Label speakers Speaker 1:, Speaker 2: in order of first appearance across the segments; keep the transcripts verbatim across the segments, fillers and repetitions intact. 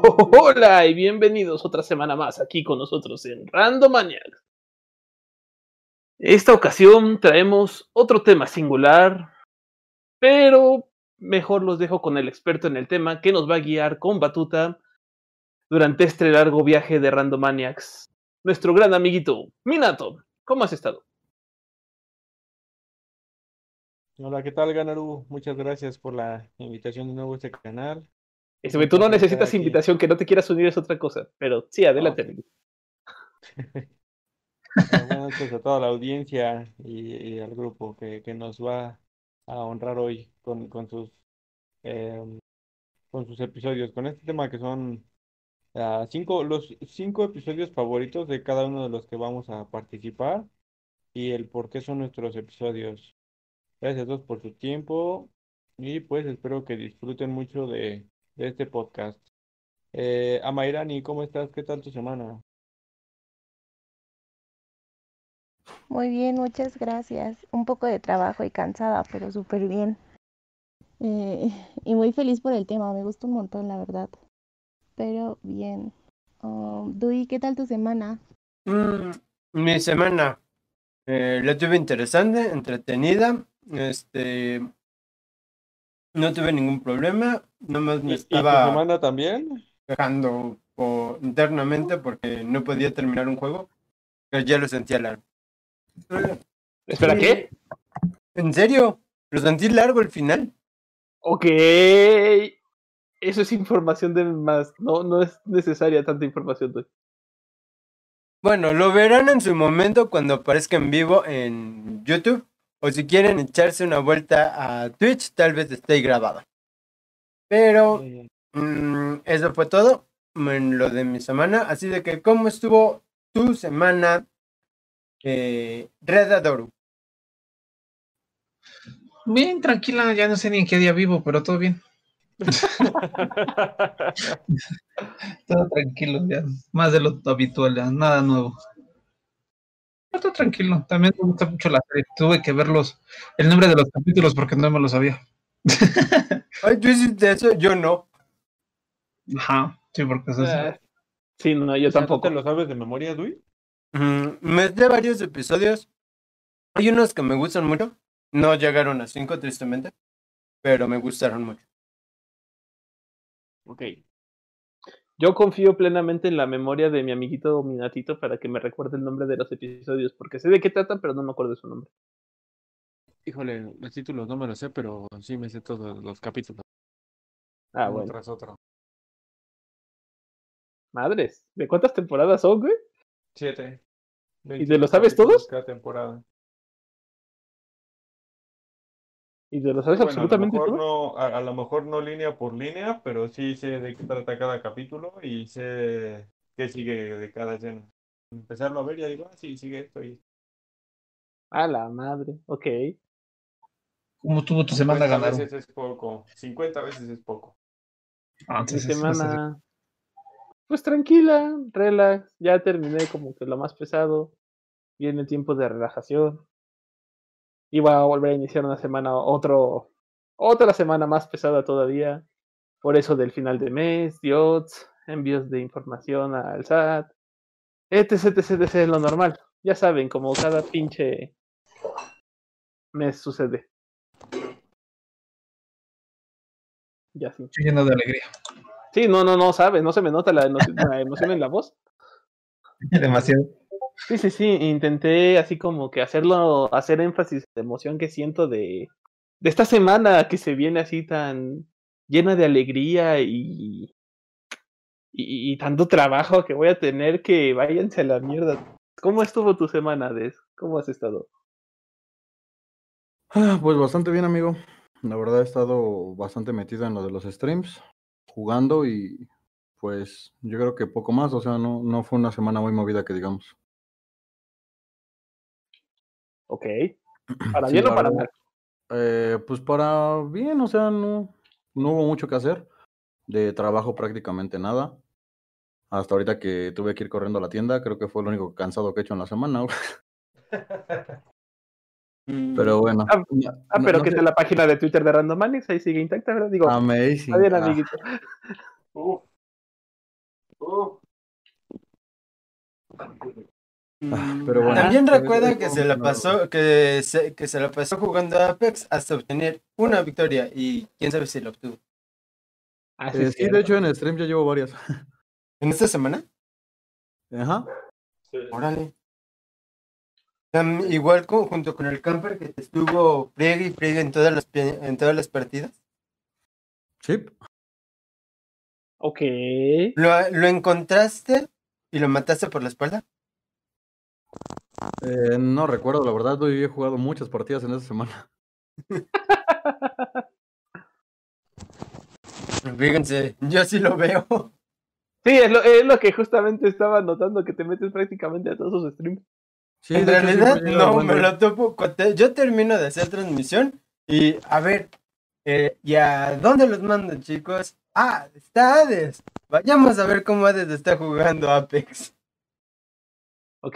Speaker 1: Hola y bienvenidos otra semana más aquí con nosotros en Randomaniacs. Esta ocasión traemos otro tema singular, pero mejor los dejo con el experto en el tema que nos va a guiar con batuta durante este largo viaje de Randomaniacs. Nuestro gran amiguito, Minato, ¿cómo has estado?
Speaker 2: Hola, ¿qué tal, Ganaru? Muchas gracias por la invitación de nuevo a este canal. Es
Speaker 1: Este,
Speaker 2: un
Speaker 1: tú no
Speaker 2: placer estar
Speaker 1: necesitas
Speaker 2: aquí.
Speaker 1: invitación, que no te quieras unir es otra cosa, pero sí,
Speaker 2: Ah,
Speaker 1: adelante,
Speaker 2: ok.
Speaker 1: amigo.
Speaker 2: Eh, buenas noches a toda la audiencia y, y al grupo que, que nos va a honrar hoy con, con sus, em, con sus episodios, con este tema que son ah, cinco, los cinco episodios favoritos de cada uno de los que vamos a participar y el por qué son nuestros episodios. Gracias a todos por su tiempo y pues espero que disfruten mucho de, de este podcast. Eh, Amairani, ¿cómo estás? ¿Qué tal tu semana?
Speaker 3: Muy bien, muchas gracias. Un poco de trabajo y cansada, pero súper bien. Eh, y muy feliz por el tema, me gusta un montón, la verdad. Pero bien. Um, Dui, ¿qué tal tu semana?
Speaker 4: Mm, mi semana eh, la tuve interesante, entretenida. Este, no tuve ningún problema. Nomás me
Speaker 2: ¿Y, y tu
Speaker 4: estaba
Speaker 2: semana también?
Speaker 4: quejando por- internamente porque no podía terminar un juego, pero ya lo sentía largo. Eh,
Speaker 1: ¿Espera
Speaker 4: Y,
Speaker 1: qué?
Speaker 4: en serio, lo sentí largo al final.
Speaker 1: Ok, eso es información de más, no, no es necesaria tanta información. Doy.
Speaker 4: Bueno, lo verán en su momento cuando aparezca en vivo en YouTube. O si quieren echarse una vuelta a Twitch, tal vez esté grabado. Pero
Speaker 2: Eh,
Speaker 4: Mm, eso fue todo en lo de mi semana. Así de que, ¿cómo estuvo tu semana, eh, Redadoru?
Speaker 5: Bien, tranquila, ya no sé ni en qué día vivo, pero todo bien. Todo tranquilo, ya. Más de lo habitual, ya. Nada nuevo. Pero todo tranquilo. También me gusta mucho la serie. Tuve que ver los, el nombre de los capítulos porque no me lo sabía.
Speaker 4: Ay, tú hiciste eso, yo no.
Speaker 5: Ajá, sí, porque es así.
Speaker 1: Ah, sí, no, yo
Speaker 2: o sea, ¿no te
Speaker 1: tampoco.
Speaker 2: lo sabes de memoria, Dui?
Speaker 4: Mm, me sé varios episodios. Hay unos que me gustan mucho. No llegaron a cinco, tristemente, pero me gustaron mucho.
Speaker 1: Ok. Yo confío plenamente en la memoria de mi amiguito Minatito para que me recuerde el nombre de los episodios, porque sé de qué tratan, pero no me acuerdo de su nombre.
Speaker 2: Híjole, los títulos no me los sé, pero sí me sé todos los capítulos,
Speaker 1: Ah,
Speaker 2: uno
Speaker 1: bueno.
Speaker 2: tras otro.
Speaker 1: Madres, ¿de cuántas temporadas son, güey?
Speaker 2: Siete,
Speaker 1: ¿Y te lo
Speaker 2: veintiún
Speaker 1: sabes
Speaker 2: capítulos
Speaker 1: todos?
Speaker 2: cada temporada.
Speaker 1: ¿Y te lo
Speaker 2: Eh,
Speaker 1: sabes
Speaker 2: Bueno, a lo
Speaker 1: absolutamente
Speaker 2: mejor
Speaker 1: todos?
Speaker 2: no, a, a lo mejor no línea por línea, pero sí sé de qué trata cada capítulo y sé qué sigue de cada escena. Empezarlo a ver, ya digo, ah, sí, sigue esto y
Speaker 1: A la madre, ok.
Speaker 5: ¿Cómo estuvo tu semana,
Speaker 2: cincuenta
Speaker 5: ganaron?
Speaker 2: veces es poco, cincuenta veces es poco.
Speaker 5: Ah,
Speaker 1: Mi
Speaker 5: entonces sí, bastante.
Speaker 1: semana, pues tranquila, relax. Ya terminé como que lo más pesado. Viene tiempo de relajación. Y voy a volver a iniciar una semana, otro, otra semana más pesada todavía. Por eso del final de mes, diots, envíos de información al S A T, etc, etc, etc, lo normal. Ya saben, como cada pinche mes sucede. Ya sí.
Speaker 5: Estoy lleno de alegría.
Speaker 1: Sí, no, no, no, sabes, no se me nota la, eno- la emoción en la voz.
Speaker 5: Demasiado.
Speaker 1: Sí, sí, sí, intenté así como que hacerlo, hacer énfasis en la emoción que siento de, de esta semana que se viene así tan llena de alegría y, y, y tanto trabajo que voy a tener que váyanse a la mierda. ¿Cómo estuvo tu semana, Des? ¿Cómo has estado?
Speaker 6: Ah, Pues bastante bien, amigo. La verdad he estado bastante metido en lo de los streams, jugando y pues yo creo que poco más, o sea, no, no fue una semana muy movida que digamos.
Speaker 1: Ok. ¿Para
Speaker 6: Sí,
Speaker 1: bien o
Speaker 6: la
Speaker 1: para
Speaker 6: verdad,
Speaker 1: mal?
Speaker 6: eh, pues para bien, o sea, no, no hubo mucho que hacer, de trabajo prácticamente nada. Hasta ahorita que tuve que ir corriendo a la tienda, creo que fue lo único cansado que he hecho en la semana.
Speaker 4: Mm,
Speaker 6: Pero bueno,
Speaker 1: Ah,
Speaker 6: no,
Speaker 1: ah,
Speaker 6: no,
Speaker 1: pero
Speaker 6: no
Speaker 1: que
Speaker 6: sé,
Speaker 1: te la página de Twitter de Randomanix ahí sigue intacta, ¿verdad? Digo, está
Speaker 6: Amazing.
Speaker 1: bien,
Speaker 6: Ah,
Speaker 1: amiguito.
Speaker 2: Uf,
Speaker 6: Ah, pero bueno.
Speaker 4: También
Speaker 6: Ajá.
Speaker 4: recuerda que se la pasó, que se, que se la pasó jugando a Apex hasta obtener una victoria y quién sabe si la obtuvo.
Speaker 1: Ah, sí,
Speaker 6: Eh,
Speaker 1: es
Speaker 6: sí, de
Speaker 1: cierto.
Speaker 6: hecho en stream ya llevo varias.
Speaker 4: ¿En esta semana?
Speaker 6: Ajá.
Speaker 4: Órale. Tam- igual co- junto con el camper que te estuvo friegue y friegue en todas las pi- en todas las partidas.
Speaker 6: Sí.
Speaker 1: Ok.
Speaker 4: ¿Lo, lo encontraste y lo mataste por la espalda?
Speaker 6: Eh, no recuerdo, la verdad, hoy he jugado muchas partidas en esta semana.
Speaker 4: Fíjense, yo sí lo veo.
Speaker 1: Sí, es lo, es lo que justamente estaba notando, que te metes prácticamente a todos sus streams.
Speaker 6: Sí,
Speaker 4: En
Speaker 6: de hecho
Speaker 4: realidad,
Speaker 6: siempre llega
Speaker 4: no,
Speaker 6: buen
Speaker 4: me
Speaker 6: raid.
Speaker 4: lo topo. cuando Yo termino de hacer transmisión y, a ver, eh, ¿y a dónde los mando, chicos? Ah, está Hades. Vayamos a ver cómo Hades está jugando Apex.
Speaker 1: Ok.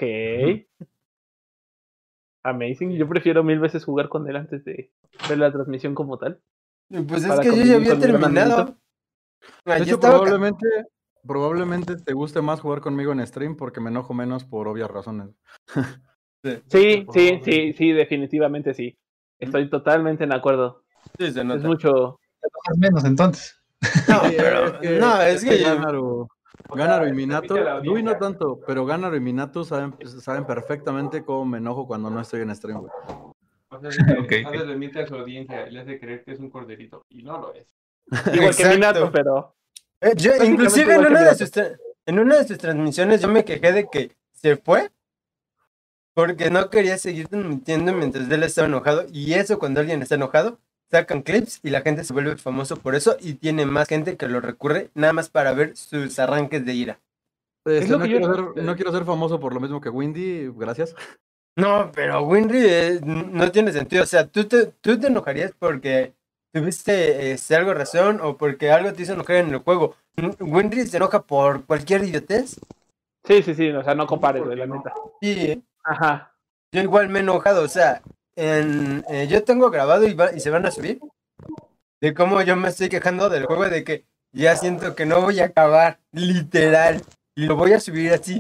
Speaker 1: Amazing. Yo prefiero mil veces jugar con él antes de ver la transmisión como tal.
Speaker 4: Y Pues es
Speaker 1: Para
Speaker 4: que yo ya
Speaker 1: convivir
Speaker 4: había
Speaker 1: con mi gran
Speaker 4: terminado.
Speaker 1: amiguito.
Speaker 4: Ah,
Speaker 6: De
Speaker 4: ya
Speaker 6: hecho,
Speaker 4: estaba ca-
Speaker 6: probablemente, probablemente te guste más jugar conmigo en stream porque me enojo menos por obvias razones.
Speaker 1: Sí, sí, sí, sí, definitivamente sí. Estoy totalmente en acuerdo.
Speaker 4: Sí, se
Speaker 1: Es
Speaker 4: nota.
Speaker 1: mucho.
Speaker 5: Te enojas menos entonces.
Speaker 4: No,
Speaker 6: Sí,
Speaker 4: pero,
Speaker 6: es que,
Speaker 4: no, es
Speaker 6: es que
Speaker 4: que
Speaker 6: Ganaru, Ganaru y Minato, Dui no tanto, pero Ganaru y Minato saben, saben perfectamente cómo me enojo cuando no estoy en stream, güey.
Speaker 2: O sea, de que
Speaker 5: Ok, ok.
Speaker 2: Hades le miente a su audiencia y le hace creer que es un corderito. Y no lo es.
Speaker 1: Igual que Minato,
Speaker 4: Exacto.
Speaker 1: pero.
Speaker 4: Eh, yo,
Speaker 1: Prácticamente
Speaker 4: inclusive
Speaker 1: igual
Speaker 4: en
Speaker 1: que
Speaker 4: una, de
Speaker 1: Minato.
Speaker 4: sus tra- en una de sus transmisiones yo me quejé de que se fue porque no quería seguir transmitiendo mientras él estaba enojado. Y eso, cuando alguien está enojado, sacan clips y la gente se vuelve famoso por eso y tiene más gente que lo recurre nada más para ver sus arranques de ira.
Speaker 6: Este,
Speaker 1: lo
Speaker 6: no,
Speaker 1: que yo-
Speaker 6: quiero ser, no quiero ser famoso por lo mismo que Windy, gracias.
Speaker 4: No, pero Winry eh, n- no tiene sentido. O sea, tú te, tú te enojarías porque tuviste este, algo razón o porque algo te hizo enojar en el juego. N- Winry se enoja por cualquier idiotez.
Speaker 1: Sí, sí, sí. O sea, no compares,
Speaker 2: ¿por
Speaker 1: güey,
Speaker 2: qué
Speaker 1: la
Speaker 2: no?
Speaker 1: neta.
Speaker 4: Sí, eh.
Speaker 1: Ajá.
Speaker 4: Yo igual me he enojado. O sea, en, eh, yo tengo grabado y, va- y se van a subir de cómo yo me estoy quejando del juego de que ya siento que no voy a acabar, literal. Y lo voy a subir así.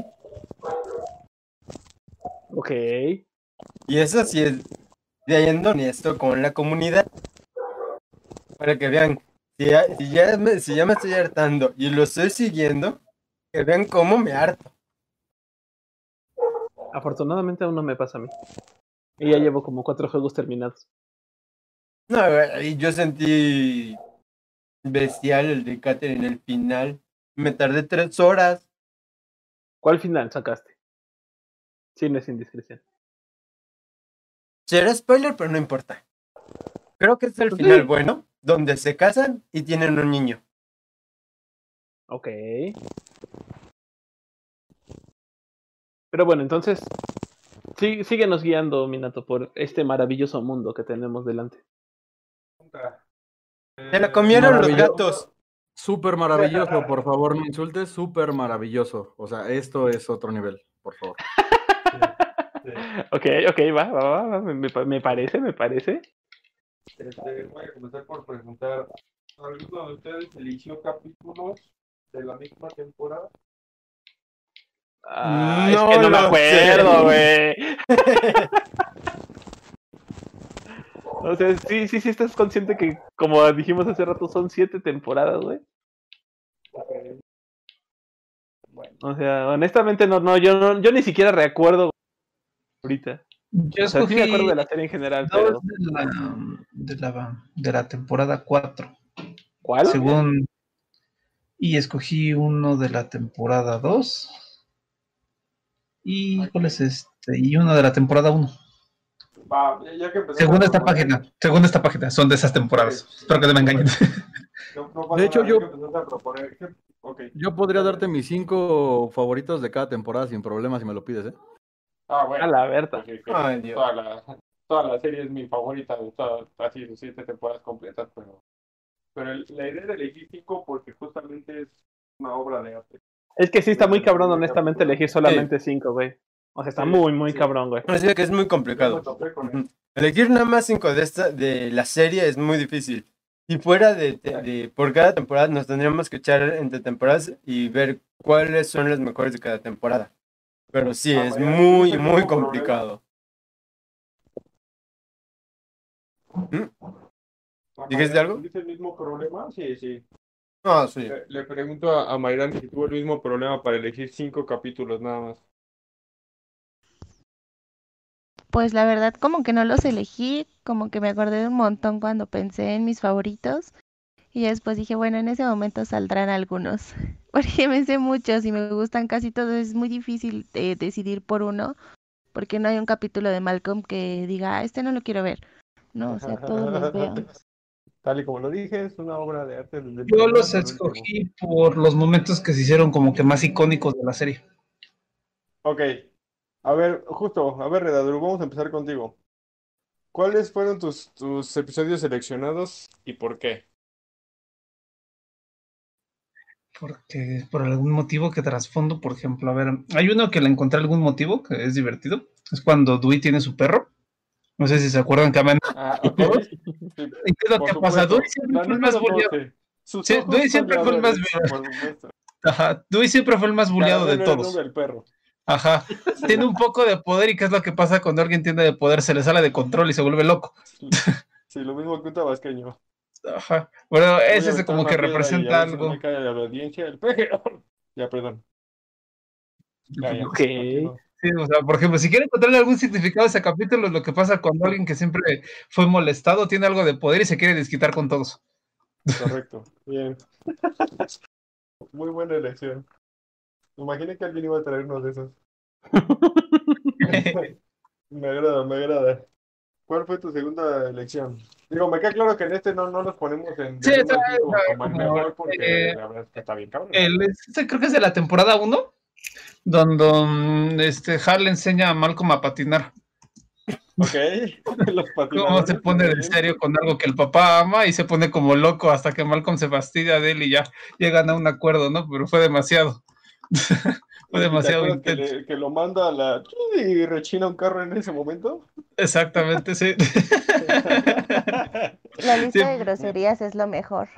Speaker 1: Ok.
Speaker 4: Y eso sí es siendo honesto con la comunidad. Para que vean, si ya, si ya me, si ya me estoy hartando y lo estoy siguiendo, que vean cómo me harto.
Speaker 1: Afortunadamente aún no me pasa a mí. Y ya llevo como cuatro juegos terminados.
Speaker 4: No, y yo sentí bestial el de Catherine en el final. Me tardé tres horas.
Speaker 1: ¿Cuál final sacaste? Sí, no es indiscreción.
Speaker 4: Será spoiler, pero no importa. Creo que es el
Speaker 1: Pues
Speaker 4: final
Speaker 1: sí.
Speaker 4: bueno, donde se casan y tienen un niño.
Speaker 1: Ok. Pero bueno, entonces, sí, síguenos guiando, Minato, por este maravilloso mundo que tenemos delante.
Speaker 2: Nunca.
Speaker 4: Se la comieron los
Speaker 6: Maravilloso.
Speaker 4: gatos.
Speaker 6: Súper maravilloso, por favor, no insultes, súper maravilloso. O sea, esto es otro nivel, por favor.
Speaker 2: Sí.
Speaker 1: Ok, ok, va, va, va, va, me, me- me parece, me parece.
Speaker 2: Este, voy a comenzar por preguntar, ¿alguno de ustedes eligió capítulos de la misma temporada?
Speaker 1: Ah, es
Speaker 4: No
Speaker 1: que no me
Speaker 4: lo
Speaker 1: acuerdo,
Speaker 4: sé.
Speaker 1: güey. O sea, sí, sí, sí estás consciente que, como dijimos hace rato, son siete temporadas, güey.
Speaker 2: Ok. Bueno,
Speaker 1: O sea, honestamente no, no, yo no, yo ni siquiera recuerdo ahorita.
Speaker 5: Yo
Speaker 1: O sea, sí me acuerdo
Speaker 5: escogí
Speaker 1: de la serie en general,
Speaker 5: dos
Speaker 1: pero
Speaker 5: de la, de la, de la temporada cuatro,
Speaker 1: ¿cuál?
Speaker 5: según, y escogí uno de la temporada dos, y ¿cuál es este? Y uno de la temporada uno.
Speaker 2: va, ya- ya que empezaste
Speaker 5: Según
Speaker 2: a
Speaker 5: esta
Speaker 2: proponer,
Speaker 5: página, según esta página, son de esas temporadas.
Speaker 2: Ok.
Speaker 5: Espero que no me engañen.
Speaker 2: no, no pasa
Speaker 6: De hecho,
Speaker 2: nada, ya
Speaker 6: yo-
Speaker 2: que empezaste a proponer, ¿qué? Ok.
Speaker 6: Yo podría
Speaker 2: Dale.
Speaker 6: darte mis cinco favoritos de cada temporada sin problemas si me lo pides, ¿eh?
Speaker 2: Ah, bueno.
Speaker 1: A la Berta.
Speaker 2: Pues sí, que
Speaker 4: Ay, Dios.
Speaker 2: toda la, toda la serie es mi favorita de todas, así sus siete temporadas completas, pero, pero el- la idea de elegir cinco porque justamente es una obra de arte.
Speaker 1: Es que sí está muy cabrón,
Speaker 2: Sí,
Speaker 1: honestamente,
Speaker 2: capítulo.
Speaker 1: elegir solamente cinco, güey. O sea, está
Speaker 2: Sí,
Speaker 1: muy, muy
Speaker 2: sí.
Speaker 1: cabrón, güey.
Speaker 4: Así que es muy
Speaker 2: Yo
Speaker 4: complicado.
Speaker 2: me topé con
Speaker 4: Ujú.
Speaker 2: él.
Speaker 4: Elegir nada más cinco de esta de la serie es muy difícil. Y fuera de, de- de- por cada temporada nos tendríamos que echar entre temporadas y ver cuáles son las mejores de cada temporada. Pero sí,
Speaker 2: Ah,
Speaker 4: es
Speaker 2: Mariana,
Speaker 4: muy,
Speaker 2: ¿tienes el
Speaker 4: muy
Speaker 2: mismo problema?
Speaker 4: complicado. ¿Mm?
Speaker 2: Ah,
Speaker 4: ¿Dijiste
Speaker 2: Mariana,
Speaker 4: algo?
Speaker 2: ¿tuviste el mismo problema? Sí, sí.
Speaker 4: Ah, sí.
Speaker 2: Le, le pregunto a, a Mayrán si tuvo el mismo problema para elegir cinco capítulos nada más.
Speaker 3: Pues la verdad, como que no los elegí, como que me acordé de un montón cuando pensé en mis favoritos. Y después dije, bueno, en ese momento saldrán algunos. Porque me sé muchos y me gustan casi todos. Es muy difícil eh, decidir por uno, porque no hay un capítulo de Malcolm que diga, "Ah, este no lo quiero ver". No, o sea, todos los veo.
Speaker 2: Tal y como lo dije, es una obra de arte desde el
Speaker 5: Yo
Speaker 2: primero
Speaker 5: los
Speaker 2: hasta el último.
Speaker 5: escogí por los momentos que se hicieron como que más icónicos de la serie.
Speaker 2: Ok, a ver, justo, a ver, Redaduru, vamos a empezar contigo. ¿Cuáles fueron tus, tus episodios seleccionados y por qué?
Speaker 5: Porque por algún motivo que trasfondo, por ejemplo, a ver, hay uno que le encontré algún motivo que es divertido. Es cuando Dewey tiene su perro. No sé si se acuerdan que aman
Speaker 2: Ah, ok.
Speaker 5: todos.
Speaker 2: Sí,
Speaker 5: ¿Y qué es lo
Speaker 2: por
Speaker 5: que pasa? Dewey
Speaker 2: supuesto.
Speaker 5: siempre
Speaker 2: La
Speaker 5: fue el más
Speaker 2: número
Speaker 5: bulleado.
Speaker 2: doce. Sus
Speaker 5: Sí, Dewey
Speaker 2: ojos
Speaker 5: siempre fue el más
Speaker 2: soñadores, por supuesto.
Speaker 5: Ajá, Dewey siempre fue el más bulleado de
Speaker 2: Caramelo era el
Speaker 5: todos.
Speaker 2: nombre del perro.
Speaker 5: Ajá.
Speaker 2: Sí,
Speaker 5: Tiene un poco de poder y qué es lo que pasa cuando alguien tiene de poder, se le sale de control y se vuelve loco.
Speaker 2: sí, sí, lo mismo que un tabasqueño.
Speaker 5: Ajá. Bueno,
Speaker 2: Voy a
Speaker 5: ese es
Speaker 2: aventar
Speaker 5: como
Speaker 2: una
Speaker 5: que
Speaker 2: piedra y a
Speaker 5: representa
Speaker 2: ver si no me
Speaker 5: algo.
Speaker 2: cae a la audiencia el perro. Ya, perdón. Ya, ya.
Speaker 1: Ok.
Speaker 2: Continúo.
Speaker 5: Sí, o sea, por ejemplo, si quieren encontrarle algún significado a ese capítulo, es lo que pasa cuando alguien que siempre fue molestado tiene algo de poder y se quiere desquitar con todos.
Speaker 2: Correcto. Bien. Muy buena elección. Imaginé que alguien iba a traer uno de esos. Me agrada, me agrada. ¿Cuál fue tu segunda elección? Digo, me queda claro que en este no, no nos ponemos en
Speaker 5: Sí,
Speaker 2: del
Speaker 5: está,
Speaker 2: uno al cinco
Speaker 5: está
Speaker 2: como el
Speaker 5: como,
Speaker 2: mejor porque
Speaker 5: eh,
Speaker 2: la verdad es que está bien cabrón.
Speaker 5: el, este creo que es de la temporada uno, donde um, este, Hal le enseña a Malcolm a patinar.
Speaker 2: Ok, los
Speaker 5: Cómo se
Speaker 2: patinadores,
Speaker 5: pone
Speaker 2: muy
Speaker 5: de
Speaker 2: bien.
Speaker 5: serio con algo que el papá ama y se pone como loco hasta que Malcolm se fastidia de él y ya llegan a un acuerdo, ¿no? Pero fue demasiado. Fue
Speaker 2: ¿Y y te
Speaker 5: demasiado
Speaker 2: acuerdas que,
Speaker 5: intenso.
Speaker 2: le, que lo manda a la... y rechina un carro en ese momento?
Speaker 5: Exactamente, sí.
Speaker 3: La
Speaker 5: Sí,
Speaker 3: lista de groserías es lo mejor.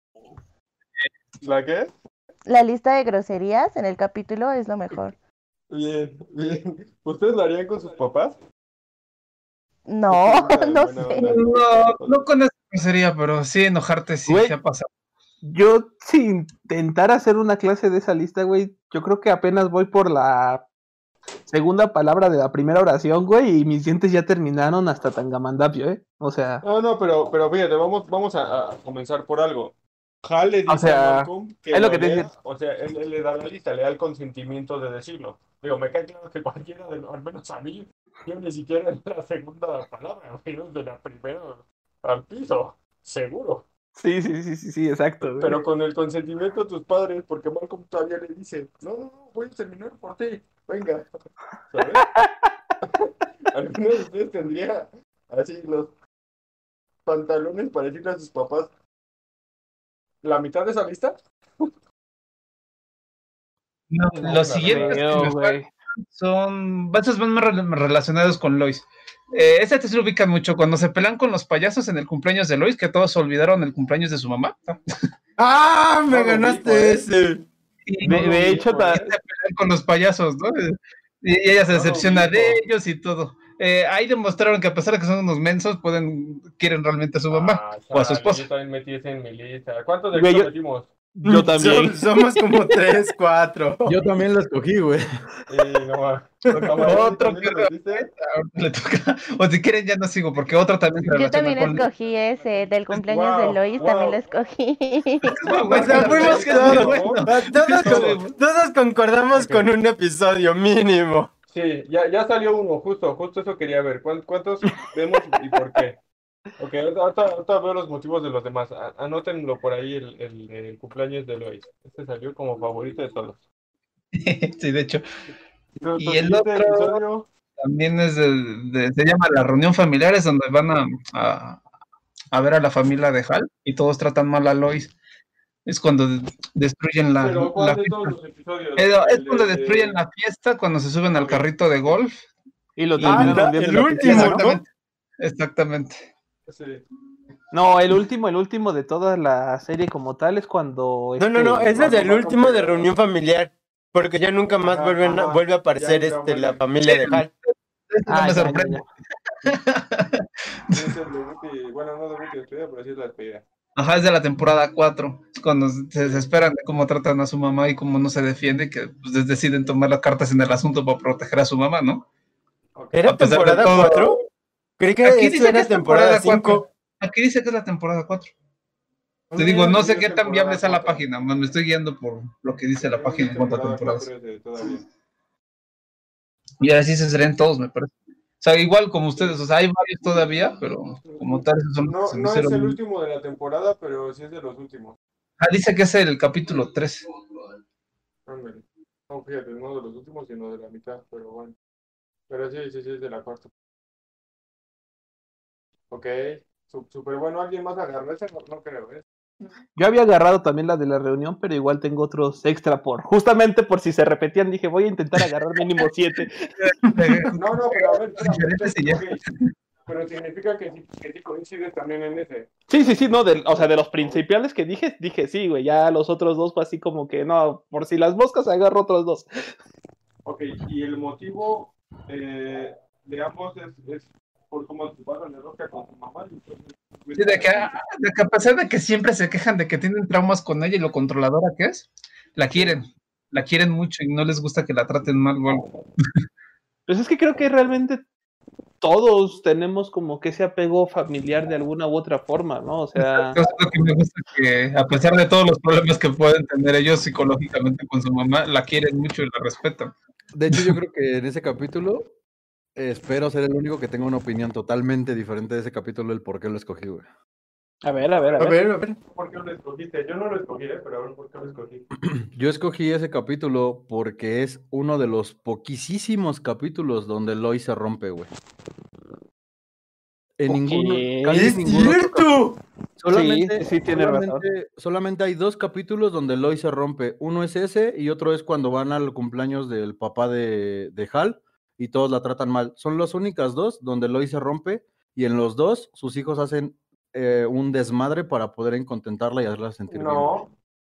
Speaker 2: ¿La qué?
Speaker 3: La lista de groserías en el capítulo es lo mejor.
Speaker 2: Bien, bien. ¿Ustedes lo harían con sus papás? Es
Speaker 3: No,
Speaker 2: pregunta de
Speaker 3: no
Speaker 2: buena
Speaker 3: sé.
Speaker 2: onda.
Speaker 5: no, no con esa grosería, pero sí enojarte sí,
Speaker 1: Güey,
Speaker 5: se ha pasado.
Speaker 1: yo si intentara hacer una clase de esa lista, güey, yo creo que apenas voy por la segunda palabra de la primera oración, güey, y mis dientes ya terminaron hasta Tangamandapio, ¿eh? O sea,
Speaker 2: No, no, pero, pero fíjate, vamos, vamos a, a comenzar por algo. Hal le
Speaker 1: o
Speaker 2: dice a
Speaker 1: sea,
Speaker 2: Malcolm que
Speaker 1: es lo
Speaker 2: lo
Speaker 1: que te
Speaker 2: lea,
Speaker 1: decía.
Speaker 2: o sea, él, él le da la lista, le da el consentimiento de decirlo. Digo, me cae claro que cualquiera de los, al menos a mí, yo ni siquiera es la segunda palabra, menos de la primera al piso, seguro.
Speaker 1: Sí, sí, sí, sí, sí, exacto, güey.
Speaker 2: Pero con el consentimiento de tus padres, porque Malcolm todavía le dice, no, no, no, voy a terminar por ti, venga, ¿sabes? ¿Alguno de ustedes tendría así los pantalones para decirle a sus papás la mitad de esa lista?
Speaker 5: No,
Speaker 2: No,
Speaker 5: los
Speaker 2: la
Speaker 5: siguientes
Speaker 2: verdad.
Speaker 5: que me
Speaker 1: Creo, güey.
Speaker 5: son, estos van más re- relacionados con Lois. Eh, este te se ubican mucho cuando se pelean con los payasos en el cumpleaños de Lois, que todos olvidaron el cumpleaños de su mamá.
Speaker 4: ¡Ah! ¡Me
Speaker 2: No lo
Speaker 4: ganaste
Speaker 2: ubico, ¿eh?
Speaker 4: ese!
Speaker 5: Y,
Speaker 2: No
Speaker 1: De,
Speaker 2: lo
Speaker 1: de hecho,
Speaker 2: ubico,
Speaker 1: ta-
Speaker 2: ¿eh?
Speaker 5: se pelean con los payasos, ¿no? Y, y ella se
Speaker 2: No lo
Speaker 5: decepciona de
Speaker 2: ubico.
Speaker 5: ellos y todo. Eh, ahí demostraron que a pesar de que son unos mensos, pueden, quieren realmente a su mamá
Speaker 2: Ah,
Speaker 5: o a su
Speaker 2: chale, yo
Speaker 5: esposa.
Speaker 2: también metí ese en mi lista. ¿Cuántos de
Speaker 1: güey,
Speaker 2: estos
Speaker 1: yo,
Speaker 2: metimos?
Speaker 1: yo también.
Speaker 4: Som- somos como tres, cuatro.
Speaker 6: Yo también lo escogí, güey.
Speaker 2: Eh, no más. ¿Camarón
Speaker 5: Otro
Speaker 2: también
Speaker 5: que
Speaker 2: lo metiste?
Speaker 5: ahorita le toca. O si quieren, ya no sigo, porque otro también se
Speaker 3: Yo
Speaker 5: relaciona
Speaker 3: también
Speaker 5: con.
Speaker 3: escogí ese del cumpleaños de
Speaker 2: Wow,
Speaker 3: Lois, también lo
Speaker 2: wow.
Speaker 3: escogí.
Speaker 5: muy
Speaker 2: Va-
Speaker 4: O
Speaker 5: bueno,
Speaker 4: sea,
Speaker 2: Bárbara,
Speaker 4: fuimos
Speaker 5: es que es
Speaker 2: por
Speaker 5: muy
Speaker 4: todos.
Speaker 2: favor.
Speaker 5: bueno.
Speaker 4: Ah, Todos,
Speaker 5: Es
Speaker 4: con-
Speaker 5: muy
Speaker 2: Todos.
Speaker 5: bueno.
Speaker 4: todos concordamos
Speaker 2: Ok.
Speaker 4: con un episodio mínimo.
Speaker 2: Sí, ya, ya salió uno, justo, justo eso quería ver. ¿Cuán- ¿Cuántos vemos y por qué? Ok, ahorita, ahorita- ahorita veo los motivos de los demás. A- Anótenlo por ahí el, el, el cumpleaños de Lois. Este salió como favorito de todos.
Speaker 5: Sí, de hecho.
Speaker 2: Tu, tu
Speaker 5: Y el
Speaker 2: siguiente
Speaker 5: otro
Speaker 2: episodio,
Speaker 5: también es de, de- se llama La Reunión Familiar, es donde van a, a, a ver a la familia de Hal y todos tratan mal a Lois. Es cuando de- destruyen la,
Speaker 2: pero ¿cuál
Speaker 5: la
Speaker 2: de todos
Speaker 5: fiesta.
Speaker 2: los episodios?
Speaker 5: Es, es
Speaker 2: El
Speaker 5: cuando
Speaker 2: de,
Speaker 5: destruyen
Speaker 2: de-
Speaker 5: la fiesta, cuando se suben al
Speaker 2: Ok.
Speaker 5: carrito de golf.
Speaker 1: Y lo
Speaker 5: Y-
Speaker 1: terminan
Speaker 4: Anda,
Speaker 1: hundiendo en
Speaker 4: el
Speaker 1: la
Speaker 4: último,
Speaker 1: piscina, ¿no?
Speaker 5: Exactamente. Exactamente.
Speaker 2: Sí.
Speaker 1: No, el último, el último de toda la serie como tal es cuando
Speaker 4: No, no, no,
Speaker 1: este...
Speaker 4: ese es
Speaker 2: Cuando
Speaker 4: el
Speaker 2: Malcolm
Speaker 4: último
Speaker 2: se
Speaker 4: de
Speaker 2: graba.
Speaker 4: reunión familiar. Porque ya nunca más
Speaker 2: Ajá,
Speaker 4: vuelven a-
Speaker 2: ajá.
Speaker 4: vuelve a aparecer
Speaker 2: Ya, ya
Speaker 4: este, la
Speaker 2: vuelven.
Speaker 4: familia de Hal.
Speaker 5: Eso no
Speaker 1: Ah,
Speaker 5: me
Speaker 1: ya, ya,
Speaker 5: sorprende.
Speaker 1: ya.
Speaker 2: Sí, es el debut y, bueno, no debut y despedida, pero sí es la despedida.
Speaker 5: Ajá, es de la temporada cuatro. Es cuando se desesperan de cómo tratan a su mamá y cómo no se defiende, que pues, deciden tomar las cartas en el asunto para proteger a su mamá, ¿no?
Speaker 2: Ok.
Speaker 4: ¿Era
Speaker 5: A pesar de
Speaker 4: temporada
Speaker 5: todo.
Speaker 4: cuatro? Creí que
Speaker 5: Aquí
Speaker 4: eso
Speaker 5: dice que
Speaker 4: era
Speaker 5: es
Speaker 4: temporada
Speaker 5: temporada cuatro.
Speaker 4: cinco.
Speaker 5: Aquí dice que es la temporada cuatro.
Speaker 4: Ah,
Speaker 5: Te digo, no
Speaker 2: Sí,
Speaker 5: sé
Speaker 2: es
Speaker 5: qué tan
Speaker 2: temporada
Speaker 5: viable está la
Speaker 2: cuatro.
Speaker 5: página, me estoy guiando por lo que dice la
Speaker 2: Según
Speaker 5: página
Speaker 2: yo,
Speaker 5: en cuanto a
Speaker 2: temporada
Speaker 5: temporadas.
Speaker 2: cuatro es de todavía.
Speaker 5: Y así se serían todos, me parece. O sea, igual como ustedes, o sea, hay varios todavía, pero como tal, esos son los que
Speaker 2: No,
Speaker 5: se me
Speaker 2: no es el
Speaker 5: hicieron.
Speaker 2: último de la temporada, pero sí es de los últimos.
Speaker 5: Ah, dice que es el capítulo tres.
Speaker 2: Ándale. No, fíjate, no de los últimos, sino de la mitad, pero bueno. Pero sí, sí, sí, es de la cuarta. Ok, Su- súper bueno. ¿Alguien más agarró ese? No, no creo, ¿eh?
Speaker 1: Yo había agarrado también la de la reunión, pero igual tengo otros extra por, justamente por si se repetían, dije, voy a intentar agarrar mínimo siete.
Speaker 2: No, no, pero a ver, espérame,
Speaker 5: Diferentes y ya.
Speaker 2: ok. Pero significa que sí, que sí coincide también en ese.
Speaker 1: Sí, sí, sí, no, del- o sea, de los principales que dije, dije sí, güey, ya los otros dos fue así como que, no, por si las moscas agarro otros dos.
Speaker 2: Ok, y el motivo eh, de ambos es, es por cómo se pasan de rosca con su mamá. Y entonces,
Speaker 5: Sí, de que, de que a pesar de que siempre se quejan de que tienen traumas con ella y lo controladora que es, la quieren, la quieren mucho y no les gusta que la traten mal o algo.
Speaker 1: Pues es que creo que realmente todos tenemos como que ese apego familiar de alguna u otra forma, ¿no? O sea,
Speaker 5: Eso es lo que me gusta, que a pesar de todos los problemas que pueden tener ellos psicológicamente con su mamá, la quieren mucho y la respetan.
Speaker 6: De hecho, yo creo que en ese capítulo eh, espero ser el único que tenga una opinión totalmente diferente de ese capítulo, el por qué lo escogí, güey.
Speaker 1: a ver, a ver, a
Speaker 4: A
Speaker 1: ver.
Speaker 4: ver, a ver.
Speaker 2: ¿Por qué lo escogiste? Yo no lo escogí, ¿eh? Pero a ver, ¿por qué lo escogí?
Speaker 6: Yo escogí ese capítulo porque es uno de los poquísimos capítulos donde Lois se rompe, güey. En
Speaker 1: Ok.
Speaker 6: ninguno, casi
Speaker 4: ¡Es
Speaker 6: en ningún otro
Speaker 4: cierto!
Speaker 6: Solamente,
Speaker 1: Sí, sí, tiene razón.
Speaker 6: solamente, solamente hay dos capítulos donde Lois se rompe. Uno es ese y otro es cuando van al cumpleaños del papá de, de Hal y todos la tratan mal. Son las únicas dos donde Lois se rompe y en los dos sus hijos hacen eh, un desmadre para poder contentarla y hacerla sentir bien.
Speaker 2: No,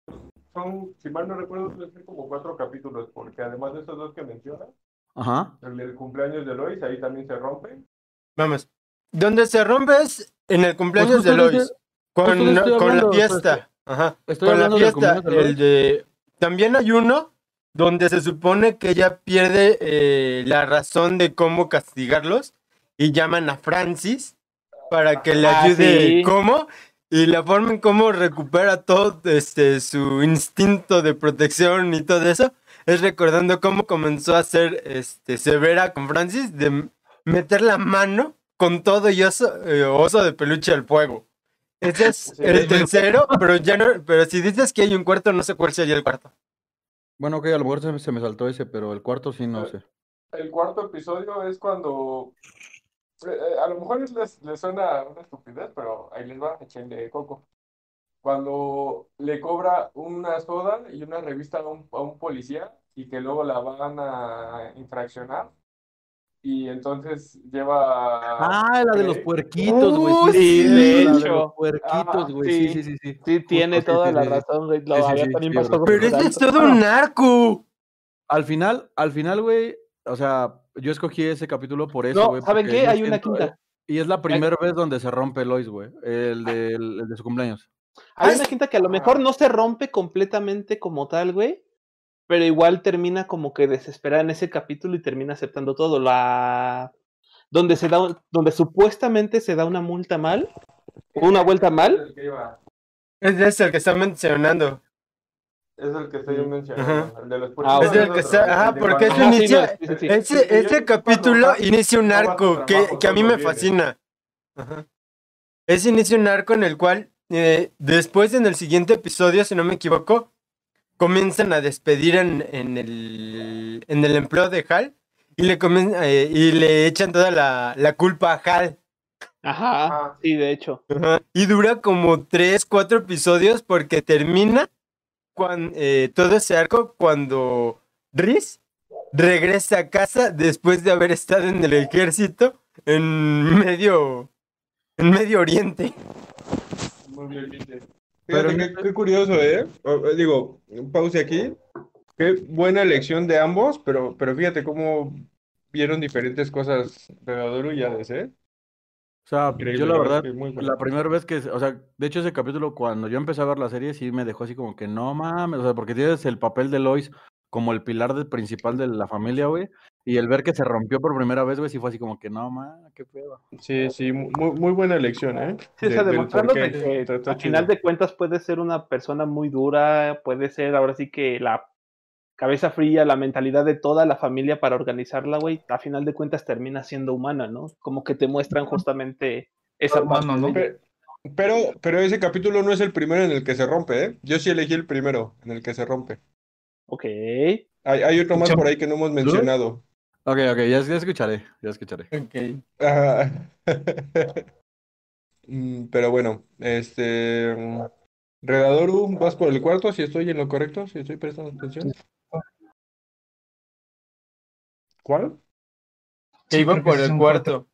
Speaker 2: son, si mal no recuerdo, deben ser como cuatro capítulos, porque además de esos dos que mencionas,
Speaker 6: Ajá.
Speaker 2: el del cumpleaños de Lois, ahí también se rompe.
Speaker 4: Vamos. Donde se rompe es en el cumpleaños
Speaker 6: justo
Speaker 4: de
Speaker 6: de
Speaker 4: Lois.
Speaker 6: ese-
Speaker 4: Con,
Speaker 6: justo de eso estoy
Speaker 4: con la
Speaker 6: hablando, o sea,
Speaker 4: fiesta. Ajá.
Speaker 6: estoy
Speaker 4: Con la
Speaker 6: hablando del
Speaker 4: fiesta.
Speaker 6: cumpleaños de Lois.
Speaker 4: El de. También hay uno donde se supone que ella pierde eh, la razón de cómo castigarlos y llaman a Francis para que le
Speaker 1: Ah,
Speaker 4: ayude.
Speaker 1: sí.
Speaker 4: ¿Cómo? Y la forma en cómo recupera todo este, su instinto de protección y todo eso es recordando cómo comenzó a ser este, severa con Francis de meter la mano con todo y oso, eh, oso de peluche al fuego. Ese es
Speaker 2: Sí,
Speaker 4: el
Speaker 2: sí.
Speaker 4: tercero, pero ya no, pero si dices que hay un cuarto, no sé cuál sería el cuarto.
Speaker 6: Bueno, ok, a lo mejor se, me- se me saltó ese, pero el cuarto sí no sé.
Speaker 2: El cuarto episodio es cuando, eh, eh, a lo mejor les, les suena una estupidez, pero ahí les va, échenle coco. Cuando le cobra una soda y una revista a un, a un policía y que luego la van a infraccionar y entonces lleva
Speaker 6: Ah, la de los
Speaker 2: Craig.
Speaker 6: puerquitos, güey.
Speaker 4: ¡Oh,
Speaker 6: Sí,
Speaker 1: Sí,
Speaker 6: sí,
Speaker 1: de
Speaker 6: la de los
Speaker 1: hecho.
Speaker 6: puerquitos,
Speaker 2: Ajá,
Speaker 6: güey. Sí,
Speaker 1: Sí,
Speaker 6: sí, sí, sí.
Speaker 1: sí, tiene
Speaker 6: Justo, sí,
Speaker 1: toda
Speaker 6: sí,
Speaker 1: la
Speaker 6: sí, sí.
Speaker 1: razón, güey. Lo
Speaker 6: Sí, sí,
Speaker 1: había
Speaker 6: sí,
Speaker 1: también
Speaker 6: sí,
Speaker 1: pasado
Speaker 6: bro.
Speaker 1: por
Speaker 4: Pero ese es
Speaker 1: alto.
Speaker 4: todo
Speaker 6: Bueno.
Speaker 4: un arco.
Speaker 6: Al final, al final, güey, o sea, yo escogí ese capítulo por eso,
Speaker 1: No,
Speaker 6: güey.
Speaker 1: ¿saben
Speaker 6: porque
Speaker 1: qué?
Speaker 6: yo
Speaker 1: Hay una
Speaker 6: siento, eh,
Speaker 1: quinta.
Speaker 6: y es la primera vez donde se rompe Lois, güey. El de, el de su cumpleaños.
Speaker 1: Hay
Speaker 4: Ah,
Speaker 1: una
Speaker 4: es-
Speaker 1: quinta que a lo mejor no se rompe completamente como tal, güey. Pero igual termina como que desesperada en ese capítulo y termina aceptando todo. La donde se da un- donde supuestamente se da una multa mal, una vuelta
Speaker 2: Ese es
Speaker 1: mal.
Speaker 2: el que iba,
Speaker 4: Ese es el que está mencionando.
Speaker 2: es el que estoy
Speaker 1: Mm.
Speaker 2: mencionando, el de los
Speaker 1: Ah,
Speaker 2: puerquitos
Speaker 1: ok.
Speaker 4: Es
Speaker 2: es
Speaker 4: el que
Speaker 2: otro,
Speaker 4: está.
Speaker 2: el
Speaker 4: Ajá,
Speaker 2: de
Speaker 4: porque eso
Speaker 2: cuando-
Speaker 1: Ajá, sí, no,
Speaker 4: inicia.
Speaker 1: sí, sí, sí.
Speaker 4: Ese,
Speaker 2: El que yo
Speaker 4: ese
Speaker 2: dije
Speaker 4: capítulo
Speaker 2: cuando
Speaker 4: inicia un
Speaker 2: no va a su
Speaker 4: arco que,
Speaker 2: trabajo,
Speaker 4: que a mí
Speaker 2: solo
Speaker 4: me
Speaker 2: viene.
Speaker 4: fascina. Ajá. Ese inicia un arco en el cual, eh, después en el siguiente episodio, si no me equivoco, comienzan a despedir en, en el, en el empleo de Hal y le, comien- eh, y le echan toda la, la culpa a Hal.
Speaker 1: Ajá,
Speaker 2: Ajá.
Speaker 1: sí, de hecho.
Speaker 4: Ajá. Y dura como tres, cuatro episodios porque termina cuan- eh, todo ese arco cuando Rhys regresa a casa después de haber estado en el ejército en medio, en Medio Oriente.
Speaker 2: Muy bien, bien.
Speaker 6: Pero
Speaker 2: Fíjate
Speaker 6: en
Speaker 2: qué,
Speaker 6: este-
Speaker 2: qué curioso, ¿eh? O- eh, Digo, pause aquí. Qué buena elección de ambos, pero, pero fíjate cómo vieron diferentes cosas Redadoro y Hades, ¿eh?
Speaker 6: O sea, yo
Speaker 2: Increíble,
Speaker 6: la
Speaker 2: la verdad
Speaker 6: verdad,
Speaker 2: que muy buena.
Speaker 6: la primera vez que, o sea, de hecho ese capítulo cuando yo empecé a ver la serie sí me dejó así como que no mames, o sea, porque tienes el papel de Lois como el pilar de- principal de la familia, güey, y el ver que se rompió por primera vez, güey, sí fue así como que no mames, qué pedo.
Speaker 2: Sí, sí, muy, muy buena elección, ¿eh?
Speaker 1: Sí, o sea,
Speaker 2: De- del por
Speaker 1: demostrando
Speaker 2: qué.
Speaker 1: de que
Speaker 2: Está, está
Speaker 1: a final
Speaker 2: chido.
Speaker 1: de cuentas puede ser una persona muy dura, puede ser ahora sí que la cabeza fría, la mentalidad de toda la familia para organizarla, güey, a final de cuentas termina siendo humana, ¿no? Como que te muestran justamente esa parte
Speaker 5: Hermano,
Speaker 1: de
Speaker 5: ¿no?
Speaker 1: ella.
Speaker 2: Pe- Pero, pero ese capítulo no es el primero en el que se rompe, ¿eh? Yo sí elegí el primero en el que se rompe.
Speaker 1: Ok.
Speaker 2: Hay, hay otro más por ahí que no hemos mencionado.
Speaker 6: Ok, ok, ya, ya escucharé, ya escucharé.
Speaker 4: Ok.
Speaker 2: Ah, mm, pero bueno, este... mm, Redadoru, ¿vas por el cuarto? Si estoy en lo correcto, si estoy prestando atención. ¿Cuál?
Speaker 4: Que
Speaker 5: Sí,
Speaker 4: iba
Speaker 5: creo que
Speaker 4: por
Speaker 5: ese es
Speaker 4: el
Speaker 5: un cuarto.
Speaker 4: cuarto.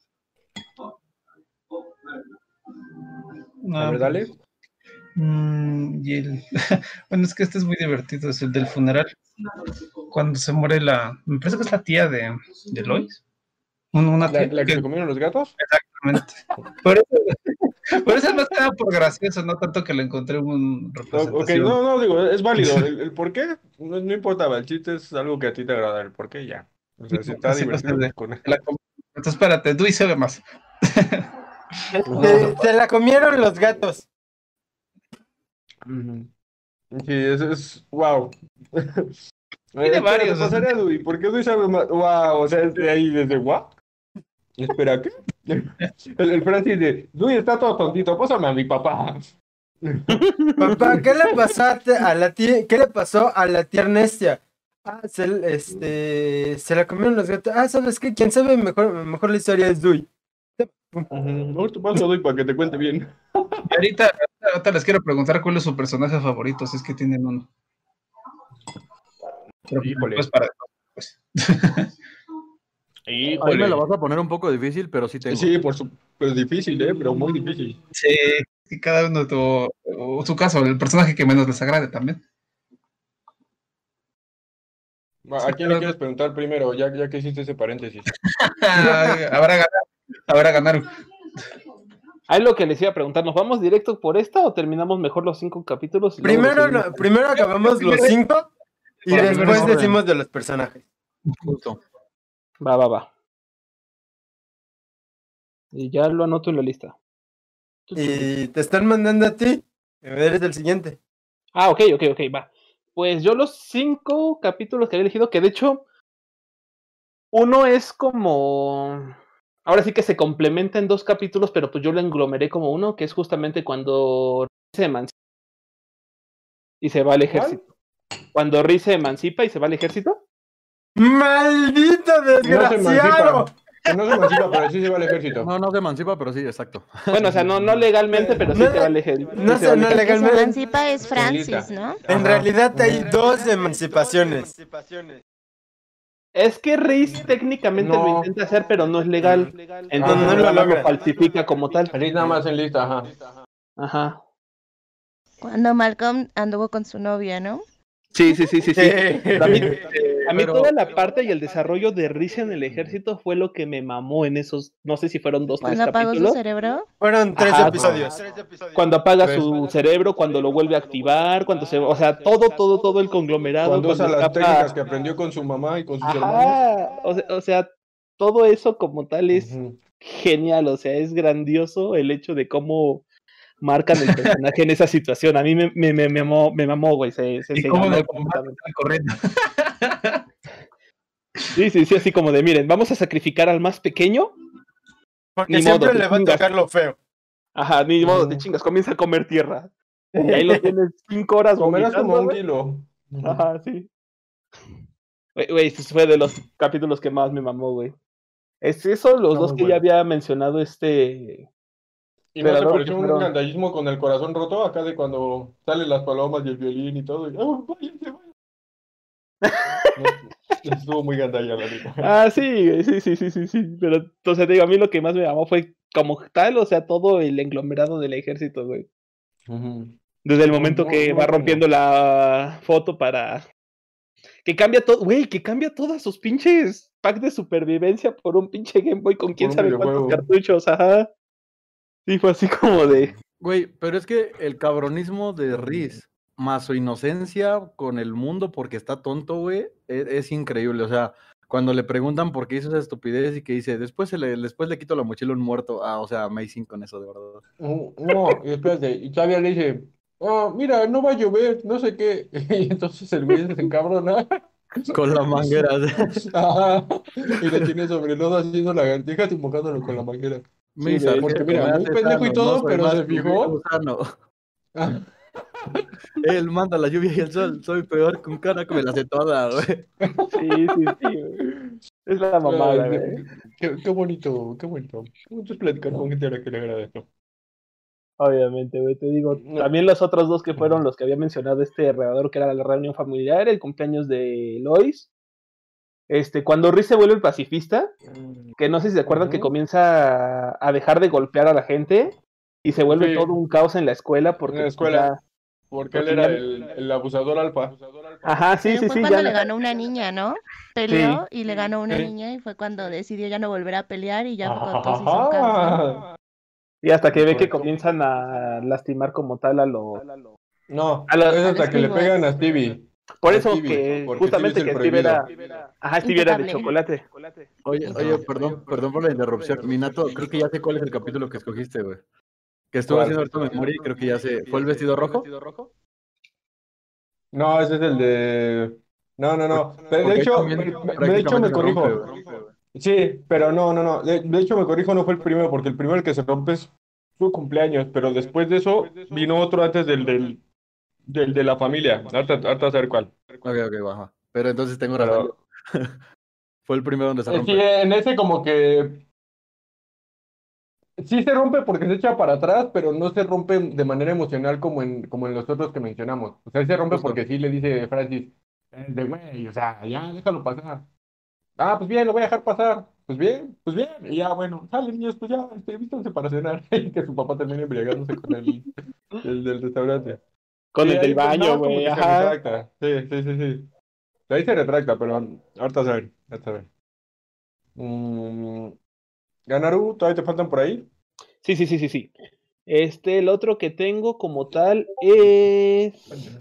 Speaker 2: A
Speaker 5: Ah,
Speaker 2: ver,
Speaker 5: pero-
Speaker 2: dale.
Speaker 5: Mm, y el... Bueno, es que este es muy divertido, es el del funeral. Cuando se muere la... Me parece que es la tía de, de Lois. Un- Una
Speaker 2: ¿La,
Speaker 5: tía.
Speaker 2: la que
Speaker 5: que-
Speaker 2: se comieron los gatos?
Speaker 5: Exactamente. Por eso, por eso es más que nada por gracioso, no tanto que le encontré un
Speaker 2: O- Ok,
Speaker 5: representación.
Speaker 2: no, no, digo, es válido. El, el por qué no, no importaba. El chiste es algo que a ti te agrada. El por qué ya. O sea, si está
Speaker 5: Así no se
Speaker 2: divertido,
Speaker 5: ve.
Speaker 2: pues con él.
Speaker 5: La com- Entonces, espérate, Dewey se ve más.
Speaker 4: Se, se la comieron los gatos.
Speaker 2: Ujú. Sí, eso es. Wow.
Speaker 5: Tiene
Speaker 2: Espera, te
Speaker 5: varios. O sea,
Speaker 2: pasaré a Dui. ¿Por qué Dui sabe más? Wow, o sea, es de ahí desde what? Espera, ¿qué? El, el Francis de Dui está todo tontito. Pásame a mi papá.
Speaker 4: Papá, ¿qué le pasó a, te- a la tía? ¿Qué le pasó a la tía Ernestia? Ah, se, este, se la comieron los gatos. Ah, ¿sabes qué? Quien sabe mejor, mejor la historia es Dui.
Speaker 2: Ujú. Ahorita paso a Dui para que te cuente bien.
Speaker 5: y ahorita, ahorita les quiero preguntar cuál es su personaje favorito, si es que tienen uno. Pero
Speaker 2: Híjole.
Speaker 5: pues para pues.
Speaker 6: Ahí me la
Speaker 2: Híjole.
Speaker 6: vas a poner un poco difícil, pero sí tengo.
Speaker 2: Sí, por su... Pero difícil, ¿eh? Pero muy difícil.
Speaker 5: Sí, y cada uno tu, o su caso, el personaje que menos les agrade también.
Speaker 2: ¿A
Speaker 5: Sí,
Speaker 2: a quién le
Speaker 5: pero-
Speaker 2: quieres preguntar primero? Ya, ya que hiciste ese paréntesis.
Speaker 5: Habrá ganar, habrá ganar.
Speaker 1: Ahí lo que les iba a preguntar, ¿nos vamos directo por esta o terminamos mejor los cinco capítulos? Y luego los
Speaker 4: Primero,
Speaker 1: seguimos?
Speaker 4: no- primero acabamos los cinco y
Speaker 5: Por
Speaker 4: después
Speaker 5: primero orden.
Speaker 4: decimos de los personajes.
Speaker 6: Justo.
Speaker 1: Va, va, va. Y ya lo anoto en la lista.
Speaker 4: Y te están mandando a ti. Eres el siguiente.
Speaker 1: Ah, ok, ok, ok, va. Pues yo los cinco capítulos que había elegido, que de hecho, uno es como... Ahora sí que se complementa en dos capítulos, pero pues yo lo englomeré como uno, que es justamente cuando se emancipa y se va al ejército. Cuando Riz se emancipa y se va al ejército.
Speaker 4: ¡Maldito
Speaker 2: No se
Speaker 4: desgraciado!
Speaker 2: emancipa. Que no se emancipa, pero sí se va al ejército.
Speaker 6: No, no se emancipa, pero sí, exacto.
Speaker 1: Bueno, o sea, no, no legalmente, pero sí
Speaker 4: No,
Speaker 1: se va al ejército.
Speaker 4: no
Speaker 1: sí se
Speaker 4: sé,
Speaker 1: va al
Speaker 4: no
Speaker 1: ejército.
Speaker 3: El que se
Speaker 4: legalmente.
Speaker 3: emancipa es Francis,
Speaker 2: Lista.
Speaker 3: ¿no?
Speaker 4: En
Speaker 2: Ajá.
Speaker 4: realidad hay dos emancipaciones.
Speaker 1: Es que Riz técnicamente lo
Speaker 2: No.
Speaker 1: intenta hacer, pero no es legal. Entonces
Speaker 2: no
Speaker 1: nada
Speaker 2: lo
Speaker 1: más lo
Speaker 4: logra.
Speaker 1: falsifica como tal.
Speaker 2: Ahí nada más en lista, ajá.
Speaker 1: Ajá.
Speaker 3: Cuando Malcolm anduvo con su novia, ¿no?
Speaker 1: Sí, sí, sí, sí, sí. A mí, a mí
Speaker 6: Pero-
Speaker 1: toda la parte y el desarrollo de Riz en el ejército fue lo que me mamó en esos, no sé si fueron dos, tres
Speaker 3: Cuando apagó su
Speaker 1: capítulos.
Speaker 3: cerebro.
Speaker 4: Fueron tres
Speaker 1: Ajá.
Speaker 4: episodios.
Speaker 1: Cuando apaga
Speaker 2: Tres.
Speaker 1: su cerebro, cuando lo vuelve a activar, cuando se, o sea, todo, todo, todo el conglomerado.
Speaker 2: Cuando usa las
Speaker 1: escapa-
Speaker 2: técnicas que aprendió con su mamá y con sus hermanos.
Speaker 1: Ajá. O sea, o sea, todo eso como tal es
Speaker 2: Ujú.
Speaker 1: genial, o sea, es grandioso el hecho de cómo marcan el personaje en esa situación. A mí me, me, me, me mamó, me mamó, güey. Se, se,
Speaker 5: Y
Speaker 1: se
Speaker 5: cómo
Speaker 1: ganó
Speaker 5: en el combate
Speaker 1: completamente.
Speaker 5: están corriendo.
Speaker 1: Sí, sí, sí, así como de, miren, vamos a sacrificar al más pequeño.
Speaker 4: Porque
Speaker 1: Ni
Speaker 4: siempre
Speaker 1: modo,
Speaker 4: le va a
Speaker 1: chingas.
Speaker 4: tocar lo feo.
Speaker 1: Ajá, ni modo, te
Speaker 2: Ujú.
Speaker 1: chingas, comienza a comer tierra. Y ahí lo tienes cinco horas
Speaker 2: Comerás
Speaker 1: vomitando,
Speaker 2: como un
Speaker 1: güey.
Speaker 2: kilo. Ujú.
Speaker 1: Ajá, sí. Güey, güey, ese fue de los capítulos que más me mamó, güey. Es eso, los
Speaker 2: Está
Speaker 1: dos
Speaker 2: muy
Speaker 1: que
Speaker 2: bueno.
Speaker 1: ya había mencionado este...
Speaker 2: ¿Y no te
Speaker 1: Predador,
Speaker 2: pareció
Speaker 1: que
Speaker 2: un
Speaker 1: fueron-
Speaker 2: gandallismo con el corazón roto acá de cuando salen las palomas y el violín y todo? Y, ¡oh, váyanse, váyanse! No, estuvo muy gandalla, la neta.
Speaker 1: Ah, sí, güey, sí, sí, sí, sí, sí. Pero, entonces, te digo, a mí lo que más me mamó fue como tal, o sea, todo el englomerado del ejército, güey.
Speaker 2: Ujú.
Speaker 1: Desde el
Speaker 2: Muy,
Speaker 1: momento
Speaker 2: muy,
Speaker 1: que
Speaker 2: muy
Speaker 1: va
Speaker 2: bueno.
Speaker 1: rompiendo la foto para Que cambia todo, güey, que cambia todas sus pinches packs de supervivencia por un pinche Game Boy con quién
Speaker 2: un
Speaker 1: sabe cuántos
Speaker 2: videojuego.
Speaker 1: cartuchos, ajá. Sí, fue así como de.
Speaker 6: Güey, pero es que el cabronismo de Riz, más su inocencia con el mundo porque está tonto, güey, es, es increíble. O sea, cuando le preguntan por qué hizo esa estupidez y que dice, después, se le, después le quito la mochila a un muerto. Ah, o sea, amazing con eso, de verdad.
Speaker 2: No, no, y espérate, y todavía le dice, oh, mira, no va a llover, no sé qué. Y entonces el güey se encabrona.
Speaker 6: Con la manguera.
Speaker 2: Ajá, y le tiene sobre el lodo haciendo lagartijas y mojándolo con la manguera.
Speaker 6: Me
Speaker 1: Sí, de
Speaker 2: Porque
Speaker 1: hecho,
Speaker 2: mira,
Speaker 6: me
Speaker 2: muy
Speaker 6: hace
Speaker 2: pendejo y
Speaker 6: sano,
Speaker 2: todo,
Speaker 6: no soy
Speaker 2: pero
Speaker 6: más
Speaker 2: se
Speaker 6: que un
Speaker 2: fijó.
Speaker 6: gusano.
Speaker 2: Ah,
Speaker 6: Él manda la lluvia y el sol, soy peor que un cara que me la hace toda, güey.
Speaker 1: sí, sí, sí, güey. Es la mamada,
Speaker 2: ay,
Speaker 1: güey.
Speaker 2: qué, qué bonito, qué bonito. Qué bonito es platicar con gente a la que le agradezco.
Speaker 1: Obviamente, güey, te digo,
Speaker 2: No.
Speaker 1: también los otros dos que fueron los que había mencionado este alrededor, que era la reunión familiar, el cumpleaños de Lois. Este, cuando Riz se vuelve el pacifista, que no sé si se acuerdan que
Speaker 2: Ujú.
Speaker 1: comienza a, a dejar de golpear a la gente y se vuelve
Speaker 2: Sí.
Speaker 1: todo un caos en la escuela
Speaker 2: En
Speaker 1: porque
Speaker 2: la
Speaker 1: pues,
Speaker 2: escuela,
Speaker 1: ya-
Speaker 2: porque él
Speaker 1: porque
Speaker 2: era
Speaker 1: ya-
Speaker 2: el, el abusador alfa.
Speaker 1: Ajá, sí,
Speaker 3: Pero
Speaker 1: sí,
Speaker 3: fue
Speaker 1: sí,
Speaker 3: cuando
Speaker 1: ya
Speaker 3: le
Speaker 1: la-
Speaker 3: ganó una niña, ¿no?
Speaker 1: sí,
Speaker 3: Peleó y le ganó una
Speaker 2: Sí.
Speaker 3: niña y fue cuando decidió ya no volver a pelear y ya fue cuando todos se hizo un caos, ¿no?
Speaker 2: Ajá.
Speaker 1: y hasta que ve que
Speaker 2: Correcto.
Speaker 1: comienzan a lastimar como tal a los...
Speaker 2: No,
Speaker 1: A la-
Speaker 2: es
Speaker 3: A
Speaker 2: hasta
Speaker 3: los
Speaker 2: que le
Speaker 3: Steve
Speaker 2: pegan a
Speaker 3: Boys.
Speaker 2: Stevie.
Speaker 1: Por
Speaker 2: A
Speaker 1: eso
Speaker 2: Stevie,
Speaker 1: que
Speaker 2: porque
Speaker 1: justamente
Speaker 2: Stevie es
Speaker 1: que
Speaker 2: el
Speaker 1: Steve era...
Speaker 2: prohibido.
Speaker 1: Ajá, Steve era de
Speaker 3: Intocable.
Speaker 1: chocolate.
Speaker 6: Oye, oye, perdón, perdón por la interrupción. Minato, creo que ya sé cuál es el capítulo que escogiste, güey. Que estuve
Speaker 2: ¿Cuál?
Speaker 6: haciendo ahorita memoria y creo que ya sé. ¿Fue el vestido rojo?
Speaker 2: No, ese es el de... No, no, no. Pero de
Speaker 6: Porque ahí
Speaker 2: hecho,
Speaker 6: también
Speaker 2: me- me- de hecho
Speaker 6: prácticamente
Speaker 2: me
Speaker 6: se rompe,
Speaker 2: corrijo.
Speaker 6: güey.
Speaker 2: Sí, pero no, no, no. De, de hecho me corrijo, no fue el primero, porque el primero que se rompe es su cumpleaños, pero después de eso vino otro antes del, del, del de la familia. Ahorita, ahorita a saber cuál.
Speaker 6: Ok, ok, baja. Pero entonces tengo razón.
Speaker 2: Pero
Speaker 6: Fue el primero donde se
Speaker 2: eh, sí,
Speaker 6: rompe.
Speaker 2: en ese como que sí se rompe porque se echa para atrás, pero no se rompe de manera emocional como en, como en los otros que mencionamos. O sea, sí se rompe
Speaker 6: Justo.
Speaker 2: porque sí le dice Francis, "Eh, de güey, o sea, ya déjalo pasar. Ah, pues bien, lo voy a dejar pasar. Pues bien, pues bien. Y ya, bueno, sale niños, pues ya, este, vístanse para cenar. Y que su papá termine embriagándose con el, el del restaurante.
Speaker 1: Con
Speaker 2: Sí,
Speaker 1: el del
Speaker 2: ahí pues,
Speaker 1: baño,
Speaker 2: nada más como
Speaker 1: güey,
Speaker 2: que se
Speaker 1: ajá.
Speaker 2: retracta. Sí, sí, sí, sí. Ahí se retracta, pero ahorita a ver, ahorita a ver. Mm, Ganaru, ¿todavía te faltan por ahí?
Speaker 1: Sí, sí, sí, sí, sí. Este, el otro que tengo como tal es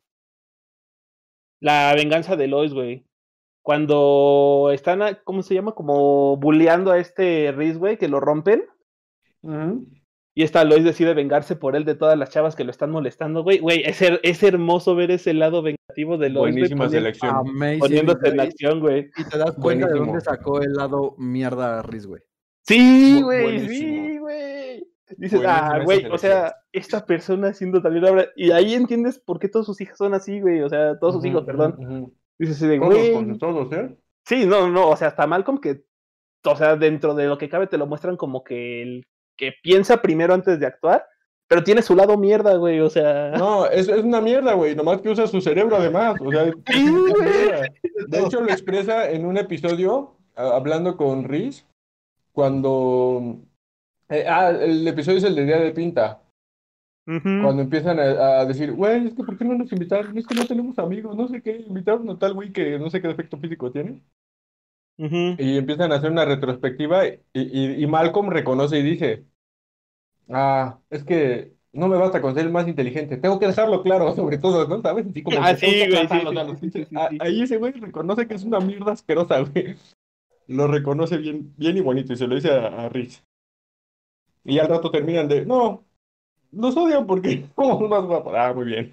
Speaker 1: la venganza de Lois, güey. Cuando están, a- ¿cómo se llama? Como bulleando a este Riz, güey, que lo rompen.
Speaker 2: Ujú.
Speaker 1: Y esta Lois decide vengarse por él de todas las chavas que lo están molestando, güey. Güey, es, her- es hermoso ver ese lado vengativo de Lois, güey,
Speaker 2: Buenísima
Speaker 1: poni-
Speaker 2: selección.
Speaker 6: Amazing.
Speaker 1: poniéndose en
Speaker 6: Y,
Speaker 1: acción, güey.
Speaker 6: y te das cuenta de
Speaker 2: Buenísimo.
Speaker 6: dónde sacó el lado mierda Riz, güey.
Speaker 1: Sí,
Speaker 2: Bu-
Speaker 1: güey,
Speaker 2: buenísimo.
Speaker 1: sí, güey. Dices,
Speaker 2: Buenísima
Speaker 1: ah,
Speaker 2: esa
Speaker 1: güey, o
Speaker 2: selección.
Speaker 1: sea, esta persona haciendo también obra. Y ahí entiendes por qué todas sus hijas son así, güey. O sea, todos sus
Speaker 2: Ujú,
Speaker 1: hijos,
Speaker 2: ujú,
Speaker 1: perdón.
Speaker 2: ujú.
Speaker 1: Dices, así de,
Speaker 2: Todos,
Speaker 1: güey.
Speaker 2: porque todos, ¿eh?
Speaker 1: Sí, no, no, o sea, hasta Malcolm que, o sea, dentro de lo que cabe te lo muestran como que el que piensa primero antes de actuar, pero tiene su lado mierda, güey, o sea.
Speaker 2: No, es, es una mierda, güey. Nomás que usa su cerebro además. O sea, es,
Speaker 1: Sí,
Speaker 2: es
Speaker 1: güey.
Speaker 2: mierda. De hecho, lo expresa en un episodio, a- hablando con Riz, cuando... eh, ah, el episodio es el de Día de Pinta.
Speaker 1: Ujú.
Speaker 2: Cuando empiezan a, a decir, güey, es que ¿por qué no nos invitaron? Es que no tenemos amigos, no sé qué. Invitaron a tal güey que no sé qué defecto físico tiene.
Speaker 1: Ujú.
Speaker 2: Y empiezan a hacer una retrospectiva y, y, y Malcolm reconoce y dice, ah, es que no me basta con ser el más inteligente, tengo que dejarlo claro sobre todo, ¿no? ¿Sabes? Así como
Speaker 1: Ah,
Speaker 2: que tengo
Speaker 1: sí,
Speaker 2: que
Speaker 1: güey, sí,
Speaker 2: aplastarlos
Speaker 1: sí,
Speaker 2: a los
Speaker 1: sí, sí,
Speaker 2: pinches-
Speaker 1: sí,
Speaker 2: Ah,
Speaker 1: sí.
Speaker 2: ahí ese güey reconoce que es una mierda asquerosa, güey. Lo reconoce bien, bien y bonito y se lo dice a, a Rich. Y al rato terminan de, no, los odian porque somos más guapos. Ah, muy bien.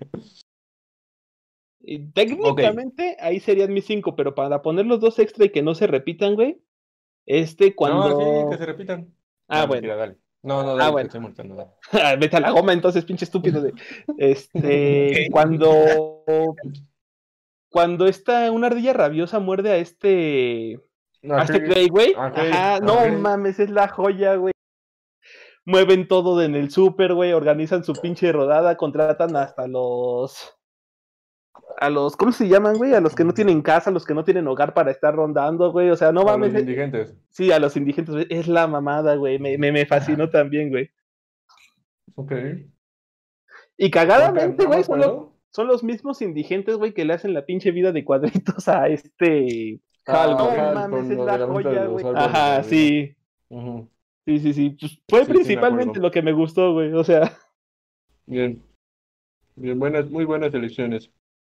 Speaker 1: Y técnicamente ahí serían mis cinco, pero para poner los dos extra y que no se repitan, güey, este cuando...
Speaker 2: No, sí, que se repitan.
Speaker 1: Ah,
Speaker 2: No,
Speaker 1: bueno.
Speaker 2: mentira, dale. No, no,
Speaker 1: Ah,
Speaker 2: dale,
Speaker 1: bueno.
Speaker 2: te estoy molestando, dale.
Speaker 1: Vete a la goma, entonces, pinche estúpido. De... Este, cuando... Cuando esta, una ardilla rabiosa muerde a este...
Speaker 2: No,
Speaker 1: A este
Speaker 2: sí.
Speaker 1: Clay, güey.
Speaker 2: Ok,
Speaker 1: Ajá, no
Speaker 2: ok.
Speaker 1: mames, es la joya, güey. Mueven todo en el súper, güey, organizan su pinche rodada, contratan hasta los... A los, ¿cómo se llaman, güey? A los que no tienen casa, a los que no tienen hogar para estar rondando, güey. O sea, no
Speaker 2: A
Speaker 1: mames.
Speaker 2: los
Speaker 1: eh,
Speaker 2: indigentes.
Speaker 1: Sí, a los indigentes, güey. Es la mamada, güey. Me, me, me fascinó también, güey.
Speaker 2: Ok.
Speaker 1: Y
Speaker 2: Porque
Speaker 1: cagadamente,
Speaker 2: no me
Speaker 1: güey, son los,
Speaker 2: acuerdo.
Speaker 1: son los mismos indigentes, güey, que le hacen la pinche vida de cuadritos a este...
Speaker 2: Hal,
Speaker 1: no
Speaker 2: Hal,
Speaker 1: mames,
Speaker 2: con
Speaker 1: es
Speaker 2: lo
Speaker 1: la
Speaker 2: de la ruta de
Speaker 1: joya,
Speaker 2: los
Speaker 1: güey.
Speaker 2: árboles de
Speaker 1: Ajá,
Speaker 2: la vida.
Speaker 1: sí.
Speaker 2: Ujú.
Speaker 1: Sí, sí, sí. Pues fue
Speaker 2: Sí, sí, me
Speaker 1: principalmente
Speaker 2: acuerdo.
Speaker 1: lo que me gustó, güey. O sea,
Speaker 2: Bien, bien, buenas, muy buenas elecciones.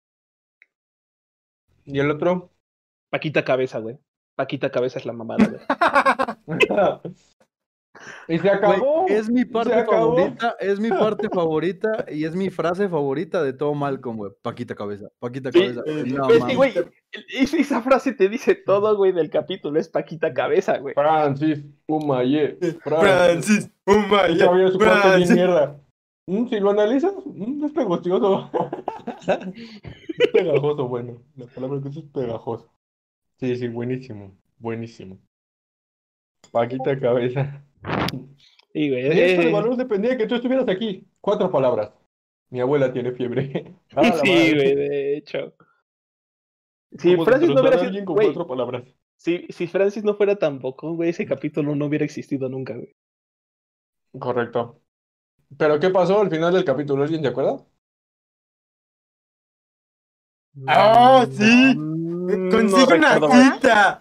Speaker 2: ¿Y el otro?
Speaker 1: Paquita Cabeza, güey. Paquita Cabeza es la mamada, güey.
Speaker 2: Y se
Speaker 6: Güey,
Speaker 2: acabó.
Speaker 6: es mi
Speaker 2: Se
Speaker 6: parte
Speaker 2: acabó.
Speaker 6: favorita, es mi parte favorita y es mi frase favorita de todo Malcolm, güey. Paquita cabeza, Paquita
Speaker 1: Sí,
Speaker 6: cabeza. No
Speaker 1: pero es que,
Speaker 6: mames.
Speaker 1: güey, es- esa frase te dice todo, güey, del capítulo. Es Paquita Cabeza, güey.
Speaker 2: Francis, Umaye, Francis.
Speaker 4: Francis, Umaya,
Speaker 2: Esa vida su corte bien
Speaker 4: Francis.
Speaker 2: mierda. Mm, si lo analizas, mm, es pegostoso. Es pegajoso, bueno. La palabra que uso es pegajoso. Sí, sí, buenísimo. Buenísimo. Paquita cabeza.
Speaker 1: Sí, güey.
Speaker 2: De esto de
Speaker 1: eh,
Speaker 2: valor dependía que tú estuvieras aquí. Cuatro palabras. Mi abuela tiene fiebre. Ah, la
Speaker 1: sí,
Speaker 2: madre.
Speaker 1: güey, de hecho. Si
Speaker 2: ¿Cómo
Speaker 1: Francis no
Speaker 2: destrozar
Speaker 1: hubiera
Speaker 2: a
Speaker 1: sido,
Speaker 2: alguien con
Speaker 1: güey,
Speaker 2: cuatro palabras?
Speaker 1: si, si Francis no fuera tan poco, güey, ese capítulo no hubiera existido nunca, güey.
Speaker 2: Correcto. ¿Pero qué pasó al final del capítulo? ¿Alguien se acuerda?
Speaker 4: ¡Ah, sí!
Speaker 1: Mm,
Speaker 4: Consigue
Speaker 1: no
Speaker 4: una
Speaker 1: recuerdo, güey.
Speaker 4: cita.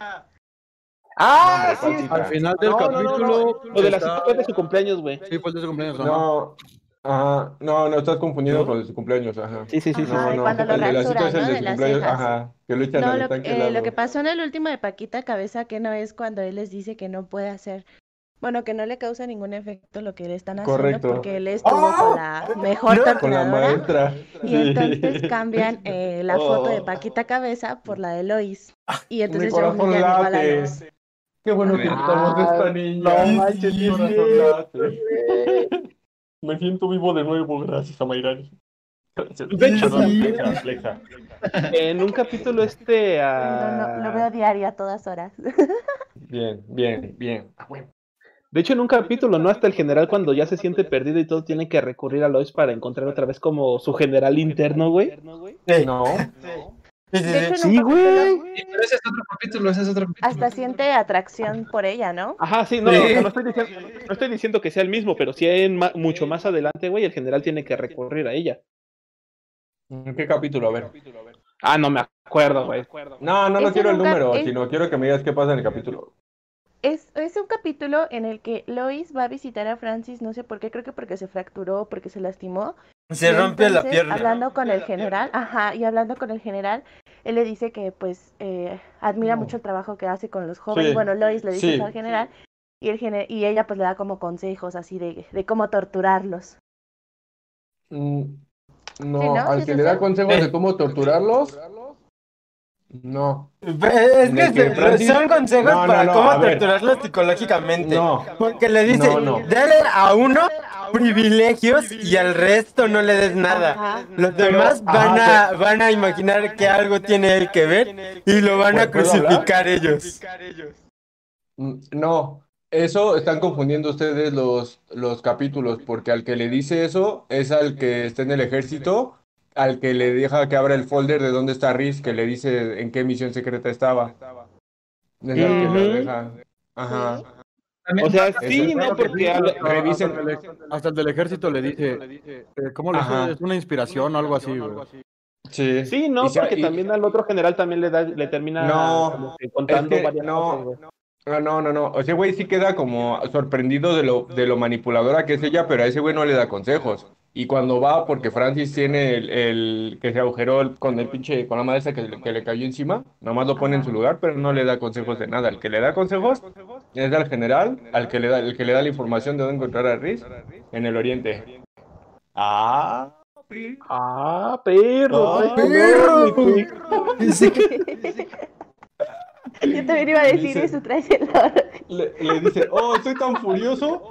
Speaker 1: Ah,
Speaker 2: No,
Speaker 1: sí,
Speaker 2: hombre,
Speaker 1: es-
Speaker 2: ¿cuál
Speaker 6: Al
Speaker 2: cita?
Speaker 6: final del
Speaker 1: No, no, no, no.
Speaker 6: capítulo
Speaker 1: Lo de la
Speaker 6: está...
Speaker 1: cita fue de su cumpleaños, güey.
Speaker 6: Sí, fue el de su cumpleaños, ajá.
Speaker 2: No, ajá, no, no, estás confundiendo
Speaker 6: ¿No?
Speaker 2: con el de su cumpleaños, ajá.
Speaker 1: Sí, sí, sí, sí.
Speaker 2: No,
Speaker 3: Ajá,
Speaker 1: sí.
Speaker 3: y
Speaker 2: no,
Speaker 3: cuando lo
Speaker 2: el de la cita
Speaker 3: rasuran,
Speaker 2: es el
Speaker 3: ¿no?
Speaker 2: de
Speaker 3: De
Speaker 2: su
Speaker 3: las
Speaker 2: cumpleaños,
Speaker 3: cejas.
Speaker 2: ajá, que lo echan
Speaker 3: No,
Speaker 2: al
Speaker 3: lo,
Speaker 2: estanque
Speaker 3: eh, lo
Speaker 2: helado.
Speaker 3: que pasó en el último de Paquita Cabeza, que no es cuando él les dice que no puede hacer, bueno, que no le causa ningún efecto lo que le están haciendo,
Speaker 2: Correcto.
Speaker 3: porque él estuvo con la mejor
Speaker 4: No,
Speaker 2: Con la
Speaker 3: torturadora,
Speaker 2: maestra.
Speaker 3: y
Speaker 2: Sí.
Speaker 3: entonces cambian eh, la foto de
Speaker 2: Oh,
Speaker 3: Paquita Cabeza por la de Lois, y
Speaker 2: mi
Speaker 3: entonces ya
Speaker 2: corazón
Speaker 3: humillan igual a
Speaker 2: late.
Speaker 3: Lois.
Speaker 2: Qué bueno que quitamos a esta
Speaker 1: Ah,
Speaker 2: niña.
Speaker 1: no manches,
Speaker 2: Mi
Speaker 1: sí es
Speaker 2: corazón
Speaker 1: cierto,
Speaker 2: late.
Speaker 1: güey.
Speaker 2: Me siento vivo de nuevo, gracias a Mayrani. Gracias.
Speaker 1: De hecho,
Speaker 2: Perdón,
Speaker 4: sí.
Speaker 2: Flexa, Flexa.
Speaker 1: en un capítulo este
Speaker 3: No, no, lo veo
Speaker 1: ah,
Speaker 3: diario a todas horas.
Speaker 2: Bien, bien, bien. Ah, bueno.
Speaker 1: de hecho, en un capítulo, ¿no? Hasta el general cuando ya se siente perdido y todo tiene que recurrir a Lois para encontrar otra vez como su general interno, güey.
Speaker 4: Sí,
Speaker 2: No.
Speaker 4: sí, sí,
Speaker 3: De hecho,
Speaker 4: sí.
Speaker 3: en un
Speaker 1: Sí,
Speaker 3: capítulo
Speaker 1: güey.
Speaker 5: Sí, pero ese es otro capítulo, ese es otro capítulo.
Speaker 3: hasta siente atracción por ella, ¿no?
Speaker 1: Ajá, sí, no,
Speaker 5: Sí.
Speaker 1: o sea, no estoy diciendo, no estoy diciendo que sea el mismo, pero sí en ma- mucho más adelante, güey, el general tiene que recurrir a ella.
Speaker 2: ¿En qué capítulo? A ver.
Speaker 1: Ah, no me acuerdo, güey.
Speaker 2: No, no, no
Speaker 3: Es
Speaker 2: quiero
Speaker 3: en
Speaker 2: el
Speaker 3: un cap-
Speaker 2: número,
Speaker 3: es-
Speaker 2: sino quiero que me digas qué pasa en el capítulo.
Speaker 3: Es, es un capítulo en el que Lois va a visitar a Francis, no sé por qué, creo que porque se fracturó, porque se lastimó.
Speaker 4: Se
Speaker 3: Y
Speaker 4: rompe la
Speaker 3: entonces,
Speaker 4: pierna.
Speaker 3: hablando con el general, ajá, y hablando con el general, él le dice que pues eh, admira mucho el trabajo que hace con los jóvenes.
Speaker 2: Sí,
Speaker 3: Bueno, Lois le dice
Speaker 2: sí.
Speaker 3: eso al general, y el gene- y ella pues le da como consejos así de, de cómo torturarlos.
Speaker 2: Mm,
Speaker 3: Sí,
Speaker 2: no,
Speaker 3: ¿no? ¿Sí
Speaker 2: al
Speaker 3: es
Speaker 2: que le da
Speaker 3: ese?
Speaker 2: consejos
Speaker 4: Sí.
Speaker 2: de cómo torturarlos. No.
Speaker 4: Es que,
Speaker 2: En el que
Speaker 4: se-
Speaker 2: Francis-
Speaker 4: son consejos
Speaker 2: No, no,
Speaker 4: para
Speaker 2: no,
Speaker 4: cómo
Speaker 2: a ver.
Speaker 4: torturarlos psicológicamente.
Speaker 2: No.
Speaker 4: Porque le dice,
Speaker 2: No, no.
Speaker 4: dale a uno privilegios y al resto no le des nada.
Speaker 3: Ajá.
Speaker 4: Los
Speaker 2: Pero,
Speaker 4: demás van
Speaker 2: ajá,
Speaker 4: a, van a imaginar que algo tiene él que ver y lo van a
Speaker 2: ¿Puedo hablar?
Speaker 4: crucificar ellos.
Speaker 2: Mm, no, eso están confundiendo ustedes los, los capítulos, porque al que le dice eso es al que está en el ejército, al que le deja que abra el folder de dónde está Riz, que le dice en qué misión secreta estaba. Es al que le
Speaker 1: Ujú.
Speaker 2: deja. Ajá.
Speaker 3: Sí.
Speaker 5: También
Speaker 1: O sea,
Speaker 5: pasa-
Speaker 1: sí,
Speaker 2: Eso-
Speaker 1: no, porque...
Speaker 6: Hasta-
Speaker 1: al-
Speaker 6: hasta-
Speaker 2: revisen.
Speaker 6: Hasta el, ej- hasta el del ejército le dice, eh, ¿cómo le
Speaker 2: Ajá.
Speaker 6: dice? Es una inspiración o algo así, güey.
Speaker 2: Sí.
Speaker 1: Sí, no,
Speaker 2: Y sea-
Speaker 1: porque
Speaker 2: y-
Speaker 1: también al otro general también le da, le termina
Speaker 2: No,
Speaker 1: como que
Speaker 2: Es
Speaker 1: contando
Speaker 2: que
Speaker 1: varias cosas, güey.
Speaker 2: no, ah, no, no, no. Ese güey sí queda como sorprendido de lo, de lo manipuladora que es ella, pero a ese güey no le da consejos. Y cuando va, porque Francis tiene el, el que se agujeró el- con el pinche, con la maestra que, le- que le cayó encima, nomás lo pone en su lugar, pero no le da consejos de nada. El que le da consejos es al general, al que le da, el que le da la información de dónde encontrar a Riz en el oriente. Ah, sí.
Speaker 1: Ah, perro,
Speaker 2: Ah,
Speaker 1: traes
Speaker 4: perro.
Speaker 1: color, mi cuy.
Speaker 3: Yo también iba a decir
Speaker 2: Dice-
Speaker 3: eso, traes el oro.
Speaker 2: Le, le dice, oh, estoy tan furioso.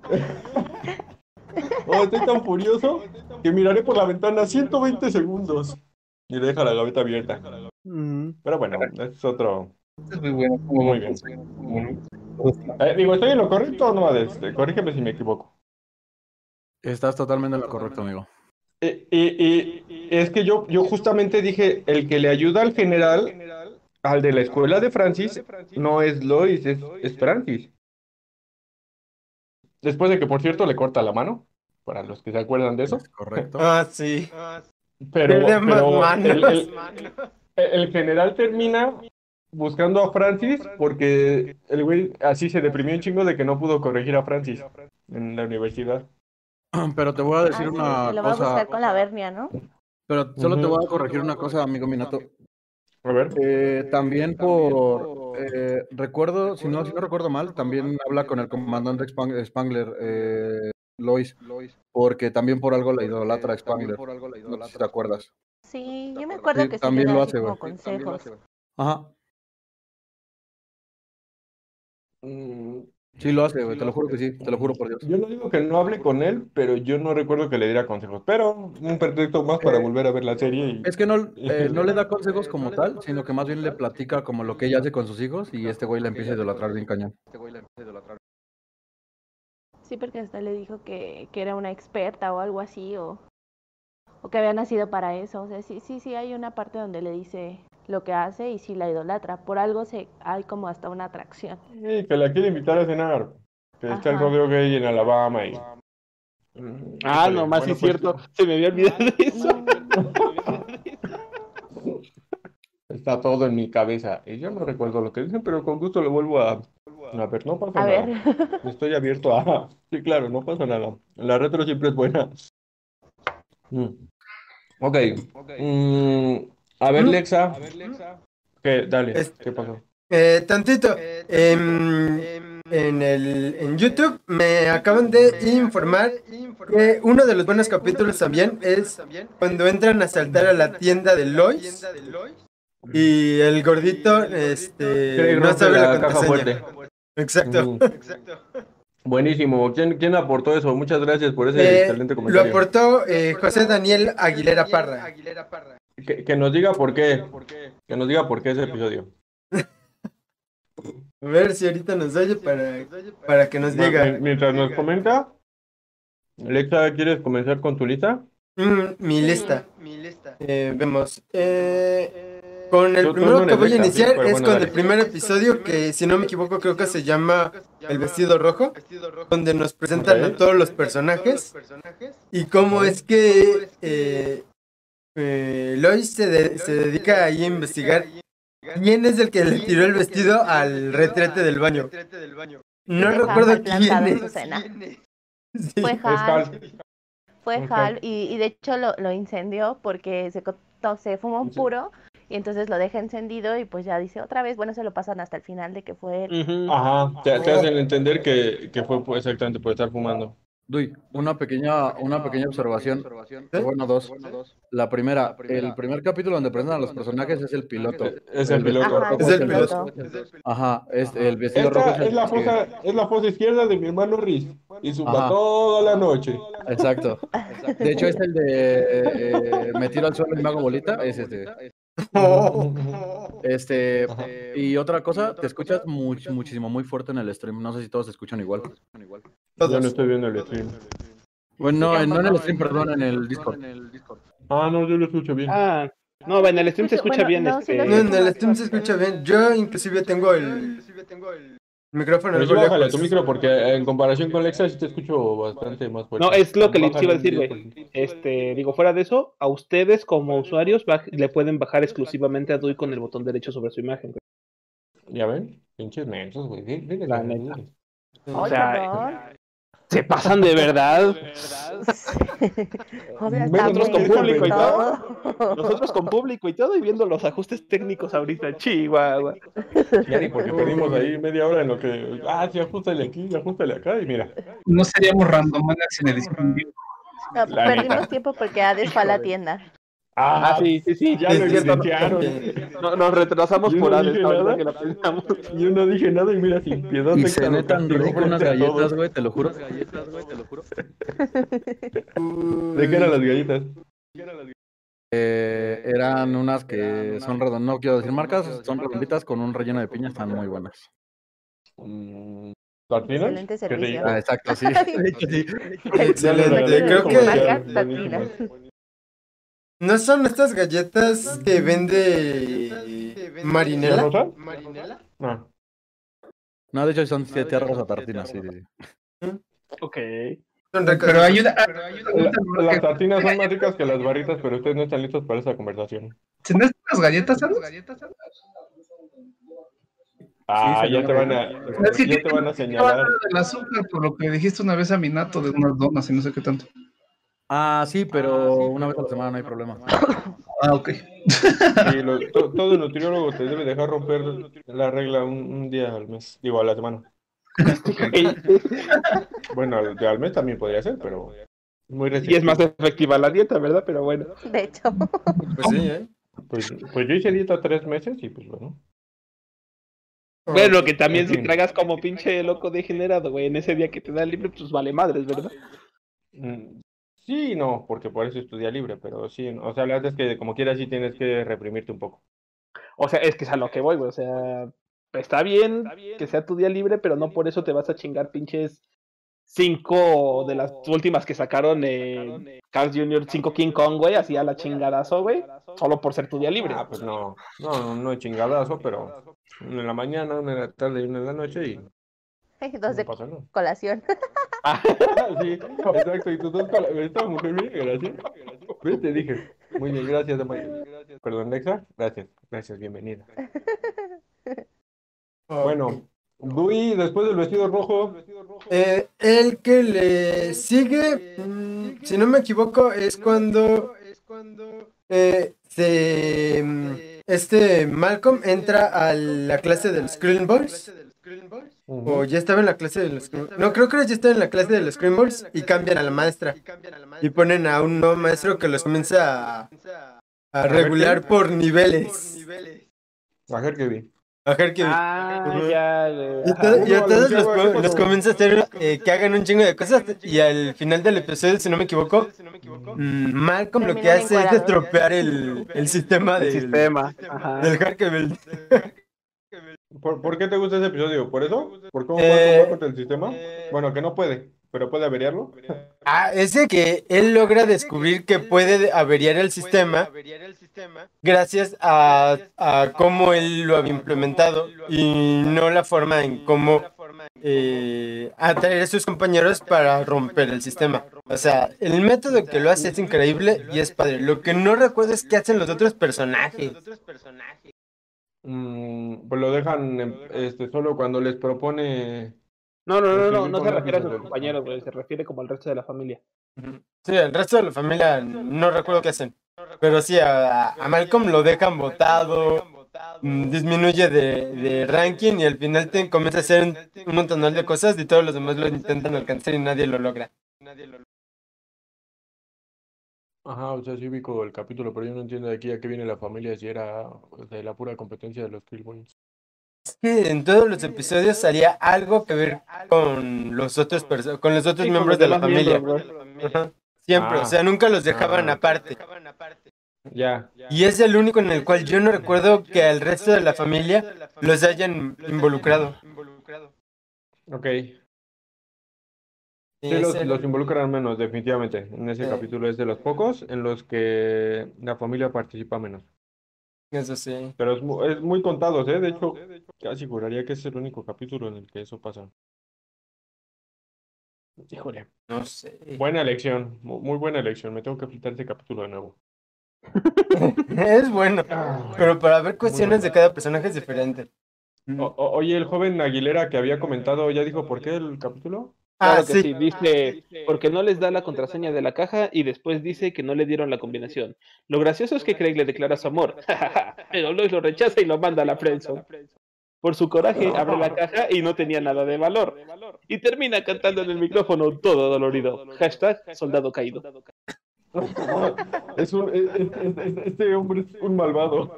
Speaker 2: Oh, estoy tan furioso que miraré por la ventana ciento veinte segundos. Y le deja la gaveta abierta.
Speaker 1: Mm.
Speaker 2: Pero bueno, es otro.
Speaker 5: es muy bueno. como
Speaker 2: Muy bien. Eh, digo, ¿estoy en lo correcto o no? Este, corrígeme si me equivoco.
Speaker 6: Estás totalmente en lo correcto, amigo.
Speaker 2: Eh, y, y- y es que yo, yo justamente dije, el que le ayuda al general, al de la escuela de Francis, no es Lois, es, es Francis. Después de que, por cierto, le corta la mano, para los que se acuerdan de eso.
Speaker 6: Es correcto.
Speaker 4: Ah, sí.
Speaker 2: Pero,
Speaker 4: Tenemos
Speaker 2: pero
Speaker 4: manos.
Speaker 2: el, el- el general termina buscando a Francis porque el güey así se deprimió un chingo de que no pudo corregir a Francis en la universidad.
Speaker 6: Pero te voy a decir
Speaker 3: Ah, sí,
Speaker 6: una
Speaker 3: que lo va a
Speaker 6: cosa,
Speaker 3: buscar con la Bernia, ¿no?
Speaker 6: pero solo te
Speaker 2: Ujú.
Speaker 6: voy a corregir una cosa, amigo Minato.
Speaker 2: A ver.
Speaker 6: Eh, también por, eh, recuerdo, si no, si no recuerdo mal, también habla con el comandante Spang- Spangler, eh, Lois, porque también por algo la idolatra a Spangler. No sé si te acuerdas.
Speaker 3: Sí, yo me acuerdo
Speaker 6: Sí,
Speaker 3: que sí le
Speaker 6: también
Speaker 3: da
Speaker 6: lo
Speaker 3: así
Speaker 6: hace, güey.
Speaker 3: como consejos.
Speaker 6: Ajá,
Speaker 2: Mm,
Speaker 6: sí lo hace, güey, te lo juro que sí, te lo juro por Dios.
Speaker 2: Yo no digo que no hable con él, pero yo no recuerdo que le diera consejos. Pero un pretexto más para
Speaker 6: Eh,
Speaker 2: volver a ver la serie y...
Speaker 6: Es que no, eh, no le da consejos como tal, sino que más bien le platica como lo que ella hace con sus hijos y este güey la empieza a idolatrar bien cañón.
Speaker 3: Sí, porque hasta le dijo que, que era una experta o algo así, o, o que había nacido para eso. O sea, sí, sí, sí, hay una parte donde le dice lo que hace y sí la idolatra. Por algo se hay como hasta una atracción.
Speaker 2: Sí, que la quiere invitar a cenar. Que está el
Speaker 3: Ajá.
Speaker 2: rodeo gay en Alabama y... Mm,
Speaker 1: Ah,
Speaker 2: híjole,
Speaker 1: nomás sí
Speaker 2: bueno,
Speaker 1: es
Speaker 2: pues...
Speaker 1: cierto. Se me había olvidado de eso.
Speaker 2: Está todo en mi cabeza. Y yo no recuerdo lo que dicen, pero con gusto lo vuelvo a, a ver. No pasa
Speaker 3: A ver.
Speaker 2: nada. Estoy abierto a... Sí, claro, no pasa nada. La retro siempre es buena. Mm. Ok. Mm, a ver,
Speaker 4: Mm.
Speaker 2: Lexa. ¿Qué? Dale.
Speaker 4: Es-
Speaker 2: ¿Qué pasó?
Speaker 4: Eh, tantito. em, en el en YouTube me acaban de informar que uno de los buenos capítulos también es cuando entran a saltar a la tienda de Lois y el gordito este
Speaker 2: Craig
Speaker 4: no
Speaker 2: rompe
Speaker 4: sabe la
Speaker 2: la caja
Speaker 4: contraseña.
Speaker 2: fuerte.
Speaker 4: Exacto.
Speaker 2: Ujú. Buenísimo. ¿Quién, quién aportó eso? Muchas gracias por ese
Speaker 4: Eh,
Speaker 2: excelente
Speaker 4: lo
Speaker 2: comentario.
Speaker 4: aportó eh, José Daniel Aguilera Parra.
Speaker 2: Que, que nos diga por qué. Que nos diga por qué ese episodio.
Speaker 4: A ver si ahorita nos oye para, para que nos
Speaker 2: Ma-
Speaker 4: diga.
Speaker 2: mi- Mientras nos comenta, Alexa, ¿quieres comenzar con tu lista?
Speaker 4: Mm, mi
Speaker 3: Sí.
Speaker 4: lista. Eh, vemos. Eh, con el
Speaker 2: Tú- tú
Speaker 4: primero
Speaker 2: no
Speaker 4: que
Speaker 2: eres
Speaker 4: voy a
Speaker 2: Alexa,
Speaker 4: iniciar
Speaker 2: pero
Speaker 4: es
Speaker 2: bueno,
Speaker 4: con
Speaker 2: dale.
Speaker 4: el primer episodio que, si no me equivoco, creo que se llama El vestido rojo, donde nos presentan
Speaker 2: Ok.
Speaker 4: a todos los personajes y cómo
Speaker 2: Ok.
Speaker 4: es que eh, eh, Lois se, de- se dedica ahí a investigar quién es el que le tiró el vestido al retrete del baño. No
Speaker 3: Deja
Speaker 4: recuerdo
Speaker 3: Hal plantado
Speaker 4: quién
Speaker 3: en su
Speaker 4: es.
Speaker 3: cena.
Speaker 4: Sí.
Speaker 3: Fue
Speaker 2: Es
Speaker 3: Hal,
Speaker 2: Hal.
Speaker 3: fue
Speaker 2: Ok.
Speaker 3: Hal y, y de hecho lo, lo incendió porque se, co- to- se fumó un
Speaker 2: Sí.
Speaker 3: puro y entonces lo deja encendido y pues ya dice otra vez, bueno, se lo pasan hasta el final de que fue él.
Speaker 1: Ujú.
Speaker 2: Ajá, te, te hacen entender que, que fue por- exactamente por estar fumando.
Speaker 6: Dui, una pequeña, una pequeña observación,
Speaker 4: ¿Sí?
Speaker 6: bueno, dos. La primera, el primer capítulo donde presentan a los personajes es el piloto.
Speaker 2: Es el
Speaker 6: vestido
Speaker 2: piloto.
Speaker 3: Ajá,
Speaker 6: rojo
Speaker 4: Es
Speaker 3: es
Speaker 4: el
Speaker 3: el
Speaker 4: piloto.
Speaker 3: piloto.
Speaker 6: Ajá, es, el vestido rojo
Speaker 2: Esta
Speaker 6: es
Speaker 2: es
Speaker 6: el
Speaker 2: la
Speaker 6: que sigue.
Speaker 2: fosa, es la fosa izquierda de mi hermano Riz. Y zumba
Speaker 6: Ajá.
Speaker 2: toda la noche.
Speaker 6: Exacto. De hecho, es el de eh, me tiro al suelo y me hago bolita, es este. Este,
Speaker 2: Ajá.
Speaker 6: y otra cosa, te escuchas much- muchísimo, muy fuerte en el stream. No sé si todos se escuchan igual.
Speaker 2: Yo no
Speaker 4: Todos.
Speaker 2: estoy viendo el stream.
Speaker 6: Bueno,
Speaker 3: Sí,
Speaker 6: no, en- no en el
Speaker 3: tampoco.
Speaker 6: stream, perdón, en el Discord.
Speaker 2: Ah, no, yo lo escucho bien.
Speaker 1: Ah, no, en el stream se escucha
Speaker 3: Bueno,
Speaker 1: bien.
Speaker 3: no, sí lo
Speaker 1: este...
Speaker 4: No, en el
Speaker 3: escucho
Speaker 4: stream
Speaker 3: más
Speaker 4: se
Speaker 3: fuerte.
Speaker 4: escucha bien. Yo inclusive tengo el micrófono
Speaker 2: Pero
Speaker 4: algo
Speaker 2: sí bájale a
Speaker 4: lejos.
Speaker 2: tu micro porque en comparación con Lexa sí te escucho bastante más fuerte.
Speaker 1: No, es lo que les
Speaker 2: Bájale
Speaker 1: iba a
Speaker 2: un
Speaker 1: decir,
Speaker 2: diez
Speaker 1: güey.
Speaker 2: por ciento.
Speaker 1: Este, digo, fuera de eso, a ustedes como usuarios baj- le pueden bajar exclusivamente a Dui con el botón derecho sobre su imagen, güey.
Speaker 2: ¿Ya ven? Pinches mensos, güey. Dí- Diles
Speaker 1: La
Speaker 2: a-
Speaker 1: neta.
Speaker 2: diles.
Speaker 1: O
Speaker 3: Ay,
Speaker 1: sea,
Speaker 3: perdón.
Speaker 1: se pasan de verdad.
Speaker 3: O sea,
Speaker 1: Nosotros con
Speaker 3: también
Speaker 1: público y
Speaker 3: todo.
Speaker 1: Nosotros con público y todo y viendo los ajustes técnicos ahorita, Chihuahua.
Speaker 2: Ya ni porque perdimos ahí media hora en lo que. Ah, sí, ajustale aquí, ajustale acá y mira.
Speaker 5: No seríamos randomanas sin edición en vivo.
Speaker 3: No,
Speaker 2: La
Speaker 3: perdimos
Speaker 2: neta.
Speaker 3: tiempo porque Hades fue a la tienda.
Speaker 1: Ah, sí, sí, sí.
Speaker 2: Ya
Speaker 4: Sí,
Speaker 2: lo
Speaker 4: sí, sí.
Speaker 2: evidenciaron.
Speaker 1: No- nos retrasamos
Speaker 2: Yo
Speaker 1: por
Speaker 2: no
Speaker 1: Hades
Speaker 2: dije
Speaker 1: ahorita
Speaker 2: nada.
Speaker 1: que la pensamos.
Speaker 2: Yo no dije nada y mira, sin piedad
Speaker 6: Y
Speaker 2: Lexa
Speaker 6: cené
Speaker 2: lo
Speaker 6: tan
Speaker 2: castigó
Speaker 6: rico unas
Speaker 2: frente a todos.
Speaker 6: galletas, güey, te lo juro.
Speaker 2: ¿De qué eran las galletas?
Speaker 6: Eh, eran unas que son redondas, no quiero decir marcas, son redonditas con un relleno de piña, están muy buenas.
Speaker 2: Mm, ¿Tartinas?
Speaker 3: Excelente
Speaker 2: Qué
Speaker 3: servicio.
Speaker 2: rico.
Speaker 6: Ah, exacto, sí.
Speaker 4: De hecho, sí.
Speaker 2: Ya le
Speaker 4: Excelente.
Speaker 2: regalé
Speaker 3: Quiero
Speaker 4: Creo
Speaker 2: un
Speaker 3: decir
Speaker 4: que
Speaker 2: comercial,
Speaker 3: marcas
Speaker 2: buenísimo.
Speaker 3: tatinas.
Speaker 4: no son estas galletas que vende
Speaker 2: ¿La
Speaker 4: Marinela.
Speaker 2: rosa? No.
Speaker 6: No, de hecho son siete arroz a tartinas, sí, sí, sí.
Speaker 1: Ok.
Speaker 4: Son ricas.
Speaker 5: Pero ayuda, ayuda, ayuda
Speaker 2: La-
Speaker 5: mucho porque
Speaker 2: las tartinas son más ricas que las barritas, pero ustedes no están listos para esa conversación.
Speaker 5: ¿cenaste unas galletas, Alex?
Speaker 2: Ah,
Speaker 6: Sí,
Speaker 2: ya
Speaker 6: señor.
Speaker 2: te van a,
Speaker 5: Es que
Speaker 2: ya te van a señalar.
Speaker 5: el azúcar, por lo que dijiste una vez a Minato de unas donas y no sé qué tanto.
Speaker 6: Ah, sí, pero una vez a la semana no hay problema.
Speaker 5: Ah, ok.
Speaker 2: Sí, lo- to- todo nutriólogo te debe dejar romper la regla un, un día al mes, digo, a la semana. Bueno, al, de al mes también podría ser, pero muy
Speaker 1: Y es más
Speaker 2: restrictivo.
Speaker 1: efectiva la dieta, ¿verdad? Pero bueno.
Speaker 3: De hecho.
Speaker 4: Pues sí, ¿eh?
Speaker 2: Pues, pues yo hice dieta tres meses y pues bueno.
Speaker 1: Bueno, que también
Speaker 2: En
Speaker 1: si
Speaker 2: fin.
Speaker 1: tragas como pinche loco degenerado, güey, en ese día que te da libre, pues vale madres, ¿verdad?
Speaker 2: Mm, Sí, y no, porque por eso estudia libre, pero sí, o sea, la verdad es que como quieras sí tienes que reprimirte un poco.
Speaker 1: O sea, es que es a lo que voy, güey. O sea, está bien que sea tu día libre, pero no por eso te vas a chingar pinches cinco de las últimas que sacaron eh, Carl junior cinco King Kong, güey, así a la chingadazo, güey, solo por ser tu día libre.
Speaker 2: Ah, pues no, no, no, no es chingadazo, pero una en la mañana, una en la tarde y una en la noche y
Speaker 3: Dos
Speaker 2: no
Speaker 3: de
Speaker 2: pasa nada.
Speaker 3: colación.
Speaker 2: Sí, exacto, y tus dos cola- esta mujer bien, gracias. ¿Ves? Te dije. Muy bien, gracias, Amaya. Perdón, Lexa, gracias, gracias, bienvenida. Bueno, Dewey, después del vestido rojo,
Speaker 4: Eh, el que le sigue, mm, si no me equivoco, es cuando eh, se, mm, este Malcolm entra a la clase de los Screen Boys.
Speaker 2: ujú,
Speaker 4: O ya estaba en la clase de los Scream- No, creo que ya está en la clase de los Scream Boys y cambian a la maestra. Y ponen a un nuevo maestro que los comienza a, a regular por niveles.
Speaker 2: a ver qué vi.
Speaker 4: A ver que...
Speaker 1: Ah,
Speaker 4: Ujú.
Speaker 1: ya, güey.
Speaker 4: Y,
Speaker 1: ajá.
Speaker 4: to- y a
Speaker 2: Uno
Speaker 4: todos los,
Speaker 2: anunciaba,
Speaker 4: po-
Speaker 2: ¿qué
Speaker 4: los
Speaker 2: pasó?
Speaker 4: comienza a hacer eh, que hagan un chingo de cosas. Y al final del episodio, si no me equivoco, mm, Malcolm lo que
Speaker 3: Terminan
Speaker 4: hace es
Speaker 3: encuerados.
Speaker 4: estropear el, el sistema
Speaker 1: El
Speaker 4: del,
Speaker 1: sistema. Ajá.
Speaker 4: del Harkeville.
Speaker 2: ¿Por, por qué te gusta ese episodio? ¿Por eso? ¿Por cómo
Speaker 4: Eh,
Speaker 2: Malcolm va contra el sistema? Bueno, que no puede, pero puede averiarlo.
Speaker 4: Ah, ese que él logra descubrir que puede averiar el sistema gracias a, a cómo él lo había implementado y no la forma en cómo eh, atraer a sus compañeros para romper el sistema. O sea, el método que lo hace es increíble y es padre. Lo que no recuerdo es qué hacen los otros personajes.
Speaker 2: Mm, pues lo dejan em, este, solo cuando les propone
Speaker 1: No, no, no, no,
Speaker 2: escribir
Speaker 1: no
Speaker 2: con
Speaker 1: se refiere a
Speaker 2: lápices
Speaker 1: sus
Speaker 2: del-
Speaker 1: compañeros, güey, se refiere como al resto de la familia.
Speaker 4: Sí, el resto de la familia no recuerdo qué hacen. Pero sí, a, a Malcolm lo dejan botado, mm, disminuye de, de ranking y al final te comienza a hacer un, un montonal de cosas y todos los demás lo intentan alcanzar y nadie lo logra.
Speaker 2: Ajá, o sea, sí ubico el capítulo, pero yo no entiendo de aquí a qué viene la familia si era de la pura competencia de los Killboys.
Speaker 4: Es que en todos los episodios salía algo que ver con los otros perso- con los otros
Speaker 1: Sí, con
Speaker 4: miembros
Speaker 1: los
Speaker 4: de la
Speaker 1: demás
Speaker 4: familia.
Speaker 1: miembros, güey.
Speaker 4: Ajá, siempre,
Speaker 2: Ah.
Speaker 4: o sea, nunca los dejaban
Speaker 2: Ah.
Speaker 4: aparte.
Speaker 2: Ya.
Speaker 4: Y es el único en el cual yo no recuerdo que al resto de la familia los hayan involucrado.
Speaker 2: Ok.
Speaker 4: Y
Speaker 2: Sí, los,
Speaker 4: ese-
Speaker 2: los involucran menos, definitivamente. En ese
Speaker 4: Sí.
Speaker 2: capítulo es de los pocos en los que la familia participa menos.
Speaker 4: Eso sí.
Speaker 2: Pero es, mu- es muy contados, ¿eh? De hecho, casi juraría que es el único capítulo en el que eso pasa. Híjole.
Speaker 4: No sé.
Speaker 2: Buena elección, mu- muy buena elección. Me tengo que fritar ese capítulo de nuevo.
Speaker 4: Es bueno, pero para ver cuestiones
Speaker 2: bueno.
Speaker 4: de cada personaje es diferente.
Speaker 2: O- o- oye, el joven Aguilera que había comentado, ¿ya dijo por qué el capítulo?
Speaker 4: Ah,
Speaker 1: Claro que sí.
Speaker 4: sí.
Speaker 1: dice, porque no les da la contraseña de la caja y después dice que no le dieron la combinación. Lo gracioso es que Craig le declara su amor, pero Lois lo rechaza y lo manda a la friendzone. Por su coraje, abre la caja y no tenía nada de valor. Y termina cantando en el micrófono todo dolorido. Hashtag soldado caído.
Speaker 2: Es un, es- es- es- este hombre es un malvado.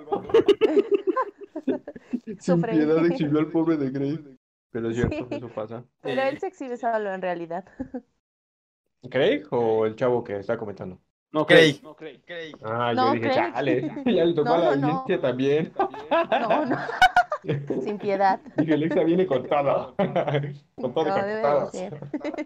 Speaker 2: Sin
Speaker 3: Sufre.
Speaker 2: piedad exhibió al pobre de Grey. Pero es cierto
Speaker 3: Sí.
Speaker 2: que eso pasa.
Speaker 3: Pero él se exhibe solo en realidad.
Speaker 2: ¿Craig o el chavo que está comentando?
Speaker 1: No,
Speaker 4: Craig.
Speaker 1: Craig.
Speaker 2: Ah,
Speaker 3: No,
Speaker 2: yo dije,
Speaker 3: Craig.
Speaker 2: chale, ya le tocó
Speaker 3: No,
Speaker 2: a la
Speaker 3: no, no.
Speaker 2: audiencia también.
Speaker 3: No, no, sin piedad.
Speaker 2: Dije, Alexa viene con todo. Con todo
Speaker 3: No,
Speaker 2: y
Speaker 3: debe de
Speaker 2: con
Speaker 3: ser.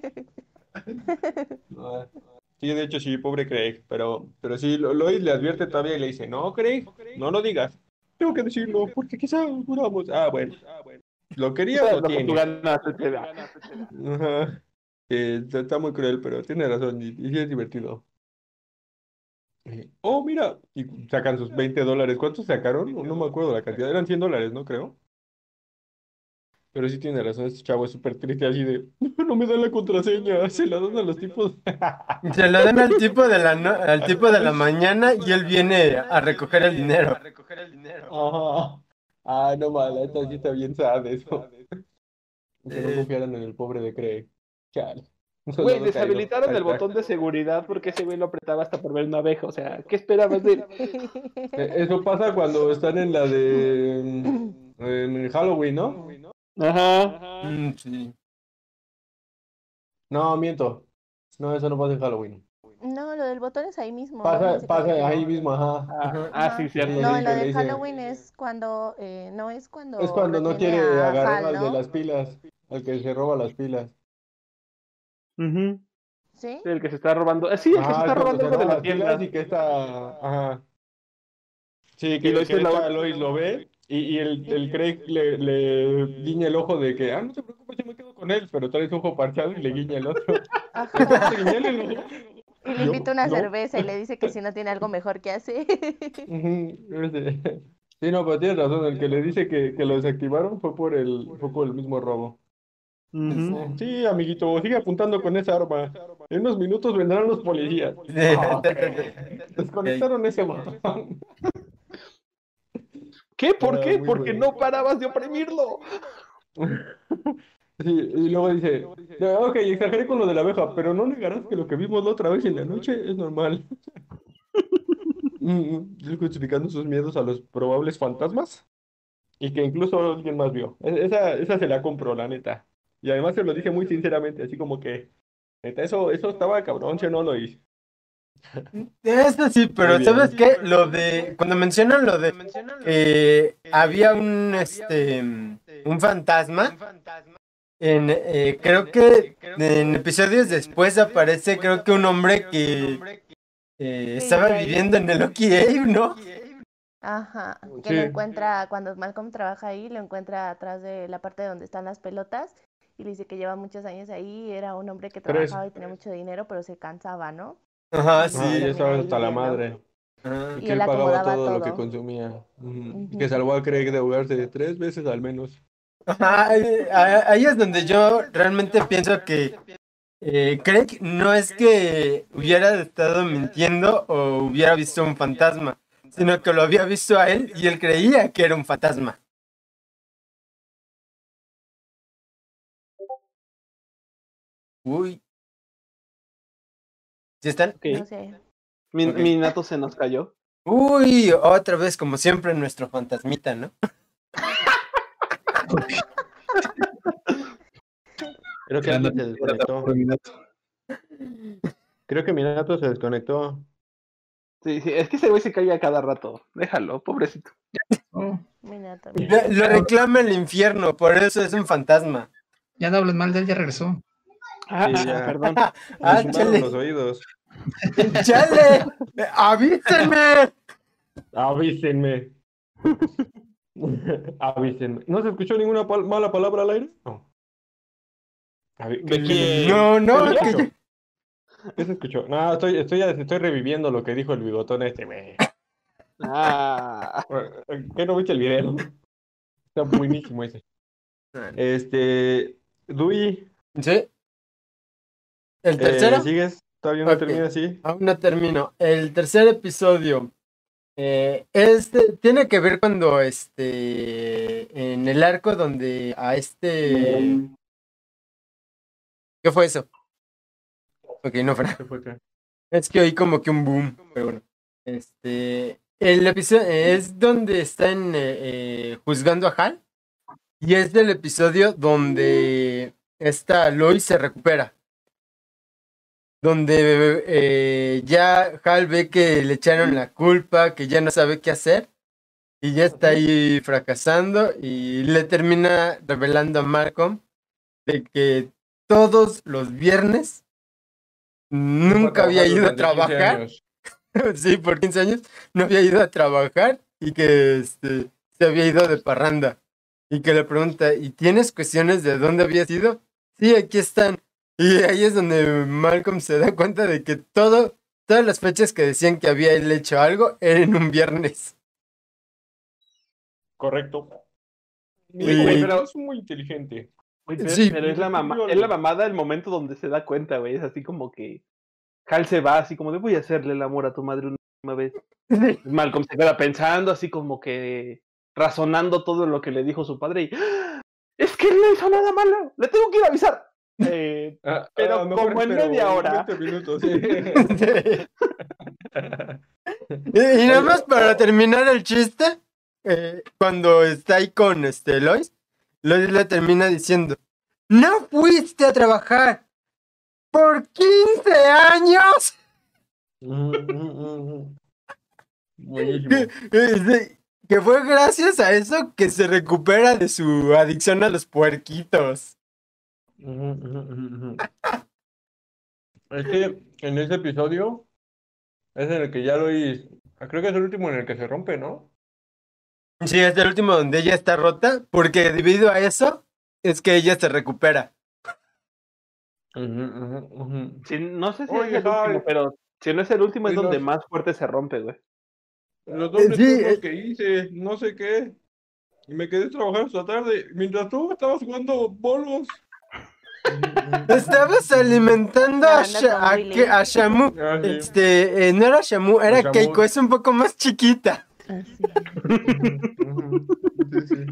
Speaker 2: todo. Sí, de hecho sí, pobre Craig, pero, pero sí, Lo- Lois le advierte todavía y le dice, no, Craig, no lo digas. Tengo que decirlo, porque quizá juramos. Ah, bueno. Lo querías, lo
Speaker 1: Lo que tú
Speaker 2: tienes.
Speaker 1: ganaste te da.
Speaker 2: Ajá. Eh, está, está muy cruel, pero tiene razón y, y sí es divertido. Eh, oh, mira, y sacan sus veinte dólares. ¿Cuántos sacaron? No, no me acuerdo la cantidad. Eran cien dólares, ¿no? Creo. Pero sí tiene razón, este chavo es súper triste así de, no me dan la contraseña, se la dan a los tipos.
Speaker 4: Se lo dan al tipo de la no- al tipo de la mañana y él viene a recoger el dinero.
Speaker 2: Ajá. Ah, no mala, esta sí está bien sad eso. Que no
Speaker 4: Eh,
Speaker 2: confiaran en el pobre de Craig. Chale. Un
Speaker 1: Güey,
Speaker 2: soldado caído.
Speaker 1: deshabilitaron el
Speaker 2: Hashtag.
Speaker 1: botón de seguridad porque ese güey lo apretaba hasta por ver una abeja. O sea, ¿qué esperabas de él?
Speaker 2: Eh, Eso pasa cuando están en la de... mm, en Halloween, ¿no?
Speaker 1: Ajá.
Speaker 4: mm, sí.
Speaker 2: No, miento. No, eso no pasa en Halloween.
Speaker 3: No, lo del botón es ahí mismo.
Speaker 2: Pasa,
Speaker 3: dice que
Speaker 2: pasa
Speaker 3: se
Speaker 2: ahí
Speaker 3: activó.
Speaker 2: mismo, ajá.
Speaker 1: Ah, ah, sí,
Speaker 3: Ajá.
Speaker 1: cierto.
Speaker 2: Sí,
Speaker 3: No,
Speaker 2: sí,
Speaker 3: en lo
Speaker 2: que le
Speaker 3: de
Speaker 2: dice-
Speaker 3: Halloween es cuando, eh, no es cuando
Speaker 2: Es cuando no
Speaker 3: retiene
Speaker 2: quiere
Speaker 3: a
Speaker 2: agarrar
Speaker 3: Hal,
Speaker 2: al de
Speaker 3: ¿no?
Speaker 2: las pilas, al que se roba las pilas.
Speaker 1: Ujú.
Speaker 3: ¿Sí?
Speaker 1: El que se está robando. eh, Sí, el que se
Speaker 2: Ajá,
Speaker 1: está
Speaker 2: es cuando
Speaker 1: robando
Speaker 2: se
Speaker 1: algo de
Speaker 2: roba
Speaker 1: la
Speaker 2: las pilas
Speaker 1: tienda.
Speaker 2: y que esta, ajá, sí,
Speaker 1: Y
Speaker 2: que,
Speaker 1: Lois
Speaker 2: que
Speaker 1: es la
Speaker 2: esta
Speaker 1: otra.
Speaker 2: Lois lo ve y, y el, el Craig le, le guiña el ojo de que, ah, no se preocupe, yo me quedo con él, pero trae su ojo parchado y le guiña el otro. ¿No te
Speaker 3: Ajá.
Speaker 2: guiñarle el ojo?
Speaker 3: Y le
Speaker 2: Yo,
Speaker 3: invita una
Speaker 2: no.
Speaker 3: cerveza y le dice que si no tiene algo mejor que hacer.
Speaker 2: Ujú, ese. Sí, no, pero tienes razón, el que le dice que, que lo desactivaron fue por el, fue por el mismo robo.
Speaker 1: Ujú.
Speaker 2: Sí, amiguito, sigue apuntando con esa arma. En unos minutos vendrán los policías.
Speaker 4: Sí.
Speaker 2: Ah, ¿qué? Desconectaron ese botón.
Speaker 1: ¿Qué? ¿Por
Speaker 2: Ah,
Speaker 1: qué?
Speaker 2: muy
Speaker 1: Porque
Speaker 2: bueno.
Speaker 1: no parabas de oprimirlo.
Speaker 2: Sí, y luego dice, "Ya, ok, exageré con lo de la abeja, pero no negarás que lo que vimos la otra vez en la noche es normal." Mm, mm, él justificando sus miedos a los probables fantasmas y que incluso alguien más vio. E- Esa, esa se la compró, la neta. Y además se lo dije muy sinceramente, así como que, neta, eso, eso estaba cabrón, che, no lo hice.
Speaker 4: Eso sí,
Speaker 2: Muy
Speaker 4: pero ¿sabes
Speaker 2: bien.
Speaker 4: qué? Lo de cuando mencionan lo de que había un este un fantasma en eh, creo que en episodios después aparece creo que un hombre que eh, estaba
Speaker 3: vive ahí.
Speaker 4: viviendo en el Oki Abe, ¿no?
Speaker 3: Ajá, que
Speaker 2: Sí.
Speaker 3: lo encuentra, cuando Malcolm trabaja ahí, lo encuentra atrás de la parte donde están las pelotas y le dice que lleva muchos años ahí, era un hombre que
Speaker 2: Tres.
Speaker 3: trabajaba y tenía mucho dinero, pero se cansaba, ¿no?
Speaker 4: Ajá,
Speaker 3: Y
Speaker 2: Ah,
Speaker 4: sí.
Speaker 2: ya
Speaker 3: termina
Speaker 2: estaba
Speaker 3: ahí
Speaker 2: hasta la
Speaker 3: viviendo.
Speaker 2: madre.
Speaker 4: Ajá.
Speaker 2: Y
Speaker 3: Y
Speaker 2: que
Speaker 3: él
Speaker 2: él pagaba
Speaker 3: acomodaba
Speaker 2: todo lo que
Speaker 3: todo.
Speaker 2: consumía. Ujú. Y que
Speaker 3: Ujú.
Speaker 2: salvó a Craig de ahogarse tres veces al menos.
Speaker 4: Ajá, ahí, ahí es donde yo realmente pienso que eh, Craig no es que hubiera estado mintiendo o hubiera visto un fantasma, sino que lo había visto a él y él creía que era un fantasma. Uy, ¿sí están?
Speaker 1: Ok.
Speaker 3: No sé.
Speaker 1: Mi,
Speaker 4: Ok.
Speaker 1: mi nato se nos cayó.
Speaker 4: Uy, otra vez como siempre nuestro fantasmita, ¿no?
Speaker 2: Creo que alguien se desconectó. Creo que Minato se desconectó.
Speaker 1: Sí, sí, es que ese güey se cae a cada rato. Déjalo, pobrecito.
Speaker 5: Oh,
Speaker 3: Mira, también.
Speaker 4: Lo, lo reclama el infierno, por eso es un fantasma.
Speaker 5: ya no hablen mal de él, ya regresó.
Speaker 1: Ah,
Speaker 2: Sí,
Speaker 1: ah,
Speaker 2: ya.
Speaker 1: perdón.
Speaker 2: Me
Speaker 4: ¡Ah,
Speaker 2: zumbaron los
Speaker 4: chale!
Speaker 2: oídos.
Speaker 4: ¡Chale! ¡Avísenme!
Speaker 2: Avísenme. Avísenme. ¿No se escuchó ninguna pal- mala palabra al aire? No. A ver, ¿qué,
Speaker 1: ¿De
Speaker 2: qué se
Speaker 1: quién?
Speaker 2: escuchó?
Speaker 4: No, no,
Speaker 2: ¿Qué se
Speaker 4: que
Speaker 2: escuchó?
Speaker 4: yo-
Speaker 2: ¿Qué se escuchó? No, estoy, estoy, estoy reviviendo lo que dijo el bigotón este, güey.
Speaker 1: Ah,
Speaker 2: ¿Qué no viste el video? Está buenísimo ese. Este, Dui,
Speaker 4: ¿Sí? ¿El
Speaker 2: eh,
Speaker 4: tercero?
Speaker 2: ¿sigues? ¿Todavía no
Speaker 4: Ok.
Speaker 2: termina así?
Speaker 4: Aún no termino. El tercer episodio. Eh, este tiene que ver cuando este en el arco donde a este ¿qué fue eso? Ok, no fue nada.
Speaker 2: ¿Qué fue acá?
Speaker 4: Es que oí como que un boom, pero bueno. Este el episodio es donde están eh, eh, juzgando a Hal y es del episodio donde esta Lois se recupera. Donde eh, ya Hal ve que le echaron la culpa, que ya no sabe qué hacer. Y ya está ahí fracasando y le termina revelando a Malcolm de que todos los viernes nunca había ido a trabajar. Sí, por quince años no había ido a trabajar y que este, se había ido de parranda. Y que le pregunta, ¿y tienes cuestiones de dónde habías ido? Sí, aquí están. Y ahí es donde Malcolm se da cuenta de que todo, todas las fechas que decían que había él hecho algo eran un viernes.
Speaker 2: Correcto. Mi
Speaker 4: Y-
Speaker 2: hijo
Speaker 1: Güey, pero-
Speaker 2: es muy inteligente.
Speaker 1: Güey, pero,
Speaker 4: Sí.
Speaker 1: pero es la mamá, es la mamada el momento donde se da cuenta, güey. Es así como que Hal se va, así como de voy a hacerle el amor a tu madre una última vez. Malcolm se queda pensando, así como que razonando todo lo que le dijo su padre y ¡ah! Es que él no hizo nada malo, le tengo que ir a avisar. Eh,
Speaker 2: Ah,
Speaker 1: Pero
Speaker 2: a lo mejor
Speaker 1: como en
Speaker 2: espero
Speaker 1: media hora.
Speaker 2: veinte minutos, sí.
Speaker 4: Y, y nada más para terminar el chiste, eh, cuando está ahí con este Lois, Lois le termina diciendo, no fuiste a trabajar por quince años.
Speaker 2: Buenísimo.
Speaker 4: Que, eh, que fue gracias a eso que se recupera de su adicción a los puerquitos.
Speaker 2: Ujú, ujú, ujú, ujú. Es que en ese episodio es en el que ya Lois, creo que es el último en el que se rompe, ¿no?
Speaker 4: Sí, es el último donde ella está rota, porque debido a eso es que ella se recupera.
Speaker 2: Ujú, ujú, ujú.
Speaker 1: sí, no sé si
Speaker 2: Oye,
Speaker 1: es el último,
Speaker 2: Hal,
Speaker 1: pero si no es el último es
Speaker 2: y
Speaker 1: donde
Speaker 2: los-
Speaker 1: más fuerte se rompe, güey.
Speaker 2: Los dobles
Speaker 4: Sí,
Speaker 2: turnos
Speaker 4: eh.
Speaker 2: que hice, no sé qué. Y me quedé trabajando hasta tarde, mientras tú estabas jugando bolos.
Speaker 4: Estabas alimentando a,
Speaker 3: Anda
Speaker 4: Sha-
Speaker 3: con
Speaker 4: a,
Speaker 3: Willy.
Speaker 4: Ke- a Shamu.
Speaker 2: Ah, sí.
Speaker 4: Este, eh, no era Shamu, era
Speaker 2: A Shamu.
Speaker 4: Keiko, es un poco más chiquita.
Speaker 3: Así.
Speaker 2: Sí, sí.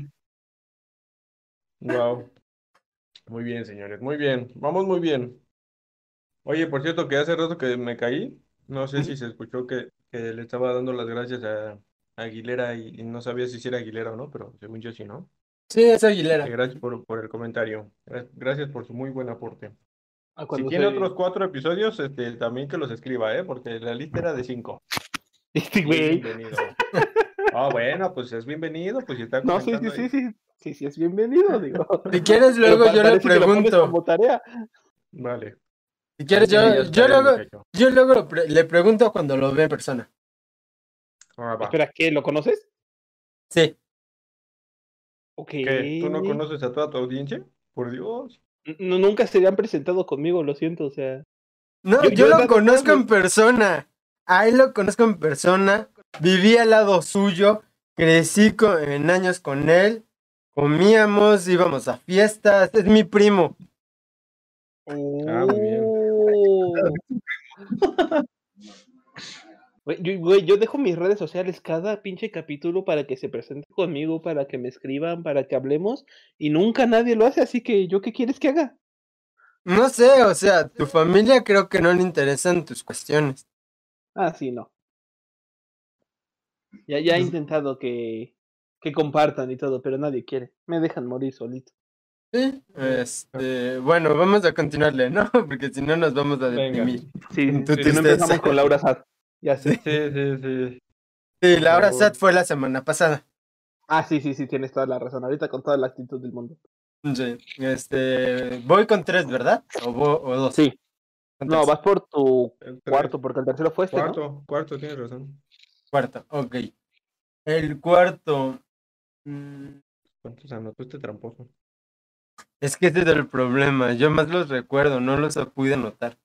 Speaker 2: Wow. Muy bien, señores, muy bien. Vamos muy bien. Oye, por cierto, que hace rato que me caí. No sé si se escuchó que, que le estaba dando las gracias a, a Aguilera y, y no sabía si era Aguilera o no, pero según yo sí, ¿no?
Speaker 4: Sí, es
Speaker 2: Eh,
Speaker 4: Aguilera.
Speaker 2: Gracias por, por el comentario. Gra- Gracias por su muy buen aporte.
Speaker 1: Ah,
Speaker 2: Si
Speaker 1: cuando
Speaker 2: tiene
Speaker 1: se-
Speaker 2: otros cuatro episodios, este, también que los escriba, ¿eh? Porque la lista era de cinco.
Speaker 1: Este
Speaker 2: Y es
Speaker 1: güey.
Speaker 2: bienvenido. Ah, bueno, pues es bienvenido, pues si está
Speaker 1: No, sí, sí,
Speaker 2: comentando
Speaker 1: sí,
Speaker 2: ahí.
Speaker 1: sí. Sí, sí, es bienvenido, digo.
Speaker 4: Si quieres,
Speaker 1: Pero
Speaker 4: luego
Speaker 1: pa-
Speaker 4: yo le
Speaker 1: parece que lo pones
Speaker 4: pregunto.
Speaker 1: como tarea.
Speaker 2: Vale.
Speaker 4: Si quieres,
Speaker 2: Ahí tiene ya
Speaker 4: yo,
Speaker 2: su
Speaker 4: yo
Speaker 2: tarea el
Speaker 4: luego,
Speaker 2: muchacho.
Speaker 4: yo luego lo pre- le pregunto cuando lo ve en persona.
Speaker 2: Ah, va.
Speaker 1: Espera, ¿qué? ¿Lo conoces?
Speaker 4: Sí.
Speaker 1: Ok.
Speaker 2: ¿Qué? ¿Tú no conoces a toda tu audiencia? Por Dios.
Speaker 1: N- nunca se han presentado conmigo, lo siento, o sea.
Speaker 4: No,
Speaker 1: Yo-
Speaker 4: yo,
Speaker 1: yo he
Speaker 4: lo
Speaker 1: dado
Speaker 4: conozco
Speaker 1: todas
Speaker 4: en persona. A él lo conozco en persona. Viví al lado suyo. Crecí co- en años con él. Comíamos, íbamos a fiestas. Es mi primo.
Speaker 2: Ah, muy bien.
Speaker 1: Oh. Güey, yo, güey, yo dejo mis redes sociales cada pinche capítulo para que se presenten conmigo, para que me escriban, para que hablemos, y nunca nadie lo hace, así que ¿yo qué quieres que haga?
Speaker 4: No sé, o sea, tu familia creo que no le interesan tus cuestiones.
Speaker 1: Ah, sí, no. Ya, ya he intentado que, que compartan y todo, pero nadie quiere. Me dejan morir solito.
Speaker 4: Sí. Este, bueno, vamos a continuarle, ¿no? Porque si no nos vamos a
Speaker 2: Venga.
Speaker 4: deprimir.
Speaker 1: Sí,
Speaker 4: En tu
Speaker 1: si no
Speaker 4: tristeza.
Speaker 1: empezamos con Laura Sad. Ya sé.
Speaker 4: Sí.
Speaker 2: Sí, sí, sí.
Speaker 4: Sí, la hora
Speaker 2: Por
Speaker 4: S A
Speaker 2: favor.
Speaker 4: T fue la semana pasada.
Speaker 1: Ah, sí, sí, sí, tienes toda la razón. Ahorita con toda la actitud del mundo.
Speaker 4: Sí. Este, voy con tres, ¿verdad? O, vo- o dos.
Speaker 1: Sí.
Speaker 4: Con
Speaker 1: No,
Speaker 4: tres.
Speaker 1: vas por tu
Speaker 2: El tres.
Speaker 1: cuarto, porque el tercero fue este, ¿no?
Speaker 2: Cuarto, cuarto, tienes razón.
Speaker 4: Cuarto, ok. El cuarto. mm,
Speaker 2: ¿Cuántos anotó este tramposo?
Speaker 4: Es que ese es el problema. Yo más los recuerdo, no los pude anotar.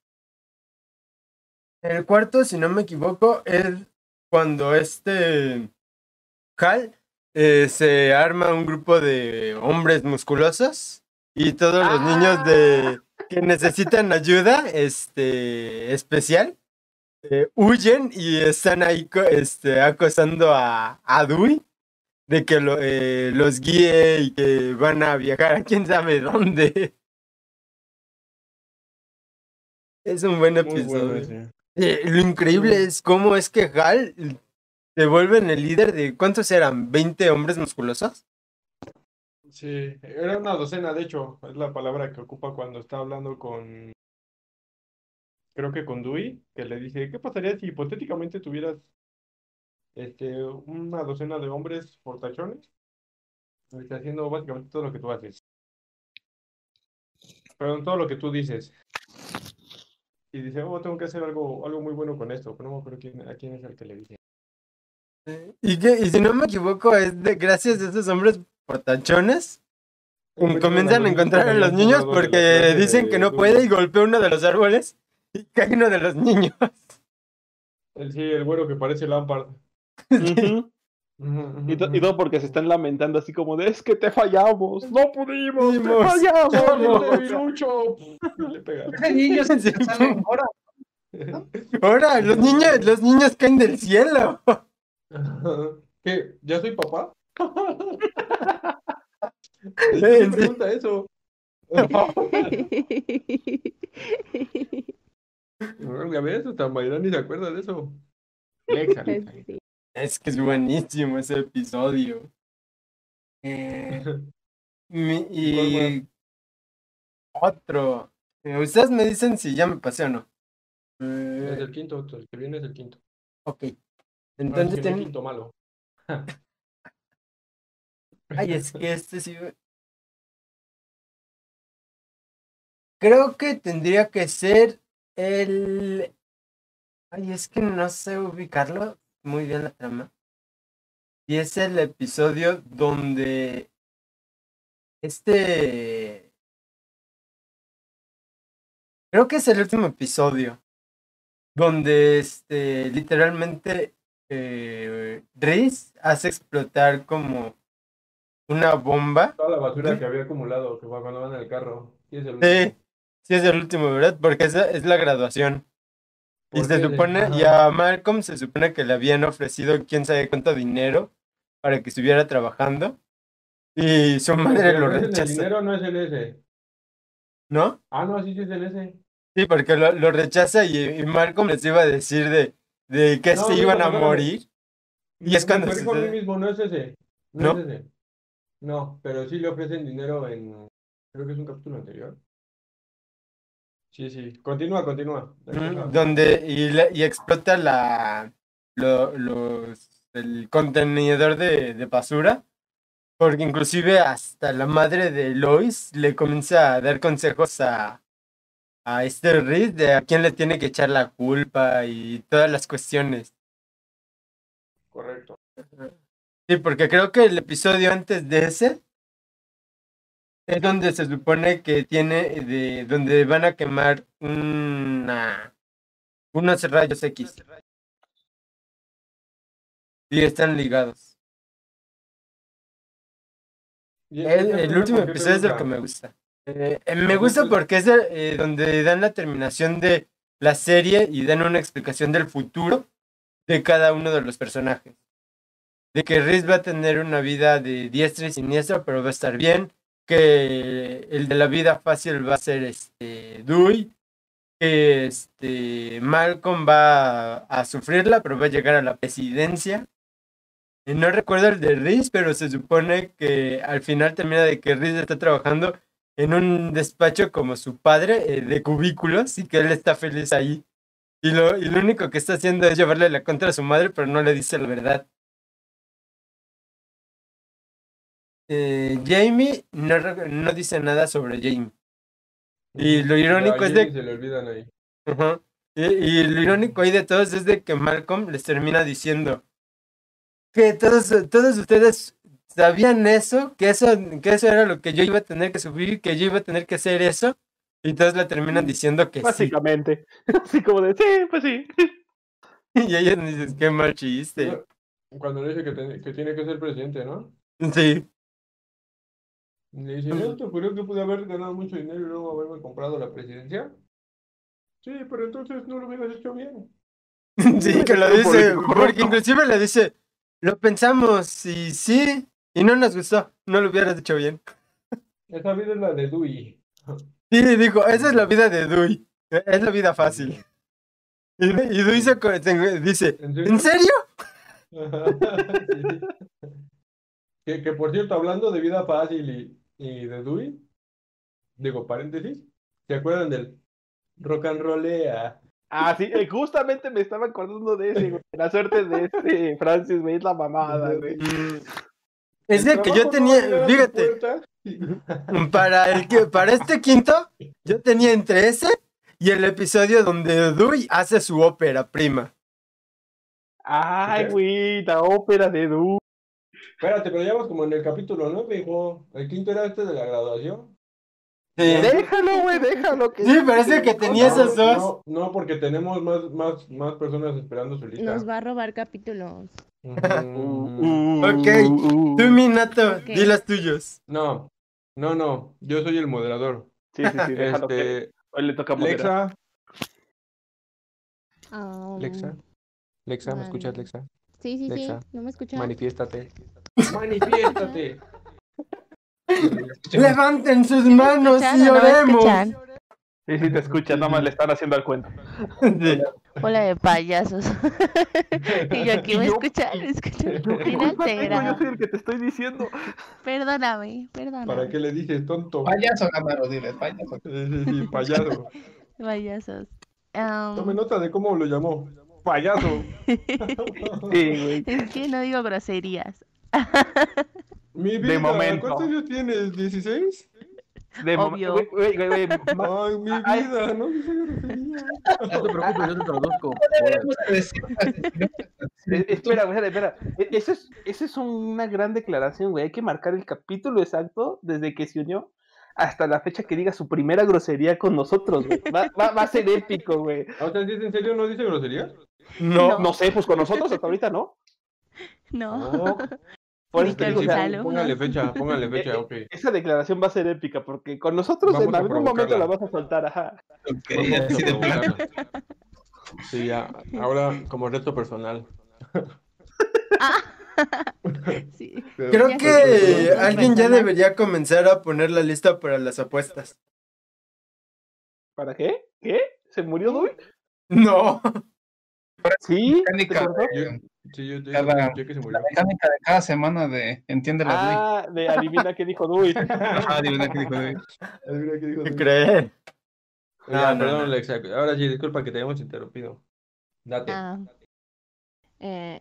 Speaker 4: El cuarto, si no me equivoco, es cuando este Hal eh, se arma un grupo de hombres musculosos y todos los niños de que necesitan ayuda este especial eh, huyen y están ahí co- este, acosando a, a Dewey de que lo- eh, los guíe y que van a viajar a quién sabe dónde. Es un buen
Speaker 2: Muy bueno
Speaker 4: episodio.
Speaker 2: ese.
Speaker 4: Eh, lo increíble es cómo es que Hal se vuelve en el líder de ¿cuántos eran? ¿veinte hombres musculosos?
Speaker 2: Sí, era una docena, de hecho, es la palabra que ocupa cuando está hablando con, creo que con Dewey, que le dice, ¿qué pasaría si hipotéticamente tuvieras este, una docena de hombres fortachones? Está haciendo básicamente todo lo que tú haces. Perdón, todo lo que tú dices. Y dice, oh, tengo que hacer algo, algo muy bueno con esto, pero no me acuerdo quién, a quién es el que le dice.
Speaker 4: Y, que, y si no me equivoco, es de gracias a esos hombres portachones comienzan a encontrar a los niños porque dicen que no puede y golpea uno de los árboles y cae uno de los niños.
Speaker 2: El, sí, el güero que parece Lampard.
Speaker 1: Ujú.
Speaker 2: Ujú, ujú,
Speaker 1: Y, to- y
Speaker 2: ujú.
Speaker 1: todo porque se están lamentando así como de, es que te fallamos, no pudimos, te
Speaker 4: Pudimos,
Speaker 1: fallamos.
Speaker 2: ¡Chale,
Speaker 1: no".
Speaker 2: debilucho! Y le pega.
Speaker 5: Ay, niños
Speaker 4: Sí.
Speaker 5: que salen ahora.
Speaker 4: Ahora, los niños, los niños caen del cielo.
Speaker 2: ¿Qué? ¿Ya soy papá?
Speaker 4: Sí,
Speaker 2: ¿Quién
Speaker 4: sí.
Speaker 2: pregunta eso? Ya ves, hasta Mayra ni se acuerda de eso. Lexa, Lexa.
Speaker 3: Sí.
Speaker 4: Es que es buenísimo ese episodio. Eh, mi- y otro. Eh, Ustedes me dicen si ya me pasé o no. Eh,
Speaker 2: Es el quinto, el que viene es el quinto.
Speaker 4: ok.
Speaker 2: Ahora sí
Speaker 4: Entonces
Speaker 2: que no hay
Speaker 4: tienen.
Speaker 2: quinto malo.
Speaker 4: Ay, es que este sí. Creo que tendría que ser el. Ay, es que no sé ubicarlo muy bien la trama. Y es el episodio donde este. Creo que es el último episodio. Donde este literalmente eh, Reese hace explotar como una bomba.
Speaker 2: Toda la basura
Speaker 4: Sí.
Speaker 2: que había acumulado, que fue cuando van en el carro. Sí, es el último.
Speaker 4: Sí, sí es el último, ¿verdad? Porque esa es la graduación. Y
Speaker 2: ¿Por
Speaker 4: se
Speaker 2: qué?
Speaker 4: supone,
Speaker 2: Ajá.
Speaker 4: y a Malcolm se supone que le habían ofrecido quién sabe cuánto dinero para que estuviera trabajando. Y su
Speaker 2: Si
Speaker 4: madre
Speaker 2: le
Speaker 4: lo
Speaker 2: ofrecen el
Speaker 4: rechaza,
Speaker 2: dinero, no es el ese.
Speaker 4: ¿no?
Speaker 2: Ah, no, sí, sí es el ese.
Speaker 4: Sí, porque lo, lo rechaza y, y Malcolm les iba a decir de, de que
Speaker 2: No,
Speaker 4: se
Speaker 2: mira,
Speaker 4: iban a
Speaker 2: perdóname.
Speaker 4: morir. Y es
Speaker 2: Me
Speaker 4: cuando
Speaker 2: corrijo a mí
Speaker 4: sucede.
Speaker 2: mismo, no es ese. No,
Speaker 4: ¿No?
Speaker 2: es ese. No, pero sí le ofrecen dinero en. Creo que es un capítulo anterior. Sí, sí. Continúa, continúa. Ahí
Speaker 4: Mm,
Speaker 2: deja.
Speaker 4: donde y, la- y explota la lo- los el contenedor de, de basura, porque inclusive hasta la madre de Lois le comienza a dar consejos a, a este Reed de a quién le tiene que echar la culpa y todas las cuestiones.
Speaker 2: Correcto.
Speaker 4: Sí, porque creo que el episodio antes de ese es donde se supone que tiene de donde van a quemar una unos rayos X y están ligados.
Speaker 2: ¿Y
Speaker 4: El,
Speaker 2: ese
Speaker 4: el
Speaker 2: episodio
Speaker 4: último
Speaker 2: por qué te
Speaker 4: episodio es el que
Speaker 2: gusta?
Speaker 4: me gusta. Eh, eh, me
Speaker 2: O sea,
Speaker 4: gusta
Speaker 2: tú-
Speaker 4: porque es el, eh, donde dan la terminación de la serie y dan una explicación del futuro de cada uno de los personajes. De que Reese va a tener una vida de diestra y siniestra, pero va a estar bien. Que el de la vida fácil va a ser este Dewey. Que este Malcolm va a, a sufrirla, pero va a llegar a la presidencia. Y no recuerdo el de Reese, pero se supone que al final termina de que Reese está trabajando en un despacho como su padre, eh, de cubículos, y que él está feliz ahí. Y lo, y lo único que está haciendo es llevarle la contra a su madre, pero no le dice la verdad. Eh, Jamie no, re- no dice nada sobre Jamie. Y lo irónico
Speaker 2: Ya,
Speaker 4: es
Speaker 2: Jamie
Speaker 4: de...
Speaker 2: se le olvidan ahí.
Speaker 4: Ajá. Y, y lo irónico ahí de todos es de que Malcolm les termina diciendo que todos, todos ustedes sabían eso, que eso, que eso era lo que yo iba a tener que sufrir, que yo iba a tener que hacer eso, y todos le terminan diciendo que sí.
Speaker 1: Básicamente. Así como de, sí, pues sí.
Speaker 4: Y ella dice, qué mal chiste.
Speaker 2: Cuando le dice que, ten- que tiene que ser presidente, ¿no?
Speaker 4: Sí.
Speaker 2: Y le dice, ¿no te ocurrió que pude haber ganado mucho dinero y luego haberme comprado la presidencia? Sí, pero entonces no lo hubieras hecho bien.
Speaker 4: Sí, que lo
Speaker 1: Pero
Speaker 4: dice,
Speaker 1: político
Speaker 4: porque
Speaker 1: corrupto.
Speaker 4: inclusive le dice, lo pensamos y sí, y no nos gustó, no lo hubieras hecho bien.
Speaker 2: Esa vida es la de Dewey.
Speaker 4: Sí, dijo, esa es la vida de Dewey, es la vida fácil. Y, y Dewey se co- se- dice,
Speaker 2: ¿En serio?
Speaker 4: ¿en serio?
Speaker 2: Sí. Que, que por cierto, hablando de vida fácil y, y de Dewey, digo, paréntesis, ¿se acuerdan del rock and rollea?
Speaker 1: Ah, sí, eh, justamente me estaba acordando de ese, güey. La suerte de este Francis, güey, es la mamada, güey.
Speaker 4: Mm, Es
Speaker 2: El
Speaker 4: el que yo
Speaker 2: trabajo no va a llegar
Speaker 4: tenía,
Speaker 2: a tu
Speaker 4: fíjate,
Speaker 2: puerta.
Speaker 4: para, el que, para este quinto, yo tenía entre ese y el episodio donde Dewey hace su ópera prima.
Speaker 1: Ay,
Speaker 2: ¿Qué?
Speaker 1: güey, la ópera de Du.
Speaker 2: Espérate, pero ya vamos como en el capítulo nueve, hijo. El quinto era este de la graduación.
Speaker 4: Sí,
Speaker 1: Déjalo, güey, déjalo. Que
Speaker 4: sí, parece que tenía
Speaker 2: No,
Speaker 4: esos dos.
Speaker 2: no, no, porque tenemos más, más, más personas esperando su lista.
Speaker 3: Nos va a robar capítulos.
Speaker 2: Ujú,
Speaker 1: Uh,
Speaker 2: ujú.
Speaker 1: uh,
Speaker 4: Ok,
Speaker 1: uh,
Speaker 4: tú,
Speaker 1: uh.
Speaker 4: Minato,
Speaker 3: Ok.
Speaker 4: di los tuyos.
Speaker 2: No, no, no. Yo soy el moderador.
Speaker 1: Sí, sí, sí, déjalo que
Speaker 2: Este,
Speaker 1: hoy le toca moderar.
Speaker 2: Lexa,
Speaker 3: Um,
Speaker 2: Lexa, Lexa, ¿me
Speaker 3: vale.
Speaker 2: escuchas, Lexa?
Speaker 3: Sí, sí,
Speaker 2: Lexa,
Speaker 3: sí. ¿No me escuchas?
Speaker 2: manifiéstate. Manifiéstate.
Speaker 4: Levanten sus
Speaker 3: ¿Sí me
Speaker 4: manos
Speaker 3: escuchan
Speaker 4: y
Speaker 3: o no me
Speaker 4: oremos.
Speaker 3: escuchan?
Speaker 1: Sí, sí, te escucha, nada más le están haciendo al cuento.
Speaker 4: Sí.
Speaker 3: Hola de payasos. Y yo aquí
Speaker 1: Y
Speaker 3: me
Speaker 1: yo-
Speaker 3: escuchan, me escuchan.
Speaker 1: Yo, ¿qué
Speaker 3: Mira,
Speaker 1: culpa tengo? Yo
Speaker 3: Tegra.
Speaker 1: soy el que te estoy diciendo.
Speaker 3: Perdóname,
Speaker 2: ¿Para
Speaker 3: perdóname.
Speaker 2: qué le dices tonto?
Speaker 5: Payaso, Gamaro, dile, payaso.
Speaker 2: Sí, sí, sí, payaso.
Speaker 3: Payasos.
Speaker 2: Tome
Speaker 3: Um,
Speaker 2: nota de cómo lo llamó. Payaso.
Speaker 1: Sí, güey.
Speaker 3: Es que no digo groserías.
Speaker 2: Mi
Speaker 1: De
Speaker 2: vida,
Speaker 1: momento.
Speaker 2: ¿cuántos años tienes? ¿dieciséis?
Speaker 1: De mo-
Speaker 3: Obvio.
Speaker 1: güey, güey, güey, güey, ma-
Speaker 2: Ay, mi
Speaker 1: Ay.
Speaker 2: vida, no dice grosería.
Speaker 6: No te preocupes, yo te traduzco.
Speaker 5: Debemos decir
Speaker 1: Eh, espera, güey, espera. Eh, Eso es, eso es una gran declaración, güey. Hay que marcar el capítulo exacto desde que se unió hasta la fecha que diga su primera grosería con nosotros, güey. Va, va, va a ser épico, güey.
Speaker 2: O sea, ¿sí es en serio no dice grosería?
Speaker 4: No.
Speaker 1: No sé, pues con nosotros hasta ahorita, ¿no?
Speaker 3: No.
Speaker 2: Oh,
Speaker 1: Por
Speaker 3: Ni
Speaker 1: eso te
Speaker 3: con
Speaker 1: digo, o
Speaker 3: mis
Speaker 1: sea,
Speaker 3: alumnos.
Speaker 2: póngale fecha, póngale fecha,
Speaker 1: eh,
Speaker 2: ok.
Speaker 1: eh, esa declaración va a ser épica porque con nosotros
Speaker 2: Vamos
Speaker 1: en
Speaker 2: a
Speaker 1: algún momento la
Speaker 2: provocarla.
Speaker 1: vas a soltar, ajá.
Speaker 5: Ok,
Speaker 2: Vamos a
Speaker 5: así de plano.
Speaker 2: provocarla. Sí, ya, ahora como reto personal.
Speaker 3: Ah. Sí.
Speaker 4: Creo
Speaker 3: Ya
Speaker 4: que
Speaker 3: sé,
Speaker 4: alguien ya
Speaker 3: personal.
Speaker 4: debería comenzar a poner la lista para las apuestas.
Speaker 1: ¿Para qué? ¿Qué? ¿Se murió Dui?
Speaker 4: No.
Speaker 1: Sí, ¿se
Speaker 5: Mecánica
Speaker 1: cortó?
Speaker 2: Yo, sí, yo, yo
Speaker 5: Cada-
Speaker 2: escuché que se murió.
Speaker 5: La mecánica de cada semana de Entiende la Dui.
Speaker 1: Ah, de adivina qué dijo Dui.
Speaker 5: Ajá, adivina qué dijo Dui.
Speaker 2: Adivina qué dijo
Speaker 4: ¿Qué
Speaker 2: Dui.
Speaker 4: crees?
Speaker 2: Ya,
Speaker 4: No, no,
Speaker 2: perdón,
Speaker 4: no.
Speaker 2: Alexa. Ahora sí, disculpa que te hayamos interrumpido. Date.
Speaker 3: Ah. Eh,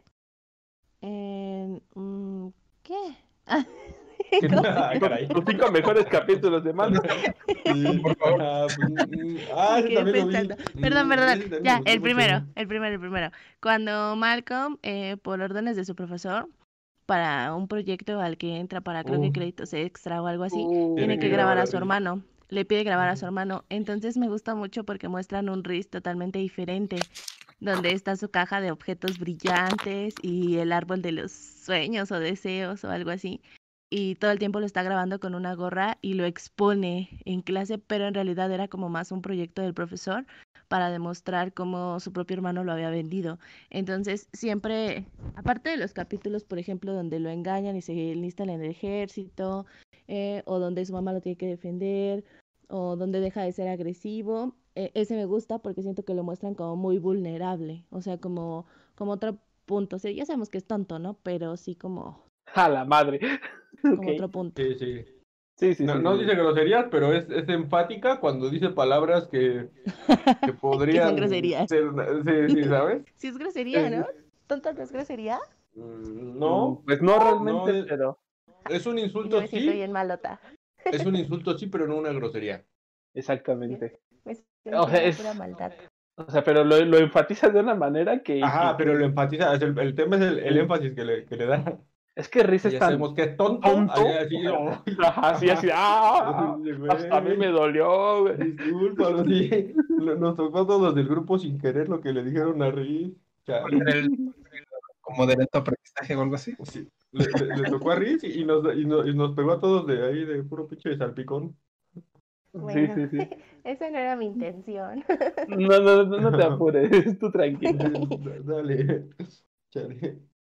Speaker 3: eh, mm, ¿Qué? Ah,
Speaker 1: Que
Speaker 3: ¿cómo?
Speaker 2: Ah, caray.
Speaker 1: Tus cinco mejores capítulos de Malcolm.
Speaker 2: Sí,
Speaker 5: Por favor.
Speaker 2: ajá, pues, mm, ah, ese
Speaker 3: Quedé
Speaker 2: también lo vi.
Speaker 3: pensando. Perdón,
Speaker 2: Mm,
Speaker 3: perdón.
Speaker 2: ese también
Speaker 3: Ya,
Speaker 2: me gustó
Speaker 3: el primero,
Speaker 2: mucho.
Speaker 3: el primero, el primero. Cuando Malcolm, eh, por órdenes de su profesor, para un proyecto al que entra para creo que
Speaker 2: Uf.
Speaker 3: créditos extra o algo así,
Speaker 1: Uh,
Speaker 3: tiene que grabar a su
Speaker 2: Riz.
Speaker 3: hermano. Le pide grabar a su
Speaker 2: Ujú.
Speaker 3: hermano. Entonces me gusta mucho porque muestran un Riz totalmente diferente, donde está su caja de objetos brillantes y el árbol de los sueños o deseos o algo así. Y todo el tiempo lo está grabando con una gorra y lo expone en clase, pero en realidad era como más un proyecto del profesor para demostrar cómo su propio hermano lo había vendido. Entonces, siempre, aparte de los capítulos, por ejemplo, donde lo engañan y se enlistan en el ejército, eh, o donde su mamá lo tiene que defender, o donde deja de ser agresivo, eh, ese me gusta porque siento que lo muestran como muy vulnerable, o sea, como, como otro punto. O sea, ya sabemos que es tonto, ¿no? Pero sí como,
Speaker 1: a la madre.
Speaker 3: como
Speaker 1: Ok.
Speaker 3: otro punto.
Speaker 2: Sí, sí.
Speaker 1: Sí, sí,
Speaker 2: No,
Speaker 1: sí.
Speaker 2: no
Speaker 1: sí.
Speaker 2: dice groserías, pero es, es enfática cuando dice palabras que, que
Speaker 3: Que son
Speaker 2: podrían
Speaker 3: groserías.
Speaker 2: ser. Sí, sí, ¿sabes?
Speaker 3: Sí es grosería, ¿no?
Speaker 1: Eh,
Speaker 3: ¿Tonto no es grosería?
Speaker 2: Mm,
Speaker 1: mm,
Speaker 2: No,
Speaker 1: Pues no
Speaker 2: no,
Speaker 1: realmente,
Speaker 2: es,
Speaker 1: pero
Speaker 2: es un
Speaker 3: Yo
Speaker 2: insulto,
Speaker 3: me siento
Speaker 2: sí.
Speaker 3: bien malota.
Speaker 2: Es un insulto, sí, pero no una grosería.
Speaker 1: exactamente.
Speaker 3: Me
Speaker 1: O
Speaker 3: siento
Speaker 1: sea,
Speaker 3: una
Speaker 1: es.
Speaker 3: pura maldad.
Speaker 1: O sea, pero lo, lo enfatiza de una manera que.
Speaker 2: Ajá,
Speaker 1: que-
Speaker 2: pero lo
Speaker 1: que-
Speaker 2: enfatiza. es El, el tema es el, el
Speaker 1: Sí.
Speaker 2: énfasis que le, que le da.
Speaker 1: Es que Riz
Speaker 2: Y
Speaker 1: es
Speaker 2: ya
Speaker 1: tan
Speaker 2: sabemos que es tonto.
Speaker 1: tonto.
Speaker 2: Allá así, oh,
Speaker 1: Ajá, sí, así. ¡Ah!
Speaker 2: Güey,
Speaker 1: Hasta a mí me dolió, güey.
Speaker 2: discúlpalo, sí. Lo- Nos tocó a todos del grupo sin querer lo que le dijeron a Riz. Chale.
Speaker 5: Era el- como de lento aprendizaje o algo así.
Speaker 2: Sí, le, le- le tocó a Riz y, y nos, y, nos, y nos pegó a todos de ahí de puro pinche salpicón.
Speaker 1: Sí,
Speaker 3: Bueno,
Speaker 1: sí, sí.
Speaker 3: esa no era mi intención.
Speaker 1: No, no, no, no te apures, tú tranquila.
Speaker 2: Da- Dale. Chale.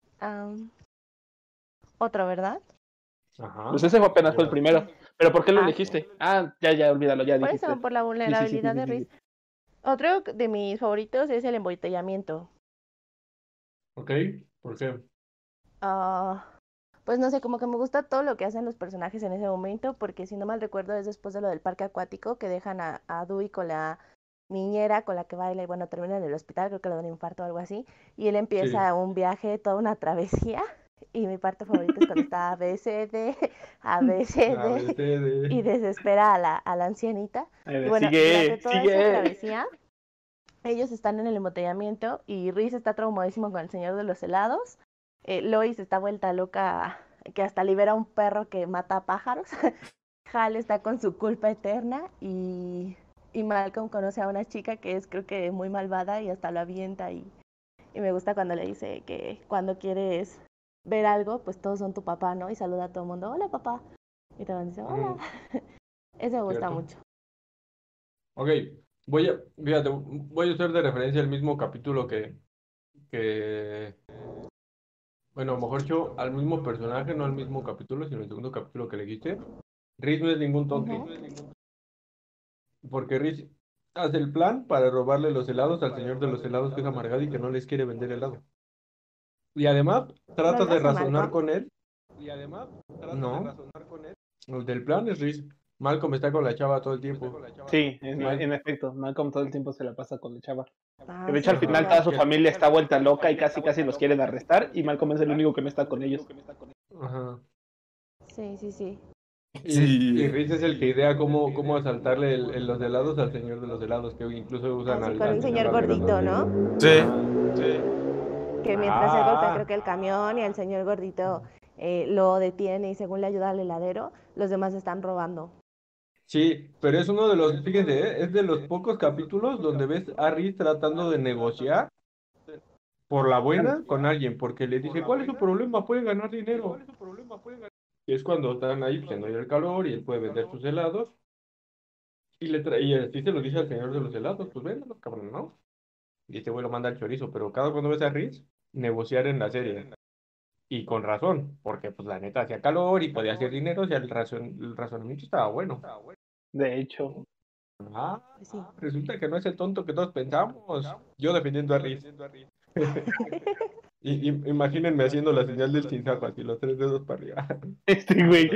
Speaker 3: Am, otro, ¿verdad?
Speaker 2: Ajá.
Speaker 1: Pues ese fue apenas fue el primero. ¿Pero por qué lo
Speaker 3: Ah,
Speaker 1: elegiste? Ah, ya, ya, olvídalo, ya
Speaker 3: Por
Speaker 1: dijiste.
Speaker 3: eso, por la
Speaker 1: Sí, sí, sí,
Speaker 3: vulnerabilidad
Speaker 1: sí,
Speaker 3: de
Speaker 1: sí,
Speaker 3: Riz.
Speaker 1: sí.
Speaker 3: Otro de mis favoritos es el embotellamiento.
Speaker 2: Ok, ¿por qué?
Speaker 3: Ah, pues no sé, como que me gusta todo lo que hacen los personajes en ese momento, porque si no mal recuerdo es después de lo del parque acuático que dejan a, a Dewey con la niñera con la que baila y bueno, termina en el hospital, creo que le da un infarto o algo así, y él empieza
Speaker 2: Sí.
Speaker 3: un viaje, toda una travesía, y mi parte favorita es cuando está A, B, C, D, A, B, C,
Speaker 2: A, B,
Speaker 3: D,
Speaker 2: C, D.
Speaker 3: y desespera a la, a la ancianita.
Speaker 1: Eh,
Speaker 3: Y bueno,
Speaker 1: sigue,
Speaker 3: durante toda esa
Speaker 1: sigue.
Speaker 3: travesía, ellos están en el embotellamiento y Reese está traumadísimo con el señor de los helados. Eh, Lois está vuelta loca que hasta libera un perro que mata pájaros. Hal está con su culpa eterna y, y Malcolm conoce a una chica que es creo que muy malvada y hasta lo avienta y, y me gusta cuando le dice que cuando quieres ver algo, pues todos son tu papá, ¿no? Y saluda a todo el mundo, hola papá. Y todo el mundo dice, hola.
Speaker 2: Mm,
Speaker 3: Ese me gusta
Speaker 2: cierto.
Speaker 3: mucho.
Speaker 2: Ok, voy a, fíjate, voy a hacer de referencia el mismo capítulo que, que, bueno, a lo mejor yo al mismo personaje, no al mismo capítulo, sino el segundo capítulo que elegiste. Riz no es ningún tonto,
Speaker 3: Ujú.
Speaker 2: porque Riz hace el plan para robarle los helados al señor de los helados que es amargado y que no les quiere vender helado. Y además
Speaker 3: ¿No
Speaker 2: trata
Speaker 3: lo
Speaker 2: de
Speaker 3: hace
Speaker 2: razonar
Speaker 3: Malcolm?
Speaker 2: con él. No, el del plan es Riz. Malcolm está con la chava todo el tiempo.
Speaker 1: Sí, en,
Speaker 2: Y es-
Speaker 1: en efecto, Malcolm todo el tiempo se la pasa con la chava. Que
Speaker 3: Ah,
Speaker 1: de hecho
Speaker 3: sí,
Speaker 1: al
Speaker 3: sí,
Speaker 1: final
Speaker 2: Ajá,
Speaker 1: toda su
Speaker 3: cierto.
Speaker 2: que,
Speaker 1: familia está vuelta loca y casi casi los quieren arrestar y Malcolm es el único que no está con ellos.
Speaker 2: ajá.
Speaker 3: Sí, sí, sí.
Speaker 2: Y, y
Speaker 4: Sí.
Speaker 2: Riz es el que idea cómo, cómo asaltarle el- el- los helados al señor de los helados, que incluso usan
Speaker 3: Así
Speaker 2: al,
Speaker 3: con
Speaker 2: al
Speaker 3: un
Speaker 2: señor
Speaker 3: señor gordito,
Speaker 2: alegrando.
Speaker 3: ¿no?
Speaker 4: Sí.
Speaker 2: Ajá.
Speaker 3: Que mientras él golpea creo
Speaker 2: Ah,
Speaker 3: que el camión y el señor gordito eh, lo detiene y según le ayuda al heladero, los demás están robando.
Speaker 2: sí, pero es uno de los, fíjense, ¿eh? Es de los pocos capítulos donde ves a Riz tratando de negociar por la buena con alguien, porque le dice, ¿cuál es su problema? Puede ganar dinero. Y es cuando están ahí, pues, en medio del calor y él puede vender sus helados. Y le trae, y así se lo dice al señor de los helados, pues véndalos, cabrón, ¿no? Y este güey lo manda al chorizo, pero cada cuando ves a Riz, negociar en la serie. Y con razón, porque pues la neta hacía calor y podía hacer dinero, o sea, el, razon- el razonamiento estaba bueno.
Speaker 1: De hecho,
Speaker 2: Ah,
Speaker 3: Pues sí.
Speaker 2: resulta que no es el tonto que todos pensamos. Yo defendiendo a Riz. Y, y- imagínense haciendo la señal del chinzaco, así los tres dedos para arriba.
Speaker 1: este güey.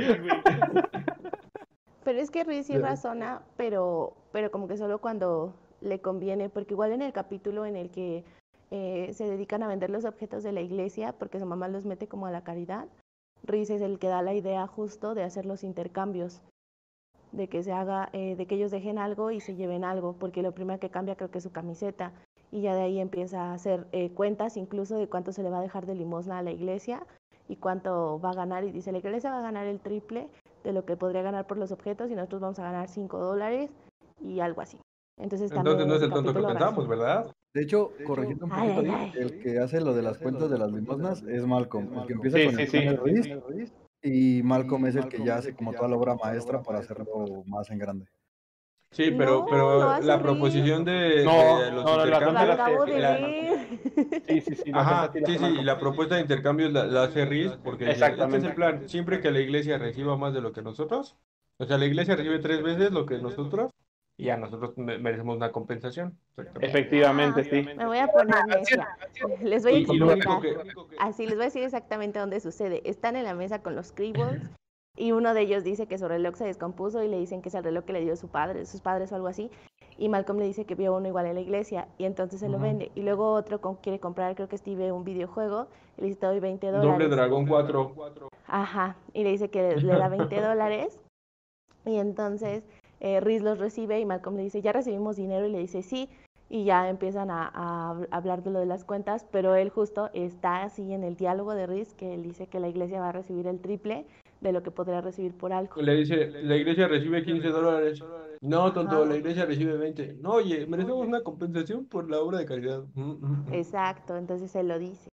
Speaker 3: Pero es que Ruiz sí
Speaker 2: Ya.
Speaker 3: razona, pero, pero como que solo cuando le conviene, porque igual en el capítulo en el que eh, se dedican a vender los objetos de la iglesia, porque su mamá los mete como a la caridad, Ruiz es el que da la idea justo de hacer los intercambios, de que se haga, eh, de que ellos dejen algo y se lleven algo, porque lo primero que cambia creo que es su camiseta, y ya de ahí empieza a hacer eh, cuentas incluso de cuánto se le va a dejar de limosna a la iglesia y cuánto va a ganar, y dice, la iglesia va a ganar el triple de lo que podría ganar por los objetos y nosotros vamos a ganar cinco dólares y algo así. Entonces
Speaker 2: Entonces
Speaker 3: también en
Speaker 2: no es
Speaker 3: ese
Speaker 2: el tonto que
Speaker 3: capítulo
Speaker 2: pensamos,
Speaker 3: razona.
Speaker 2: ¿verdad?
Speaker 6: De hecho, corrigiendo un
Speaker 3: Ay,
Speaker 6: poquito
Speaker 3: ay,
Speaker 6: ahí,
Speaker 3: ay.
Speaker 6: el que hace lo de las cuentas de las limosnas es Malcolm. El que empieza
Speaker 1: Sí,
Speaker 6: con
Speaker 1: sí,
Speaker 6: el plan
Speaker 1: sí.
Speaker 6: es Riz y Malcolm es el que ya hace como toda la obra maestra para hacerlo más en grande.
Speaker 2: Sí, pero,
Speaker 3: No, lo
Speaker 2: pero
Speaker 3: hace
Speaker 2: la
Speaker 3: Riz.
Speaker 2: proposición de,
Speaker 1: No,
Speaker 2: de los
Speaker 1: no, no, la
Speaker 3: Lo
Speaker 1: cuenta la
Speaker 2: intercambios,
Speaker 1: hace,
Speaker 3: acabo
Speaker 1: sí,
Speaker 3: de
Speaker 1: la hace
Speaker 2: la,
Speaker 1: Malcolm.
Speaker 3: ver.
Speaker 1: Sí, sí, sí, la cuenta sí
Speaker 2: ajá,
Speaker 1: la
Speaker 2: sí,
Speaker 1: hace
Speaker 2: sí, y
Speaker 1: Malcolm.
Speaker 2: la propuesta de intercambios la, la hace Riz porque dice, este es el
Speaker 1: Exactamente.
Speaker 2: plan, siempre que la iglesia reciba más de lo que nosotros, o sea, la iglesia recibe tres veces lo que nosotros, y a nosotros me- merecemos una compensación. Exactamente.
Speaker 1: Efectivamente,
Speaker 3: Ah,
Speaker 1: sí.
Speaker 3: me voy a poner necia. Les voy a
Speaker 2: Y, y lo único
Speaker 3: explicar.
Speaker 2: que,
Speaker 3: Así les voy a decir exactamente dónde sucede. Están en la mesa con los Scribbles y uno de ellos dice que su reloj se descompuso y le dicen que es el reloj que le dio su padre, sus padres o algo así. Y Malcolm le dice que vio uno igual en la iglesia y entonces se lo
Speaker 2: Ujú.
Speaker 3: vende. Y luego otro con- quiere comprar, creo que Steve, un videojuego y le dice te doy veinte
Speaker 2: Doble
Speaker 3: dólares.
Speaker 2: Dragón cuatro.
Speaker 3: Ajá. Y le dice que le da veinte dólares y entonces eh, Riz los recibe y Malcolm le dice, ya recibimos dinero y le dice sí. Y ya empiezan a, a hablar de lo de las cuentas, pero él justo está así en el diálogo de Riz, que él dice que la iglesia va a recibir el triple de lo que podría recibir por algo.
Speaker 2: Le dice, la iglesia recibe quince dólares. No, tonto,
Speaker 3: Ajá.
Speaker 2: la iglesia recibe veinte. No, oye, merecemos una compensación por la obra de caridad. Mm, mm, mm.
Speaker 3: Exacto, entonces él lo dice.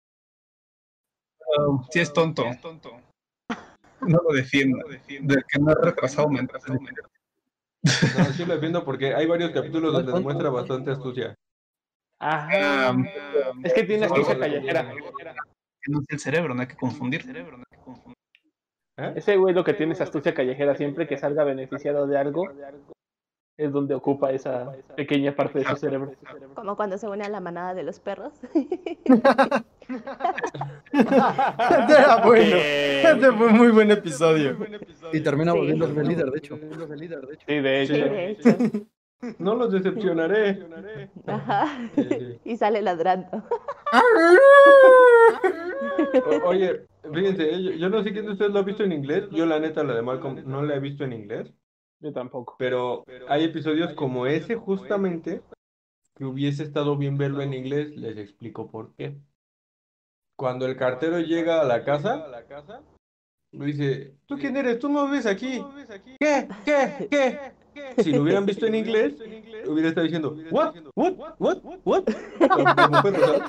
Speaker 5: Um, sí es tonto. No lo defiendo. Del que no es retrasado mental.
Speaker 2: No, sí lo defiendo porque hay varios capítulos
Speaker 6: No es
Speaker 2: donde
Speaker 6: tonto.
Speaker 2: demuestra bastante astucia.
Speaker 1: Ajá.
Speaker 5: Um,
Speaker 1: Es que tiene
Speaker 2: Algo
Speaker 1: astucia
Speaker 2: de
Speaker 1: callejera.
Speaker 5: que no es el cerebro, no hay que confundir.
Speaker 2: ¿Eh?
Speaker 1: Ese güey lo que tiene es astucia callejera. Siempre que salga beneficiado de algo, es donde ocupa esa pequeña parte de su cerebro.
Speaker 3: Como cuando se une a la manada de los perros.
Speaker 4: Este era bueno. Este fue un muy buen episodio.
Speaker 6: Y termina
Speaker 3: Sí.
Speaker 6: volviéndose el líder, de hecho.
Speaker 1: Sí, de
Speaker 2: Sí.
Speaker 1: hecho.
Speaker 3: De hecho.
Speaker 2: No los decepcionaré.
Speaker 3: Ajá.
Speaker 2: Sí, sí.
Speaker 3: Y sale ladrando.
Speaker 2: O- oye, fíjense, eh, yo, yo no sé quién de ustedes lo ha visto en inglés. Yo la neta, la de Malcolm, no la he visto en inglés.
Speaker 1: Yo tampoco.
Speaker 2: Pero hay episodios como ese justamente que hubiese estado bien verlo en inglés. Les explico por qué. Cuando el cartero llega a la casa Me dice, ¿tú quién eres? ¿Tú no vives aquí? ¿Qué? ¿Qué? ¿Qué? Si lo hubieran visto en inglés, hubiera estado diciendo, what, what, what, what, como perro, ¿sabes?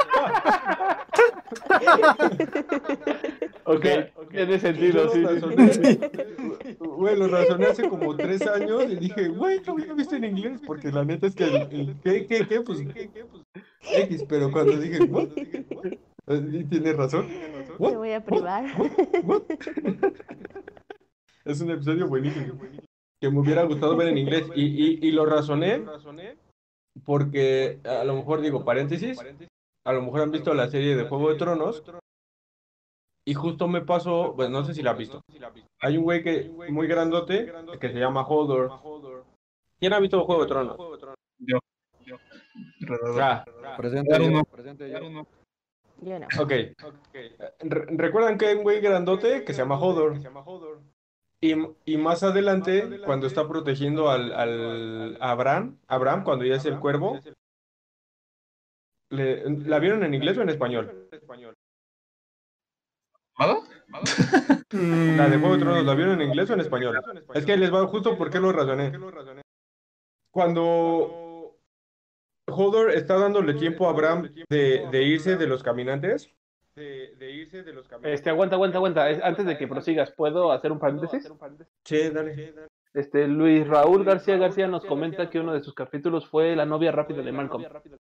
Speaker 1: Ok, tiene sentido,
Speaker 2: Yo
Speaker 1: sí.
Speaker 2: lo razoné, güey, lo razoné hace como tres años y dije, güey, lo hubiera visto en inglés, porque la neta es que el, el ¿qué, qué, qué? Pues X, pero cuando dije, what, y tiene razón,
Speaker 3: Te
Speaker 2: what,
Speaker 3: voy a
Speaker 2: what,
Speaker 3: privar.
Speaker 2: what, what. Es un episodio buenísimo, que me hubiera gustado ver en inglés, y, y, y lo razoné porque, a lo mejor digo, paréntesis, a lo mejor han visto la serie de Juego de Tronos, y justo me pasó, pues no sé si la han visto. Hay un güey que muy grandote que se llama Hodor. ¿Quién ha visto Juego de Tronos?
Speaker 5: Yo. Alrededor.
Speaker 2: Ah,
Speaker 6: Presente
Speaker 5: Dar
Speaker 6: yo,
Speaker 5: uno.
Speaker 6: presente yo.
Speaker 3: Yo no.
Speaker 2: ok. Re- ¿Recuerdan que hay un güey grandote que se llama Hodor? Y, y más adelante, cuando está protegiendo al, al a Abraham, Abraham, cuando ya es el cuervo, le- ¿la vieron en inglés o en español?
Speaker 5: ¿Amado?
Speaker 2: La de Juego de Tronos, ¿la vieron en inglés o en español? Es que les va justo porque lo razoné. Cuando Hodor está dándole tiempo a Abraham de, de irse de los caminantes.
Speaker 1: Este, aguanta, aguanta, aguanta. Es- antes de que prosigas, ¿puedo hacer un paréntesis?
Speaker 2: Sí, dale.
Speaker 1: Este, Luis Raúl García García nos comenta que uno de sus capítulos fue La novia rápida de Malcolm.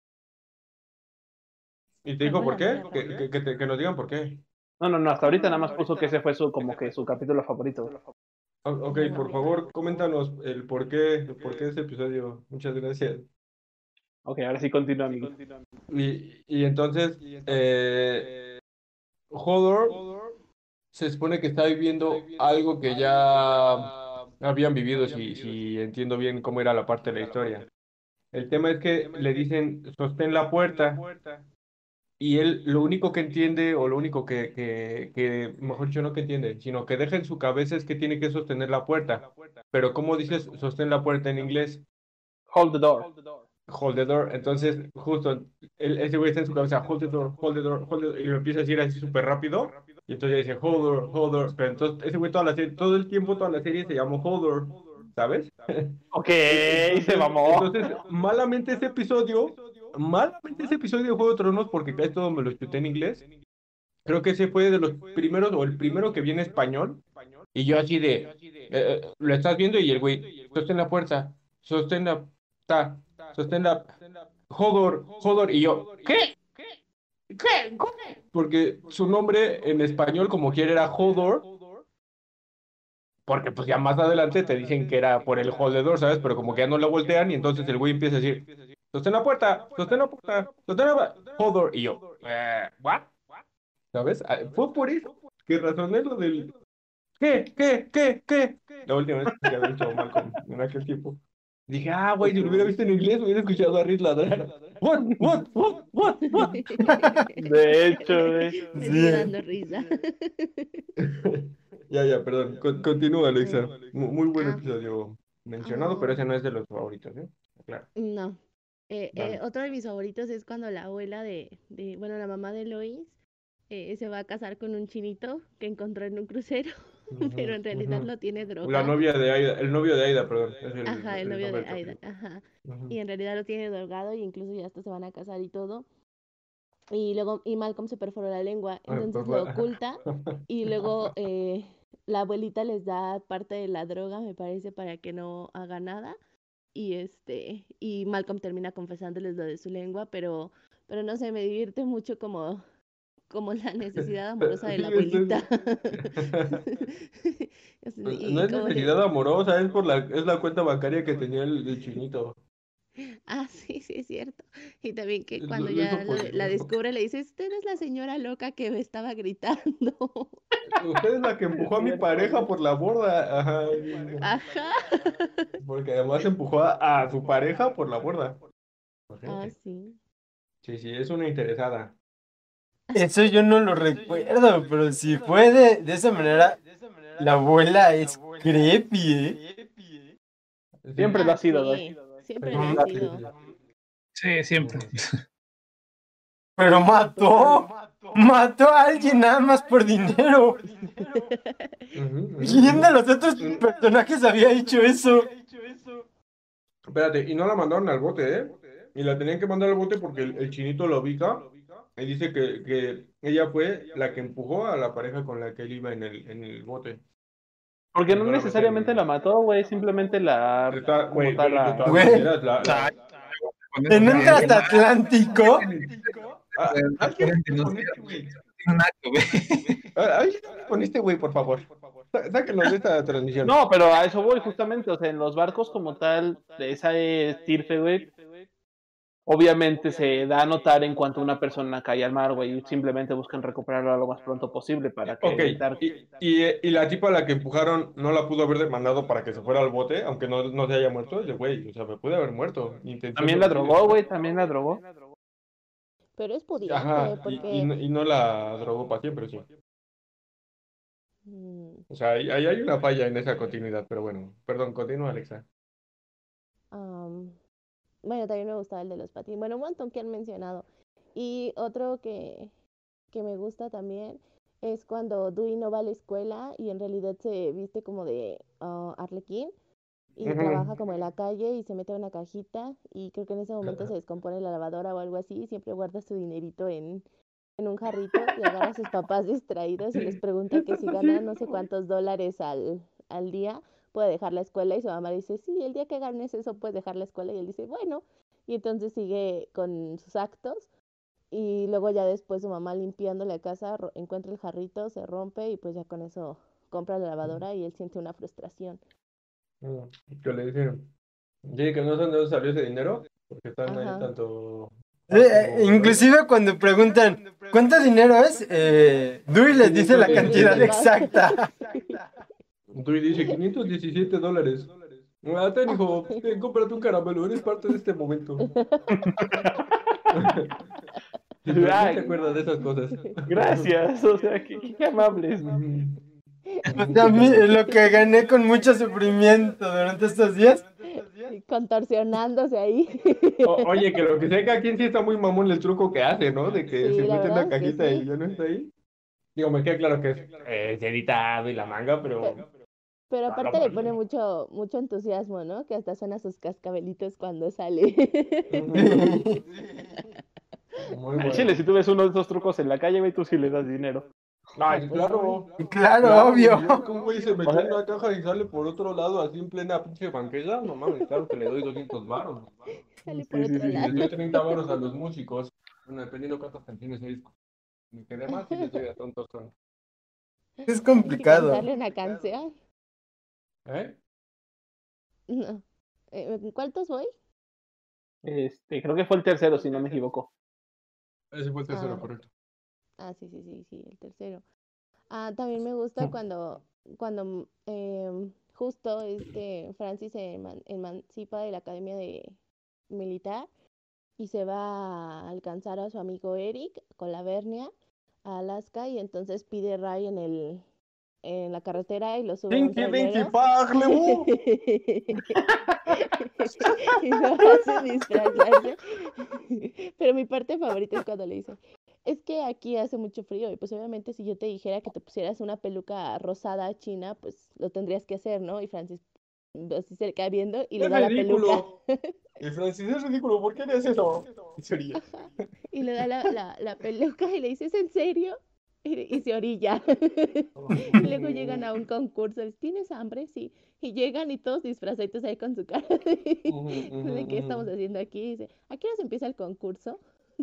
Speaker 2: ¿Y te dijo
Speaker 3: ¿Cuál
Speaker 2: por
Speaker 3: fue la
Speaker 2: qué?
Speaker 3: novia
Speaker 2: Que,
Speaker 3: rápida?
Speaker 2: que, que te- que nos digan por qué.
Speaker 1: No, no, no, hasta ahorita nada más puso que ese fue su, como que su capítulo favorito.
Speaker 2: O- Ok,
Speaker 3: No,
Speaker 2: por
Speaker 3: no.
Speaker 2: favor, coméntanos el por qué, el por qué ese episodio. Muchas gracias.
Speaker 1: Ok, ahora sí continúa, amigo.
Speaker 2: Y, y entonces, eh, Hodor se supone que está viviendo algo que ya habían vivido, si, si entiendo bien cómo era la parte de la historia. El tema es que le dicen, sostén la puerta, y él lo único que entiende, o lo único que, que, que, mejor dicho, no que entiende, sino que deja en su cabeza es que tiene que sostener la puerta. Pero ¿cómo dices sostén la puerta en inglés?
Speaker 1: Hold the door.
Speaker 2: Hold the door. Entonces, justo, el, ese güey está en su cabeza, hold the door, hold the door, hold the door, y lo empieza a decir así súper rápido. Y entonces ya dice, hold door, hold door. Pero entonces, ese güey toda la serie, todo el tiempo, toda la serie se llamó hold door, ¿sabes?
Speaker 1: Ok,
Speaker 2: Entonces,
Speaker 1: se mamó.
Speaker 2: entonces, malamente ese episodio, malamente ese episodio de Juego de Tronos, porque casi todo me lo chuté en inglés. Creo que ese fue de los primeros, o el primero que vi en español. Y yo así de, eh, eh, lo estás viendo y el güey, sostén la puerta, sostén la, ta, sostén la, Hodor, Hodor, y yo, ¿qué? ¿Qué? ¿Cómo? Porque su nombre en español como quiera era Hodor, porque pues ya más adelante te dicen que era por el holdedor, ¿sabes? Pero como que ya no la voltean y entonces el güey empieza a decir, sostén la puerta, sostén la puerta, sostén la puerta, Hodor, y yo, eh, ¿what? ¿Sabes? Ah, fue por eso que razoné lo del, ¿qué? ¿Qué? ¿Qué? ¿Qué? La última vez que había visto Malcolm en aquel tiempo. Dije, ah, güey, si lo hubiera visto en inglés, hubiera escuchado a Riz ladrar. What, what, what, what, what.
Speaker 1: De hecho, güey.
Speaker 3: Me sigue dando risa.
Speaker 2: Ya, ya, perdón. Con- continúa, Alexa. Mu- Muy buen
Speaker 3: Ah.
Speaker 2: episodio mencionado, pero ese no es de los favoritos, ¿eh? Claro.
Speaker 3: No. Eh,
Speaker 2: Dale.
Speaker 3: eh, otro de mis favoritos es cuando la abuela de, de bueno, la mamá de Lois eh, se va a casar con un chinito que encontró en un crucero, pero en realidad
Speaker 2: Ujú.
Speaker 3: lo tiene
Speaker 2: La
Speaker 3: drogado.
Speaker 2: novia de Aida, el novio de Aida, perdón. Es el,
Speaker 3: Ajá, el
Speaker 2: el
Speaker 3: novio
Speaker 2: nombre
Speaker 3: de
Speaker 2: del
Speaker 3: Aida,
Speaker 2: capítulo.
Speaker 3: ajá.
Speaker 2: Ujú.
Speaker 3: Y en realidad lo tiene drogado y incluso ya hasta se van a casar y todo. Y luego, y Malcolm se perforó la lengua,
Speaker 2: Ay,
Speaker 3: entonces
Speaker 2: por
Speaker 3: lo
Speaker 2: favor.
Speaker 3: oculta y luego eh, la abuelita les da parte de la droga, me parece, para que no haga nada. Y este, y Malcolm termina confesándoles lo de su lengua, pero, pero no sé, me divierte mucho como, como la necesidad amorosa de la
Speaker 2: Sí, es-
Speaker 3: abuelita. Así de-
Speaker 2: No
Speaker 3: y
Speaker 2: es
Speaker 3: como de,
Speaker 2: necesidad amorosa, es por la, es la cuenta bancaria que tenía el, el chinito.
Speaker 3: ah, sí, sí, es cierto. Y también que
Speaker 2: Lo,
Speaker 3: cuando
Speaker 2: lo hizo
Speaker 3: ya lo
Speaker 2: por
Speaker 3: de- la
Speaker 2: dinero.
Speaker 3: descubre, le dice, usted es la señora loca que me estaba gritando.
Speaker 2: Usted es la que empujó a mi
Speaker 1: Cierto,
Speaker 2: pareja
Speaker 1: güey.
Speaker 2: por la borda. Ajá.
Speaker 3: Ajá.
Speaker 2: Porque además empujó a, a su pareja por la borda.
Speaker 3: Ah,
Speaker 2: Imagínate.
Speaker 3: sí.
Speaker 2: Sí, sí, es una interesada.
Speaker 4: Eso yo no lo recuerdo, pero si fue de, de esa manera, la abuela es creepy, ¿eh?
Speaker 2: Sí.
Speaker 1: Siempre lo
Speaker 3: Ah,
Speaker 1: ha sido, güey.
Speaker 3: sí. Siempre
Speaker 2: Sí,
Speaker 3: lo
Speaker 4: Mm,
Speaker 3: ha
Speaker 2: sí,
Speaker 3: sido.
Speaker 2: sí.
Speaker 5: Sí, siempre.
Speaker 4: Pero mató. mató a alguien nada más por dinero.
Speaker 7: Ujú, ujú,
Speaker 4: ¿Quién de
Speaker 7: ujú.
Speaker 4: los otros personajes había hecho eso?
Speaker 7: Espérate, y no la mandaron al bote, ¿eh? Y la tenían que mandar al bote porque el, el chinito lo ubica y dice que, que ella fue la que empujó a la pareja con la que él iba en el, en el bote.
Speaker 1: Porque
Speaker 7: Y
Speaker 1: no
Speaker 7: no la
Speaker 1: necesariamente
Speaker 7: meten.
Speaker 1: la mató, güey, simplemente la,
Speaker 7: Está,
Speaker 1: como
Speaker 7: güey,
Speaker 1: tal,
Speaker 7: pero de
Speaker 1: la...
Speaker 7: todas
Speaker 4: Güey.
Speaker 7: maneras, la, la-
Speaker 5: Con
Speaker 4: En
Speaker 5: eso
Speaker 4: un
Speaker 5: de-
Speaker 4: transatlántico.
Speaker 7: Ah,
Speaker 5: de-
Speaker 7: alguien
Speaker 5: de-
Speaker 7: con este güey.
Speaker 5: tiene un acto, güey.
Speaker 7: Ah, alguien con este güey, por favor. Sá- Sáquenlo de esta transmisión.
Speaker 1: No, pero a eso voy justamente, o sea, en los barcos como tal, de esa estirpe, güey, obviamente se da a notar en cuanto una persona cae al mar, güey, y simplemente buscan recuperarlo lo más pronto posible para que
Speaker 7: Ok,
Speaker 1: evitar...
Speaker 7: y, y, y la tipa a la que empujaron no la pudo haber demandado para que se fuera al bote, aunque no, no se haya muerto. Ese güey, o sea, me pude haber muerto. Intención
Speaker 1: También
Speaker 7: de
Speaker 1: la
Speaker 7: homicidio.
Speaker 1: drogó, güey, también la drogó.
Speaker 3: Pero es pudiente,
Speaker 7: Ajá, y, y,
Speaker 3: porque...
Speaker 7: no, y no la drogó para siempre, sí.
Speaker 3: mm,
Speaker 7: O sea, ahí, ahí hay una falla en esa continuidad, pero bueno, perdón, continúa, Alexa.
Speaker 3: am, bueno, también me gustaba el de los patines. Bueno, un montón que han mencionado. Y otro que, que me gusta también es cuando Dewey no va a la escuela y en realidad se viste como de ah, Arlequín y
Speaker 7: Ujú.
Speaker 3: trabaja como en la calle y se mete a una cajita y creo que en ese momento se descompone la lavadora o algo así y siempre guarda su dinerito en, en un jarrito y agarra a sus papás distraídos y les pregunta
Speaker 7: ¿Qué
Speaker 3: que
Speaker 7: estás
Speaker 3: si gana no
Speaker 7: haciendo?
Speaker 3: sé cuántos dólares al, al día puede dejar la escuela y su mamá dice, sí, el día que ganes eso puedes dejar la escuela y él dice, bueno, y entonces sigue con sus actos y luego ya después su mamá limpiando la casa ro- encuentra el jarrito, se rompe y pues ya con eso compra la lavadora y él siente una frustración.
Speaker 7: Mm, ¿qué le dicen? Sí, que no sé de dónde salió ese dinero, porque están ahí
Speaker 3: Ajá.
Speaker 7: tanto
Speaker 4: Sí,
Speaker 7: Hart
Speaker 4: eh,
Speaker 7: como Lloyd.
Speaker 4: inclusive cuando preguntan ¿cuánto dinero es? Eh, Dewey les dice la
Speaker 7: quinientos
Speaker 4: cantidad
Speaker 7: diecisiete.
Speaker 4: exacta.
Speaker 7: Entonces dice quinientos diecisiete dólares. Ah, ten, hijo, ten, cómprate un caramelo, eres parte de este momento. Sí, pero ¿quién se
Speaker 1: Ay,
Speaker 7: acuerda de esas cosas?
Speaker 1: gracias, o sea, qué, qué- qué amables.
Speaker 7: Ujú.
Speaker 4: O sea, a mí, lo que gané con mucho sufrimiento durante estos días.
Speaker 3: Y contorsionándose ahí.
Speaker 7: O- oye, que lo que sé que aquí sí está muy mamón el truco que hace, ¿no? De que se
Speaker 3: Sí, la
Speaker 7: mete en
Speaker 3: verdad
Speaker 7: la
Speaker 3: es que
Speaker 7: cajita y
Speaker 3: sí.
Speaker 7: ya no está ahí. Digo, me queda claro que es, eh, es editado y la manga, pero...
Speaker 3: Pe- Pero
Speaker 7: Ah, la
Speaker 3: aparte le
Speaker 7: pone.
Speaker 3: pone mucho, mucho entusiasmo, ¿no? Que hasta suena sus cascabelitos cuando sale.
Speaker 7: Ujú. Muy
Speaker 1: Al chile, si
Speaker 7: bueno.
Speaker 1: tú ves uno de esos trucos en la calle, güey, tú sí le das dinero.
Speaker 3: Ah,
Speaker 7: Ay,
Speaker 3: pues sí.
Speaker 7: claro.
Speaker 4: Claro,
Speaker 7: Claro,
Speaker 4: obvio.
Speaker 7: güey, yo que un güey se
Speaker 1: O
Speaker 7: metió
Speaker 1: sea,
Speaker 7: en una caja y sale por otro lado así en plena pinche banqueta, no mames, claro que le doy doscientos varos.
Speaker 3: Sale
Speaker 1: sí,
Speaker 3: por
Speaker 1: sí,
Speaker 3: otro
Speaker 7: Y
Speaker 1: sí,
Speaker 7: les
Speaker 3: lado.
Speaker 7: doy
Speaker 1: sí.
Speaker 7: treinta varos a los músicos, bueno, dependiendo cuántas canciones hay. Y que demás sí les doy a tontos con.
Speaker 4: Es
Speaker 3: Hay que
Speaker 4: complicado.
Speaker 3: cantarle una canción.
Speaker 7: ¿Eh?
Speaker 3: No. Eh, ¿en ¿Cuántos voy?
Speaker 1: Este, creo que fue el tercero, si no me equivoco.
Speaker 7: Ese fue el tercero,
Speaker 3: Ah,
Speaker 7: correcto.
Speaker 3: ah, sí, sí, sí, sí, el tercero. Ah, también me gusta cuando, cuando em, justo este Francis se eman- emancipa de la academia de militar y se va a alcanzar a su amigo Eric con la Vernia a Alaska y entonces pide ray en el en la carretera y lo sube a un
Speaker 7: Tinky Dinky
Speaker 3: trailero
Speaker 7: Paglebu.
Speaker 3: y lo hace disfrazarse. Pero mi parte favorita es cuando le dice, es que aquí hace mucho frío y pues obviamente si yo te dijera que te pusieras una peluca rosada china, pues lo tendrías que hacer, ¿no? Y Francis así se le queda viendo y le
Speaker 7: Es
Speaker 3: da la peluca.
Speaker 7: ridículo. Y Francis, es ridículo, ¿por qué haces eso? Y se ríe.
Speaker 3: Ajá. Y le da la, la, la peluca y le dice, ¿es en serio? Y, y se orilla. Y luego llegan a un concurso. les, ¿Tienes hambre? Sí. Y llegan y todos disfrazaditos ahí con su cara de,
Speaker 7: Ujú, ujú,
Speaker 3: de qué estamos
Speaker 7: ujú.
Speaker 3: haciendo aquí. Y dice, ¿a qué hora se empieza el concurso?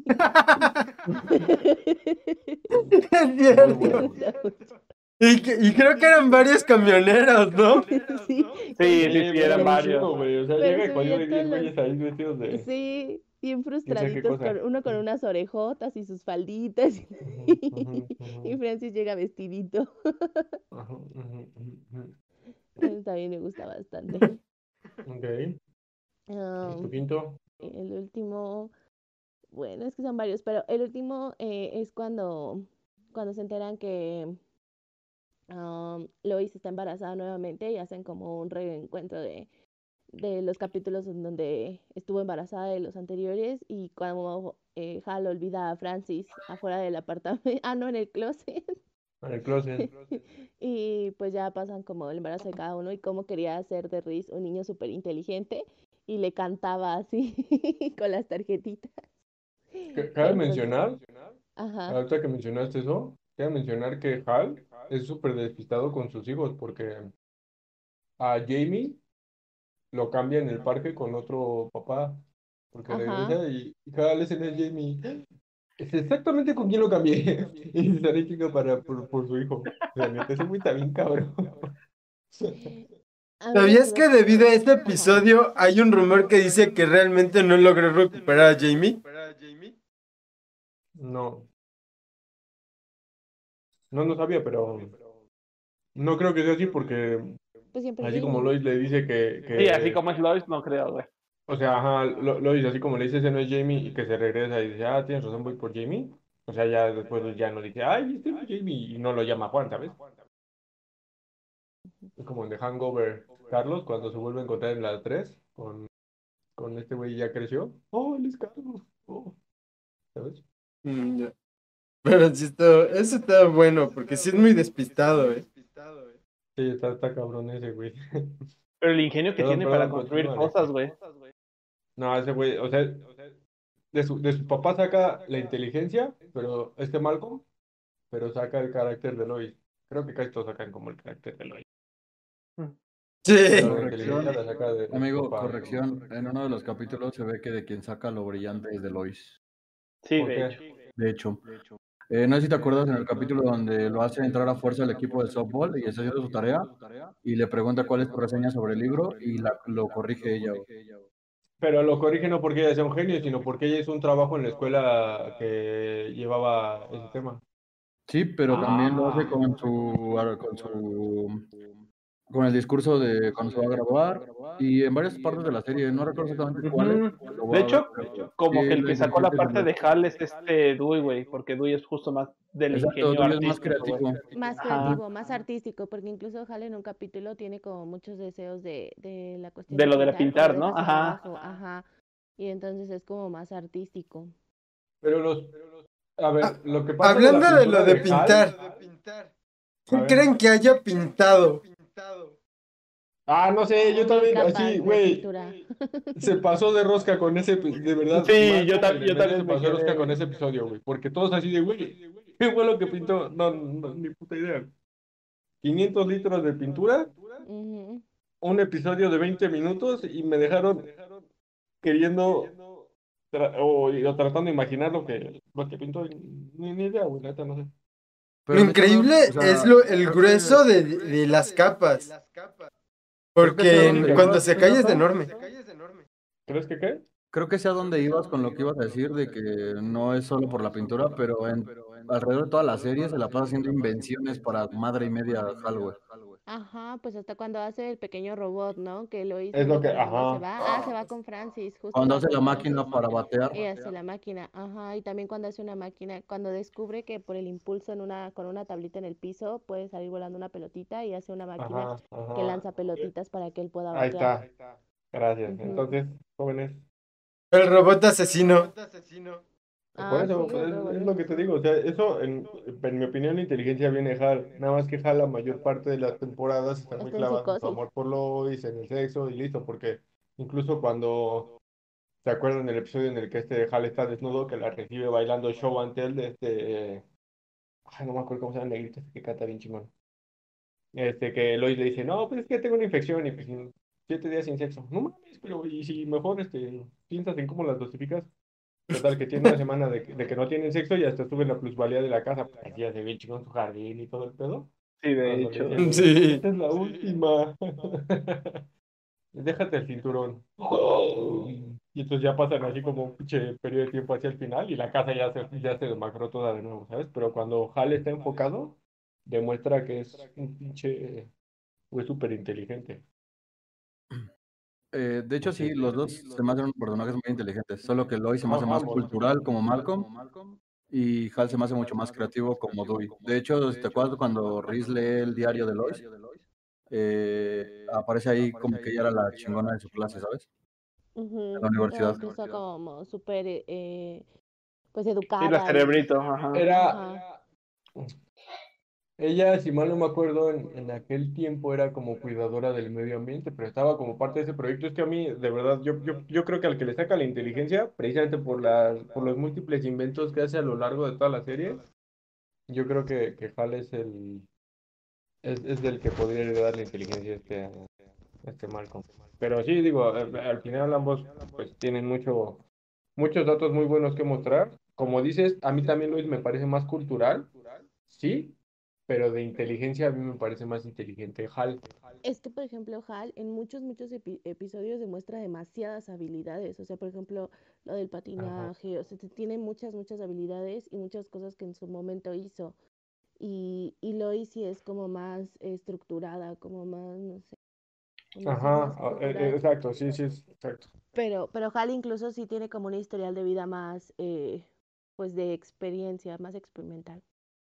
Speaker 4: Es
Speaker 7: Muy
Speaker 4: cierto.
Speaker 3: Me
Speaker 7: bueno.
Speaker 3: gusta mucho.
Speaker 4: Y, que- y creo que eran varios camioneros, ¿no?
Speaker 3: Sí,
Speaker 1: Sí,
Speaker 3: con
Speaker 1: sí,
Speaker 3: su-
Speaker 1: sí,
Speaker 7: pero
Speaker 1: eran
Speaker 7: un
Speaker 1: varios.
Speaker 7: chingo, güey. O sea,
Speaker 3: pero
Speaker 7: llega
Speaker 3: se
Speaker 7: y cuando
Speaker 3: veían
Speaker 7: hay
Speaker 3: todos
Speaker 7: diez
Speaker 3: los...
Speaker 7: güeyes ahí vestidos de
Speaker 3: Sí, bien
Speaker 7: quién sabe qué
Speaker 3: frustraditos,
Speaker 7: cosa.
Speaker 3: con, uno con unas orejotas y sus falditas.
Speaker 7: Ujú, ujú,
Speaker 3: Y
Speaker 7: ujú.
Speaker 3: Francis llega vestidito.
Speaker 7: Ajá, ujú, ujú, ujú.
Speaker 3: Eso también me gusta bastante.
Speaker 7: Ok. ¿Y tu
Speaker 3: Am,
Speaker 7: quinto?
Speaker 3: el último, bueno, es que son varios, pero el último eh, es cuando, cuando se enteran que am, Lois está embarazada nuevamente y hacen como un reencuentro de, de los capítulos en donde estuvo embarazada de los anteriores y cuando eh, Hal olvida a Francis afuera del apartamento, ah, no, en el closet.
Speaker 7: En el closet.
Speaker 3: Y pues ya pasan como el embarazo de cada uno y cómo quería hacer de Reese un niño súper inteligente y le cantaba así con las tarjetitas.
Speaker 7: C- Cabe
Speaker 3: Entonces,
Speaker 7: mencionar,
Speaker 3: ajá,
Speaker 7: ahorita que mencionaste eso, cabe mencionar que Hal es súper despistado con sus hijos porque a Jamie lo cambia en el parque con otro papá, porque
Speaker 3: ajá.
Speaker 7: regresa y y Hal ese no es Jamie. Es exactamente con quién lo cambié. Y se sale chica para, por, por su hijo. La neta, ese güey está bien cabrón.
Speaker 3: A mí me
Speaker 4: ¿Sabías
Speaker 3: quedó
Speaker 4: que debido a este
Speaker 3: Ajá.
Speaker 4: episodio hay un rumor que dice que realmente no logró recuperar a Jamie?
Speaker 7: No, no, no sabía, pero no creo que sea así porque
Speaker 3: Pues siempre
Speaker 7: así como
Speaker 3: Jamie.
Speaker 7: Lois le dice que,
Speaker 1: Sí, así
Speaker 7: que
Speaker 1: como es Lois, no creo, güey.
Speaker 7: o sea, ajá, Lo- Lois, así como le dice ese no es Jamie y que se regresa y dice, ah, tienes razón, voy por Jamie. O sea, ya después ya no dice, ay, este no es Jamie y no lo llama Juan, ¿sabes? Es como en The Hangover, Carlos, cuando se vuelve a encontrar en la tres con, con este güey ya creció. Oh, él es Carlos. Oh, ¿sabes?
Speaker 4: Mm, ya. Pero sí está, eso está bueno, porque sí es muy despistado, ¿eh?
Speaker 7: Sí, está, está cabrón ese güey.
Speaker 1: Pero el ingenio que
Speaker 7: Perdón,
Speaker 1: tiene para
Speaker 7: perdón,
Speaker 1: construir
Speaker 7: continúa,
Speaker 1: cosas,
Speaker 7: Alex.
Speaker 1: güey.
Speaker 7: No, ese güey, o sea, de su, de su papá saca la inteligencia, pero este Malcolm, pero saca el carácter de Lois. Creo que casi todos sacan como el carácter de Lois.
Speaker 4: Sí.
Speaker 7: Pero la
Speaker 6: Corrección,
Speaker 7: inteligencia la saca de, de su
Speaker 6: amigo,
Speaker 7: papá.
Speaker 6: corrección. En uno de los capítulos se ve que de quien saca lo brillante es de Lois.
Speaker 1: Sí,
Speaker 7: ¿Por
Speaker 1: de
Speaker 7: qué?
Speaker 1: hecho.
Speaker 6: De hecho, eh, no sé si te acuerdas en el capítulo donde lo hace entrar a fuerza al equipo de softball y está haciendo su tarea y le pregunta cuál es tu reseña sobre el libro y la, lo corrige ella. güey.
Speaker 7: Pero lo corrige no porque ella sea un genio, sino porque ella hizo un trabajo en la escuela que llevaba ese tema.
Speaker 6: Sí, pero también lo hace
Speaker 7: Ah,
Speaker 6: con su, con su, con el discurso de cuando se va a graduar y en varias partes de la serie, no recuerdo exactamente cuáles,
Speaker 1: Ujú.
Speaker 6: lo
Speaker 1: De
Speaker 6: va a ver,
Speaker 1: hecho,
Speaker 6: pero
Speaker 1: como
Speaker 6: sí
Speaker 1: que el
Speaker 6: lo
Speaker 1: que sacó la
Speaker 6: identificas
Speaker 1: parte
Speaker 6: en
Speaker 1: de
Speaker 6: los-
Speaker 1: Hal es este Dewey, güey, porque Dewey es justo más del
Speaker 6: Exacto,
Speaker 1: ingenio
Speaker 6: Dewey es más
Speaker 1: artístico, güey.
Speaker 6: creativo.
Speaker 3: Más
Speaker 1: Ajá.
Speaker 3: creativo, más artístico, porque incluso Hal en un capítulo tiene como muchos deseos de, de la cuestión
Speaker 1: De
Speaker 3: de
Speaker 1: lo de la
Speaker 3: pintar,
Speaker 1: pintar,
Speaker 3: pero
Speaker 1: ¿no?
Speaker 3: deja su
Speaker 1: Ajá.
Speaker 3: trabajo, ajá. Y entonces es como más artístico.
Speaker 7: pero los, a ver,
Speaker 4: Ah,
Speaker 7: lo que pasa de la
Speaker 4: hablando de
Speaker 7: pintura
Speaker 4: lo de
Speaker 7: de Hal,
Speaker 4: pintar,
Speaker 7: a
Speaker 4: ¿qué
Speaker 7: ver.
Speaker 4: creen que haya pintado?
Speaker 7: Ah, no sé, yo
Speaker 3: Mil
Speaker 7: también,
Speaker 3: capas
Speaker 7: así,
Speaker 3: de
Speaker 7: güey,
Speaker 3: pintura.
Speaker 7: se pasó de rosca con ese, epi- de verdad,
Speaker 1: Sí, yo,
Speaker 7: Malcolm,
Speaker 1: ta-
Speaker 7: el del
Speaker 1: yo
Speaker 7: medio,
Speaker 1: también
Speaker 7: se
Speaker 1: me
Speaker 7: pasó de
Speaker 1: quedé,
Speaker 7: rosca con
Speaker 1: güey.
Speaker 7: ese episodio, güey, porque todos así de, güey, ¿qué fue lo que pintó? No, no, ni puta idea. quinientos litros de pintura,
Speaker 3: Ujú.
Speaker 7: un episodio de veinte minutos y me dejaron queriendo tra- o, o tratando de imaginar lo que, lo que pintó, ni, ni idea, güey, la neta, no sé.
Speaker 4: Lo
Speaker 6: Pero necesitamos,
Speaker 4: increíble
Speaker 6: o sea,
Speaker 4: es lo, el
Speaker 6: creo
Speaker 4: grueso
Speaker 6: que,
Speaker 4: de, de las capas,
Speaker 6: creo que sea
Speaker 4: porque
Speaker 6: donde
Speaker 4: en- cuando
Speaker 6: ibas,
Speaker 4: se cae es
Speaker 6: Renata.
Speaker 4: enorme.
Speaker 7: ¿Crees que qué?
Speaker 6: Creo que sea donde ibas con lo que ibas a decir de que no es solo por la pintura, pero en alrededor de toda la serie se la pasa haciendo invenciones para madre y media Hal, güey.
Speaker 3: Ajá, pues hasta cuando hace el pequeño robot, ¿no? Que Lois
Speaker 7: Es
Speaker 3: no
Speaker 7: lo que,
Speaker 3: recuerda dónde se
Speaker 7: ajá.
Speaker 3: va. Ah, se va con Francis, justo
Speaker 6: Cuando
Speaker 3: va
Speaker 6: hace la
Speaker 3: con Francis.
Speaker 6: máquina para batear.
Speaker 3: Y hace la máquina, ajá, y también cuando hace una máquina, cuando descubre que por el impulso en una, con una tablita en el piso puede salir volando una pelotita y hace una máquina
Speaker 7: Ajá,
Speaker 3: que
Speaker 7: ajá.
Speaker 3: lanza pelotitas para que él pueda
Speaker 7: Ahí
Speaker 3: batear.
Speaker 7: está. Gracias.
Speaker 3: Ujú.
Speaker 7: Entonces, jóvenes,
Speaker 4: El robot asesino.
Speaker 7: por
Speaker 3: Ah, sí,
Speaker 7: eso,
Speaker 3: el
Speaker 7: pues, es,
Speaker 3: robot
Speaker 7: es lo que te digo.
Speaker 3: asesino.
Speaker 7: O sea, eso, en, en mi opinión, la inteligencia viene de Hal. Nada más que Hal, la mayor parte de las temporadas está muy
Speaker 3: Está en
Speaker 7: clavado en su
Speaker 3: psicosis.
Speaker 7: amor por Lois, en el sexo y listo. Porque incluso cuando se acuerdan del episodio en el que este Hal está desnudo, que la recibe bailando show and tell de este. eh, Ay, no me acuerdo cómo se llama el negrito este que canta bien chingón. Este, que Lois le dice, no, pues es que tengo una infección y pues siete días sin sexo. No mames, pero y si mejor este, piensas en cómo las dosificas. Total, que tiene una semana de, que- de que no tienen sexo y hasta sube la plusvalía de la casa, porque así ya se ve chingón su jardín y todo el pedo.
Speaker 1: Sí, de
Speaker 7: Cuando le
Speaker 1: hecho.
Speaker 7: dice,
Speaker 4: Sí.
Speaker 7: esta es la última. Déjate el cinturón. Y entonces ya pasan así como un pinche periodo de tiempo hacia el final y la casa ya se, ya se demacró toda de nuevo, ¿sabes? Pero cuando Hal está enfocado, demuestra que es un pinche güey súper inteligente.
Speaker 6: Eh, de hecho, sí, los dos se me hacen personajes muy inteligentes, solo que Lois se me hace
Speaker 7: Ah,
Speaker 6: más
Speaker 7: ambos.
Speaker 6: cultural como Malcolm y Hal se me hace mucho más creativo como Dewey. De hecho, ¿te acuerdas cuando Reese lee el diario de Lois? Eh, aparece ahí como que ella era la chingona de su clase, ¿sabes? En
Speaker 3: Ujú.
Speaker 6: la
Speaker 3: Ah,
Speaker 6: universidad.
Speaker 3: incluso como súper eh, pues
Speaker 1: Sí, la
Speaker 3: educada y
Speaker 1: cerebrito, ajá.
Speaker 7: Era,
Speaker 3: ajá.
Speaker 7: ella, si mal no me acuerdo, en, en aquel tiempo era como cuidadora del medio ambiente, pero estaba como parte de ese proyecto. Es que a mí, de verdad, yo, yo, yo creo que al que le saca la inteligencia, precisamente por las, por los múltiples inventos que hace a lo largo de toda la serie, yo creo que, que Hal es el, es, es del que podría heredar la inteligencia a este, a este Malcolm. Pero sí, digo, al, al final ambos pues tienen mucho, muchos datos muy buenos que mostrar. Como dices, a mí también Luis me parece más cultural, sí, pero de inteligencia a mí me parece más inteligente Hal.
Speaker 3: Es que, por ejemplo, Hal en muchos, muchos epi- episodios demuestra demasiadas habilidades. O sea, por ejemplo, lo del
Speaker 7: Ajá.
Speaker 3: patinaje, o sea, te- tiene muchas, muchas habilidades y muchas cosas que en su momento hizo. Y, y Lois sí es como más estructurada, como más, no sé, como si
Speaker 7: Ajá,
Speaker 3: más
Speaker 7: ah, eh, eh,
Speaker 3: cultural.
Speaker 7: exacto, sí, sí, es- exacto.
Speaker 3: Pero, pero Hal incluso sí tiene como un historial de vida más, eh, pues de experiencia, más experimental.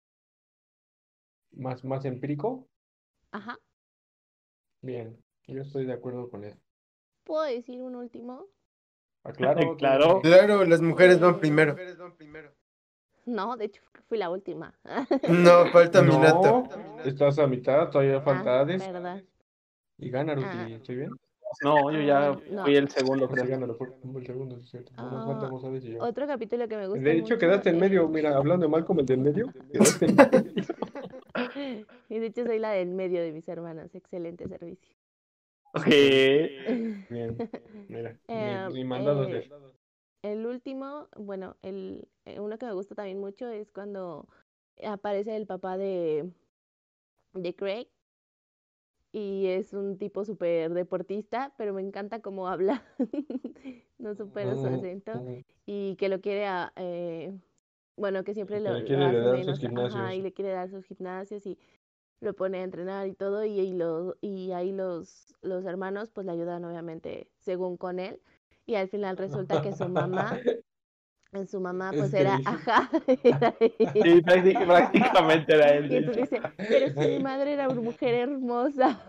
Speaker 7: Más, más empírico,
Speaker 3: Ajá.
Speaker 7: bien, yo estoy de acuerdo con eso.
Speaker 3: ¿Puedo decir un último?
Speaker 7: Ah, claro,
Speaker 1: Claro.
Speaker 4: Claro, las mujeres van
Speaker 3: Eh,
Speaker 4: primero.
Speaker 3: no, de hecho fui la última.
Speaker 4: No, falta Minato.
Speaker 7: No, estás a mitad, todavía
Speaker 3: Ah,
Speaker 7: falta Hades
Speaker 3: perdón.
Speaker 7: y gana
Speaker 3: Ah,
Speaker 7: Ruti, ¿estoy bien?
Speaker 1: No, yo
Speaker 3: ah,
Speaker 1: ya
Speaker 3: no.
Speaker 1: fui el segundo,
Speaker 7: Sí,
Speaker 1: creo.
Speaker 7: gana fue el segundo, sí, es cierto. Nomás
Speaker 3: Ah,
Speaker 7: faltamos Hades y yo.
Speaker 3: otro capítulo que me gusta
Speaker 7: De hecho,
Speaker 3: mucho
Speaker 7: quedaste en medio,
Speaker 3: es...
Speaker 7: mira, hablando de Malcolm, el del medio, quedaste en medio.
Speaker 3: Y de hecho soy la del medio de mis hermanas. Excelente servicio.
Speaker 1: Ok.
Speaker 7: Bien, mira, ni,
Speaker 3: Em,
Speaker 7: ni mandado
Speaker 3: eh,
Speaker 7: hacer.
Speaker 3: el último, bueno, el, eh, uno que me gusta también mucho es cuando aparece el papá de, de Craig y es un tipo súper deportista, pero me encanta cómo habla, no supero su
Speaker 7: Mm,
Speaker 3: acento,
Speaker 7: mm,
Speaker 3: y que lo quiere, a- eh, bueno, que siempre
Speaker 7: que
Speaker 3: lo,
Speaker 7: le
Speaker 3: lo
Speaker 7: quiere
Speaker 3: hace
Speaker 7: heredar sus
Speaker 3: menos, ajá,
Speaker 7: gimnasios.
Speaker 3: y le quiere dar sus gimnasios y lo pone a entrenar y todo, y, y, lo, y ahí los, los hermanos pues le ayudan obviamente según con él, y al final resulta que su mamá, en su mamá
Speaker 7: Es
Speaker 3: pues era,
Speaker 7: Grace.
Speaker 3: ajá, era ella.
Speaker 1: Sí, prácti- prácticamente era él,
Speaker 3: Y
Speaker 1: de
Speaker 3: entonces
Speaker 1: hecho.
Speaker 3: dice, pero si mi madre era una mujer hermosa.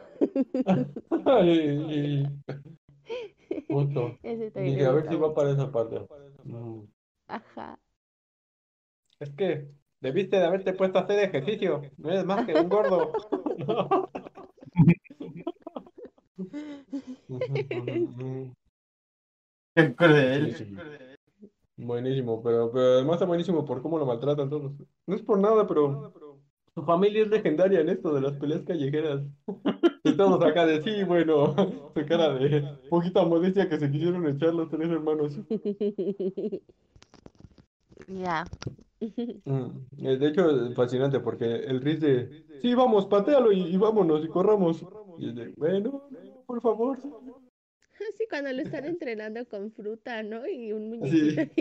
Speaker 7: Y- Justo.
Speaker 3: Ese también
Speaker 7: Dije,
Speaker 3: me
Speaker 7: a ver
Speaker 3: gusta
Speaker 7: si va
Speaker 3: mucho.
Speaker 7: para esa parte. Mm.
Speaker 3: Ajá.
Speaker 7: Es que debiste de haberte puesto a hacer ejercicio. No eres más que un gordo.
Speaker 4: Qué cruel.
Speaker 7: Buenísimo. Buenísimo, pero, pero además está buenísimo por cómo lo maltratan todos. No es por nada, pero su familia es legendaria en esto de las peleas callejeras. Y todos acá de sí, bueno, su cara de poquita modestia que se quisieron echar los tres hermanos.
Speaker 3: Ya.
Speaker 7: Mm, eh, De hecho, es fascinante porque el Riz de, sí, vamos, patealo y, y vámonos y corramos. Y es de, bueno, no, por favor.
Speaker 3: Así cuando lo están entrenando con fruta, ¿no? Y un muñequito.
Speaker 7: Así.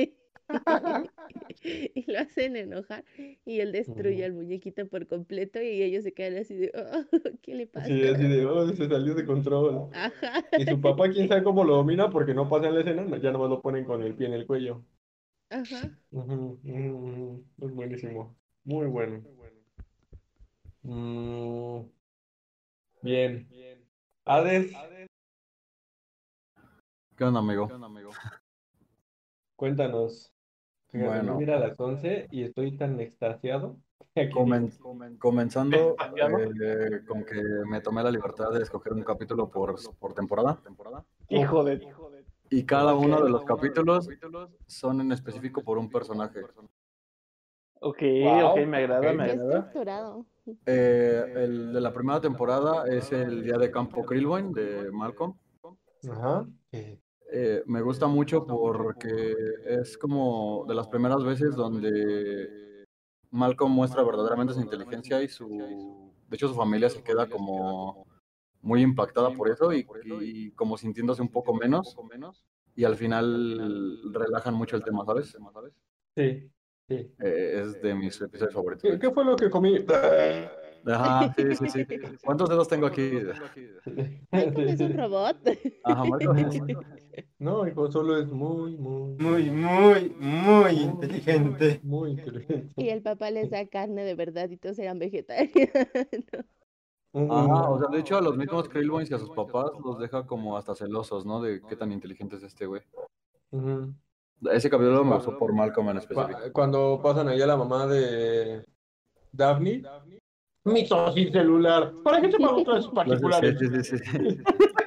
Speaker 3: Y lo hacen enojar. Y él destruye
Speaker 7: Ujú.
Speaker 3: al muñequito por completo. Y ellos se quedan así de, "Oh, ¿qué le pasa?"
Speaker 7: Así, así de, oh, se salió de control.
Speaker 3: Ajá.
Speaker 7: Y su papá, quién sabe cómo lo domina porque no pasa en la escena, ya nomás lo ponen con el pie en el cuello.
Speaker 3: Ajá.
Speaker 7: Ujú, ujú, ujú. Es buenísimo. Muy bueno. Mm, bien. Hades,
Speaker 6: ¿Qué onda, amigo?
Speaker 7: cuéntanos. Fíjate, yo
Speaker 6: Bueno,
Speaker 7: mira a las once y estoy tan extasiado que aquí
Speaker 6: comen-
Speaker 7: digo,
Speaker 6: comenzando
Speaker 1: ¿Extasiado?
Speaker 6: eh, con que me tomé la libertad de escoger un capítulo por, por temporada.
Speaker 1: Hijo de...
Speaker 6: Y cada
Speaker 7: ok.
Speaker 6: uno de los capítulos son en específico por un personaje.
Speaker 1: Ok, ok,
Speaker 7: Wow,
Speaker 1: me agrada, me
Speaker 3: Qué
Speaker 1: agrada.
Speaker 3: estructurado.
Speaker 6: Eh, el de la primera temporada es el Día de Campo Krillbone de Malcolm.
Speaker 7: Ajá.
Speaker 6: Eh, me gusta mucho porque es como de las primeras veces donde Malcolm muestra verdaderamente su inteligencia y su... De hecho, su familia se queda como muy impactada por eso y, y como sintiéndose un poco menos. Y al final relajan mucho el tema, ¿sabes?
Speaker 7: Sí, sí.
Speaker 6: Eh, es de mis episodios favoritos, de
Speaker 7: ¿Qué, qué
Speaker 6: hecho.
Speaker 7: fue lo que comí?
Speaker 6: Ajá, sí, sí, sí. ¿Cuántos dedos tengo aquí?
Speaker 3: Malcolm es un robot.
Speaker 6: Ajá, Malcolm.
Speaker 7: No, hijo, solo es muy, muy,
Speaker 4: Muy, muy, muy
Speaker 7: muy,
Speaker 4: inteligente.
Speaker 7: muy inteligente.
Speaker 3: Y el papá les da carne de verdad y todos eran vegetarianos.
Speaker 6: Ajá, o
Speaker 7: Ujú.
Speaker 6: sea, de hecho a los mismos Krillbones y a sus papás los deja como hasta celosos, ¿no? De qué tan inteligente es este güey.
Speaker 7: Ujú.
Speaker 6: Ese capítulo me gustó por Malcolm en específico.
Speaker 7: Cu- Cuando pasan allá la mamá de Daphne, mi sin celular. ¿Para qué te pago clases
Speaker 6: Sí,
Speaker 7: particulares?
Speaker 6: sí, sí, sí, sí.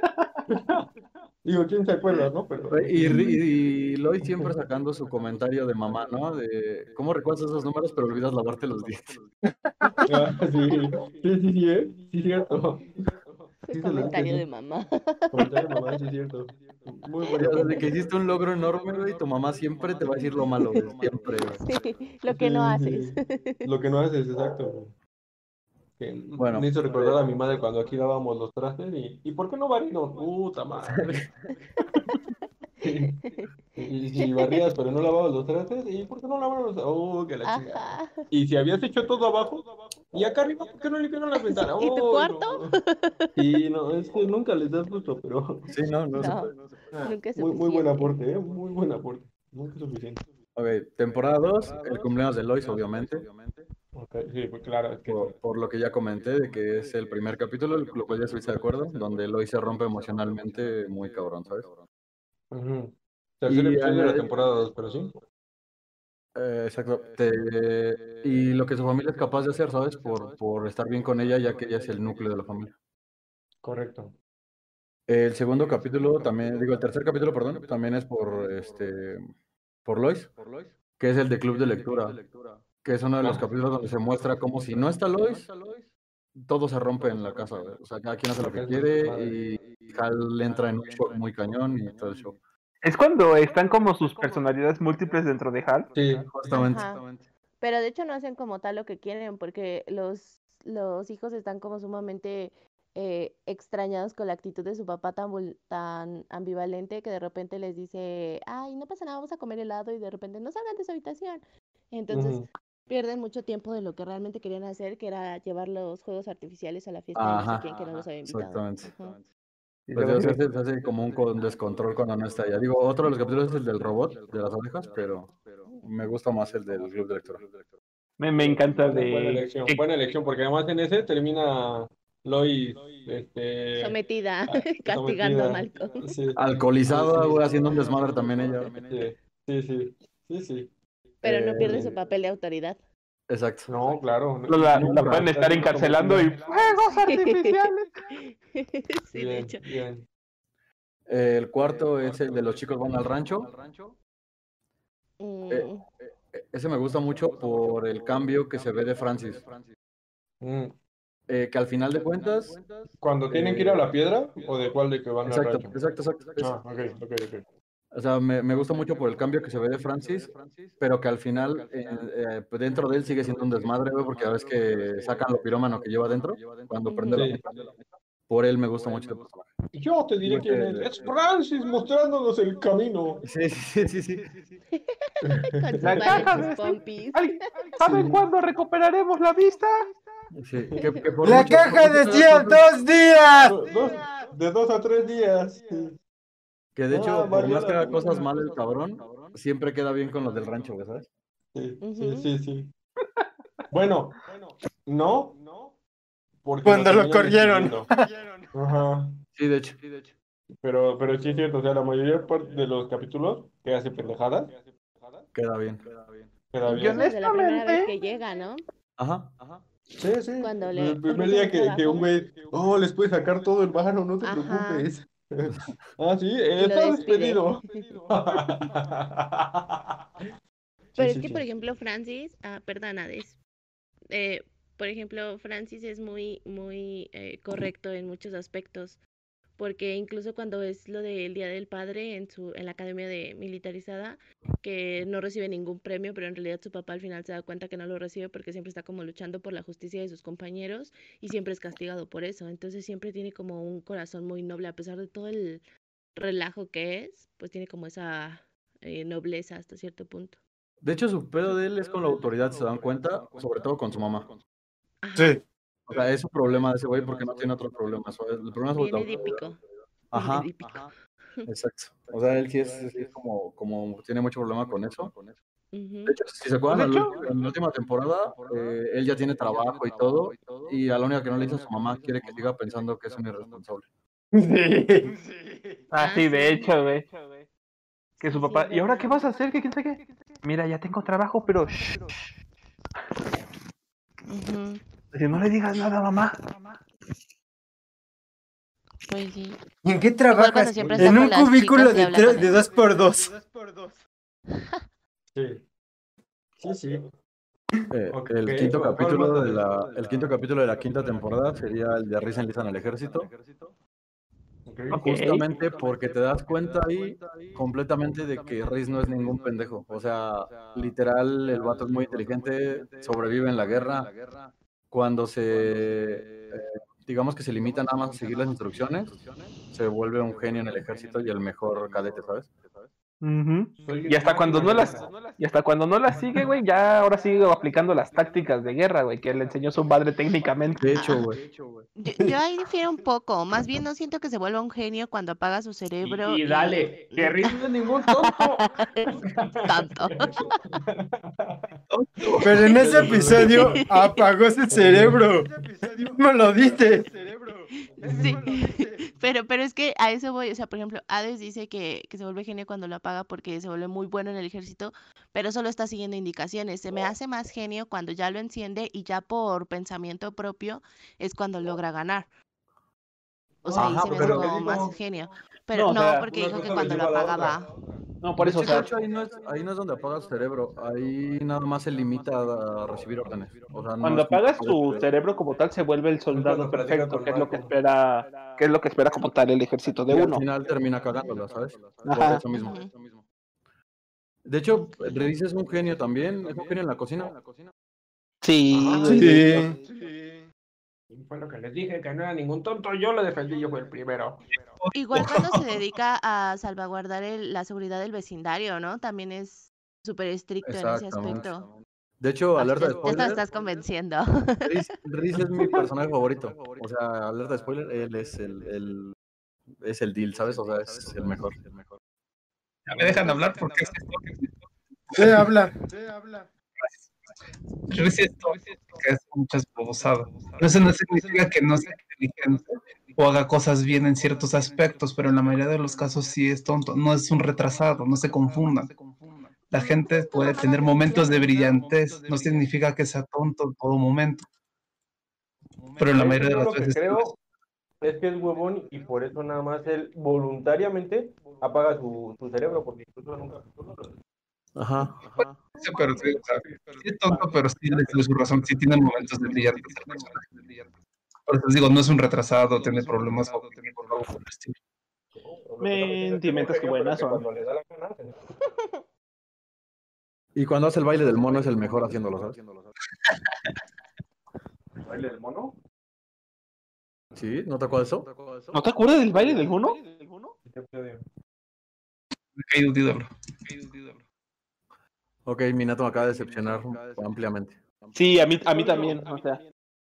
Speaker 7: Digo, ¿quién se acuerda, no? Pero...
Speaker 6: Y, y, y Lois siempre sacando su comentario de mamá, ¿no? De cómo recuerdas esos números, pero olvidas lavarte los dientes.
Speaker 7: Ah, sí, sí, sí, sí, ¿eh? Sí, cierto.
Speaker 3: Ese
Speaker 7: Sí, se lo
Speaker 3: comentario
Speaker 7: dije,
Speaker 3: de
Speaker 7: sí.
Speaker 3: mamá.
Speaker 7: Comentario de mamá, sí, cierto. Muy
Speaker 6: O
Speaker 7: buena
Speaker 6: sea, de que
Speaker 7: parte.
Speaker 6: hiciste un logro enorme, güey, tu mamá siempre te va a decir lo malo, güey. Siempre, güey.
Speaker 3: Sí, lo que no
Speaker 7: Sí,
Speaker 3: haces.
Speaker 7: sí. Lo que no haces, exacto. Que
Speaker 6: Bueno,
Speaker 7: me hizo recordar a mi madre cuando aquí lavábamos los trastes y, ¿y por qué no barrieron? Puta madre. Y, y si barrías pero no lavabas los trastes, ¿y por qué no lavabas los trastes? Oh, que la chingada.
Speaker 3: Ajá.
Speaker 7: Y si habías hecho todo abajo, y acá arriba, ¿por qué no limpiaron las
Speaker 3: Sí,
Speaker 7: ventanas?
Speaker 3: ¿y tu
Speaker 7: Oh,
Speaker 3: cuarto?
Speaker 7: no. Sí, no, es que nunca les das gusto, pero
Speaker 6: sí, no, no se
Speaker 3: No,
Speaker 6: puede, no se puede.
Speaker 7: ah,
Speaker 3: nunca es
Speaker 7: muy, muy buen
Speaker 3: suficiente.
Speaker 7: aporte, ¿eh? Muy buen aporte. Nunca es suficiente.
Speaker 6: Ok, temporada dos, el cumpleaños de Lois, obviamente.
Speaker 7: Ok, sí, pues claro, es que
Speaker 6: Por, por lo que ya comenté, de que es el primer capítulo, lo cual ya estuviste de acuerdo, donde Lois se rompe emocionalmente muy cabrón, ¿sabes?
Speaker 7: ujú. Tercer
Speaker 6: Y
Speaker 7: episodio de la
Speaker 6: añade-
Speaker 7: temporada dos, pero sí.
Speaker 6: eh, exacto. te- y lo que su familia es capaz de hacer, ¿sabes? Por, por estar bien con ella, ya que ella es el núcleo de la familia.
Speaker 7: Correcto.
Speaker 6: El segundo capítulo también, digo, el tercer capítulo, perdón, también es por este por Lois, que es el de Club de Lectura, que es uno de los
Speaker 7: Ah,
Speaker 6: capítulos donde se muestra como si no está Lois, todo se rompe en la casa, güey. O sea, cada quien hace lo
Speaker 7: la
Speaker 6: que
Speaker 7: casa de su
Speaker 6: quiere
Speaker 7: madre.
Speaker 6: y Hal entra en un shock muy cañón y todo el show.
Speaker 1: Es cuando están como sus personalidades múltiples dentro de Hal.
Speaker 7: Sí,
Speaker 6: Justamente.
Speaker 3: Ajá. Pero de hecho no hacen como tal lo que quieren porque los, los hijos están como sumamente eh, extrañados con la actitud de su papá tan, vul- tan ambivalente que de repente les dice, ay, no pasa nada, vamos a comer helado y de repente no salgan de su habitación. Entonces
Speaker 7: ujú.
Speaker 3: pierden mucho tiempo de lo que realmente querían hacer, que era llevar los juegos artificiales a la fiesta de no sé
Speaker 6: Ajá,
Speaker 3: quién que no los había invitado.
Speaker 6: exactamente.
Speaker 3: Ajá.
Speaker 1: Y
Speaker 6: Pues
Speaker 1: luego
Speaker 6: Dios, se
Speaker 1: sí,
Speaker 6: hace, se hace como un con- descontrol cuando no está ella. Digo, otro de los capítulos es el del robot, de las orejas, pero me gusta más el del club de lectura.
Speaker 1: me, me encanta
Speaker 7: Buena, buena
Speaker 1: de
Speaker 7: elección,
Speaker 1: que
Speaker 7: buena elección, porque además en ese termina Lois, este,
Speaker 3: Sometida,
Speaker 7: ah,
Speaker 3: castigando a
Speaker 7: sometida.
Speaker 3: Malcolm.
Speaker 7: Sí, sí,
Speaker 6: Alcoholizada,
Speaker 7: sí,
Speaker 6: güey, haciendo un desmadre también ella.
Speaker 7: sí, sí, sí, sí, sí.
Speaker 3: Pero no pierde
Speaker 6: Eh,
Speaker 3: su papel de autoridad.
Speaker 6: exacto.
Speaker 7: No, claro. no,
Speaker 1: la,
Speaker 7: y
Speaker 1: la
Speaker 7: nunca
Speaker 1: pueden
Speaker 7: está
Speaker 1: estar
Speaker 7: siendo
Speaker 1: encarcelando y
Speaker 7: sometida.
Speaker 1: fuegos artificiales.
Speaker 3: Sí, de
Speaker 7: Bien,
Speaker 3: hecho.
Speaker 7: bien.
Speaker 6: El cuarto es el de los chicos van al rancho. Eh,
Speaker 3: Mm,
Speaker 6: eh, ese me gusta mucho por el cambio que se ve de Francis.
Speaker 7: Mm.
Speaker 6: Eh, que al final de cuentas.
Speaker 7: ¿Cuando tienen que ir a
Speaker 6: eh,
Speaker 7: la piedra o de cuál de que van al
Speaker 6: exacto,
Speaker 7: rancho?
Speaker 6: exacto, exacto. ese.
Speaker 7: Ah, ok, ok, ok.
Speaker 6: O sea, me, me gusta mucho por el cambio que se ve de Francis, pero que al final eh, eh, pues dentro de él sigue siendo un desmadre, güey, porque a veces que sacan lo pirómano que lleva dentro cuando prende la
Speaker 3: ujú.
Speaker 7: Sí.
Speaker 6: mecha. Por él me gusta mucho el personaje.
Speaker 7: Yo te diré
Speaker 6: Igual
Speaker 7: quién es.
Speaker 6: que-
Speaker 7: Es Francis mostrándonos el camino.
Speaker 6: Sí, sí, sí, sí.
Speaker 3: Con sus
Speaker 1: La caja
Speaker 3: mariachis
Speaker 1: de
Speaker 3: pompis.
Speaker 1: Ay, ¿saben
Speaker 7: Sí.
Speaker 1: cuándo recuperaremos la vista?
Speaker 6: Sí, que, que por
Speaker 4: La
Speaker 6: mucho-
Speaker 4: caja
Speaker 6: por mucho
Speaker 4: decía
Speaker 6: que haga
Speaker 4: dos días.
Speaker 7: Do- dos, de dos a tres días. Sí.
Speaker 6: Que de hecho,
Speaker 7: Ah,
Speaker 6: por
Speaker 7: valió
Speaker 6: más que
Speaker 7: la
Speaker 6: haga
Speaker 7: pena.
Speaker 6: cosas mal el cabrón, siempre queda bien con los del rancho, güey, ¿sabes?
Speaker 7: Sí, sí,
Speaker 3: Ujú.
Speaker 7: sí, sí. Bueno, no, porque
Speaker 4: Cuando lo
Speaker 7: terminan
Speaker 4: corrieron.
Speaker 7: despidiendo. Ajá.
Speaker 6: Sí, de hecho.
Speaker 7: Pero, pero sí es cierto, o sea, la mayoría par- de los capítulos que hace pendejadas,
Speaker 6: Queda bien.
Speaker 7: queda
Speaker 1: Y
Speaker 7: bien.
Speaker 3: Incluso desde la primera vez
Speaker 1: honestamente,
Speaker 3: que llega, ¿no?
Speaker 6: Ajá.
Speaker 7: Sí, sí.
Speaker 3: Cuando
Speaker 7: El
Speaker 3: le
Speaker 7: primer
Speaker 3: ofrecen
Speaker 7: día
Speaker 3: el
Speaker 7: que, que un
Speaker 3: trabajo.
Speaker 7: güey, oh, les puedes sacar todo el varo, no te
Speaker 3: Ajá.
Speaker 7: preocupes. Ah, sí,
Speaker 3: Y lo
Speaker 7: está
Speaker 3: despide.
Speaker 7: despedido. Sí,
Speaker 3: Pero es
Speaker 7: sí,
Speaker 3: que,
Speaker 7: sí.
Speaker 3: por ejemplo, Francis, ah, perdona, Des, eh, por ejemplo, Francis es muy, muy eh, correcto en muchos aspectos, porque incluso cuando es lo del Día del Padre en su, en la academia de militarizada, que no recibe ningún premio, pero en realidad su papá al final se da cuenta que no lo recibe porque siempre está como luchando por la justicia de sus compañeros y siempre es castigado por eso. Entonces siempre tiene como un corazón muy noble, a pesar de todo el relajo que es, pues tiene como esa eh, nobleza hasta cierto punto.
Speaker 6: De hecho, su pedo de él es con la autoridad, ¿se dan cuenta? Sobre todo con su mamá.
Speaker 3: Ajá.
Speaker 4: Sí.
Speaker 6: O sea, es un problema de ese güey porque no tiene otro problema. ¿Sabes? El problema es sobre
Speaker 3: Bien
Speaker 6: la autoridad.
Speaker 3: edípico. Bien
Speaker 6: Ajá,
Speaker 3: edípico.
Speaker 6: exacto. O sea, él sí es, sí es como, como tiene mucho problema con eso.
Speaker 3: Ujú.
Speaker 6: De hecho, si se acuerdan,
Speaker 1: Pues de
Speaker 6: en la
Speaker 1: hecho-
Speaker 6: ulti- en la última temporada, eh, él ya tiene trabajo y todo, y a la única que no le dice a su mamá quiere que siga pensando que es un irresponsable.
Speaker 1: Sí. Ah,
Speaker 3: Ah,
Speaker 1: sí, de
Speaker 3: sí.
Speaker 1: hecho, güey. Que
Speaker 3: Sí,
Speaker 1: su
Speaker 3: sí,
Speaker 1: papá,
Speaker 3: es
Speaker 1: ¿y ahora qué
Speaker 3: verdad.
Speaker 1: vas a hacer? ¿Qué quién sabe qué? Mira, ya tengo trabajo, pero shh,
Speaker 3: Ujú,
Speaker 1: si no le digas nada a mamá.
Speaker 3: pues sí.
Speaker 4: ¿Y en qué
Speaker 3: Igual cuando
Speaker 4: trabajas?
Speaker 3: siempre está
Speaker 4: En
Speaker 3: con
Speaker 4: un
Speaker 3: las
Speaker 4: cubículo
Speaker 3: chicas y
Speaker 4: de,
Speaker 3: habla
Speaker 4: tre-
Speaker 3: con
Speaker 4: de
Speaker 3: él.
Speaker 4: dos por dos.
Speaker 7: Sí, sí, sí.
Speaker 6: Eh,
Speaker 7: Ok,
Speaker 6: el quinto
Speaker 7: ¿cuál
Speaker 6: capítulo
Speaker 7: más
Speaker 6: de
Speaker 7: de
Speaker 6: la, el quinto capítulo de la quinta temporada sería el de Risa enlistan al ejército,
Speaker 7: Ok.
Speaker 1: Ok.
Speaker 6: justamente porque te das cuenta ahí completamente de que Reis no es ningún pendejo. O sea, literal, el vato es muy inteligente, sobrevive en la guerra. Cuando se, eh, digamos que se limita nada más a seguir las instrucciones, se vuelve un genio en el ejército y el mejor cadete, ¿sabes?
Speaker 1: Ujú.
Speaker 7: Soy
Speaker 1: Y
Speaker 7: una
Speaker 1: hasta cuando
Speaker 7: máquina
Speaker 1: no
Speaker 7: de
Speaker 1: las,
Speaker 7: guerra.
Speaker 1: y hasta cuando no las sigue, güey, ya ahora sigue aplicando las tácticas de guerra, güey, que le enseñó su padre técnicamente.
Speaker 6: De hecho,
Speaker 3: Ah,
Speaker 6: güey.
Speaker 3: yo, yo ahí difiero un poco. Más bien no siento que se vuelva un genio cuando apaga su cerebro
Speaker 7: Y, y
Speaker 3: y...
Speaker 7: dale, que Riz no es ningún tonto.
Speaker 3: Tanto.
Speaker 4: Pero en ese episodio apagó su cerebro. Me lo dice.
Speaker 3: Sí, pero, pero es que a eso voy, o sea, por ejemplo, Hades dice que, que se vuelve genio cuando lo apaga porque se vuelve muy bueno en el ejército, pero solo está siguiendo indicaciones. Se me hace más genio cuando ya lo enciende y ya por pensamiento propio es cuando logra ganar. O sea, ahí
Speaker 6: Ajá,
Speaker 3: se me hace
Speaker 7: Pero ¿qué
Speaker 3: como más
Speaker 7: dijo?
Speaker 3: genio. Pero
Speaker 1: No, o
Speaker 3: no,
Speaker 1: sea,
Speaker 3: porque
Speaker 7: Una
Speaker 3: dijo que
Speaker 7: cosa lo
Speaker 3: cuando lo
Speaker 7: lleva a la
Speaker 3: apagaba.
Speaker 7: otra.
Speaker 1: no, por
Speaker 6: De
Speaker 1: eso, o
Speaker 6: hecho, de
Speaker 1: sea,
Speaker 6: hecho ahí no es, ahí no es donde apaga su cerebro, ahí nada más se limita a recibir órdenes. O sea, no
Speaker 1: cuando
Speaker 6: es como
Speaker 1: apagas
Speaker 6: que
Speaker 1: tu
Speaker 6: puede-
Speaker 1: cerebro como tal, se vuelve el
Speaker 7: Es
Speaker 1: soldado
Speaker 7: cuando platica
Speaker 1: perfecto,
Speaker 7: con
Speaker 1: que es lo que
Speaker 7: Malcolm.
Speaker 1: espera, que es lo que espera como tal el ejército de
Speaker 6: y al
Speaker 1: uno.
Speaker 6: final termina cagándola, ¿sabes? Por
Speaker 1: Ajá.
Speaker 6: eso mismo.
Speaker 3: Ujú.
Speaker 6: De hecho,
Speaker 3: Ok.
Speaker 6: Reis es un genio también, es un genio en la cocina.
Speaker 1: Sí,
Speaker 7: Ajá.
Speaker 1: güey, de hecho.
Speaker 4: Sí.
Speaker 7: Y fue lo que les dije, que no era ningún tonto. Yo lo defendí, yo fui el primero.
Speaker 3: Igual cuando se dedica a salvaguardar el- la seguridad del vecindario, ¿no? También es súper estricto en ese
Speaker 6: Exactamente.
Speaker 3: aspecto.
Speaker 6: De hecho,
Speaker 3: Ya,
Speaker 6: alerta de
Speaker 3: ya hasta me
Speaker 6: spoiler,
Speaker 3: estás convenciendo.
Speaker 6: Reis, Reis es mi personaje favorito. O sea, alerta de spoiler, él es el, el- es el deal, ¿sabes? O sea, es el mejor.
Speaker 5: Ya me dejan hablar porque es
Speaker 4: Sí, habla.
Speaker 5: Riz es tonto, que hace muchas babosadas. Eso no significa que no sea inteligente o haga cosas bien en ciertos aspectos, pero en la mayoría de los casos sí es tonto. No es un retrasado, no se confundan. La gente puede tener momentos de brillantez, no significa que sea tonto en todo momento, pero en la
Speaker 7: Es que
Speaker 5: mayoría de
Speaker 7: yo
Speaker 5: las
Speaker 7: lo que
Speaker 5: veces sí lo es.
Speaker 7: creo es que es huevón y por eso nada más él voluntariamente apaga su, su cerebro, porque incluso nunca...
Speaker 6: Ajá.
Speaker 5: Sí, pero sí, o sea, sí es tonto, pero sí les doy su razón, sí tiene momentos de brillantez el personaje. Por eso les digo, no es un retrasado, tiene problemas cognitivos, algo por el estilo.
Speaker 7: Lo que no me entiendo es que es un
Speaker 1: Mentimentas que
Speaker 7: genio, pero
Speaker 1: buenas
Speaker 7: que
Speaker 1: son.
Speaker 7: cuando le da la gana... se-
Speaker 6: Y cuando hace el baile del mono es el mejor haciéndolo, ¿sabes?
Speaker 7: ¿Baile del mono?
Speaker 6: ¿Sí? ¿No te acuerdas de eso?
Speaker 1: ¿No te acuerdas del baile del mono?
Speaker 7: ¿Qué episodio?
Speaker 5: Me caí de un ídolo.
Speaker 6: Ok, Minato me acaba de decepcionar ampliamente.
Speaker 1: Sí, a mí, a mí también, o sea.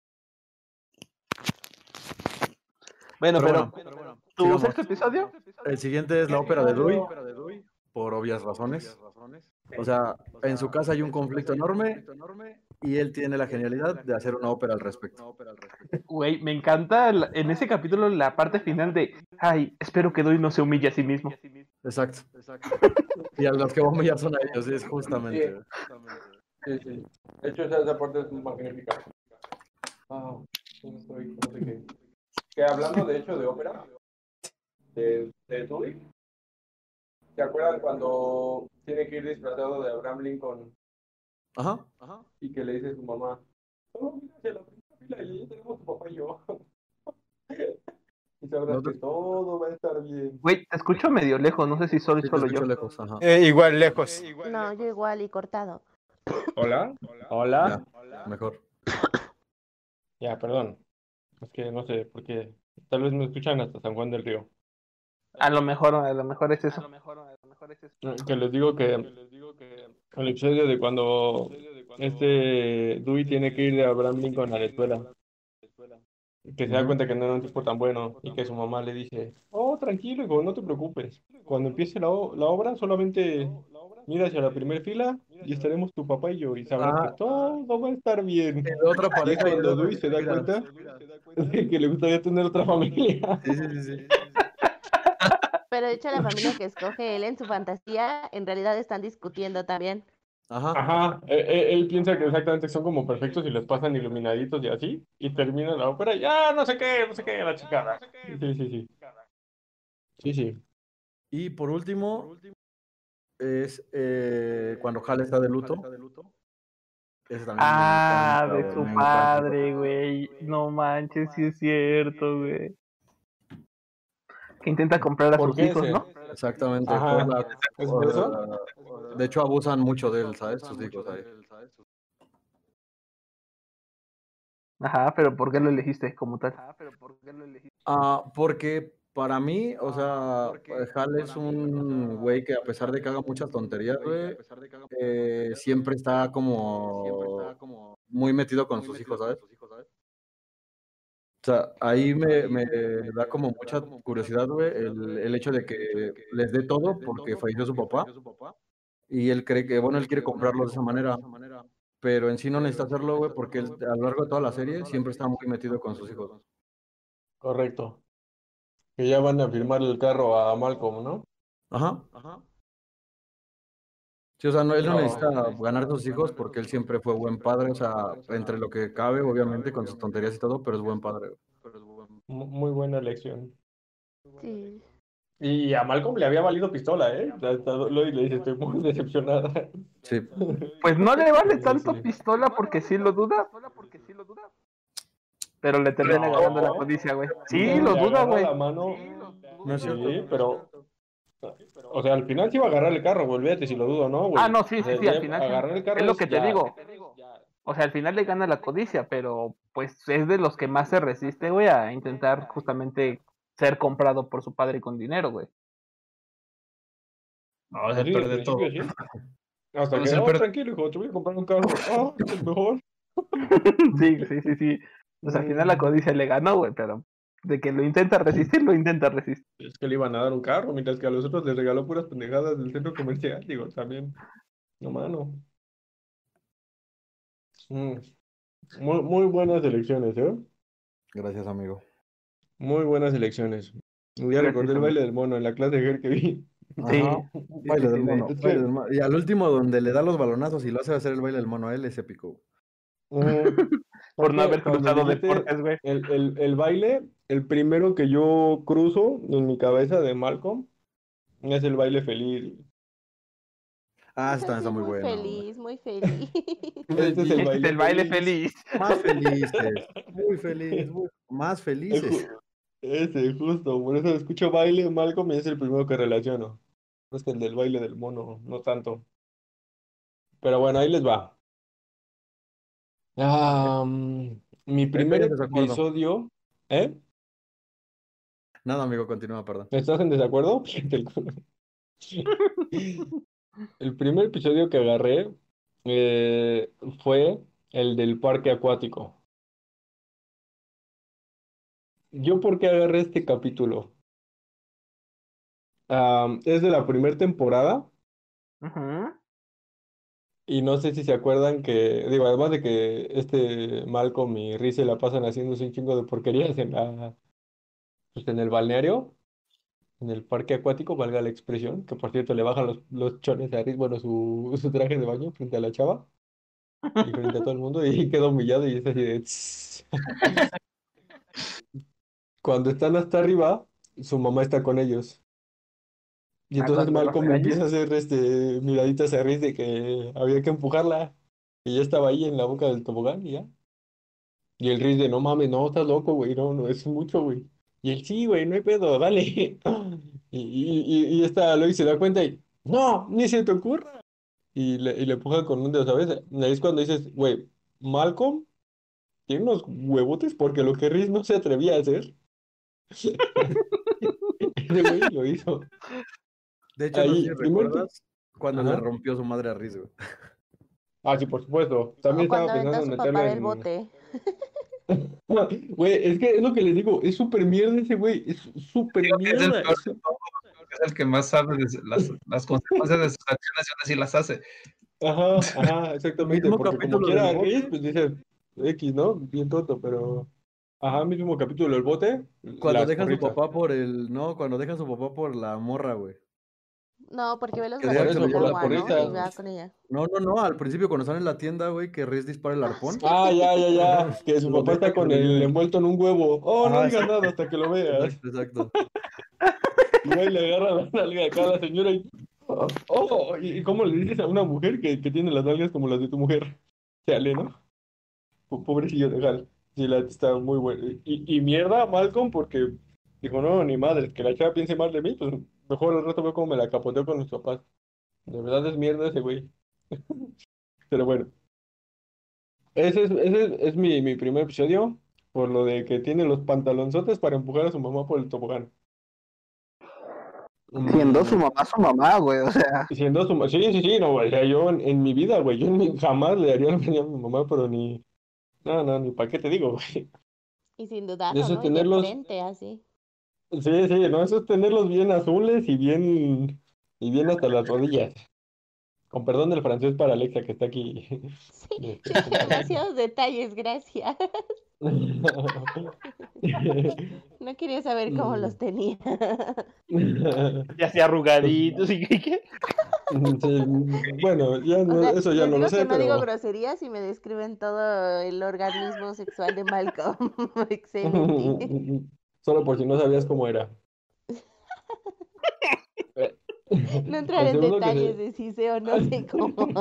Speaker 1: Bueno,
Speaker 6: Pero
Speaker 1: pero,
Speaker 6: bueno,
Speaker 1: ¿tu
Speaker 6: sigamos.
Speaker 1: sexto episodio?
Speaker 6: El siguiente es la ópera de Dewey, por obvias razones. O sea, en su casa hay un conflicto enorme y él tiene la genialidad de hacer una ópera al respecto.
Speaker 1: Güey, me encanta el- en ese capítulo la parte final de, ay, espero que Dewey no se humille a sí mismo.
Speaker 6: Exacto. Y a los que van a humillar son a ellos, es justamente.
Speaker 7: Sí, sí. De hecho, esa, esa parte es magnífica. Ah, ¿cómo estoy? No sé qué. Que hablando, de hecho, de ópera, de, de Dewey, ¿se acuerdan cuando tiene que ir disfrazado de Abraham Lincoln
Speaker 6: Ajá.
Speaker 7: y que le dice a su mamá, solo mira hacia la primera fila y ahí tenemos tu papá y yo? Y sabrás
Speaker 6: No te,
Speaker 7: que todo va a estar bien.
Speaker 1: Güey, te escucho medio lejos, no sé si soy
Speaker 6: sí, te
Speaker 1: solo yo.
Speaker 6: escucho lejos, ajá.
Speaker 4: Eh, igual, lejos.
Speaker 3: No, yo igual y cortado.
Speaker 7: ¿Hola? ¿Hola?
Speaker 6: Ya, mejor.
Speaker 7: Ya, perdón. Es que no sé, porque tal vez me escuchan hasta San Juan del Río.
Speaker 1: A lo mejor, a lo mejor es eso.
Speaker 7: Que les digo que el episodio de cuando este Dewey tiene que ir de Abraham Lincoln a la escuela, que se da
Speaker 6: Ujú.
Speaker 7: cuenta que no era un tipo tan bueno y que su mamá le dice, oh, tranquilo, hijo, no te preocupes. Cuando empiece la, o- la obra, solamente mira hacia la primera fila y estaremos tu papá y yo y sabrás que
Speaker 6: Ajá.
Speaker 7: todo va a estar bien.
Speaker 6: Y de otra
Speaker 7: Y es
Speaker 6: pareja y de
Speaker 7: cuando
Speaker 6: otra
Speaker 7: Dewey se da
Speaker 6: mira.
Speaker 7: cuenta de que le gustaría tener otra familia.
Speaker 6: Sí, sí, sí, sí.
Speaker 3: Pero de hecho la familia que escoge él en su fantasía, en realidad están discutiendo también.
Speaker 6: Ajá.
Speaker 7: Ajá, e- e- él, piensa que exactamente son como perfectos y les pasan iluminaditos y así, y termina la ópera y ya no sé qué, no sé qué, la chingada. Sí, sí, sí. Sí, sí.
Speaker 6: Y por último, es eh, cuando Hal está de luto. Ese también
Speaker 1: Ah,
Speaker 6: me
Speaker 1: de
Speaker 6: encanta,
Speaker 1: su
Speaker 6: me encanta.
Speaker 1: padre, güey. No manches, sí es cierto, güey. Que intenta comprar a
Speaker 7: ¿Por
Speaker 1: sus
Speaker 7: qué
Speaker 1: hijos,
Speaker 7: ese?
Speaker 1: ¿no?
Speaker 6: Exactamente.
Speaker 7: Ajá.
Speaker 6: Por la-
Speaker 7: ¿Es por eso?
Speaker 6: uh, de hecho, abusan mucho de él, ¿sabes? Sus hijos ahí.
Speaker 1: Ajá, pero ¿por qué lo elegiste como tal?
Speaker 6: Ah, porque para mí, o sea, Hal es un güey que a pesar de que haga muchas tonterías, güey, eh, siempre está como muy metido con sus hijos, ¿sabes? O sea, ahí me, me da como mucha curiosidad, güey, el, el hecho de que les dé todo porque falleció su papá y él cree que, bueno, él quiere comprarlo de esa manera, pero en sí no necesita hacerlo, güey, porque él a lo largo de toda la serie siempre está muy metido con sus hijos.
Speaker 7: Correcto. Que ya van a firmar el carro a Malcolm, ¿no?
Speaker 6: Ajá. Sí, o sea, no, él no
Speaker 7: No.
Speaker 6: necesita ganar a sus hijos porque él siempre fue buen padre, o sea, entre lo que cabe, obviamente, con sus tonterías y todo, pero es buen padre, güey.
Speaker 7: Mu- Muy buena elección.
Speaker 3: Sí.
Speaker 7: Y a Malcolm le había valido pistola, ¿eh? Hasta Lloyd le dice, estoy muy decepcionada.
Speaker 6: Sí.
Speaker 1: Pues no le vale
Speaker 7: Sí,
Speaker 1: tanto
Speaker 7: sí.
Speaker 1: pistola porque sí lo duda. Pero le termina
Speaker 7: No.
Speaker 1: ganando la codicia, güey. Sí,
Speaker 7: Le-
Speaker 1: lo
Speaker 7: le
Speaker 1: duda,
Speaker 7: agarra
Speaker 1: güey.
Speaker 7: la mano.
Speaker 6: No es cierto.
Speaker 7: Sí, pero. O sea, al final sí iba a agarrar el carro, güey, olvídate si lo dudo, ¿no, güey?
Speaker 1: Ah, no, sí,
Speaker 7: O sea,
Speaker 1: sí, sí, al
Speaker 7: ya
Speaker 1: final sí.
Speaker 7: agarrar el carro
Speaker 1: Es lo
Speaker 7: es
Speaker 1: que te
Speaker 7: ya.
Speaker 1: digo. O sea, al final le gana la codicia, pero pues es de los que más se resiste, güey, a intentar justamente ser comprado por su padre con dinero, güey.
Speaker 5: No,
Speaker 7: Pues
Speaker 5: se
Speaker 7: sí, al
Speaker 5: pierde todo.
Speaker 7: principio sí. Hasta
Speaker 5: No,
Speaker 7: que,
Speaker 5: se
Speaker 7: oh,
Speaker 5: pierde.
Speaker 7: tranquilo, hijo, te voy a comprar un carro. Oh, es el mejor.
Speaker 1: Sí, sí, sí, sí. Pues al final la codicia le ganó, güey, pero de que lo intenta resistir, lo intenta resistir.
Speaker 7: Es que le iban a dar un carro, mientras que a los otros les regaló puras pendejadas del centro comercial, digo, también. No, mano. Mm, Muy, muy buenas elecciones, ¿eh?
Speaker 6: Gracias, amigo.
Speaker 7: Muy buenas elecciones. Ya
Speaker 1: Gracias,
Speaker 7: recordé el
Speaker 1: amigo.
Speaker 7: baile del mono en la clase de Ger que vi.
Speaker 1: Sí,
Speaker 6: Ajá.
Speaker 1: sí,
Speaker 6: Baile
Speaker 1: sí,
Speaker 6: del
Speaker 1: sí, de-
Speaker 6: mono,
Speaker 7: Es
Speaker 6: baile
Speaker 7: que,
Speaker 6: del mono. Y al último, donde le da los balonazos y lo hace hacer el baile del mono a él, es épico.
Speaker 7: ujú.
Speaker 1: por
Speaker 7: Es
Speaker 1: no
Speaker 7: que
Speaker 1: haber
Speaker 7: cuando
Speaker 1: cruzado
Speaker 7: dijiste
Speaker 1: deportes, güey.
Speaker 7: el, el, el baile, el primero que yo cruzo en mi cabeza de Malcolm es el baile feliz.
Speaker 6: Ah,
Speaker 3: Es
Speaker 6: ese también
Speaker 3: así
Speaker 6: está muy
Speaker 3: muy
Speaker 6: bueno, güey.
Speaker 3: feliz, muy feliz.
Speaker 7: Este es el
Speaker 6: Y
Speaker 1: Este es
Speaker 7: baile
Speaker 1: el baile
Speaker 7: feliz.
Speaker 1: feliz.
Speaker 6: más felices, muy feliz, muy- más
Speaker 7: Es
Speaker 6: felices.
Speaker 7: ju- Ese, justo, por eso escucho baile Malcolm y es el primero que relaciono. No es que el del baile del mono, no tanto. Pero bueno, ahí les va. Ah, mm, mi
Speaker 6: Estoy
Speaker 7: primer
Speaker 6: en desacuerdo.
Speaker 7: episodio, ¿eh?
Speaker 6: Nada, amigo, continúa, perdón.
Speaker 7: ¿Estás en desacuerdo? El culo. El primer episodio que agarré eh, fue el del parque acuático. ¿Yo por qué agarré este capítulo? Ah, es de la primera temporada
Speaker 1: Ujú.
Speaker 7: y no sé si se acuerdan que, digo, además de que este Malcolm y Reese se la pasan haciéndose un chingo de porquerías en la, pues, en el balneario, en el parque acuático, valga la expresión, que por cierto le bajan los, los chones a Reese, bueno, su, su traje de baño frente a la chava y frente a todo el mundo y queda humillado y es así de... "Tss". Cuando están hasta arriba, su mamá está con ellos. Y
Speaker 1: ¿A
Speaker 7: entonces
Speaker 1: cuánto los
Speaker 7: Malcolm
Speaker 1: regaña?
Speaker 7: empieza a hacer este, miraditas a Reese de que había que empujarla. Y ya estaba ahí en la boca del tobogán y ya. Y el Reese de, no mames, no, estás loco, güey, no, no, es mucho, güey. Y él, sí, güey, no hay pedo, dale. Y, y, y, y esta Lois se da cuenta y, no, ni se te ocurra. Y le, y le empuja con un dedo, ¿sabes? Ahí es cuando dices, güey, Malcolm tiene unos huevotes porque lo que Reese no se atrevía a hacer, ese güey lo hizo.
Speaker 6: De hecho, no sé si
Speaker 7: Ahí, primero, te-
Speaker 6: recuerdas cuando le
Speaker 7: ajá.
Speaker 6: rompió su madre a Riz, güey.
Speaker 7: Ah, sí, por supuesto. También
Speaker 3: O
Speaker 7: estaba
Speaker 3: cuando aventó
Speaker 7: pensando
Speaker 3: a
Speaker 7: en
Speaker 3: su
Speaker 7: meterlo
Speaker 3: papá del
Speaker 7: en...
Speaker 3: bote.
Speaker 7: Güey, es que es lo que les digo, es súper mierda ese güey, es súper
Speaker 5: Digo que es el
Speaker 7: mierda.
Speaker 5: peor
Speaker 7: Es...
Speaker 5: de todos, porque es el que más sabe de las, las consecuencias de sus acciones y aún así las hace.
Speaker 7: Ajá, ajá, exactamente,
Speaker 6: Mismo
Speaker 7: porque como
Speaker 6: capítulo del
Speaker 7: quiera Riz,
Speaker 6: bote.
Speaker 7: pues dice X, ¿no? Bien tonto, pero... Ajá, mismo capítulo del bote.
Speaker 6: Cuando
Speaker 7: Las
Speaker 6: dejan su
Speaker 7: porritas.
Speaker 6: papá por el. No, cuando dejan su papá por la morra, güey.
Speaker 3: No, porque ve los
Speaker 6: Que
Speaker 7: Por
Speaker 6: dejan que
Speaker 3: gatitos
Speaker 6: lo
Speaker 7: eso,
Speaker 3: del
Speaker 7: por
Speaker 6: lleve
Speaker 7: las
Speaker 6: la
Speaker 3: agua, ¿no?
Speaker 6: policía,
Speaker 3: Y
Speaker 7: porritas.
Speaker 6: güey.
Speaker 3: va con ella.
Speaker 6: No, no, no. Al principio, cuando están en la tienda, güey, que Riz dispara el
Speaker 3: Ah,
Speaker 6: arpón.
Speaker 3: sí.
Speaker 7: Ah, ya, ya, ya. Que su
Speaker 6: Lo
Speaker 7: papá
Speaker 6: deja
Speaker 7: está
Speaker 6: que
Speaker 7: con
Speaker 6: lo
Speaker 7: el
Speaker 6: lleven.
Speaker 7: envuelto en un huevo. Oh, no
Speaker 6: Ajá,
Speaker 7: digas
Speaker 6: sí.
Speaker 7: nada hasta que lo veas.
Speaker 6: Exacto, exacto.
Speaker 7: Y va y le agarra la nalga acá a la señora y. Oh, ¿y cómo le dices a una mujer que, que tiene las nalgas como las de tu mujer? Chale, ¿no? Po- Pobrecillo de Gal. Sí, la neta está muy bueno. Y, y mierda a Malcolm porque dijo, no, ni madre, que la chava piense mal de mí, pues mejor al rato veo cómo me la capoteo con los papás. De verdad es mierda ese güey. Pero bueno, ese es, ese es, es mi, mi primer episodio, por lo de que tiene los pantalonzotes para empujar a su mamá por el tobogán.
Speaker 1: Siendo su
Speaker 7: Mm,
Speaker 1: mamá su mamá, güey, o sea.
Speaker 7: siendo su ma- Sí, sí, sí, no, güey, o sea, yo en, en mi vida, güey, yo en mi- jamás le haría lo que haría a mi mamá, pero ni. No, no, ni para qué te digo, güey.
Speaker 3: Y sin dudarlo,
Speaker 7: Eso es
Speaker 3: ¿no? Y de
Speaker 7: tenerlos.
Speaker 3: frente, así.
Speaker 7: Sí, sí, no, eso es tenerlos bien azules y bien. Y bien hasta las rodillas. Con perdón del francés para Alexa que está aquí.
Speaker 3: Sí,
Speaker 7: este,
Speaker 3: es que
Speaker 7: acompañando.
Speaker 3: demasiados detalles, gracias. No quería saber cómo los tenía.
Speaker 1: Ya sea arrugaditos y que. que-
Speaker 7: Sí, bueno, ya
Speaker 3: O
Speaker 7: no,
Speaker 3: sea,
Speaker 7: eso ya
Speaker 3: les
Speaker 7: no lo
Speaker 3: digo que
Speaker 7: sé,
Speaker 3: no digo
Speaker 7: pero
Speaker 3: groserías y me describen todo el organismo sexual de Malcolm. Excelente.
Speaker 7: solo por si no sabías cómo era. Eh,
Speaker 3: No
Speaker 7: El
Speaker 3: entraré en
Speaker 7: segundo que
Speaker 3: detalles
Speaker 7: se...
Speaker 3: de si sé o no sé cómo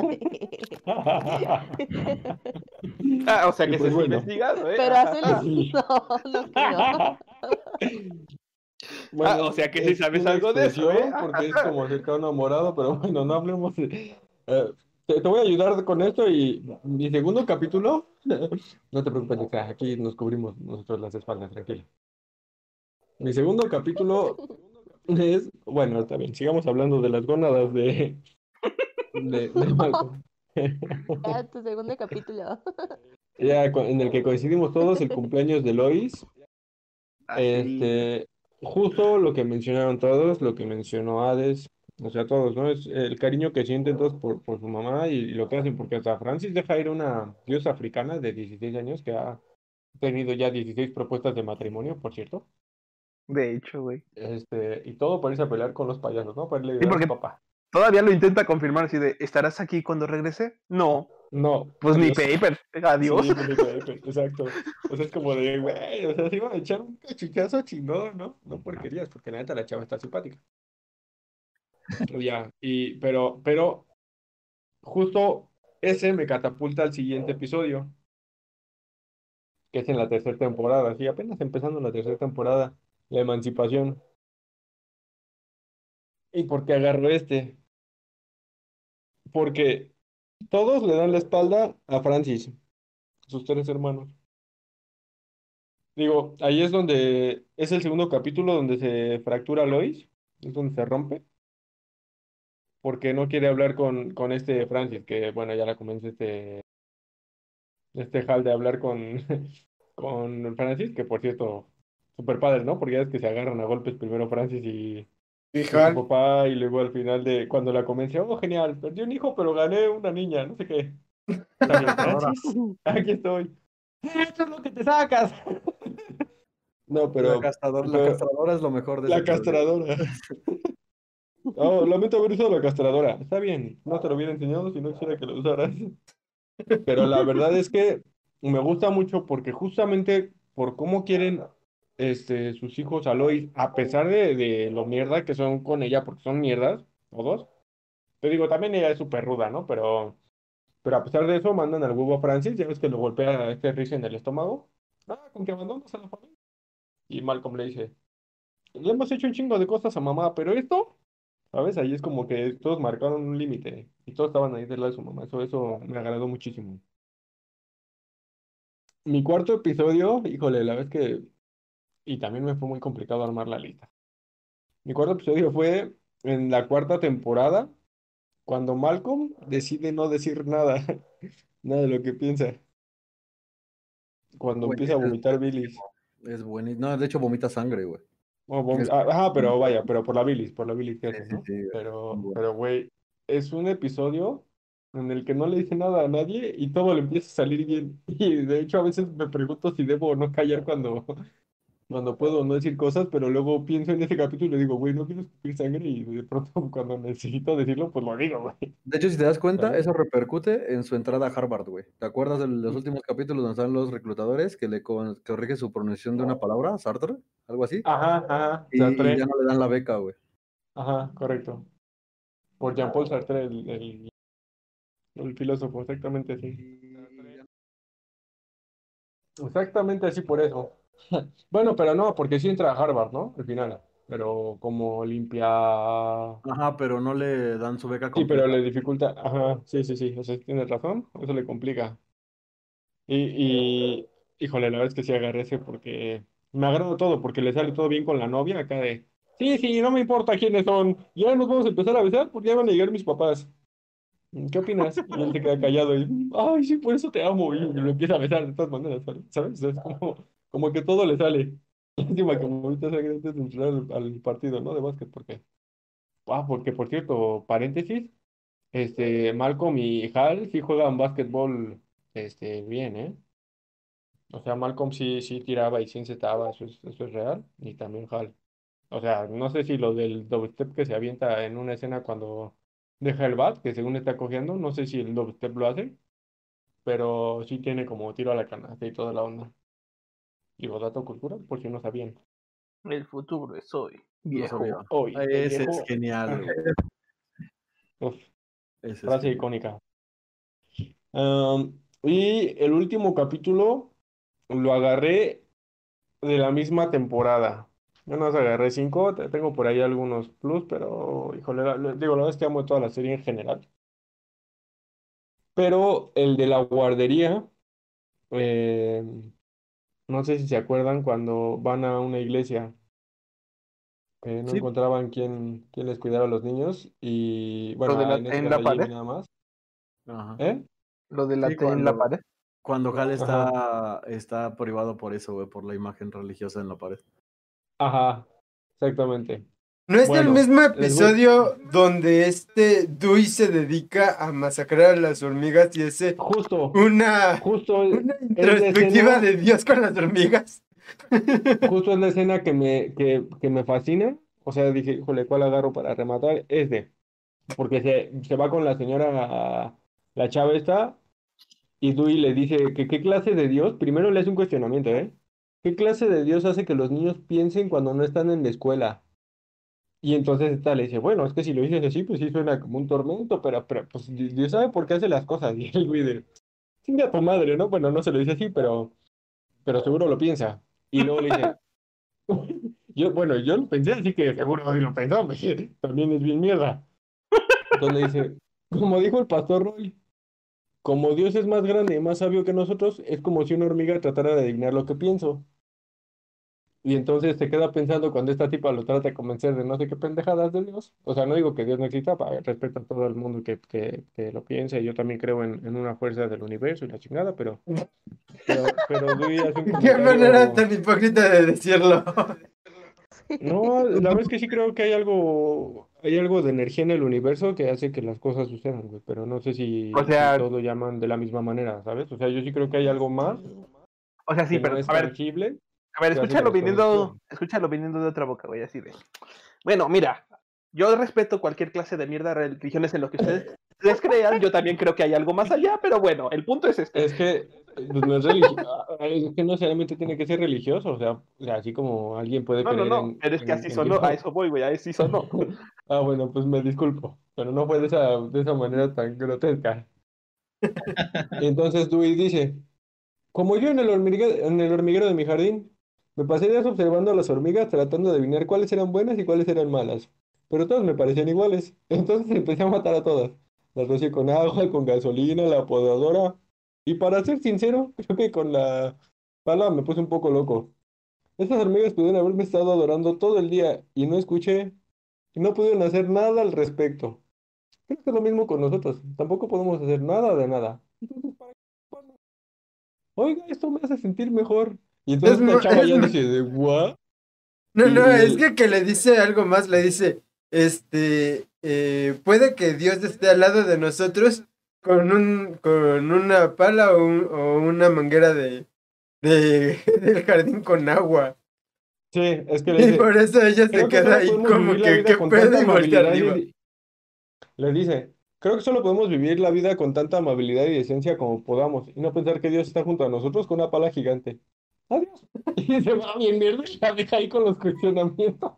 Speaker 1: Ah, o sea
Speaker 7: Y
Speaker 1: que se
Speaker 7: pues
Speaker 1: está
Speaker 7: bueno,
Speaker 1: investigando, ¿eh?
Speaker 3: Pero
Speaker 1: Ah,
Speaker 3: hacerles
Speaker 1: ah,
Speaker 3: no, no creo.
Speaker 1: ah.
Speaker 7: bueno,
Speaker 1: Ah, o sea que sí
Speaker 7: es
Speaker 1: sabes
Speaker 7: una
Speaker 1: algo de eso, ¿eh?
Speaker 7: expresión
Speaker 1: Ah,
Speaker 7: porque
Speaker 1: ah,
Speaker 7: es
Speaker 1: ah.
Speaker 7: como cercano enamorado, pero bueno, no hablemos de... eh, te, te voy a ayudar con esto y mi segundo capítulo, no te preocupes, Alexa, aquí nos cubrimos nosotros las espaldas, tranquilo. Mi segundo capítulo es, bueno, está bien, sigamos hablando de las gónadas de, de, de Malcolm.
Speaker 3: Ya, tu segundo capítulo.
Speaker 7: Ya co- en el que coincidimos todos, el cumpleaños de Lois.
Speaker 1: Así.
Speaker 7: Este, justo lo que mencionaron todos, lo que mencionó Hades, o sea, todos, ¿no? Es el cariño que sienten todos por, por su mamá y, y lo que hacen, porque hasta Francis deja ir una diosa africana de dieciséis años que ha tenido ya dieciséis propuestas de matrimonio, por cierto.
Speaker 1: De hecho, güey.
Speaker 7: Este, y todo para irse a pelear con los payasos, ¿no? Para irle a
Speaker 1: Sí,
Speaker 7: ayudar a su
Speaker 1: porque
Speaker 7: papá.
Speaker 1: todavía lo intenta confirmar así de, ¿estarás aquí cuando regrese? No.
Speaker 7: No,
Speaker 1: Pues ni
Speaker 7: adiós.
Speaker 1: paper. Adiós.
Speaker 7: Sí, pues, pues, exacto. O sea, es como de, güey, o sea, se iban a echar un cachichazo chingón, ¿no? No porquerías, porque la neta la chava está simpática. Ya, y, pero, pero, justo ese me catapulta al siguiente episodio, que es en la tercera temporada, sí, apenas empezando la tercera temporada, la emancipación. ¿Y por qué agarro este? Porque todos le dan la espalda a Francis, sus tres hermanos. Digo, ahí es donde es el segundo capítulo donde se fractura Lois, es donde se rompe, porque no quiere hablar con, con este Francis, que bueno, ya la convence este, este Hal de hablar con, con Francis, que por cierto, super padre, ¿no? Porque ya es que se agarran a golpes primero Francis y, y su
Speaker 2: Fijal.
Speaker 7: papá, y luego al final de cuando la convence, oh, genial, perdí un hijo, pero gané una niña, no sé qué. ¿Está bien,
Speaker 6: Castradora.
Speaker 7: Francis? Aquí estoy. Esto es lo que te sacas. No,
Speaker 6: La
Speaker 7: pero,
Speaker 6: castradora, la
Speaker 7: pero
Speaker 6: castradora es lo mejor de ese
Speaker 7: la
Speaker 6: episodio.
Speaker 7: castradora. Oh, lamento haber usado la castradora. Está bien, no te lo hubiera enseñado si no quisiera que lo usaras. Pero la verdad es que me gusta mucho porque justamente por cómo quieren este, sus hijos a Lois, a pesar de, de lo mierda que son con ella, porque son mierdas, todos. Te digo, también ella es súper ruda, ¿no? Pero, pero a pesar de eso, mandan al huevo a Francis, ya ves que lo golpea a este Rhys en el estómago. Ah, con que abandonas a la familia. Y Malcolm le dice, le hemos hecho un chingo de cosas a mamá, pero esto. ¿Sabes? Ahí es como que todos marcaron un límite y todos estaban ahí del lado de su mamá. Eso, eso me agradó muchísimo. Mi cuarto episodio, híjole, la vez que... Y también me fue muy complicado armar la lista. Mi cuarto episodio fue en la cuarta temporada, cuando Malcolm decide no decir nada, nada de lo que piensa, cuando
Speaker 6: Güey,
Speaker 7: empieza a
Speaker 6: es
Speaker 7: vomitar bilis.
Speaker 6: buenísimo. Es buenísimo. No, de hecho vomita sangre, güey.
Speaker 7: O vom-
Speaker 6: Es
Speaker 7: ah, Ajá, pero vaya, pero por la bilis, por la bilis que
Speaker 6: sí,
Speaker 7: hace,
Speaker 6: sí,
Speaker 7: ¿no?
Speaker 6: sí, güey.
Speaker 7: Pero,
Speaker 6: Bueno.
Speaker 7: pero, güey, es un episodio en el que no le dice nada a nadie y todo le empieza a salir bien. Y de hecho a veces me pregunto si debo o no callar cuando, cuando puedo no decir cosas, pero luego pienso en ese capítulo y digo, güey, no quiero escupir sangre y de pronto cuando necesito decirlo, pues lo digo, güey.
Speaker 6: De hecho, si te das cuenta,
Speaker 7: ¿Sabes?
Speaker 6: eso repercute en su entrada a Harvard, güey. ¿Te acuerdas de los últimos capítulos donde están los reclutadores que le con- corrige su pronunciación de una palabra, Sartre, algo así?
Speaker 7: Ajá, ajá,
Speaker 6: Y, y ya
Speaker 7: Sartre.
Speaker 6: no le dan la beca, güey.
Speaker 7: Ajá, correcto. Por Jean-Paul Sartre, el, el, el filósofo, exactamente así. Exactamente así por eso. Bueno, pero no, porque sí entra a Harvard, ¿no? Al final. Pero como limpia.
Speaker 6: Ajá, pero no le dan su beca
Speaker 7: Sí, pero
Speaker 6: completa.
Speaker 7: le dificulta. Ajá, sí, sí, sí. O sea, tienes razón. Eso le complica. Y, y, híjole, la verdad es que sí agarré ese porque me agrado todo, porque le sale todo bien con la novia acá de. Sí, sí, no me importa quiénes son. Ya nos vamos a empezar a besar porque ya van a llegar mis papás. ¿Qué opinas? Y él se queda callado y, ay, sí, por eso te amo. Y lo empieza a besar de todas maneras, ¿sabes? O sea, es como, como que todo le sale. Lástima que ahorita se antes de entrar al, al partido, ¿no? De básquet, porque, ah, porque por cierto, paréntesis, este, Malcolm y Hal sí juegan básquetbol, este, bien, ¿eh? O sea, Malcolm sí, sí tiraba y sí encestaba, eso es, eso es real, y también Hal. O sea, no sé si lo del dubstep que se avienta en una escena cuando deja el bat, que según está cogiendo, no sé si el dubstep lo hace, pero sí tiene como tiro a la canasta y toda la onda. Digo, dato cultural, por si no sabían.
Speaker 1: El futuro es hoy,
Speaker 6: No sabía.
Speaker 1: viejo.
Speaker 7: Hoy, el
Speaker 6: Ese es
Speaker 7: viejo.
Speaker 6: genial, güey.
Speaker 7: Uf,
Speaker 6: Ese es
Speaker 7: frase
Speaker 6: genial.
Speaker 7: icónica. Am, y el último capítulo lo agarré de la misma temporada. Yo no agarré cinco, te- tengo por ahí algunos plus, pero híjole, la- la- digo, la verdad es que amo toda la serie en general. Pero el de la guardería, eh, no sé si se acuerdan cuando van a una iglesia, que no
Speaker 6: Sí,
Speaker 7: encontraban quién, quién les cuidara a los niños y
Speaker 1: Lo
Speaker 7: bueno,
Speaker 1: de
Speaker 7: a-
Speaker 1: la
Speaker 7: en este
Speaker 1: en
Speaker 7: caso
Speaker 1: la
Speaker 7: a Jamie
Speaker 1: pared.
Speaker 7: nada más.
Speaker 6: ajá.
Speaker 7: ¿Eh?
Speaker 1: Lo de la
Speaker 6: Sí,
Speaker 1: T en la
Speaker 6: cuando,
Speaker 1: pared.
Speaker 6: cuando Hal
Speaker 7: Ajá,
Speaker 6: está, está privado por eso, güey, por la imagen religiosa en la pared.
Speaker 7: ajá, exactamente.
Speaker 4: ¿No es el
Speaker 7: Bueno,
Speaker 4: mismo
Speaker 7: les voy.
Speaker 4: episodio donde este Dewey se dedica a masacrar a las hormigas y hace
Speaker 7: Justo,
Speaker 4: una,
Speaker 7: justo
Speaker 4: una
Speaker 7: es la
Speaker 4: introspectiva
Speaker 7: escena,
Speaker 4: de Dios con las hormigas?
Speaker 7: justo es la escena que me, que, que me fascina. O sea, dije, híjole, ¿cuál agarro para rematar? Este, porque se, se va con la señora, la chava esta, y Dewey le dice que qué clase de Dios, primero le hace un cuestionamiento, ¿eh? ¿Qué clase de Dios hace que los niños piensen cuando no están en la escuela? Y entonces esta le dice, bueno, es que si lo dices así, pues sí suena como un tormento, pero, pero pues Di- Dios sabe por qué hace las cosas. Y el güey de, chinga tu madre, ¿no? Bueno, no se lo dice así, pero, pero seguro lo piensa. Y luego le dice, yo, bueno, yo lo pensé así que seguro sí lo pensó, porque también es bien mierda. Entonces le dice, como dijo el pastor Roy, como Dios es más grande y más sabio que nosotros, es como si una hormiga tratara de adivinar lo que pienso. Y entonces se queda pensando cuando esta tipa lo trata de convencer de no sé qué pendejadas de Dios. O sea, no digo que Dios no exista, para respeto a todo el mundo que, que, que lo piense. Yo también creo en, en una fuerza del universo y la chingada, pero, pero, pero Dewey hace un
Speaker 4: Qué manera
Speaker 7: comentario.
Speaker 4: tan hipócrita de decirlo.
Speaker 7: No, la verdad es que sí creo que hay algo, hay algo de energía en el universo que hace que las cosas sucedan, güey. Pero no sé
Speaker 1: O
Speaker 7: si, si
Speaker 1: sea,
Speaker 7: todos lo llaman de la misma manera, ¿sabes? O sea, yo sí creo que hay algo más
Speaker 1: o sea, sí,
Speaker 7: que no
Speaker 1: pero
Speaker 7: es
Speaker 1: a ver,
Speaker 7: tangible
Speaker 1: a ver,
Speaker 7: que hace que
Speaker 1: escúchalo
Speaker 7: las cosas
Speaker 1: viniendo,
Speaker 7: sucedan.
Speaker 1: escúchalo viniendo de otra boca, güey, así de. Bueno, mira, yo respeto cualquier clase de mierda, religiones en lo que ustedes les crean, yo también creo que hay algo más allá, pero bueno, el punto es este.
Speaker 7: Es que pues, no es religi- ah, es que no necesariamente tiene que ser religioso, o sea, o sea, así como alguien puede
Speaker 1: No, no,
Speaker 7: creer
Speaker 1: no,
Speaker 7: en,
Speaker 1: pero es que así
Speaker 7: en, en
Speaker 1: sonó, a
Speaker 7: Dios.
Speaker 1: eso voy, güey, a eso sonó.
Speaker 7: Ah, bueno, pues me disculpo, pero no fue de esa, de esa manera tan grotesca. Entonces Dewey dice, como yo en el hormiguero, en el hormiguero de mi jardín, me pasé días observando a las hormigas tratando de adivinar cuáles eran buenas y cuáles eran malas, pero todas me parecían iguales. Entonces empecé a matar a todas. Las rocié con agua, con gasolina, la podadora, y para ser sincero, creo que con la pala me puse un poco loco. Estas hormigas pudieron haberme estado adorando todo el día y no escuché, y no pudieron hacer nada al respecto. Creo que es lo mismo con nosotros, tampoco podemos hacer nada de nada. Entonces, ¿para qué? Oiga, esto me hace sentir mejor. Y
Speaker 4: Es,
Speaker 7: entonces esta
Speaker 4: mu-
Speaker 7: chava
Speaker 4: es
Speaker 7: ya
Speaker 4: mu-
Speaker 7: dice, de ¿what?
Speaker 4: no,
Speaker 7: Y,
Speaker 4: no,
Speaker 7: y
Speaker 4: es
Speaker 7: el,
Speaker 4: que, que le dice algo más, le dice, este, eh, puede que Dios esté al lado de nosotros, con un con una pala o, un- o una manguera de, de del jardín con agua.
Speaker 7: Sí, es que le
Speaker 4: Y
Speaker 7: dice,
Speaker 4: por eso ella se
Speaker 7: creo que
Speaker 4: queda
Speaker 7: solo
Speaker 4: ahí
Speaker 7: podemos
Speaker 4: como
Speaker 7: vivir la
Speaker 4: que,
Speaker 7: vida
Speaker 4: ¿qué
Speaker 7: con
Speaker 4: pedo?
Speaker 7: tanta
Speaker 4: Y voltea
Speaker 7: amabilidad
Speaker 4: arriba.
Speaker 7: y le dice, creo que solo podemos vivir la vida con tanta amabilidad y decencia como podamos y no pensar que Dios está junto a nosotros con una pala gigante. Adiós. Y se va bien mierda y la deja ahí con los cuestionamientos.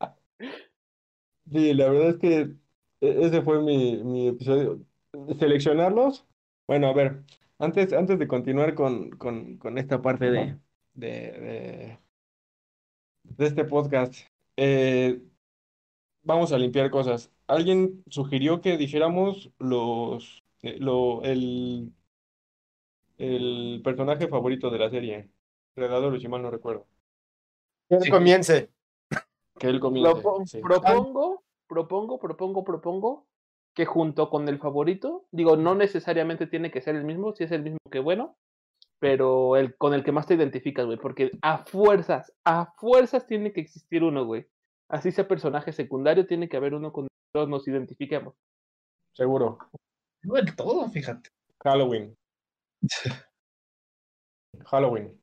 Speaker 7: Sí, la verdad es que e- ese fue mi, mi episodio. Seleccionarlos. Bueno, a ver, antes, antes de continuar con, con, con esta parte de, de, de, de este podcast, eh, vamos a limpiar cosas. Alguien sugirió que dijéramos los, eh, lo, el, el personaje favorito de la serie. Predador, si mal no recuerdo.
Speaker 4: Que él
Speaker 5: Sí.
Speaker 4: comience.
Speaker 7: Que él comience.
Speaker 1: Propo-
Speaker 7: Sí.
Speaker 1: propongo, propongo, propongo, propongo que junto con el favorito, digo, no necesariamente tiene que ser el mismo, si es el mismo que bueno, pero el con el que más te identificas, güey, porque a fuerzas, a fuerzas tiene que existir uno, güey. Así sea personaje secundario, tiene que haber uno con el que todos nos identifiquemos.
Speaker 7: Seguro.
Speaker 5: No del todo, fíjate.
Speaker 7: Halloween. Halloween.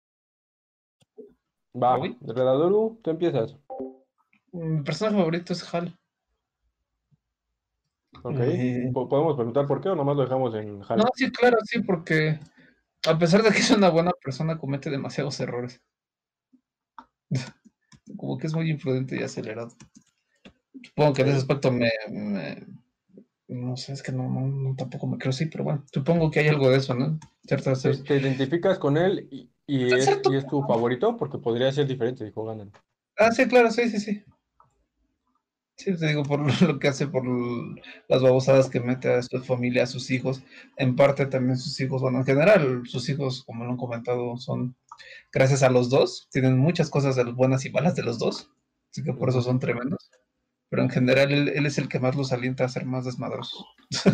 Speaker 7: Va.
Speaker 5: Halloween.
Speaker 7: Depredador, tú empiezas.
Speaker 5: Mi personaje favorito es Hal.
Speaker 7: Ok.
Speaker 5: Eh,
Speaker 7: Po- ¿Podemos preguntar por qué o nomás lo dejamos en
Speaker 5: No,
Speaker 7: Hal?
Speaker 5: sí, claro, sí, porque a pesar de que es una buena persona, comete demasiados errores. Como que es muy imprudente y acelerado. Supongo que en ese aspecto me, me- no sé, es que no, no, no tampoco me creo sí, pero bueno, supongo que hay algo de eso, ¿no? Ciertas,
Speaker 7: ¿Te, te identificas con él y, y
Speaker 5: hasta
Speaker 7: es,
Speaker 5: cierto
Speaker 7: y es tu favorito? Porque podría ser diferente, dijo Ganan.
Speaker 5: Ah, sí, claro, sí, sí, sí. Sí, te digo, por lo que hace, por l- las babosadas que mete a su familia, a sus hijos. En parte también sus hijos, bueno, en general, sus hijos, como lo han comentado, son gracias a los dos. Tienen muchas cosas de las buenas y malas de los dos. Así que por eso son tremendos. Pero en general, él, él es el que más los alienta a ser más desmadrosos.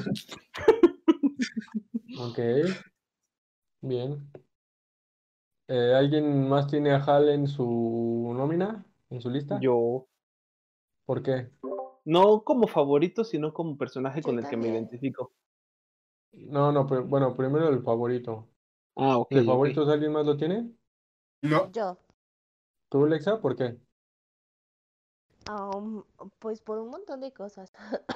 Speaker 7: Ok, bien. Eh, ¿alguien más tiene a Hal en su nómina? ¿En su lista?
Speaker 1: Yo,
Speaker 7: ¿Por qué?
Speaker 1: no como favorito, sino como personaje
Speaker 3: Yo
Speaker 1: con el que me
Speaker 3: también.
Speaker 1: identifico.
Speaker 7: No, no, pero bueno, primero el favorito.
Speaker 1: Ah, ok,
Speaker 7: ¿De
Speaker 1: ok.
Speaker 7: favoritos alguien más lo tiene?
Speaker 4: No.
Speaker 3: Yo.
Speaker 7: ¿Tú, Lexa? ¿Por qué?
Speaker 3: Am, pues por un montón de cosas.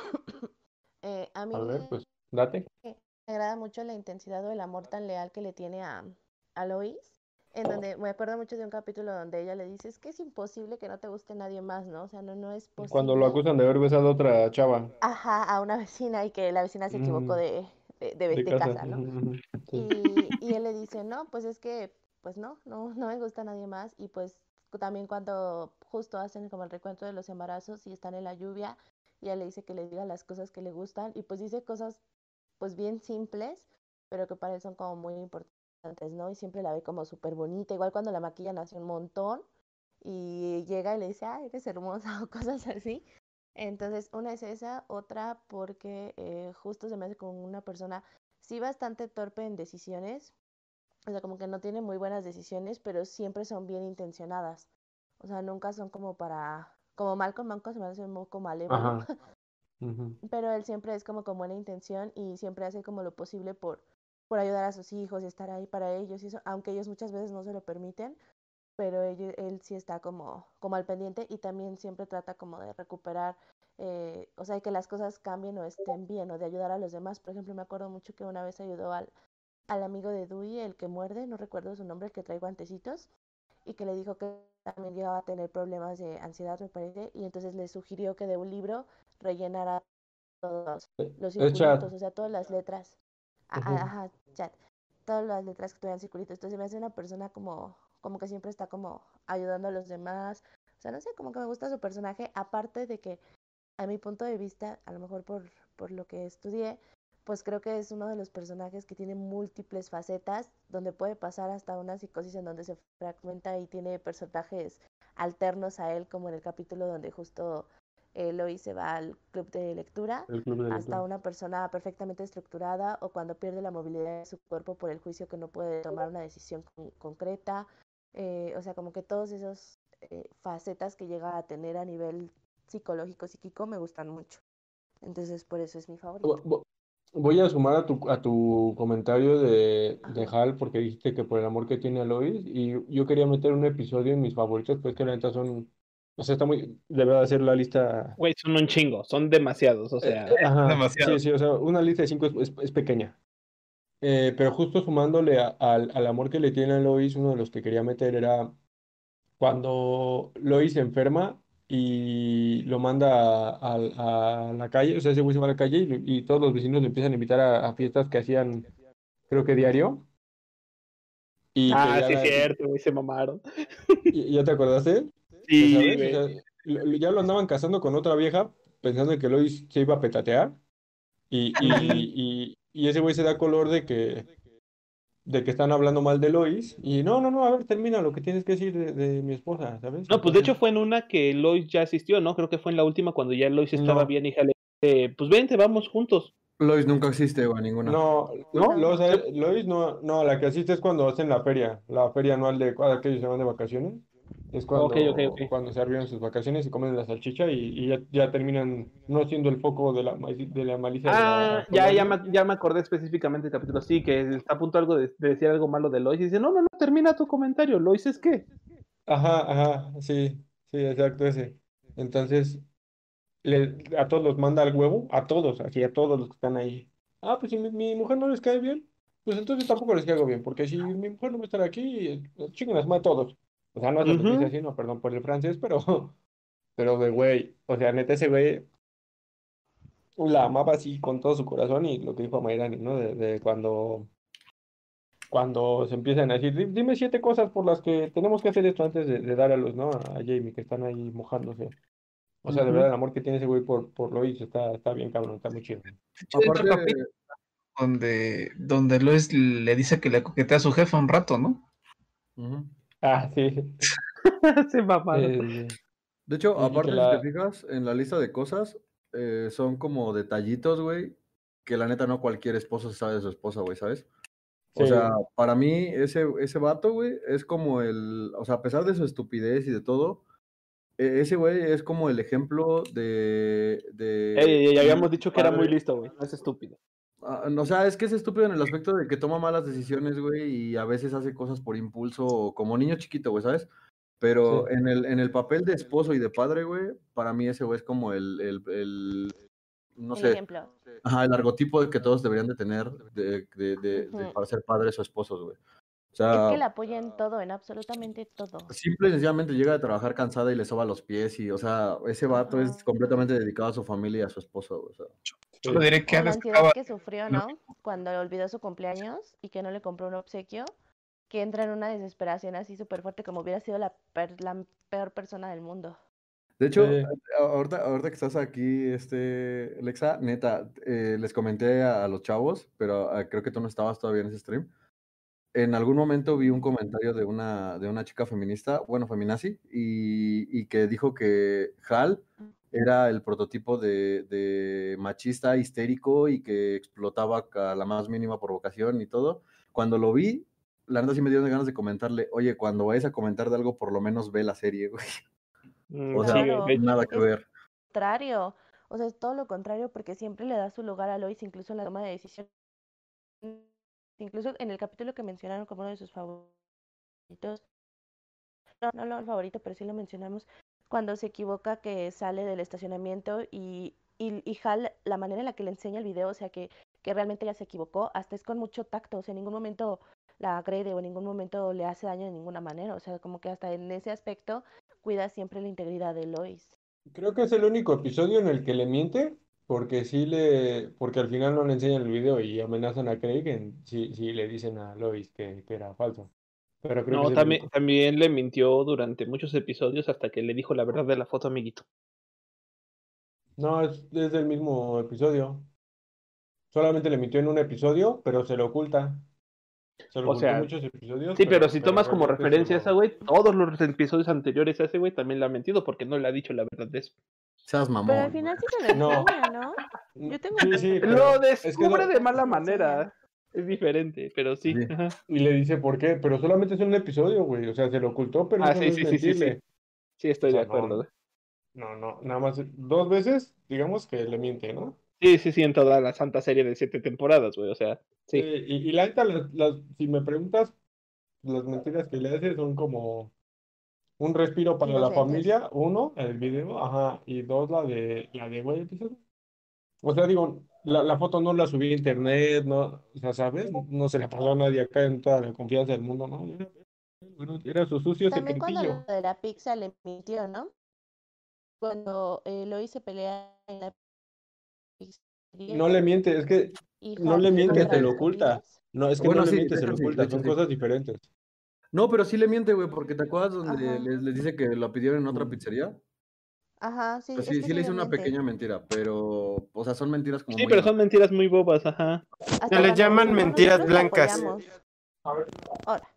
Speaker 3: Eh, a
Speaker 7: A
Speaker 3: mí
Speaker 7: ver,
Speaker 3: me
Speaker 7: pues, date.
Speaker 3: me agrada mucho la intensidad o el amor tan leal que le tiene a, a Lois, en donde me acuerdo mucho de un capítulo donde ella le dice, es que es imposible que no te guste nadie más, ¿no? O sea, no, no es
Speaker 7: Cuando lo
Speaker 3: posible.
Speaker 7: acusan de haber besado a otra chava
Speaker 3: Ajá, a una vecina y que la vecina se equivocó
Speaker 7: mm,
Speaker 3: de, de, de,
Speaker 7: de
Speaker 3: de
Speaker 7: casa.
Speaker 3: casa, ¿no?
Speaker 7: Ujú, sí.
Speaker 3: Y, y él le dice, no, pues es que, pues no, no, no me gusta nadie más. Y pues también cuando justo hacen como el recuento de los embarazos y están en la lluvia, y ella le dice que le diga las cosas que le gustan, y pues dice cosas pues bien simples, pero que para él son como muy importantes, ¿no? Y siempre la ve como súper bonita, igual cuando la maquillan hace un montón, y llega y le dice, ah, eres hermosa, o cosas así. Entonces, una es esa, otra porque eh, justo se me hace como una persona, sí bastante torpe en decisiones, o sea, como que no tiene muy buenas decisiones, pero siempre son bien intencionadas. O sea, nunca son como para, como Malcolm Manco se me hace un poco malévolo,
Speaker 7: Ajá. Ujú.
Speaker 3: pero él siempre es como con buena intención y siempre hace como lo posible por, por ayudar a sus hijos y estar ahí para ellos y eso, aunque ellos muchas veces no se lo permiten, pero él, él sí está como, como al pendiente y también siempre trata como de recuperar, eh, o sea, que las cosas cambien o estén bien o de ayudar a los demás. Por ejemplo, me acuerdo mucho que una vez ayudó al, al amigo de Dewey, el que muerde, no recuerdo su nombre, el que trae guantecitos, y que le dijo que también llegaba a tener problemas de ansiedad, me parece, y entonces le sugirió que de un libro rellenara todos los
Speaker 7: Es chat.
Speaker 3: circulitos, o sea, todas las letras. A- a-
Speaker 7: Ujú.
Speaker 3: Ajá, chat. Todas las letras que tuvieran circulitos. Entonces me hace una persona como, como que siempre está como ayudando a los demás. O sea, no sé, como que me gusta su personaje, aparte de que a mi punto de vista, a lo mejor por, por lo que estudié, pues creo que es uno de los personajes que tiene múltiples facetas, donde puede pasar hasta una psicosis en donde se fragmenta y tiene personajes alternos a él, como en el capítulo donde justo Eloy se va al club de lectura,
Speaker 7: El club de
Speaker 3: hasta
Speaker 7: lectura.
Speaker 3: una persona perfectamente estructurada o cuando pierde la movilidad de su cuerpo por el juicio que no puede tomar una decisión con- concreta. Eh, o sea, como que todos esos eh, facetas que llega a tener a nivel psicológico, psíquico, me gustan mucho. Entonces, por eso es mi favorito.
Speaker 7: Bu- bu- voy a sumar a tu, a tu comentario de, de Hal porque dijiste que por el amor que tiene a Lois y yo quería meter un episodio en mis favoritos, pues que la neta son, o sea, está muy, debe hacer la lista,
Speaker 1: Güey, son un chingo, son demasiados, o
Speaker 7: eh,
Speaker 1: sea.
Speaker 7: eh, ajá,
Speaker 5: Demasiado.
Speaker 7: sí, sí, o sea, una lista de cinco es, es- es pequeña. Eh, pero justo sumándole a- al, al amor que le tiene a Lois, uno de los que quería meter era cuando Lois se enferma y lo manda a, a- a la calle, o sea, ese güey se va a la calle y, y todos los vecinos le empiezan a invitar a, a fiestas que hacían, creo que diario, y que
Speaker 1: Ah,
Speaker 7: ya,
Speaker 1: sí,
Speaker 7: la- y-
Speaker 1: cierto, güey, se mamaron.
Speaker 7: y- ¿ya te acordaste? ¿Ya
Speaker 1: Sí,
Speaker 7: sabes? O sea,
Speaker 1: güey.
Speaker 7: lo- lo- ya lo andaban casando con otra vieja pensando en que Lois se iba a petatear y,
Speaker 1: Ujú.
Speaker 7: y, y, y ese güey se da color de que de que están hablando mal de Lois y no, no, no, a ver, termina lo que tienes que decir de, de mi esposa, ¿sabes?
Speaker 1: No, pues de hecho
Speaker 7: Entonces,
Speaker 1: fue en una que Lois ya asistió, ¿no? Creo que fue en la última cuando ya Lois estaba
Speaker 7: no,
Speaker 1: bien y Hal le dice, pues vente, vamos juntos,
Speaker 6: Lois nunca existe, güey, ninguna.
Speaker 7: no,
Speaker 1: ¿no?
Speaker 7: Lois,
Speaker 3: No.
Speaker 7: Lois no, no, la que asiste es cuando hacen la feria, la feria anual de cada que ellos se van de vacaciones, es
Speaker 1: Ok, ok, ok.
Speaker 7: cuando, cuando se arriban sus vacaciones y comen la salchicha y, y ya, ya terminan no siendo el foco de la, ma- de la malicia de la
Speaker 1: Ah, ya, ya
Speaker 7: colonia.
Speaker 1: me, ya me acordé específicamente del capítulo, sí, que está a punto algo de, de decir algo malo de Lois y dice, no, no, no, termina tu comentario, Lois es qué.
Speaker 7: Ajá, ajá, sí, sí, exacto ese. Entonces, le- a todos los manda al huevo, a todos, así a todos los que están ahí. Ah, pues si mi, mi mujer no les cae bien, pues entonces tampoco les caigo bien, porque si mi mujer no va a estar aquí, eh, chinguen las madre todos. O sea, no se los dice
Speaker 1: Ujú.
Speaker 7: así, no, perdón por el francés, pero, pero de güey, o sea, neta ese güey la amaba así con todo su corazón y lo que dijo Mayrani, ¿no? De, de cuando, cuando se empiezan a decir, "Di- dime siete cosas por las que tenemos que hacer esto antes de, de dar a luz, ¿no? A Jamie, que están ahí mojándose. O sea, de verdad,
Speaker 1: Ujú.
Speaker 7: el amor que tiene ese güey por, por Lois está, está bien cabrón, está muy chido.
Speaker 5: Hay otro
Speaker 6: Aparte,
Speaker 5: capítulo donde, donde Lois le dice que le coquetea a su jefa un rato, ¿no?
Speaker 6: ujú.
Speaker 7: Ah, sí.
Speaker 1: Se mamaron.
Speaker 7: Eh,
Speaker 6: De hecho,
Speaker 7: y, y que
Speaker 6: aparte, si te
Speaker 7: la...
Speaker 6: fijas, en la lista de cosas, eh, son como detallitos, güey, que la neta no cualquier esposo se sabe de su esposa, güey, ¿sabes? O sea,
Speaker 7: Sí,
Speaker 6: para mí, ese, ese vato, güey, es como el, o sea, a pesar de su estupidez y de todo, e- ese güey es como el ejemplo de, de
Speaker 1: Ey, ya
Speaker 6: un
Speaker 1: habíamos dicho que era muy
Speaker 6: padre.
Speaker 1: listo, güey, no es estúpido.
Speaker 6: Ah, no, o sea, es que es estúpido en el aspecto de que toma malas decisiones, güey, y a veces hace cosas por impulso, o como niño chiquito, güey, ¿sabes? Pero
Speaker 7: sí.
Speaker 6: en el, en el papel de esposo y de padre, güey, para mí ese güey es como el, el, el, no
Speaker 3: El
Speaker 6: sé,
Speaker 3: ejemplo.
Speaker 6: ajá, el argotipo de que todos deberían de tener de, de, de, de-
Speaker 3: Ujú.
Speaker 6: para ser padres o esposos, güey. O
Speaker 3: Es
Speaker 6: sea,
Speaker 3: que la apoya en todo, en absolutamente todo.
Speaker 6: simple y sencillamente llega de trabajar cansada y le soba los pies y, o sea, ese vato es
Speaker 3: Ajá.
Speaker 6: completamente dedicado a su familia y a su esposo, güey, o sea.
Speaker 5: Solo
Speaker 7: Sí.
Speaker 5: diré que
Speaker 3: O la
Speaker 5: antes
Speaker 3: ansiedad
Speaker 5: acaba.
Speaker 3: que sufrió, ¿no? Cuando olvidó su cumpleaños y que no le compró un obsequio, que entra en una desesperación así súper fuerte como hubiera sido la, per- la peor persona del mundo.
Speaker 6: De hecho,
Speaker 7: Sí.
Speaker 6: a- ahorita, ahorita que estás aquí, este, Alexa, neta, eh, les comenté a, a los chavos, pero ah, creo que tú no estabas todavía en ese stream. En algún momento vi un comentario de una, de una chica feminista, bueno, feminazi, y, y que dijo que Hal era el prototipo de, de machista histérico y que explotaba a la más mínima provocación y todo. Cuando lo vi, la neta sí me dio ganas de comentarle, oye, cuando vayas a comentar de algo, por lo menos ve la serie, güey.
Speaker 1: Mm,
Speaker 6: O sea,
Speaker 1: sí, güey, de
Speaker 3: Claro,
Speaker 1: hecho.
Speaker 6: nada que
Speaker 3: es
Speaker 6: ver.
Speaker 3: contrario. O sea, es todo lo contrario porque siempre le da su lugar a Lois, incluso en la toma de decisiones. Incluso en el capítulo que mencionaron como uno de sus favoritos, no, no lo favorito, pero sí lo mencionamos, cuando se equivoca que sale del estacionamiento y, y, y Hal, la manera en la que le enseña el video, o sea, que, que realmente ella se equivocó, hasta es con mucho tacto, o sea, en ningún momento la agrede o en ningún momento le hace daño de ninguna manera, o sea, como que hasta en ese aspecto cuida siempre la integridad de Lois.
Speaker 7: Creo que es el único episodio en el que le miente, porque sí le, porque al final no le enseñan el video y amenazan a Craig, en, sí, sí le dicen a Lois que, que era falso. Pero creo que es
Speaker 1: No,
Speaker 7: el
Speaker 1: también,
Speaker 7: único.
Speaker 1: también le mintió durante muchos episodios hasta que le dijo la verdad de la foto, amiguito.
Speaker 7: No, es, es del mismo episodio. Solamente le mintió en un episodio, pero se lo oculta. Se lo
Speaker 1: O
Speaker 7: ocultó en
Speaker 1: sea,
Speaker 7: muchos episodios,
Speaker 1: sí, pero
Speaker 7: pero,
Speaker 1: si
Speaker 7: pero
Speaker 1: tomas como
Speaker 7: realmente se
Speaker 1: referencia a esa,
Speaker 7: lo...
Speaker 1: güey, todos los episodios anteriores a ese, güey, también le ha mentido porque no le ha dicho la verdad de eso.
Speaker 6: Seas
Speaker 3: Pero al
Speaker 6: mamón, güey.
Speaker 3: final sí se lo
Speaker 7: No,
Speaker 3: enseña, ¿no?
Speaker 7: mm,
Speaker 3: Yo tengo
Speaker 7: sí, sí,
Speaker 1: Lo
Speaker 7: pero es que
Speaker 1: descubre
Speaker 7: eso...
Speaker 1: de
Speaker 3: entendido que
Speaker 1: mala
Speaker 3: se lo enseña.
Speaker 1: manera. Es diferente, pero sí.
Speaker 6: Sí.
Speaker 1: Ajá.
Speaker 7: Y le dice por qué, pero solamente es un episodio, güey. O sea, se lo ocultó, pero
Speaker 1: Ah,
Speaker 7: eso no
Speaker 1: sí,
Speaker 7: es
Speaker 1: sí, sí, sí, sí.
Speaker 7: mentirle.
Speaker 1: Sí,
Speaker 7: O
Speaker 1: estoy de
Speaker 7: sea,
Speaker 1: acuerdo,
Speaker 7: no,
Speaker 1: güey.
Speaker 7: no, no, nada más dos veces, digamos que le miente, ¿no?
Speaker 1: Sí, sí, sí, en toda la santa serie de siete temporadas, güey, o sea,
Speaker 7: Sí,
Speaker 1: sí.
Speaker 7: y, y la neta, las, las- si me preguntas, las mentiras que le hace son como un respiro para la
Speaker 3: Inocentes.
Speaker 7: familia, uno, el video, ajá, y dos, la de, la de, güey, pues, o sea, digo, la, la foto no la subí a internet, no, o sea, ¿sabes? No se la pasó a nadie acá en toda la confianza del mundo, ¿no? Era, bueno, era su sucio
Speaker 3: También cuando lo
Speaker 7: secretillo.
Speaker 3: de la pizza le mintió, ¿no? Cuando eh, Lois se pelea en la pizzería
Speaker 7: No le miente, es que
Speaker 3: y
Speaker 7: no
Speaker 3: Hal
Speaker 7: le miente,
Speaker 3: compra
Speaker 7: te lo
Speaker 3: las
Speaker 7: oculta.
Speaker 3: papitas.
Speaker 7: No, es que no
Speaker 6: Bueno,
Speaker 7: le
Speaker 6: sí,
Speaker 7: miente,
Speaker 6: de
Speaker 7: se
Speaker 6: hecho
Speaker 7: lo
Speaker 6: sí, de
Speaker 7: oculta,
Speaker 6: hecho
Speaker 7: son
Speaker 6: sí.
Speaker 7: cosas diferentes.
Speaker 6: No, pero sí le miente, güey, porque te acuerdas donde
Speaker 3: Ajá.
Speaker 6: les, les dice que lo pidieron en otra pizzería.
Speaker 3: Ajá, sí,
Speaker 6: Pues
Speaker 3: es
Speaker 6: sí,
Speaker 3: que
Speaker 6: sí
Speaker 3: sí
Speaker 6: le
Speaker 3: le
Speaker 6: hice una
Speaker 3: miente.
Speaker 6: pequeña mentira, pero, o sea, son mentiras como
Speaker 1: Sí,
Speaker 6: muy
Speaker 1: pero
Speaker 6: grandes.
Speaker 1: son mentiras muy bobas, ajá.
Speaker 3: Hasta
Speaker 4: Se le
Speaker 3: cuando
Speaker 4: llaman
Speaker 3: dice, no,
Speaker 4: mentiras
Speaker 3: nosotros te
Speaker 4: blancas.
Speaker 3: apoyamos. Ahora,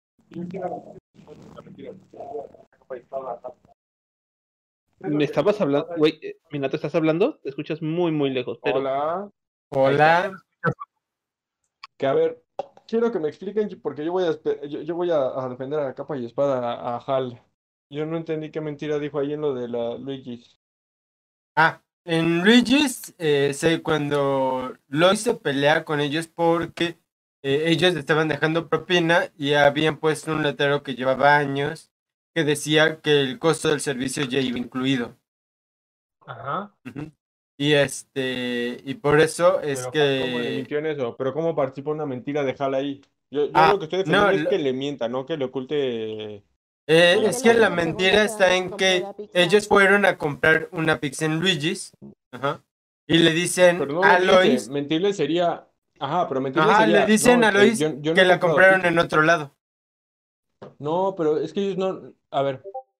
Speaker 1: Me estabas hablando, güey, eh, Minato, ¿estás hablando? Te escuchas muy, muy lejos, pero
Speaker 7: Hola.
Speaker 4: Hola.
Speaker 7: Que a ver, quiero que me expliquen porque yo voy a, espe- yo, yo voy a, a defender a capa y espada a, a Hal. Yo no entendí qué mentira dijo ahí en lo de la Luigi's.
Speaker 4: Ah, en Luigi's, eh, sé cuando Lois se pelea con ellos porque eh, ellos estaban dejando propina y habían puesto un letrero que llevaba años que decía que el costo del servicio ya iba incluido.
Speaker 7: Ajá.
Speaker 4: Ujú. Y este, y por eso es
Speaker 7: Pero Hal, ¿cómo le
Speaker 4: que,
Speaker 7: mintió en eso? Pero ¿cómo participó una mentira de Hal ahí? Yo, yo lo
Speaker 4: ah,
Speaker 7: que estoy
Speaker 4: no,
Speaker 7: defendiendo es
Speaker 4: lo-
Speaker 7: que le mienta, no que le oculte
Speaker 4: eh,
Speaker 3: pues
Speaker 7: las
Speaker 4: es
Speaker 3: que le
Speaker 4: que la
Speaker 3: dice
Speaker 7: cosas.
Speaker 3: según
Speaker 4: mentira
Speaker 3: de que
Speaker 4: está
Speaker 3: dónde
Speaker 4: en
Speaker 3: compró
Speaker 4: que
Speaker 3: la pizza.
Speaker 4: ellos fueron a comprar una pizza en Luigi's, ajá, y le dicen
Speaker 7: Pero no le
Speaker 4: a
Speaker 7: miente,
Speaker 4: Lois,
Speaker 7: mentirle sería, ajá, pero mentirle
Speaker 4: ajá, le
Speaker 7: sería,
Speaker 4: dicen
Speaker 7: no,
Speaker 4: a
Speaker 7: eh,
Speaker 4: Lois
Speaker 7: yo, yo no
Speaker 4: que
Speaker 7: he
Speaker 4: la
Speaker 7: comprado
Speaker 4: compraron
Speaker 7: pizza.
Speaker 4: en otro lado.
Speaker 7: No, pero es que ellos no, a ver,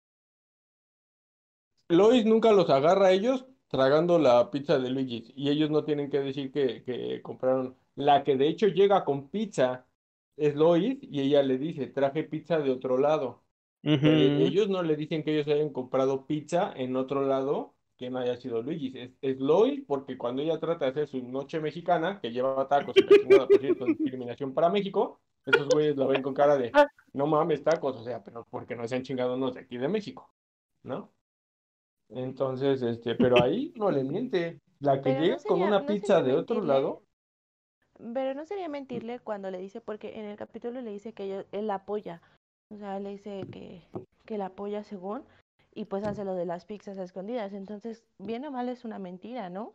Speaker 7: Lois nunca los agarra a ellos tragando la pizza de Luigi's y ellos no tienen que decir que, que compraron. La que de hecho llega con pizza es Lois y ella le dice, traje pizza de otro lado. Pero e-
Speaker 1: ujú.
Speaker 7: ellos no le dicen que ellos hayan comprado pizza en otro lado que no haya sido Luigi's. Es, es Lois porque cuando ella trata de hacer su noche mexicana, que lleva tacos y la chingada, por cierto, discriminación para México, esos güeyes la ven con cara de, no mames, tacos, o sea, pero porque no se han chingado unos de aquí de México, ¿no? Entonces, este, pero ahí no le miente. La que
Speaker 3: Pero no
Speaker 7: llega con
Speaker 3: sería,
Speaker 7: una
Speaker 3: no
Speaker 7: pizza
Speaker 3: sería
Speaker 7: de otro
Speaker 3: mentirle,
Speaker 7: lado,
Speaker 3: pero no sería mentirle cuando le dice, porque en el capítulo le dice que ellos- él la apoya. O sea, le dice que, que la apoya según, y pues hace lo de las pizzas a escondidas. Entonces, bien o mal es una mentira, ¿no?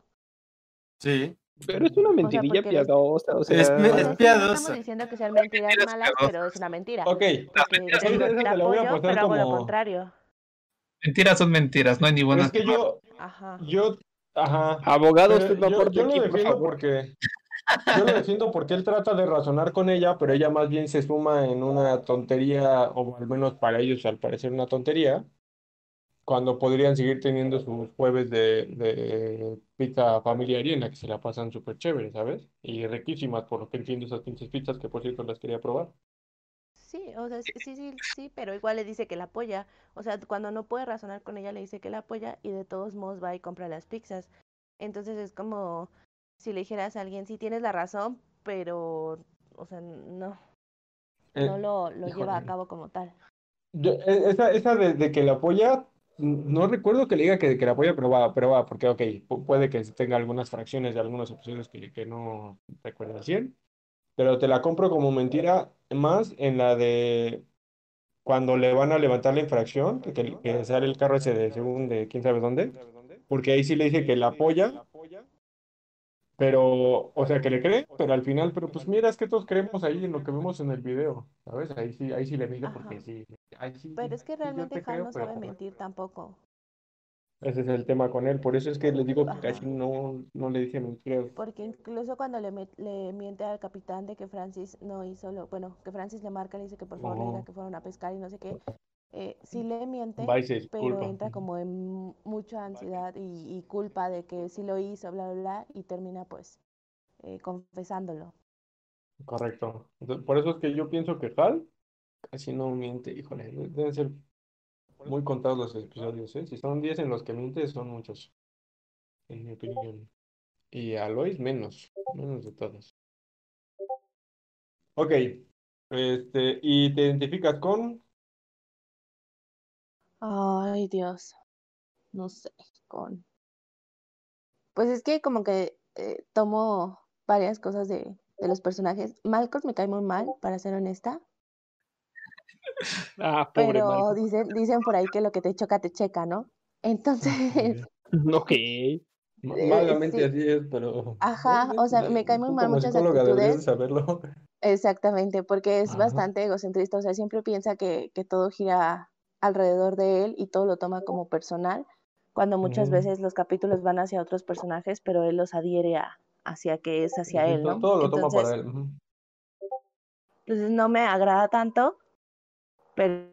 Speaker 4: Sí,
Speaker 1: Pero es una
Speaker 3: O sea,
Speaker 1: mentirilla
Speaker 3: porque les,
Speaker 1: piadosa, o
Speaker 4: es,
Speaker 1: sea,
Speaker 3: o
Speaker 4: es
Speaker 3: sea, sí, no estamos
Speaker 4: piadosa.
Speaker 3: diciendo que sean mentiras
Speaker 5: Mentiras
Speaker 3: malas,
Speaker 5: piadosas.
Speaker 3: pero es una mentira.
Speaker 7: ok,
Speaker 3: Porque
Speaker 7: esa,
Speaker 3: te digo,
Speaker 7: esa
Speaker 3: te
Speaker 7: te la voy a
Speaker 3: apoyo,
Speaker 7: pasar
Speaker 3: pero hago lo
Speaker 7: como,
Speaker 3: contrario.
Speaker 5: Mentiras son mentiras, no hay ni
Speaker 7: pero es
Speaker 5: buenas ni
Speaker 7: que
Speaker 5: malas.
Speaker 7: yo,
Speaker 3: Ajá.
Speaker 7: yo, ajá,
Speaker 1: abogado,
Speaker 7: pero
Speaker 1: usted no
Speaker 7: yo,
Speaker 1: aporte
Speaker 7: yo lo
Speaker 1: aquí, por
Speaker 7: defiendo
Speaker 1: favor.
Speaker 7: porque, yo lo defiendo porque él trata de razonar con ella, pero ella más bien se suma en una tontería, o al menos para ellos al parecer una tontería, cuando podrían seguir teniendo sus jueves de, de pizza familiar y en la que se la pasan súper chévere, ¿sabes? Y riquísimas, por lo que entiendo esas pinches pizzas que por cierto las quería probar.
Speaker 3: Sí, o sea, sí, sí, sí, sí, pero igual le dice que la apoya. O sea, cuando no puede razonar con ella, le dice que la apoya y de todos modos va y compra las pizzas. Entonces es como si le dijeras a alguien, sí tienes la razón, pero, o sea, no, no
Speaker 7: Eh,
Speaker 3: lo, lo lleva a
Speaker 7: híjole.
Speaker 3: cabo como tal.
Speaker 7: Yo, e- esa, esa de, de que la apoya, n- no recuerdo que le diga que, que la apoya, pero va, pero va, porque, ok, pu- puede que tenga algunas fracciones de algunos episodios que, que no recuerdo al cien, pero te la compro como mentira más en la de cuando le van a levantar la infracción, que, que, que sale el carro ese de según de quién sabe dónde, porque ahí sí le dije que la apoya, pero, o sea, que le cree, pero al final, pero pues mira, es que todos creemos ahí en lo que vemos en el video, ¿sabes? Ahí sí, ahí sí le dije porque
Speaker 3: Ajá.
Speaker 7: sí, ahí sí,
Speaker 3: Pero es que
Speaker 7: sí yo
Speaker 3: realmente
Speaker 7: te
Speaker 3: Hal
Speaker 7: creo,
Speaker 3: no
Speaker 7: pero
Speaker 3: sabe mentir tampoco.
Speaker 7: ese es el tema con él. Por eso es que les digo que
Speaker 3: Ajá.
Speaker 7: casi no, no le dije mentiras.
Speaker 3: Porque incluso cuando le, met- le miente al capitán de que Francis no hizo lo, bueno, que Francis le marca, le dice que por favor le diga
Speaker 7: No,
Speaker 3: que fueron a pescar y no sé qué, eh, sí le miente,
Speaker 7: va y se
Speaker 3: pero
Speaker 7: disculpa.
Speaker 3: entra como en mucha ansiedad y, y culpa de que sí lo hizo, bla, bla, bla, y termina pues eh, confesándolo.
Speaker 7: Correcto. Entonces, por eso es que yo pienso que Hal casi no miente. Híjole, de- deben ser muy contados los episodios, ¿eh? Si son diez en los que miente, son muchos, en mi opinión. Y a Lois menos, menos de todos. Ok, este, ¿y te identificas con?
Speaker 3: Ay, Dios, no sé, con... Pues es que como que eh, tomo varias cosas de, de los personajes. Malcolm me cae muy mal, para ser honesta,
Speaker 1: Ah, pobre
Speaker 3: pero
Speaker 1: Malcolm.
Speaker 3: dicen, dicen por ahí que lo que te choca, te checa, ¿no? Entonces,
Speaker 1: Ok.
Speaker 7: Ma-
Speaker 3: eh,
Speaker 7: Malamente
Speaker 3: sí,
Speaker 7: así es, pero
Speaker 3: ajá, o sea, me cae muy
Speaker 7: tú
Speaker 3: mal
Speaker 7: como
Speaker 3: muchas
Speaker 7: psicóloga deberías de
Speaker 3: actitudes.
Speaker 7: saberlo.
Speaker 3: Exactamente, porque es
Speaker 7: Ajá.
Speaker 3: bastante egocentrista, o sea, siempre piensa que, que todo gira alrededor de él y todo lo toma como personal, cuando muchas
Speaker 7: Ujú.
Speaker 3: veces los capítulos van hacia otros personajes, pero él los adhiere a, hacia que es hacia
Speaker 7: Sí,
Speaker 3: él,
Speaker 7: to-
Speaker 3: ¿no?
Speaker 7: todo lo toma para
Speaker 3: Entonces,
Speaker 7: él. Ujú.
Speaker 3: entonces no me agrada tanto, pero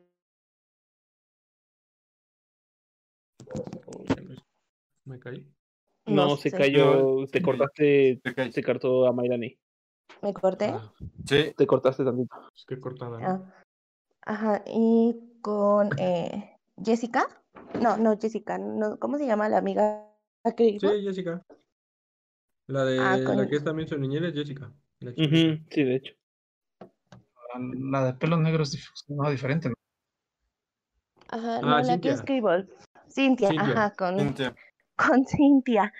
Speaker 7: Oh, ya me, me caí.
Speaker 3: no
Speaker 1: No, se
Speaker 3: sé,
Speaker 1: cayó, te
Speaker 4: sí,
Speaker 1: cortaste,
Speaker 4: te caes.
Speaker 1: se cortó a Mayrani.
Speaker 3: me corté.
Speaker 7: Ah,
Speaker 4: Sí.
Speaker 1: Te cortaste tantito.
Speaker 7: pues qué cortada, ¿no?
Speaker 3: Ah, ajá, y con eh, Jessica, no, no Jessica, no, ¿cómo se llama la amiga que dijo?
Speaker 7: Sí, Jessica. La
Speaker 3: Ah,
Speaker 7: de la
Speaker 3: con,
Speaker 7: que es también su niñera es Jessica, la chinita.
Speaker 1: Ujú, sí, de hecho.
Speaker 5: La de pelo negro es dif- no, diferente, ¿no?
Speaker 3: ajá,
Speaker 7: Ah,
Speaker 3: no, la que es
Speaker 7: Cintia.
Speaker 3: Scribble, Cintia,
Speaker 7: Cintia.
Speaker 3: ajá, con,
Speaker 4: Cintia.
Speaker 3: con Cintia,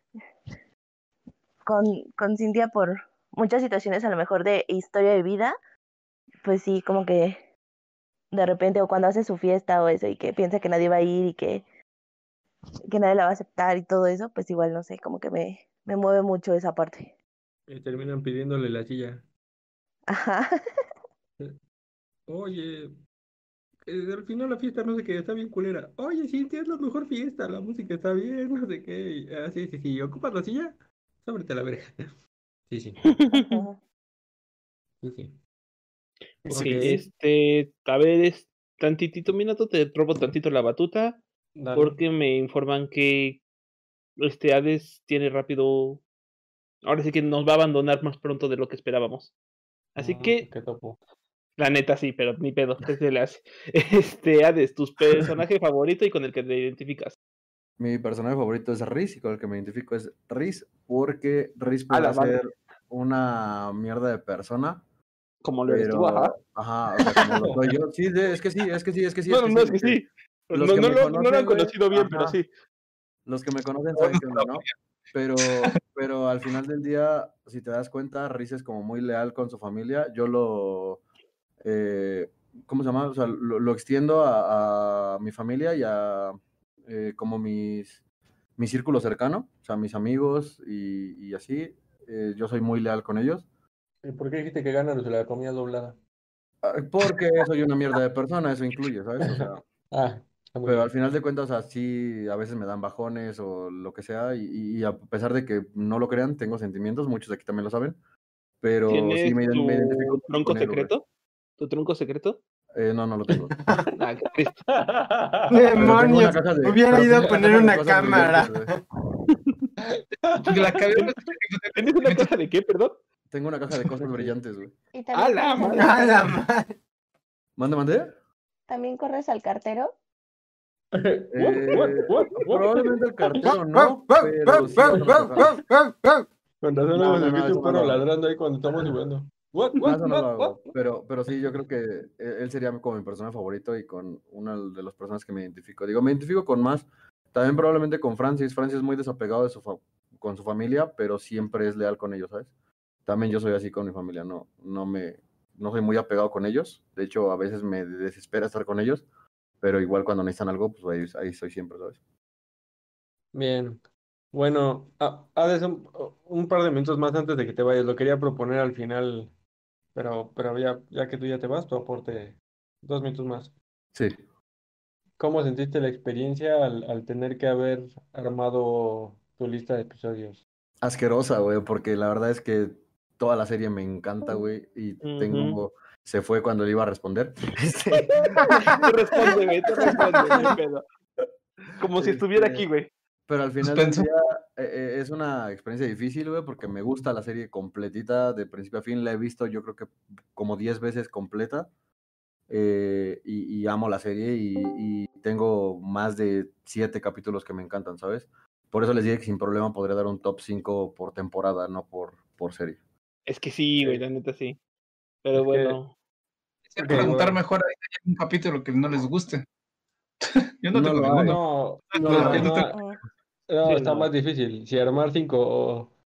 Speaker 3: con, con Cintia por muchas situaciones a lo mejor de historia de vida, pues sí, como que de repente, o cuando hace su fiesta o eso, y que piensa que nadie va a ir y que, que nadie la va a aceptar y todo eso, pues igual no sé, como que me, me mueve mucho esa parte.
Speaker 7: Y terminan pidiéndole la silla.
Speaker 3: Ajá.
Speaker 7: Eh, Oye, eh, al final la fiesta no sé qué, está bien culera. Oye, Cintia, es la mejor fiesta, la música está bien, no sé qué. Y, ah, sí, sí, sí, ¿ocupas la silla? Sóbrete la verga. Sí, sí,
Speaker 3: Ajá.
Speaker 7: sí, sí.
Speaker 1: Ok,
Speaker 7: Ok,
Speaker 1: este, a ver, es tantitito minuto, te robo tantito la batuta,
Speaker 7: dale.
Speaker 1: porque me informan que este Hades tiene rápido, ahora sí que nos va a abandonar más pronto de lo que esperábamos. Así
Speaker 7: Mm,
Speaker 1: que,
Speaker 7: qué topo.
Speaker 1: la neta sí, pero ni pedo, ¿qué se le hace? Este, Hades, tus personaje favorito y con el que te identificas.
Speaker 6: Mi personaje favorito es Riz y con el que me identifico es Riz porque Riz
Speaker 1: A la
Speaker 6: podrá
Speaker 1: madre,
Speaker 6: ser una mierda de persona,
Speaker 1: como lo eres tú, ajá.
Speaker 6: pero, ajá, o sea, como lo soy yo. Sí, de- es que sí, es que sí, es que sí, es
Speaker 1: Bueno,
Speaker 6: que
Speaker 1: no,
Speaker 6: sí.
Speaker 1: es
Speaker 6: Los
Speaker 1: que
Speaker 6: que,
Speaker 1: sí.
Speaker 6: los
Speaker 1: No,
Speaker 6: que
Speaker 1: no,
Speaker 6: me
Speaker 1: lo, no lo
Speaker 6: conocen,
Speaker 1: han
Speaker 6: güey,
Speaker 1: conocido bien, pero
Speaker 6: ajá,
Speaker 1: sí.
Speaker 6: los que me conocen saben que onda, ¿no? Pero, pero al final del día, si te das cuenta, Riz es como muy leal con su familia. Yo lo, eh, ¿cómo se llama? O sea, lo, lo extiendo a, a mi familia y a eh, como mis, mi círculo cercano, o sea, mis amigos y, y así. Eh, yo soy muy leal con ellos.
Speaker 7: ¿Y por qué dijiste que ganas la comida doblada?
Speaker 6: Ah, porque soy una mierda de persona, eso incluye, ¿sabes? O sea,
Speaker 7: Ah, está muy
Speaker 6: pero al
Speaker 7: bien.
Speaker 6: final de cuentas, así a veces me dan bajones o lo que sea, y, y a pesar de que no lo crean, tengo sentimientos, muchos aquí también lo saben, pero sí
Speaker 1: ¿Tienes
Speaker 6: me, me identifico
Speaker 1: tu
Speaker 6: mucho
Speaker 1: tronco
Speaker 6: con él, güey.
Speaker 1: secreto? ¿Tu tronco secreto?
Speaker 6: Eh, no, no lo tengo.
Speaker 1: Ah, qué triste.
Speaker 6: Pero tengo una
Speaker 4: Demonios,
Speaker 6: caja de,
Speaker 4: hubiera
Speaker 6: pero
Speaker 4: ido a
Speaker 6: tengo una
Speaker 4: poner
Speaker 6: caja de
Speaker 4: una
Speaker 6: cosas brillantes, güey.
Speaker 4: cámara.
Speaker 5: La cagué.
Speaker 1: ¿Tienes una caja de qué, perdón?
Speaker 6: Tengo una caja de cosas brillantes, güey.
Speaker 3: ¿Y
Speaker 1: ¡A
Speaker 3: también
Speaker 1: la
Speaker 3: corres al
Speaker 1: madre!
Speaker 4: A la
Speaker 3: cartero?
Speaker 4: madre.
Speaker 6: ¿Mande, mande?
Speaker 3: ¿También corres al cartero?
Speaker 7: What, what,
Speaker 6: Eh,
Speaker 7: what, what?
Speaker 6: probablemente el cartero
Speaker 4: Wow, wow,
Speaker 6: no,
Speaker 4: wow,
Speaker 6: pero sí
Speaker 4: wow,
Speaker 6: abro
Speaker 4: wow,
Speaker 6: cajas.
Speaker 4: wow, wow, wow.
Speaker 7: Con razón
Speaker 6: No,
Speaker 7: luego se
Speaker 6: no, no,
Speaker 7: escucha
Speaker 6: eso
Speaker 7: un
Speaker 6: no lo
Speaker 7: perro
Speaker 6: hago.
Speaker 7: ladrando ahí cuando estamos jugando. What,
Speaker 6: No,
Speaker 7: what,
Speaker 6: eso no lo
Speaker 7: what, what?
Speaker 6: hago. Pero, pero sí, yo creo que eh, él sería como mi persona favorito y con una de las personas que me identifico. Digo, me identifico con más. También probablemente con Francis. Francis es muy desapegado de su fa- con su familia, pero siempre es leal con ellos, ¿sabes? También yo soy así con mi familia. No, no me, no soy muy apegado con ellos. De hecho, a veces me desespera estar con ellos, pero igual cuando necesitan algo, pues ahí, ahí soy siempre, ¿sabes?
Speaker 7: Bien. Bueno, ah, Hades, un, un par de minutos más antes de que te vayas. Lo quería proponer al final, pero, pero ya, ya que tú ya te vas, tu aporte dos minutos más.
Speaker 6: Sí.
Speaker 7: ¿Cómo sentiste la experiencia al, al tener que haber armado tu lista de episodios?
Speaker 6: Asquerosa, güey, porque la verdad es que toda la serie me encanta, güey, y
Speaker 1: Ujú.
Speaker 6: tengo... Se fue cuando le iba a responder. Este,
Speaker 1: Tú responde, güey, tú responde, no hay pedo. Como si estuviera
Speaker 6: Este,
Speaker 1: aquí, güey.
Speaker 6: Pero al final del
Speaker 5: Suspenso.
Speaker 6: día eh, eh, es una experiencia difícil, güey, porque me gusta la serie completita, de principio a fin. La he visto yo creo que como diez veces completa. eh, y, y amo la serie y, y tengo más de siete capítulos que me encantan, ¿sabes? Por eso les dije que sin problema podría dar un top cinco por temporada, no por, por serie.
Speaker 1: Es que sí, güey,
Speaker 7: Sí.
Speaker 1: la neta sí. Pero
Speaker 7: Es que,
Speaker 1: bueno.
Speaker 5: Hay que
Speaker 7: ok,
Speaker 5: preguntar
Speaker 7: bueno.
Speaker 5: mejor ahí si hay un capítulo que no les guste. Yo no,
Speaker 6: No
Speaker 5: tengo
Speaker 6: lo hay.
Speaker 5: ninguno.
Speaker 7: No,
Speaker 5: Yo
Speaker 7: no,
Speaker 5: no
Speaker 7: no,
Speaker 5: tengo-
Speaker 7: no,
Speaker 1: Sí,
Speaker 7: está
Speaker 1: no.
Speaker 7: más difícil. Si armar cinco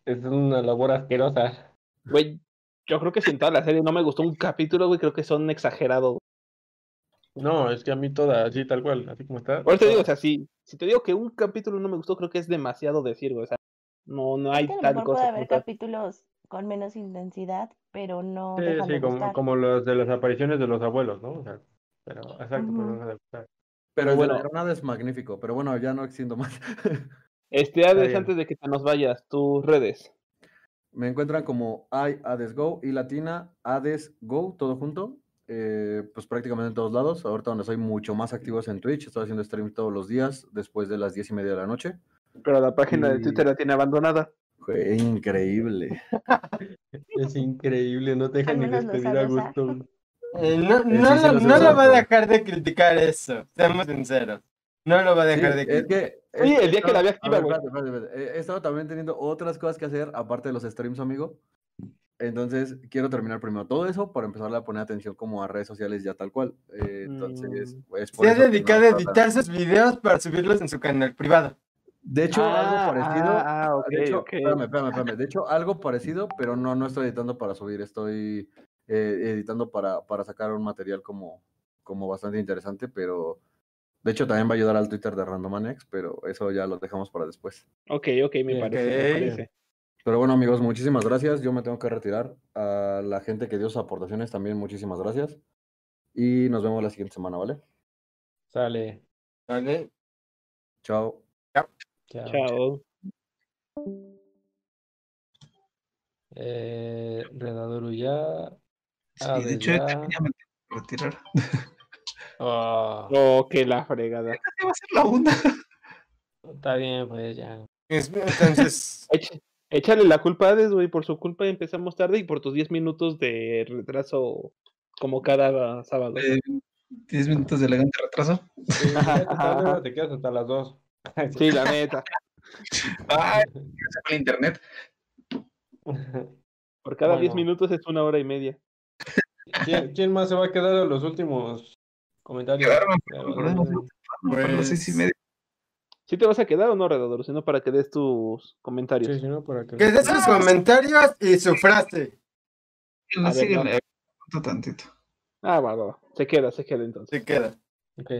Speaker 7: es una labor asquerosa.
Speaker 1: Güey, yo creo que si en toda la serie no me gustó un capítulo, güey, creo que son exagerados.
Speaker 7: No, es que a mí toda, así tal cual, así como está.
Speaker 1: Por eso te digo, o
Speaker 7: toda.
Speaker 1: sea, si, si te digo que un capítulo no me gustó, creo que es demasiado decir, güey. O sea, no, no
Speaker 3: Es
Speaker 1: hay
Speaker 3: que a lo
Speaker 1: tal
Speaker 3: mejor
Speaker 1: cosa
Speaker 3: puede
Speaker 1: como
Speaker 3: haber
Speaker 1: tal.
Speaker 3: capítulos con menos intensidad, pero no
Speaker 7: Sí,
Speaker 3: dejan de
Speaker 7: sí, como,
Speaker 3: gustar.
Speaker 7: como los de las apariciones de los abuelos, ¿no? O sea, pero, exacto, pero no
Speaker 3: Ujú.
Speaker 7: deja de gustar.
Speaker 6: Pero
Speaker 1: Pero
Speaker 6: el de la
Speaker 1: bueno,
Speaker 6: granada es magnífico. Pero bueno, ya no extiendo más.
Speaker 1: este
Speaker 7: Está
Speaker 1: Hades,
Speaker 7: bien.
Speaker 1: antes de que te nos vayas, tus redes.
Speaker 6: Me encuentran como I Hades Go y Latina Hades Go, todo junto. Eh, pues prácticamente en todos lados. Ahorita donde soy mucho más activo es en Twitch. Estoy haciendo stream todos los días después de las diez y media de la noche.
Speaker 1: Pero la página de
Speaker 6: Y
Speaker 1: Twitter la tiene abandonada.
Speaker 6: fue increíble.
Speaker 7: Es increíble, no te
Speaker 3: Al
Speaker 7: dejan ni
Speaker 3: menos lo
Speaker 7: despedir
Speaker 3: sabe
Speaker 7: a
Speaker 3: usar.
Speaker 7: gusto.
Speaker 4: Eh, no
Speaker 6: Eh,
Speaker 4: no,
Speaker 6: sí, sí
Speaker 4: lo,
Speaker 6: lo sé
Speaker 4: no lo
Speaker 6: usar,
Speaker 4: va a
Speaker 6: pero-
Speaker 4: dejar de criticar eso, seamos sinceros. No lo va a
Speaker 6: Sí,
Speaker 4: dejar de
Speaker 6: es
Speaker 4: criticar.
Speaker 6: que... es
Speaker 1: Oye,
Speaker 6: que
Speaker 1: el día que la
Speaker 6: estaba-
Speaker 1: vi
Speaker 6: a
Speaker 1: activa,
Speaker 6: ver,
Speaker 1: güey.
Speaker 6: espérate, espérate, espérate. He he estado también teniendo otras cosas que hacer, aparte de los streams, amigo. Entonces, quiero terminar primero todo eso para empezar a poner atención como a redes sociales ya tal cual. Eh, entonces,
Speaker 1: Mm.
Speaker 6: es por
Speaker 4: Se ha
Speaker 6: eso que no
Speaker 4: dedicado
Speaker 6: he
Speaker 4: a
Speaker 6: estado tan-
Speaker 4: editar sus videos para subirlos en su canal privado.
Speaker 6: De hecho, algo
Speaker 1: Ah,
Speaker 6: parecido.
Speaker 1: ah, ah, ok,
Speaker 6: De hecho,
Speaker 1: ok.
Speaker 6: espérame, espérame, espérame. De hecho, algo parecido, pero no, no estoy editando para subir, estoy eh, editando para, para sacar un material como, como bastante interesante, pero de hecho también va a ayudar al Twitter de Randomanex, pero eso ya lo dejamos para después.
Speaker 1: Ok, ok, me
Speaker 7: Bien,
Speaker 1: parece, me
Speaker 4: ok.
Speaker 1: parece.
Speaker 6: Pero bueno, amigos, muchísimas gracias. Yo me tengo que retirar. A la gente que dio sus aportaciones también, muchísimas gracias. Y nos vemos la siguiente semana, ¿vale?
Speaker 7: Sale.
Speaker 4: ¿Vale?
Speaker 6: Chao.
Speaker 7: Chao.
Speaker 1: Chao.
Speaker 7: Eh, Redaduru ya.
Speaker 5: Sí,
Speaker 7: Hades
Speaker 5: de hecho, yo
Speaker 7: ya.
Speaker 5: también ya me tengo que retirar.
Speaker 7: Oh,
Speaker 1: Oh, qué la fregada.
Speaker 5: Ya va a ser la una.
Speaker 7: está bien, pues ya.
Speaker 4: Es- Entonces,
Speaker 1: Echa- échale la culpa a Hades, güey. Por su culpa empezamos tarde y por tus diez minutos de retraso como cada sábado.
Speaker 5: Eh, diez minutos de elegante retraso.
Speaker 7: Sí,
Speaker 1: Ajá,
Speaker 7: llegaste
Speaker 1: ajá,
Speaker 7: tarde,
Speaker 1: ajá.
Speaker 7: ahora te quedas hasta las dos.
Speaker 1: Sí, la neta.
Speaker 5: Ay, ya sacó el internet.
Speaker 1: Por cada diez
Speaker 7: Bueno.
Speaker 1: minutos es una hora y media.
Speaker 7: ¿Quién, quién más se va a quedar a los últimos comentarios?
Speaker 5: Quedarme,
Speaker 7: Ya,
Speaker 5: por
Speaker 7: bueno,
Speaker 5: eso, para las seis y media.
Speaker 1: ¿Sí te vas a quedar o no, Redador? Sino para que des tus comentarios.
Speaker 7: Sí, sí, ¿no? Para que...
Speaker 4: que de sus comentarios y su frase.
Speaker 5: Síguele,
Speaker 1: A ver,
Speaker 5: síguele.
Speaker 1: va.
Speaker 5: Aguanta tantito.
Speaker 1: Ah, va, va, va. Se queda, se queda entonces.
Speaker 4: Se queda.
Speaker 7: Ok.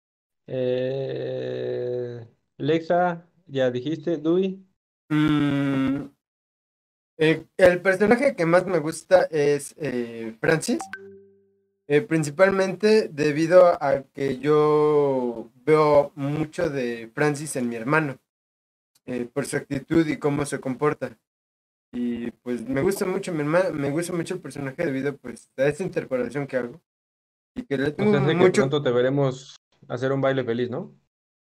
Speaker 7: Eh, Lexa, ya dijiste. Dewey.
Speaker 4: Mm, eh, el personaje que más me gusta es eh, Francis. Eh, principalmente debido a que yo veo mucho de Francis en mi hermano. eh, por su actitud y cómo se comporta. Y pues me gusta mucho mi hermano, me gusta mucho el personaje debido pues a esta interpretación que hago. Y que le
Speaker 7: O
Speaker 4: tengo
Speaker 7: sea, sé que
Speaker 4: mucho...
Speaker 7: pronto te veremos hacer un baile feliz, ¿no?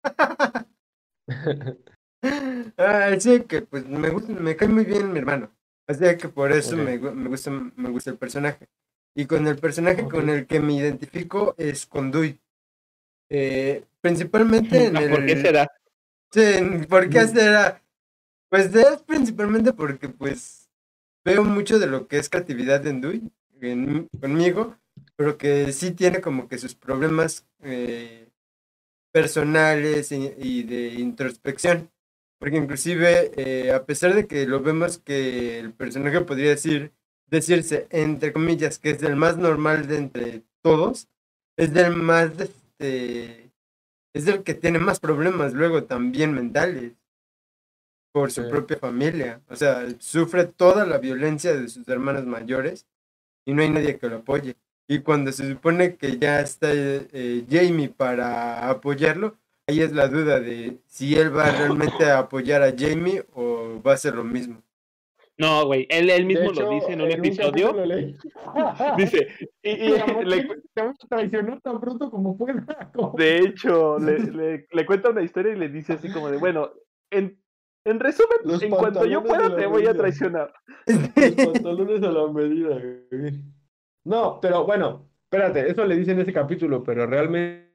Speaker 4: Ah, sí, que pues me gusta, me cae muy bien mi hermano. Así que por eso
Speaker 7: Ok.
Speaker 4: me, gu- me gusta, me gusta el personaje. Y con el personaje
Speaker 7: Ok.
Speaker 4: con el que me identifico es con Dui. Eh, principalmente en el...
Speaker 1: ¿Por qué será?
Speaker 4: Sí, ¿por qué será? Pues es principalmente porque pues veo mucho de lo que es creatividad en Dui, en- conmigo, pero que sí tiene como que sus problemas eh, personales y, y de introspección. Porque inclusive, eh, a pesar de que lo vemos que el personaje podría decir, decirse, entre comillas, que es el más normal de entre todos, es del más, este, es del que tiene más problemas luego también mentales por su
Speaker 7: Sí.
Speaker 4: propia familia. O sea, sufre toda la violencia de sus hermanos mayores y no hay nadie que lo apoye. Y cuando se supone que ya está eh, Jamie para apoyarlo, ahí es la duda de si él va realmente a apoyar a Jamie o va a hacer lo mismo.
Speaker 1: No, güey. Él, él mismo
Speaker 7: De hecho,
Speaker 1: lo dice en un
Speaker 7: en
Speaker 1: episodio.
Speaker 7: capítulo leí.
Speaker 1: Dice, y, y le,
Speaker 7: Te voy a traicionar tan pronto como pueda. Como-
Speaker 1: de hecho, le, le, le cuenta una historia y le dice así como de, bueno, en, en resumen,
Speaker 7: Los
Speaker 1: en cuanto yo
Speaker 7: pantalones de
Speaker 1: pueda
Speaker 7: la
Speaker 1: te voy a
Speaker 7: medida.
Speaker 1: traicionar.
Speaker 7: Los pantalones a la medida, güey. No, pero bueno, espérate, eso le dice en ese capítulo, pero realmente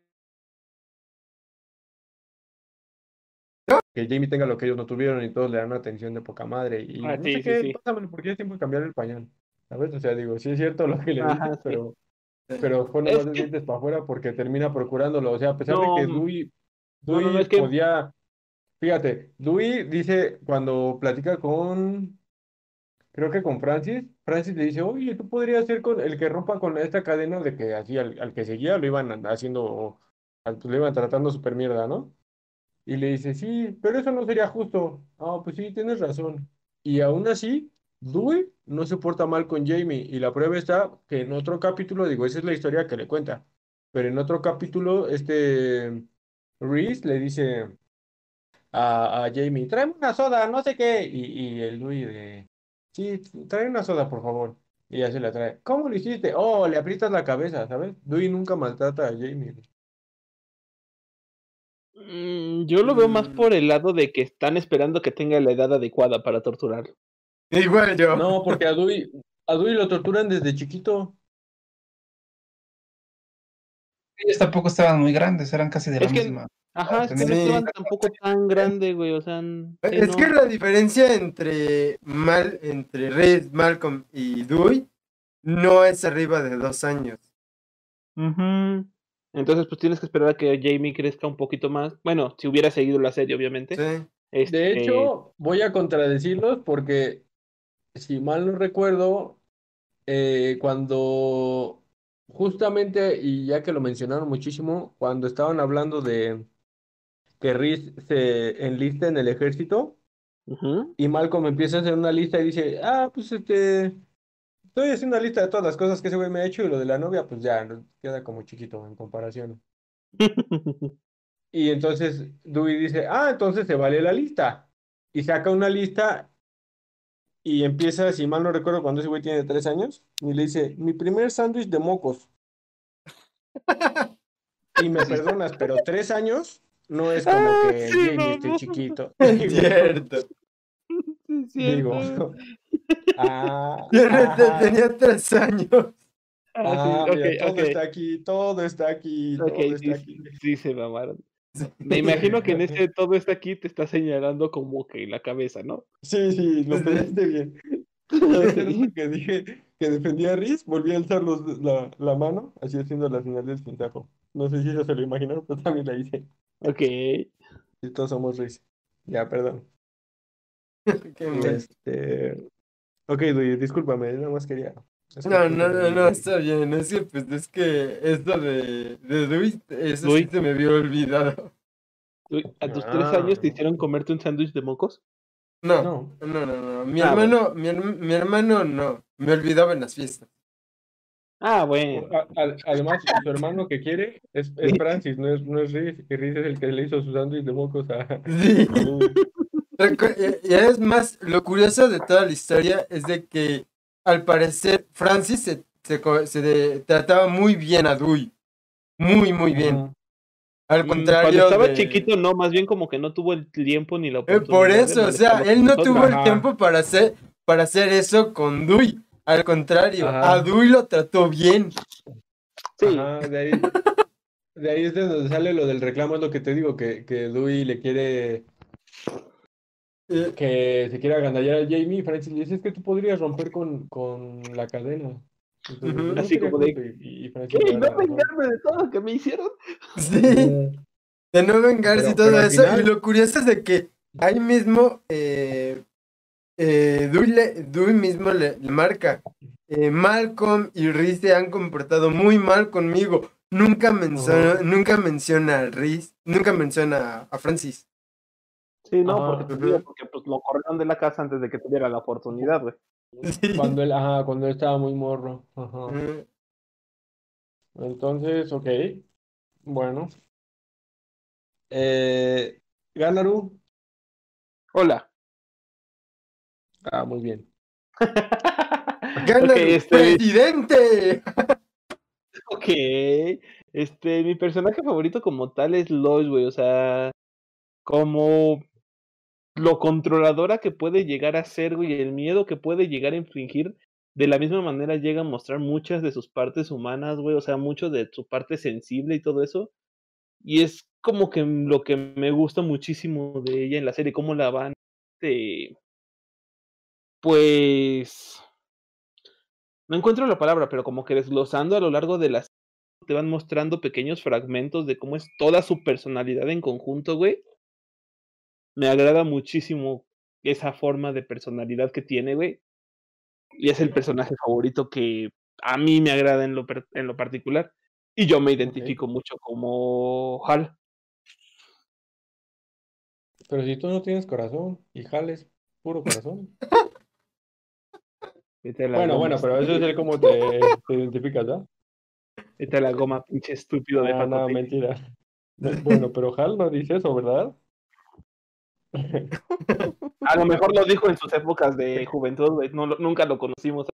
Speaker 7: que Jamie tenga lo que ellos no tuvieron y todos le dan una atención de poca madre y
Speaker 1: Ah,
Speaker 7: no
Speaker 1: sí,
Speaker 7: sé
Speaker 1: sí,
Speaker 7: qué,
Speaker 1: sí.
Speaker 7: pásamelo porque ya es tiempo de cambiar el pañal. ¿Sabes? O sea, digo, sí es cierto lo que le
Speaker 1: Ajá,
Speaker 7: dices,
Speaker 1: sí.
Speaker 7: pero, pero fue nomás
Speaker 1: Es
Speaker 7: de
Speaker 1: que-
Speaker 7: dientes para afuera porque termina procurándolo. O sea, a pesar de
Speaker 1: No,
Speaker 7: que
Speaker 1: mm,
Speaker 7: Dewey,
Speaker 1: no, no, no,
Speaker 7: Dewey
Speaker 1: es que
Speaker 7: podía, fíjate, Dewey dice cuando platica con creo que con Francis, Francis le dice, oye, tú podrías ser con el que rompa con esta cadena de que así al, al que seguía lo iban haciendo, al- pues, lo iban tratando súper mierda, ¿no? Y le dice, sí, pero eso no sería justo. Ah, pues sí, tienes razón. Y aún así, Dewey no se porta mal con Jamie. Y la prueba está que en otro capítulo, digo, esa es la historia que le cuenta. Pero en otro capítulo, este Reese le dice a, a Jamie, tráeme una soda, no sé qué. Y, y el Dewey de, sí, trae una soda, por favor. Y ya se la trae. ¿Cómo lo hiciste? Oh, le aprietas la cabeza, ¿sabes? Dewey nunca maltrata a Jamie.
Speaker 1: Mm, yo lo veo más
Speaker 4: Mm,
Speaker 1: por el lado de que están esperando que tenga la edad adecuada para torturarlo.
Speaker 4: igual yo.
Speaker 7: No, porque a Dewey, a Dewey lo torturan desde chiquito.
Speaker 5: Ellos tampoco estaban muy grandes, eran casi de la
Speaker 1: Es que,
Speaker 5: misma.
Speaker 1: ajá, es que no
Speaker 4: Sí.
Speaker 1: estaban tampoco tan grande, güey, o sea, n- sí,
Speaker 4: Es
Speaker 1: no.
Speaker 4: que la diferencia entre Mal, entre Reed, Malcolm y Dewey no es arriba de dos años.
Speaker 1: Ujú. Entonces, pues tienes que esperar a que Jamie crezca un poquito más. Bueno, si hubiera seguido la serie, obviamente.
Speaker 4: Sí.
Speaker 7: De
Speaker 1: Este,
Speaker 7: hecho, voy a contradecirlos porque, si mal no recuerdo, eh, cuando justamente, y ya que lo mencionaron muchísimo, cuando estaban hablando de que Reese se enlista en el ejército,
Speaker 1: ujú.
Speaker 7: y Malcolm empieza a hacer una lista y dice, ah, pues este, estoy haciendo una lista de todas las cosas que ese güey me ha hecho y lo de la novia, pues ya, no- queda como chiquito en comparación. Y entonces Dewey dice, ah, entonces se vale la lista. Y saca una lista y empieza, si mal no recuerdo, cuando ese güey tiene tres años, y le dice, mi primer sándwich de mocos. Y me perdonas, pero tres años no es como
Speaker 1: Ah,
Speaker 7: que
Speaker 1: sí,
Speaker 7: Jamie
Speaker 1: no,
Speaker 7: esté
Speaker 1: no.
Speaker 7: chiquito.
Speaker 4: Es
Speaker 7: Digo,
Speaker 4: cierto.
Speaker 1: Sí, es
Speaker 7: digo,
Speaker 1: cierto.
Speaker 7: ah,
Speaker 4: Tiene- te-
Speaker 7: ajá,
Speaker 4: Tenía tres años.
Speaker 1: Ah, sí,
Speaker 7: ah,
Speaker 1: ok,
Speaker 7: mira, todo
Speaker 1: ok.
Speaker 7: está aquí, todo está aquí,
Speaker 1: Ok,
Speaker 7: todo
Speaker 1: sí,
Speaker 7: está aquí.
Speaker 1: sí se mamaron.
Speaker 4: Sí.
Speaker 1: Me imagino que en ese todo está aquí te está señalando como que la cabeza, ¿no?
Speaker 7: Sí, sí, lo
Speaker 4: Sí.
Speaker 7: pensaste bien. Y hace rato que dije que defendía a Riz, volví a alzar los, la, la mano, así haciendo la señal del cintajo. No sé si eso se lo imaginaron, pero también la hice.
Speaker 1: Ok.
Speaker 7: Y todos somos Riz. Ya, perdón.
Speaker 4: Qué mal.
Speaker 7: Este. Ok, Dui, discúlpame, nada más quería hacer
Speaker 4: No,
Speaker 7: un
Speaker 4: no, no,
Speaker 7: pequeño
Speaker 4: no,
Speaker 7: guiño.
Speaker 4: está bien. Es que, pues, es que esto de, de Dewey, eso sí
Speaker 1: Dewey.
Speaker 4: se me había olvidado.
Speaker 1: Uy, ¿a tus tres
Speaker 7: Ah,
Speaker 1: años te hicieron comerte un sándwich de mocos?
Speaker 4: No,
Speaker 7: no.
Speaker 4: no, no, no. Mi
Speaker 1: Ah,
Speaker 4: hermano, mi, herm- mi hermano no. Me olvidaba en las fiestas.
Speaker 1: Ah, bueno.
Speaker 7: A- a- además, su hermano que quiere es, es Francis, no es, no es Riz. Y Riz es el que le hizo su sándwich de mocos a,
Speaker 4: Sí.
Speaker 7: a Dui.
Speaker 4: Recu- Y y es más, lo curioso de toda la historia es de que al parecer Francis se, se, co- se de- trataba muy bien a Dewey. Muy, muy bien.
Speaker 7: Ajá.
Speaker 4: Al
Speaker 1: Mm, Cuando
Speaker 4: contrario
Speaker 1: estaba
Speaker 4: de...
Speaker 1: chiquito, no, más bien como que no tuvo el tiempo ni la
Speaker 4: Eh, por
Speaker 1: oportunidad de
Speaker 4: eso, o sea,
Speaker 1: molestarlo
Speaker 4: él
Speaker 1: con
Speaker 4: no
Speaker 1: nosotros.
Speaker 4: tuvo el
Speaker 7: Ajá.
Speaker 4: tiempo para hacer, para hacer eso con Dewey. Al contrario, a
Speaker 7: Ajá.
Speaker 4: Dewey lo trató bien.
Speaker 1: Sí,
Speaker 7: Ajá, de ahí, de ahí es de donde sale lo del reclamo, es lo que te digo, que, que Dewey le quiere,
Speaker 4: Eh,
Speaker 7: que se quiere agandallar a Jamie, y Francis le dice, es que tú podrías romper con, con la cadena. Entonces,
Speaker 4: Ujú.
Speaker 7: no
Speaker 1: así
Speaker 7: sería
Speaker 1: como de,
Speaker 7: justo, y, y Francis le
Speaker 1: ¿qué?
Speaker 7: da
Speaker 1: ¿No
Speaker 7: la razón.
Speaker 1: vengarme de todo lo que me hicieron?
Speaker 4: Sí,
Speaker 7: Ujú.
Speaker 4: de no vengarse y
Speaker 7: Pero,
Speaker 4: todo
Speaker 7: pero al
Speaker 4: eso. Y
Speaker 7: final,
Speaker 4: lo curioso es de que ahí mismo, eh, eh, Dewey, le- Dewey mismo le, le marca. eh, Malcolm y Reese se han comportado muy mal conmigo. Nunca menciona,
Speaker 7: Ajá.
Speaker 4: nunca menciona a Reese, nunca menciona a Francis.
Speaker 1: Sí, no,
Speaker 7: Ajá.
Speaker 1: porque te digo,
Speaker 4: Ujú.
Speaker 1: porque pues lo corrieron de la casa antes de que tuviera la oportunidad, güey.
Speaker 4: Sí.
Speaker 7: Cuando él, ajá, cuando él estaba muy morro. Ajá.
Speaker 4: Ujú.
Speaker 7: Entonces, ok, bueno. Eh, Ganaru.
Speaker 1: Hola.
Speaker 7: Ah, muy bien.
Speaker 4: ¡Gana
Speaker 1: Ok,
Speaker 4: el
Speaker 1: este,
Speaker 4: presidente!
Speaker 1: ok. Este, mi personaje favorito como tal es Lois, güey. O sea, como lo controladora que puede llegar a ser, güey, el miedo que puede llegar a infligir, de la misma manera llega a mostrar muchas de sus partes humanas, güey, o sea, mucho de su parte sensible y todo eso. Y es como que lo que me gusta muchísimo de ella en la serie, cómo la van, este, pues, no encuentro la palabra, pero como que desglosando a lo largo de las te van mostrando pequeños fragmentos de cómo es toda su personalidad en conjunto, güey. Me agrada muchísimo esa forma de personalidad que tiene, güey. Y es el personaje favorito que a mí me agrada en lo, per- en lo particular. Y yo me identifico mucho como Hal.
Speaker 7: Pero si tú no tienes corazón y jales puro corazón.
Speaker 1: Vete a la
Speaker 7: Bueno,
Speaker 1: goma,
Speaker 7: bueno, pero eso es el cómo te, te identificas, ¿no?
Speaker 1: vete a la goma, pinche estúpido de
Speaker 7: Ah, no,
Speaker 1: Jocote.
Speaker 7: mentira. No, bueno, pero Hal no dice eso, ¿verdad?
Speaker 1: A lo mejor lo dijo en sus épocas de juventud, güey. No, lo- nunca lo conocimos.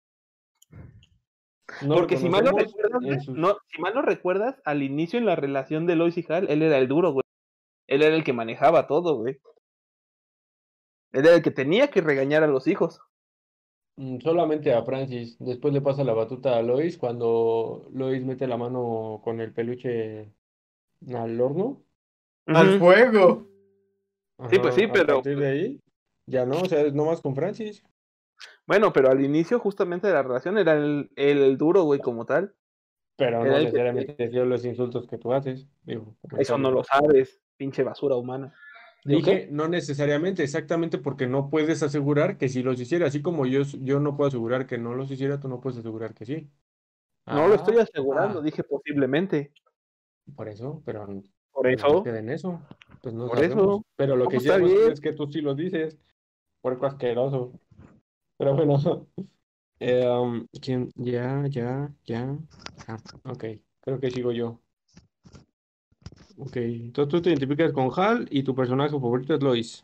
Speaker 7: No
Speaker 1: Porque
Speaker 7: lo
Speaker 1: si mal no
Speaker 7: conocemos
Speaker 1: recuerdas,
Speaker 7: en
Speaker 1: güey,
Speaker 7: sus...
Speaker 1: no, si mal no recuerdas, al inicio en la relación de Lois y Hal, él era el duro, güey. Él era el que manejaba todo, güey. Él era el que tenía que regañar a los hijos.
Speaker 7: Mm, solamente a Francis. Después le pasa la batuta a Lois cuando Lois mete la mano con el peluche al horno.
Speaker 4: ¡Al
Speaker 1: Ujú.
Speaker 4: fuego!
Speaker 1: Sí, pues sí,
Speaker 7: Ajá, a
Speaker 1: pero
Speaker 7: partir de ahí, ya no, o sea, es nomás con Francis.
Speaker 1: bueno, pero al inicio justamente de la relación era el, el duro, güey, como tal.
Speaker 7: Pero
Speaker 1: Era
Speaker 7: no
Speaker 1: el que
Speaker 7: necesariamente decía los insultos que tú haces. Digo,
Speaker 1: eso no
Speaker 7: comentario.
Speaker 1: lo sabes, pinche basura humana. ¿Digo
Speaker 7: Dije,
Speaker 1: qué?
Speaker 7: no necesariamente, exactamente porque no puedes asegurar que sí los hiciera. Así como yo, yo no puedo asegurar que no los hiciera, tú no puedes asegurar que sí.
Speaker 1: No lo estoy
Speaker 7: Ah,
Speaker 1: asegurando,
Speaker 7: ah,
Speaker 1: dije posiblemente.
Speaker 7: por eso, pero
Speaker 1: Por
Speaker 7: pues no
Speaker 1: eso,
Speaker 7: queda en eso. Pues no
Speaker 1: por eso.
Speaker 7: sabemos. Pero lo
Speaker 1: No,
Speaker 7: que
Speaker 1: pues
Speaker 7: sí
Speaker 1: está
Speaker 7: sabemos
Speaker 1: bien.
Speaker 7: es que tú sí lo dices. Puerco asqueroso. Pero bueno. eh, um, ¿quién? Ya, ya, ya. Ah, ok, creo que sigo yo. Ok, entonces tú te identificas con Hal y tu personaje favorito es Lois.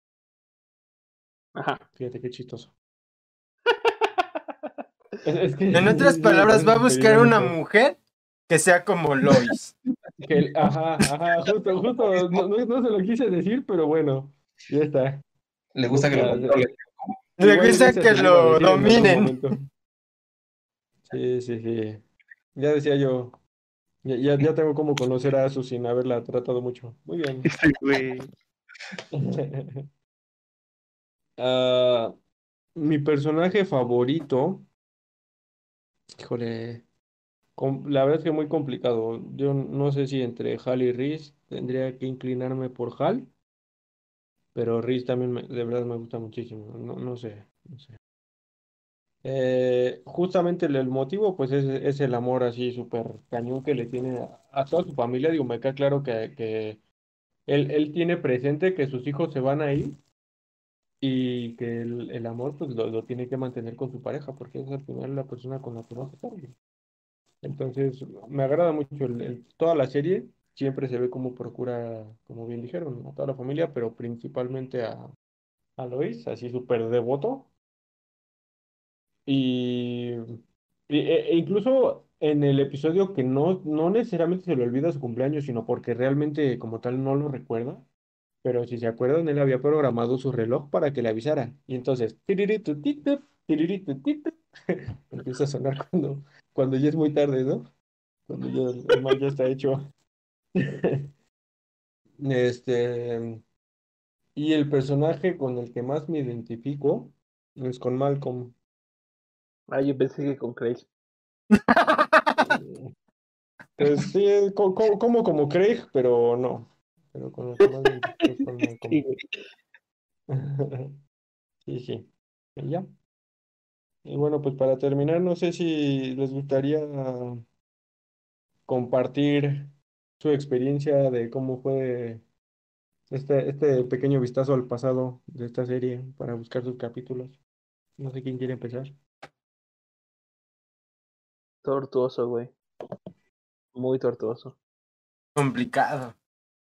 Speaker 1: Ajá.
Speaker 7: Fíjate qué chistoso. Es, es que
Speaker 4: En otras
Speaker 7: sí, sí me
Speaker 4: palabras,
Speaker 7: parece
Speaker 4: va a
Speaker 7: súper
Speaker 4: buscar una
Speaker 7: irónico.
Speaker 4: mujer que sea como Lois.
Speaker 7: Que el- ajá, ajá, justo, justo, no, no, no se lo quise decir, pero bueno, ya está.
Speaker 5: Le gusta que lo
Speaker 7: Busca,
Speaker 5: controle.
Speaker 4: Le
Speaker 7: igual y
Speaker 4: gusta
Speaker 7: ese
Speaker 4: que
Speaker 7: se lo iba a
Speaker 4: lo
Speaker 7: decir en algún
Speaker 4: dominen.
Speaker 7: momento. Sí, sí, sí. Ya decía yo, ya, ya, ya tengo como conocer a Asu sin haberla tratado mucho. Muy bien.
Speaker 1: Ese güey.
Speaker 7: Ah, mi personaje favorito, híjole, com- la verdad es que muy complicado. Yo no sé si entre Hal y Reese tendría que inclinarme por Hal, pero Reese también me- de verdad me gusta muchísimo. No, no sé, no sé. Eh, justamente el, el motivo, pues es, es el amor así súper cañón que le tiene a, a toda su familia. Digo, me queda claro que, que él, él tiene presente que sus hijos se van a ir y que el, el amor pues lo, lo tiene que mantener con su pareja porque es al final la persona con la que va a estar. Entonces, me agrada mucho el- el- toda la serie. Siempre se ve como procura, como bien dijeron, a toda la familia, pero principalmente a, a Lois, así súper devoto. Y, y- e, e incluso en el episodio que no, no necesariamente se le olvida su cumpleaños, sino porque realmente como tal no lo recuerda. Pero si se acuerdan, él había programado su reloj para que le avisara. Y entonces, tiriritutit, tiriritutit, empieza a sonar cuando, cuando ya es muy tarde, ¿no? Cuando ya el, el mal ya está hecho. Este, y el personaje con el que más me identifico es con Malcolm.
Speaker 1: Ah, yo pensé que con Craig.
Speaker 7: Pues sí, es co- co- como como Craig, pero no. Pero con el que más me identifico es con
Speaker 1: Sí,
Speaker 7: Malcolm.
Speaker 1: güey.
Speaker 7: Sí, sí. Y ya. Y bueno, pues para terminar, no sé si les gustaría compartir su experiencia de cómo fue este, este pequeño vistazo al pasado de esta serie para buscar sus capítulos. No sé quién quiere empezar.
Speaker 1: Tortuoso, güey. Muy tortuoso.
Speaker 4: Complicado.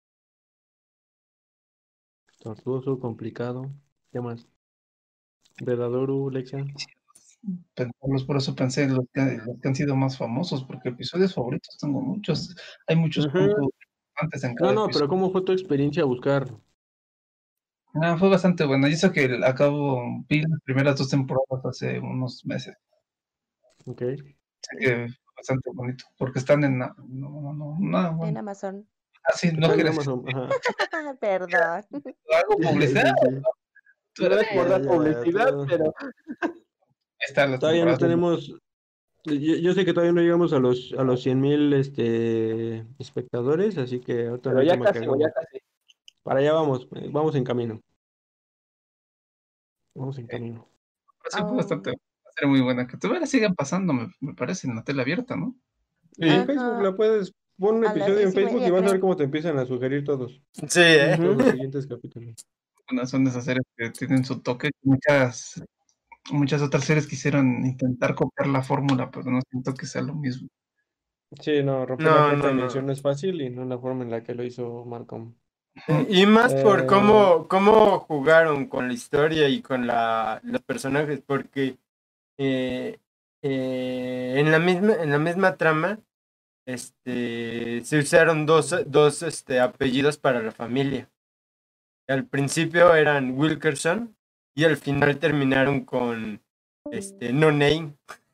Speaker 7: Tortuoso, complicado. ¿Qué más? Vedadoro, Lexa.
Speaker 5: Pensarlos, por eso pensé en los que, los que han sido más famosos, porque episodios favoritos tengo muchos. Hay muchos
Speaker 1: Ujú.
Speaker 5: puntos antes en
Speaker 7: No,
Speaker 5: cada
Speaker 7: no, pero
Speaker 5: episodio.
Speaker 7: ¿cómo fue tu experiencia a buscar?
Speaker 5: Ah, fue bastante bueno. Y eso que el- acabo, vi las primeras dos temporadas hace unos meses.
Speaker 7: Ok.
Speaker 5: Así que fue bastante bonito, porque están en... na- No, no, no, no,
Speaker 3: En
Speaker 5: bueno.
Speaker 3: Amazon.
Speaker 5: Ah, sí, no
Speaker 7: Está en
Speaker 5: quieres
Speaker 7: Amazon. Ajá.
Speaker 3: Perdón.
Speaker 5: algo publicidad.
Speaker 7: Sí, sí.
Speaker 5: Tú
Speaker 1: No
Speaker 5: eras
Speaker 1: es por
Speaker 7: Ya,
Speaker 1: dar
Speaker 7: ya,
Speaker 1: publicidad,
Speaker 7: todo-
Speaker 1: pero
Speaker 5: Ahí están las
Speaker 7: Todavía no
Speaker 5: temporadas.
Speaker 7: tenemos. Yo, yo sé que todavía no llegamos a los a los cien mil este, espectadores, así que ahorita no
Speaker 1: pero
Speaker 7: hay
Speaker 1: ya
Speaker 7: tema que
Speaker 1: casi, güey, ya
Speaker 7: hagamos.
Speaker 1: casi.
Speaker 7: Para allá vamos, eh, vamos en camino. Vamos en camino.
Speaker 5: Sí, fue bastante.
Speaker 3: Oh,
Speaker 5: Era muy buena. Que todavía la sigan pasando, me, me parece, en la tele abierta, ¿no?
Speaker 7: Sí, en
Speaker 3: Ajá.
Speaker 7: Facebook la puedes, pon un
Speaker 3: A las
Speaker 7: episodio en
Speaker 3: diez y
Speaker 7: Facebook y
Speaker 3: media,
Speaker 7: vas a ver
Speaker 3: creo.
Speaker 7: cómo te empiezan a sugerir todos,
Speaker 4: Sí, ¿eh?
Speaker 7: todos los
Speaker 1: Ujú.
Speaker 7: siguientes capítulos.
Speaker 5: Una son de esas series que tienen su toque. Muchas, muchas otras series quisieron intentar copiar la fórmula, pero no siento que sea lo mismo.
Speaker 7: Sí, no, romper la
Speaker 4: No,
Speaker 7: cuarta
Speaker 4: no,
Speaker 7: dimensión
Speaker 4: no.
Speaker 7: no es fácil y no la forma en la que lo hizo Malcolm.
Speaker 4: Y más por
Speaker 7: Eh,
Speaker 4: cómo, cómo jugaron con la historia y con la, los personajes, porque eh, eh, en la misma, en la misma trama, este, se usaron dos, dos este, apellidos para la familia. Al principio eran Wilkerson y al final terminaron con este, No Name.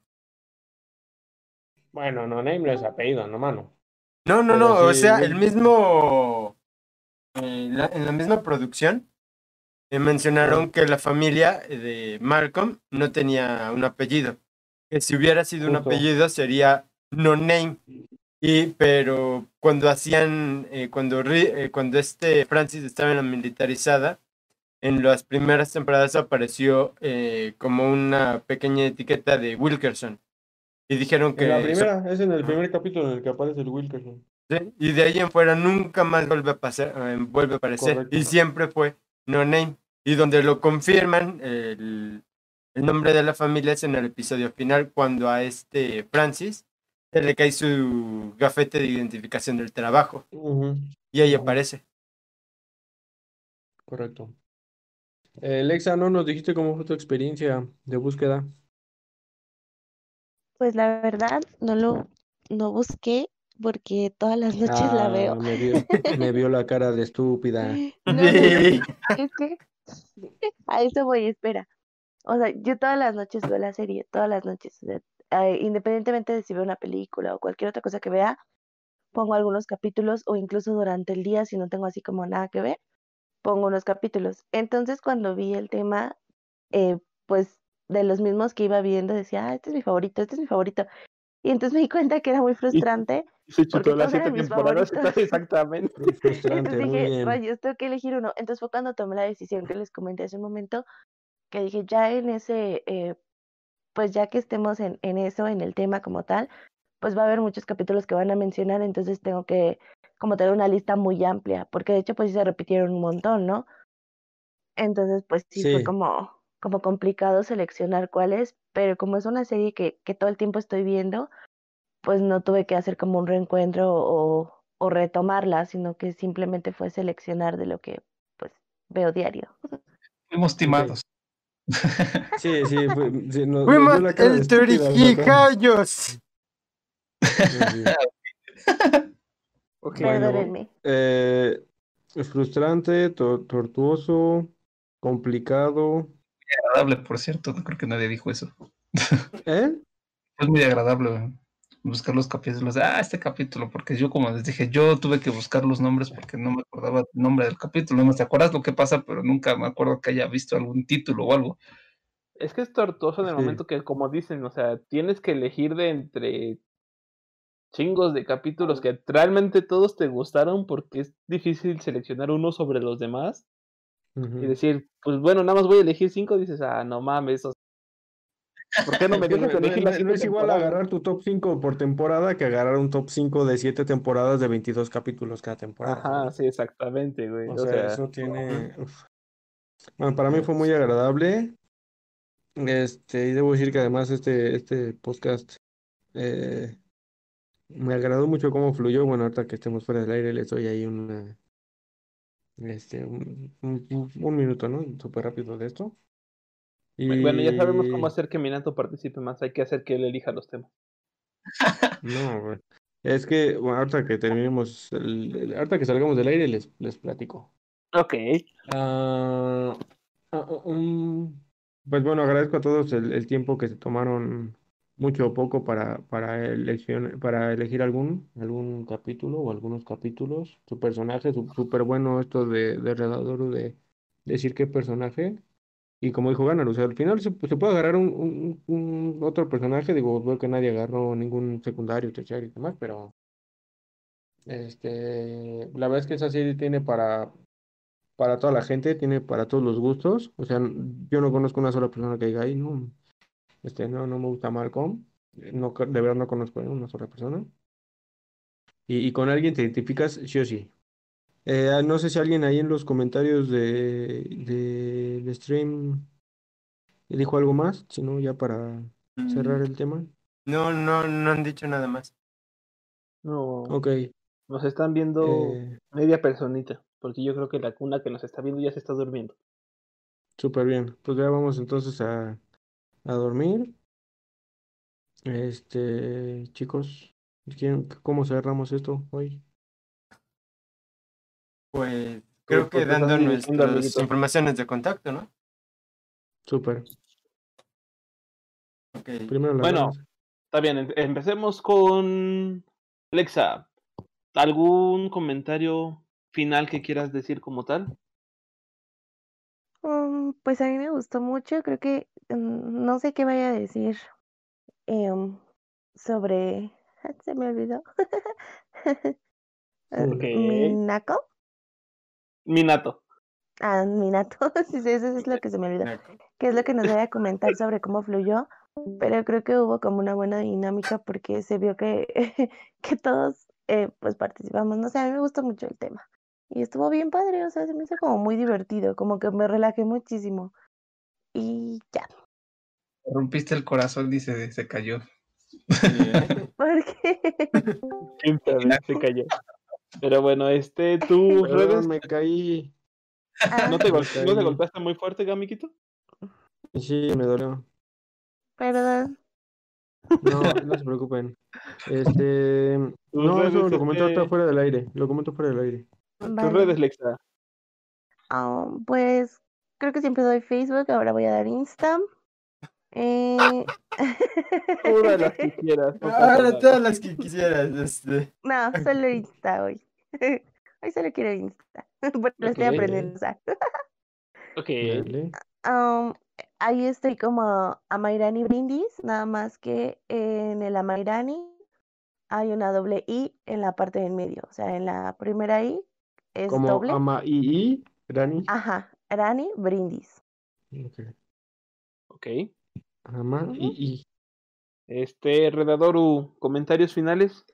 Speaker 7: bueno, no, Name no es apellido, no, mano.
Speaker 4: No, no,
Speaker 7: Pero
Speaker 4: no, o
Speaker 7: sí,
Speaker 4: sea, el
Speaker 7: Will-
Speaker 4: mismo, eh, la- en la misma producción eh, mencionaron
Speaker 7: ah,
Speaker 4: que la familia de Malcolm no tenía un apellido, que si hubiera sido un
Speaker 7: justo.
Speaker 4: apellido sería No Name. Y pero cuando hacían, eh, cuando, Ri- eh, cuando este Francis estaba en la militarizada, en las primeras temporadas apareció eh, como una pequeña etiqueta de Wilkerson. Y dijeron
Speaker 7: En la
Speaker 4: que so-
Speaker 7: primera, es en el
Speaker 4: Ajá.
Speaker 7: primer capítulo en el que aparece el Wilkerson.
Speaker 4: Sí, y de ahí en fuera nunca más vuelve a pasar, eh, vuelve a aparecer.
Speaker 7: Correcto.
Speaker 4: Y siempre fue No Name. Y donde lo confirman, el, el nombre de la familia es en el episodio final, cuando a este Francis se le cae su gafete de identificación del trabajo.
Speaker 7: Ujú,
Speaker 4: Y ahí
Speaker 7: ujú,
Speaker 4: aparece.
Speaker 7: correcto. Eh, Lexa, ¿no nos dijiste cómo fue tu experiencia de búsqueda?
Speaker 3: Pues la verdad, no lo no busqué porque todas las noches la veo.
Speaker 7: Ah, me vio, me vio la cara de estúpida.
Speaker 3: No, no, no.
Speaker 4: Sí.
Speaker 3: Es que a eso voy, espera. O sea, yo todas las noches veo la serie, todas las noches. O sea, eh, independientemente de si veo una película o cualquier otra cosa que vea, pongo algunos capítulos o incluso durante el día, si no tengo así como nada que ver, pongo unos capítulos. Entonces, cuando vi el tema, eh, pues de los mismos que iba viendo, decía, ah, este es mi favorito, este es mi favorito. Y entonces me di cuenta que era muy
Speaker 1: Y
Speaker 3: frustrante
Speaker 1: se
Speaker 3: porque
Speaker 1: chutó las
Speaker 3: todos
Speaker 1: siete
Speaker 3: eran mis
Speaker 1: temporadas y
Speaker 3: favoritos.
Speaker 1: tal, exactamente.
Speaker 7: Frustrante,
Speaker 3: Entonces
Speaker 7: muy
Speaker 3: dije,
Speaker 7: bien.
Speaker 3: rayos, tengo que elegir uno. Entonces fue cuando tomé la decisión que les comenté hace un momento, que dije, ya en ese, eh, pues ya que estemos en, en eso, en el tema como tal, pues va a haber muchos capítulos que van a mencionar, entonces tengo que como tener una lista muy amplia, porque de hecho pues sí se repitieron un montón, ¿no? Entonces pues sí fue
Speaker 7: Sí,
Speaker 3: como, como complicado seleccionar cuáles, pero como es una serie que, que todo el tiempo estoy viendo, pues no tuve que hacer como un reencuentro o, o retomarla, sino que simplemente fue seleccionar de lo que pues veo diario.
Speaker 5: Fuimos
Speaker 7: ok.
Speaker 5: timados.
Speaker 7: Sí, sí, fue- sí, nos, nos
Speaker 4: Fuimos
Speaker 7: vio la cara de
Speaker 4: el
Speaker 7: estúpidas a todos.
Speaker 4: Torijijallos.
Speaker 7: Así.
Speaker 1: Ok.
Speaker 7: Bueno,
Speaker 3: Perdónenme.
Speaker 7: eh, es frustrante, to- tortuoso, complicado.
Speaker 5: Agradable, por cierto, no creo que nadie dijo eso.
Speaker 7: ¿Eh?
Speaker 5: Es muy agradable güey, buscar los capítulos de, ah, este capítulo, porque yo, como les dije, yo tuve que buscar los nombres porque no me acordaba el nombre del capítulo. No me te acuerdas lo que pasa, pero nunca me acuerdo que haya visto algún título o algo.
Speaker 1: Es que es tortuoso en el
Speaker 7: Sí.
Speaker 1: momento que, como dicen, o sea, tienes que elegir de entre chingos de capítulos que realmente todos te gustaron porque es difícil seleccionar uno sobre los demás y
Speaker 7: Ujú.
Speaker 1: decir, pues bueno, nada más voy a elegir cinco, dices, ah, no mames, o sea, ¿por qué no
Speaker 7: Es
Speaker 1: me
Speaker 7: que no,
Speaker 1: dejas
Speaker 7: no-
Speaker 1: elegir
Speaker 7: no-
Speaker 1: las
Speaker 7: no
Speaker 1: siete
Speaker 7: es igual
Speaker 1: temporadas?
Speaker 7: agarrar tu top cinco por temporada que agarrar un top cinco de siete temporadas de veintidós capítulos cada temporada,
Speaker 1: Ajá,
Speaker 7: ¿sabes?
Speaker 1: sí, exactamente, güey.
Speaker 7: O
Speaker 1: O
Speaker 7: sea,
Speaker 1: sea,
Speaker 7: eso tiene... uf. Bueno, para mí fue muy agradable. Este, y debo decir que además este, este podcast eh, me agradó mucho cómo fluyó. Bueno, ahorita que estemos fuera del aire, les doy ahí una, este, un, un- un minuto, ¿no? Súper rápido de esto.
Speaker 1: bueno, ya sabemos cómo
Speaker 7: Y
Speaker 1: hacer que Minato participe más, hay que hacer que él elija los temas.
Speaker 7: no, güey. Es que bueno, ahorita que terminemos, el- el- ahorita que salgamos del aire, les, les platico.
Speaker 1: Ok.
Speaker 7: Ah, ah, ah, um, pues bueno, agradezco a todos el, el tiempo que se tomaron, mucho o poco, para, para, elección, para elegir algún, algún capítulo o algunos capítulos. Su personaje, su- súper bueno esto de, de Redadoro, de decir qué personaje. Y como dijo Ganar, o sea, al final se, se puede agarrar un, un- un otro personaje. Digo, veo que nadie agarró ningún secundario, terciario y demás, pero este, la verdad es que esa serie tiene para para toda la gente, tiene para todos los gustos. O sea, yo no conozco una sola persona que diga, ay, no, Este, no, no me gusta Malcolm. No, co- de verdad no conozco a una sola persona. Y, y con alguien te identificas sí o sí. Eh, ah, no sé si alguien ahí en los comentarios de, de, de stream dijo algo más, sino ya para cerrar el tema.
Speaker 4: No, no, no han dicho nada más.
Speaker 1: No,
Speaker 7: Ok,
Speaker 1: nos están viendo
Speaker 7: eh,
Speaker 1: media personita, porque yo creo que la cuna que nos está viendo ya se está durmiendo.
Speaker 7: súper bien. Pues ya vamos entonces a, a dormir. Este, chicos, ¿quieren- ¿cómo cerramos esto hoy?
Speaker 4: Pues
Speaker 1: Pues,
Speaker 4: creo que
Speaker 1: pues te estás
Speaker 4: dando
Speaker 1: divirtiendo,
Speaker 4: nuestras
Speaker 1: amiguito.
Speaker 4: informaciones de contacto, ¿no?
Speaker 7: Súper.
Speaker 4: Ok.
Speaker 7: Primero las
Speaker 1: Bueno,
Speaker 7: damas.
Speaker 1: está bien, em- empecemos con Alexa. ¿Algún comentario final que quieras decir como tal?
Speaker 3: Mm, pues a mí me gustó mucho, creo que mm, no sé qué vaya a decir em, sobre... Se me olvidó. Eh,
Speaker 1: Ok.
Speaker 3: ¿Minaco?
Speaker 1: Minato.
Speaker 3: Ah, Minato, sí, sí, eso es lo que se me olvidó.
Speaker 4: Naco.
Speaker 3: Que es lo que nos vaya a comentar sobre cómo fluyó, pero creo que hubo como una buena dinámica porque se vio que, que todos eh, pues participamos, no sé, a mí me gustó mucho el tema y estuvo bien padre, o sea, se me hizo como muy divertido, como que me relajé muchísimo y ya,
Speaker 5: Rompiste el corazón y se, se cayó.
Speaker 4: Sí, ¿eh?
Speaker 3: porque
Speaker 1: Quién sabe, se cayó. Pero bueno, este, tus redes,
Speaker 7: Perdón, me caí.
Speaker 1: ¿no
Speaker 3: ah,
Speaker 1: te,
Speaker 7: Me
Speaker 1: gol- ¿no te
Speaker 7: caí.
Speaker 1: golpeaste muy fuerte, Gamiquito?
Speaker 7: Sí, me dolió.
Speaker 3: perdón,
Speaker 7: No, no se preocupen. Este,
Speaker 1: Tus
Speaker 7: no, eso
Speaker 1: redes,
Speaker 7: lo comento ahorita
Speaker 1: este,
Speaker 7: fuera del aire. Lo comento fuera del aire.
Speaker 1: tus redes,
Speaker 3: vale.
Speaker 1: Lexa.
Speaker 3: Ah, pues creo que siempre doy Facebook, ahora voy a dar Insta. Eh...
Speaker 1: Todas las que quieras, no pasa
Speaker 4: Ahora
Speaker 1: nada.
Speaker 4: todas las que quisieras, este.
Speaker 3: No, solo Insta hoy. Hoy solo quiero Insta, porque lo
Speaker 1: Ok,
Speaker 3: estoy aprendiendo a usar.
Speaker 1: ok.
Speaker 7: Dale.
Speaker 3: Am, ahí estoy como Amairani Brindis, nada más que en el Amairani hay una doble I en la parte del medio. O sea, en la primera I es
Speaker 7: Como
Speaker 3: doble.
Speaker 7: ama y y, Rani.
Speaker 3: Ajá, Rani Brindis.
Speaker 7: Ok.
Speaker 1: Ok.
Speaker 7: Ama y
Speaker 3: Ujú.
Speaker 7: y.
Speaker 1: Este, Redadoru, comentarios finales.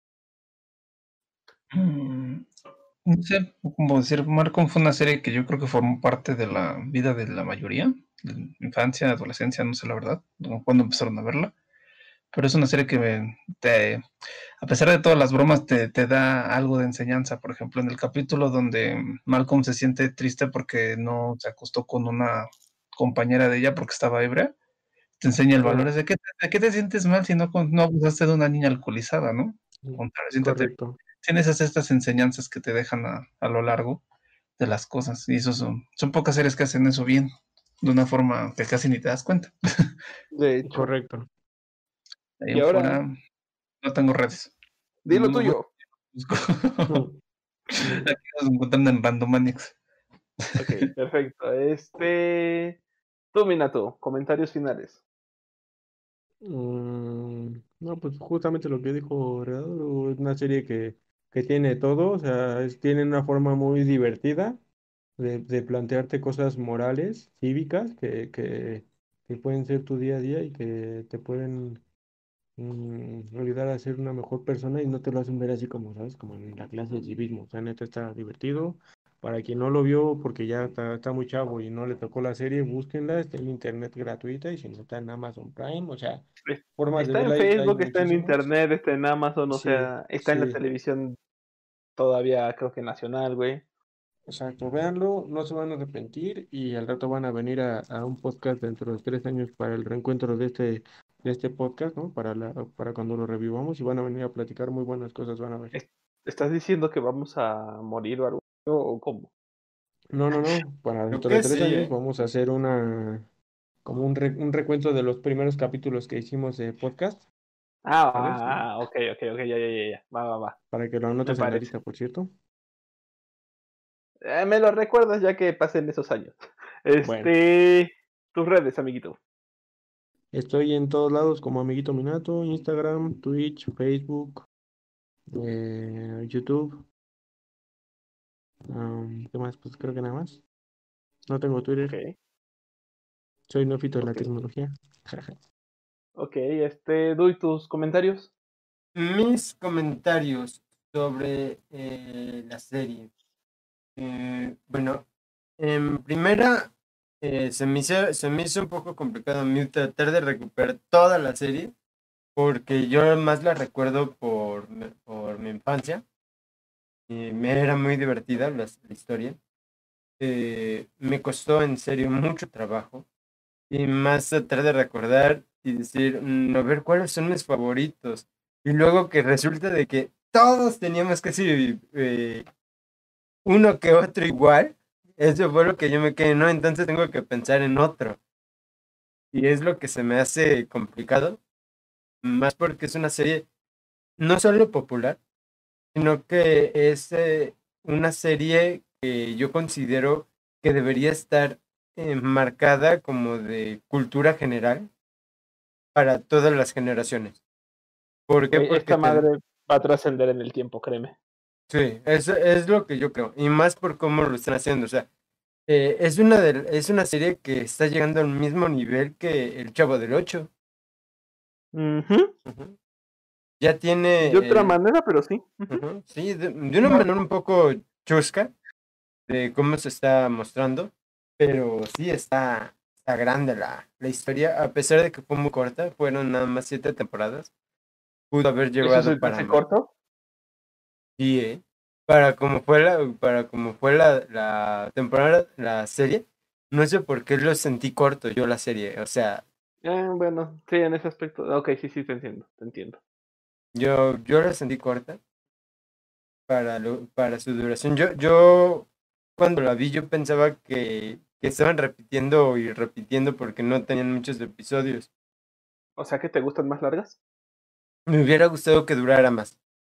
Speaker 5: Mm, No sé, como decir, Malcolm fue una serie que yo creo que formó parte de la vida de la mayoría, de infancia, adolescencia, no sé la verdad, no cuando empezaron a verla, pero es una serie que me- te, a pesar de todas las bromas, te, te da algo de enseñanza. Por ejemplo, en el capítulo donde Malcolm se siente triste porque no se acostó con una compañera de ella porque estaba ebria, te enseña el valor. Es de qué, te- de qué te sientes mal si no, con- no abusaste de una niña alcoholizada, ¿no? Al contrario, siéntate.
Speaker 7: Correcto.
Speaker 5: Tienes esas- estas enseñanzas que te dejan a, a lo largo de las cosas. Y eso son, son pocas series que hacen eso bien, de una forma que casi ni te das cuenta.
Speaker 1: De hecho.
Speaker 7: Correcto.
Speaker 5: De ahí
Speaker 1: Y
Speaker 5: en
Speaker 1: ahora,
Speaker 5: fuera, no tengo redes.
Speaker 1: di lo
Speaker 5: No bu-
Speaker 1: tuyo.
Speaker 5: busco.
Speaker 7: Mm, mm,
Speaker 5: Aquí nos encuentran en Randomaniacs.
Speaker 1: Ok, perfecto. Este, tú, Minato, comentarios finales.
Speaker 7: mm, no, pues justamente lo que dijo Redado, es una serie que, que tiene todo, o sea, es- tiene una forma muy divertida de, de plantearte cosas morales, cívicas, que, que, que pueden ser tu día a día y que te pueden mm, ayudar a ser una mejor persona y no te lo hacen ver así como, ¿sabes? Como en la clase de civismo. O sea, neta está divertido. Para quien no lo vio, porque ya está, está muy chavo y no le tocó la serie, búsquenla, está en internet gratuita y si no está en Amazon Prime, o sea,
Speaker 1: Es-
Speaker 7: formas de
Speaker 1: Está en
Speaker 7: verla hay, hay
Speaker 1: Facebook, está en
Speaker 7: muchísimas.
Speaker 1: Internet, está en Amazon, o
Speaker 7: Sí,
Speaker 1: sea, está en la
Speaker 7: sí,
Speaker 1: televisión todavía, creo que nacional, güey.
Speaker 7: exacto. Véanlo, no se van a arrepentir y al rato van a venir a, a un podcast dentro de tres años para el reencuentro de este, de este podcast, ¿no? Para la, para cuando lo revivamos y van a venir a platicar muy buenas cosas, van a ver.
Speaker 1: Es- ¿Estás diciendo que vamos a morir o algo? ¿O cómo?
Speaker 7: No, no, no. Para
Speaker 4: Creo
Speaker 7: dentro de
Speaker 4: que
Speaker 7: tres
Speaker 4: sí,
Speaker 7: años
Speaker 4: ¿eh?
Speaker 7: vamos a hacer una, como un, re- un recuento de los primeros capítulos que hicimos de podcast,
Speaker 1: Ah,
Speaker 7: ¿sabes? ¿No?
Speaker 1: ah, ok, ok, ok, ya, ya, ya, ya. Va, va, va.
Speaker 7: Para que lo
Speaker 1: Me
Speaker 7: anotes en la
Speaker 1: parece.
Speaker 7: lista, por cierto.
Speaker 1: Eh, me lo recuerdas ya que pasen esos años.
Speaker 7: Bueno,
Speaker 1: Este, tus redes, amiguito.
Speaker 7: estoy en todos lados como Amiguito Minato, Instagram, Twitch, Facebook, eh, YouTube. am, ¿qué más? Pues creo que nada más. No tengo
Speaker 1: Ok,
Speaker 7: Twitter. Soy neófito de la
Speaker 1: ok.
Speaker 7: tecnología.
Speaker 1: Ok, este, doy tus comentarios.
Speaker 4: Mis comentarios sobre eh, la serie. Eh, bueno, en primera, eh, se me hizo, se me hizo un poco complicado a mí tratar de recuperar toda la serie, porque yo más la recuerdo por, me- por mi infancia, y me era muy divertida la, la historia. Eh, me costó en serio mucho trabajo, y más tratar de recordar y decir, "Mm, a ver cuáles son mis favoritos". Y luego que resulta de que todos teníamos casi eh, uno que otro igual. Eso fue lo que yo me quedé, ¿no? Entonces tengo que pensar en otro. Y es lo que se me hace complicado, más porque es una serie no solo popular, sino que es eh, una serie que yo considero que debería estar eh, marcada como de cultura general para todas las generaciones. ¿Por qué?
Speaker 1: Güey,
Speaker 4: Porque
Speaker 1: esta
Speaker 4: te-
Speaker 1: madre va a trascender en el tiempo, créeme.
Speaker 4: sí, eso es lo que yo creo. Y más por cómo lo están haciendo. O sea, eh, es una de, es una serie que está llegando al mismo nivel que El Chavo del Ocho.
Speaker 1: Ujú.
Speaker 4: Ujú. Ya tiene
Speaker 1: De otra
Speaker 4: el-
Speaker 1: manera, pero sí. Ujú.
Speaker 4: ujú, sí, de, de una manera un poco chusca de cómo se está mostrando, pero sí está, está grande la, la historia, a pesar de que fue muy corta, fueron nada más siete temporadas, pudo haber
Speaker 1: ¿Eso
Speaker 4: llevado
Speaker 1: se te
Speaker 4: para
Speaker 1: hace
Speaker 4: más.
Speaker 1: corto?
Speaker 4: Sí, ¿eh? Para como fue la, para como fue la, la temporada, la serie, no sé por qué lo sentí corto yo la serie, o sea,
Speaker 1: Eh, bueno, sí, en ese aspecto. Ok, sí, sí, te entiendo, te entiendo.
Speaker 4: yo, yo la sentí corta para, lo, para su duración. Yo, yo cuando la vi yo pensaba que, que estaban repitiendo y repitiendo porque no tenían muchos episodios.
Speaker 1: O sea, que te gustan más largas.
Speaker 4: Me hubiera gustado que durara más,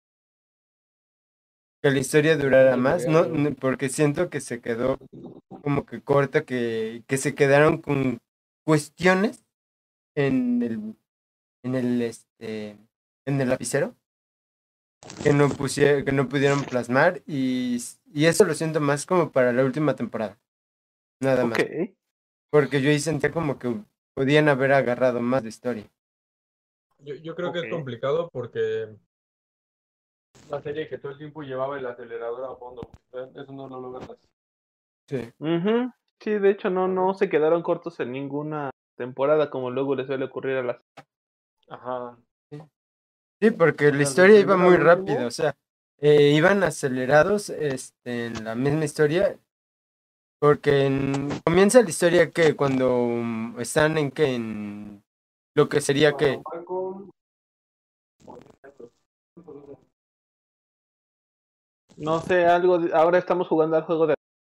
Speaker 4: que la historia durara
Speaker 7: Ay,
Speaker 4: más, no,
Speaker 7: verga.
Speaker 4: no, porque siento que se quedó como que corta, que, que se quedaron con cuestiones en el, en el, este, en el lapicero que no pusie- que no pudieron plasmar y, y eso lo siento más como para la última temporada, nada
Speaker 1: Ok.
Speaker 4: más, porque yo ahí sentía como que podían haber agarrado más de historia.
Speaker 7: Yo, yo creo que es
Speaker 1: Ok.
Speaker 7: complicado porque la serie que todo el tiempo llevaba el acelerador a fondo. Eso no lo logras.
Speaker 4: Sí.
Speaker 1: Ujú. Sí, de hecho, no, no
Speaker 7: ¿Sabes?
Speaker 1: se quedaron cortos en ninguna temporada, como luego les suele ocurrir a las.
Speaker 7: Ajá.
Speaker 4: Sí, porque
Speaker 7: O
Speaker 4: la
Speaker 7: sea, del
Speaker 4: historia iba
Speaker 7: primero
Speaker 4: muy
Speaker 7: al
Speaker 4: rápida, o
Speaker 7: último.
Speaker 4: sea, eh, iban acelerados este, en la misma historia, porque en- comienza la historia que cuando um, están en que en lo que sería
Speaker 7: Cuando
Speaker 4: que
Speaker 7: Malcolm.
Speaker 1: No sé, algo. de- Ahora estamos jugando al juego de.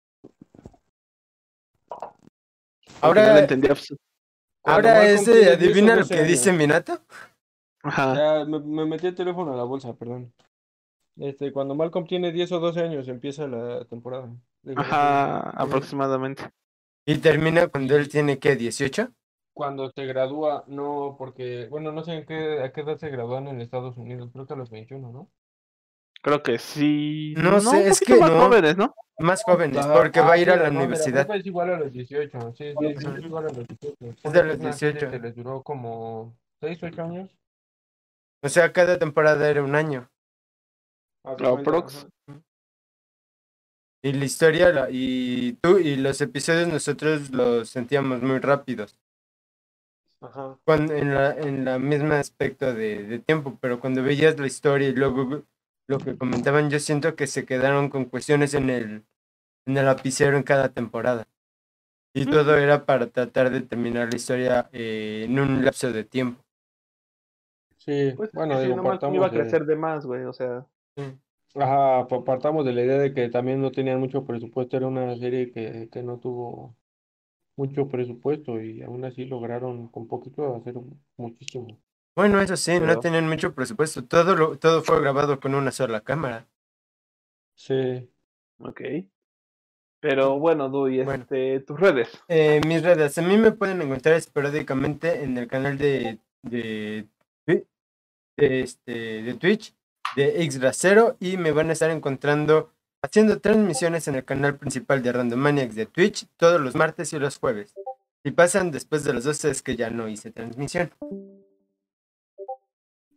Speaker 1: Porque no le
Speaker 4: ahora,
Speaker 1: entendí abs-
Speaker 7: Cuando
Speaker 4: ahora
Speaker 7: Malcolm
Speaker 4: ese
Speaker 7: tiene diez o
Speaker 4: adivina lo
Speaker 7: doce
Speaker 4: que dice
Speaker 7: años.
Speaker 4: Minato.
Speaker 1: Ajá.
Speaker 7: Ya me, me metí el teléfono a la bolsa, perdón. Este, cuando Malcolm tiene diez o doce años empieza la temporada. Digo, la serie.
Speaker 1: Ajá, aproximadamente.
Speaker 4: Y termina cuando él
Speaker 7: Y
Speaker 4: tiene, ¿qué? ¿dieciocho?
Speaker 7: cuando se gradúa, no, porque, bueno, no sé en qué, a qué edad se gradúan en Estados Unidos, creo que a los veintiuno, ¿no?
Speaker 1: Creo que sí.
Speaker 4: No
Speaker 1: No, un
Speaker 4: sé, es
Speaker 1: poquito
Speaker 4: que
Speaker 1: más
Speaker 4: no,
Speaker 1: jóvenes, ¿no?
Speaker 4: más jóvenes,
Speaker 7: Ajá,
Speaker 4: porque va a
Speaker 7: ah,
Speaker 4: ir a
Speaker 7: sí,
Speaker 4: la
Speaker 7: no, de la
Speaker 4: universidad.
Speaker 7: prepa es igual a los dieciocho, sí, sí, sí,
Speaker 4: Ujú.
Speaker 7: es igual a los dieciocho.
Speaker 4: Es de
Speaker 7: Ponle que es
Speaker 4: los
Speaker 7: una serie
Speaker 4: dieciocho.
Speaker 7: que les duró como seis ocho años,
Speaker 4: O sea, cada temporada era un año.
Speaker 7: haz de
Speaker 1: O
Speaker 7: cuenta,
Speaker 1: prox.
Speaker 7: ajá.
Speaker 4: Y la historia la- y tú y los episodios nosotros los sentíamos muy rápidos.
Speaker 7: Ajá.
Speaker 4: Cuando, en la, en la misma aspecto de, de tiempo, pero cuando veías la historia y luego lo que comentaban, yo siento que se quedaron con cuestiones en el, en el lapicero en cada temporada. Y todo era para tratar de terminar la historia eh, en un lapso de tiempo.
Speaker 7: Sí,
Speaker 1: Pues es que
Speaker 7: bueno,
Speaker 1: si
Speaker 7: digo,
Speaker 1: no, Malcolm iba
Speaker 7: partamos
Speaker 1: a
Speaker 7: de,
Speaker 1: crecer de más, güey. O sea.
Speaker 4: Sí.
Speaker 7: ajá, pa- partamos de la idea de que también no tenían mucho presupuesto, era una serie que, que no tuvo mucho presupuesto y aún así lograron con poquito hacer muchísimo.
Speaker 4: Bueno, eso sí, no
Speaker 1: Pero.
Speaker 4: tenían mucho presupuesto. Todo, lo, todo fue grabado con una sola cámara.
Speaker 7: Sí,
Speaker 1: Ok. Pero bueno, Dui,
Speaker 4: Bueno,
Speaker 1: este, tus redes.
Speaker 4: eh, mis redes, a mí me pueden encontrar esporádicamente en el canal de, de, Twi- de, este, de Twitch de Xbracero y me van a estar encontrando haciendo transmisiones en el canal principal de Randomaniacs de Twitch todos los martes y los jueves. Si pasan después de las doce es que ya no hice transmisión.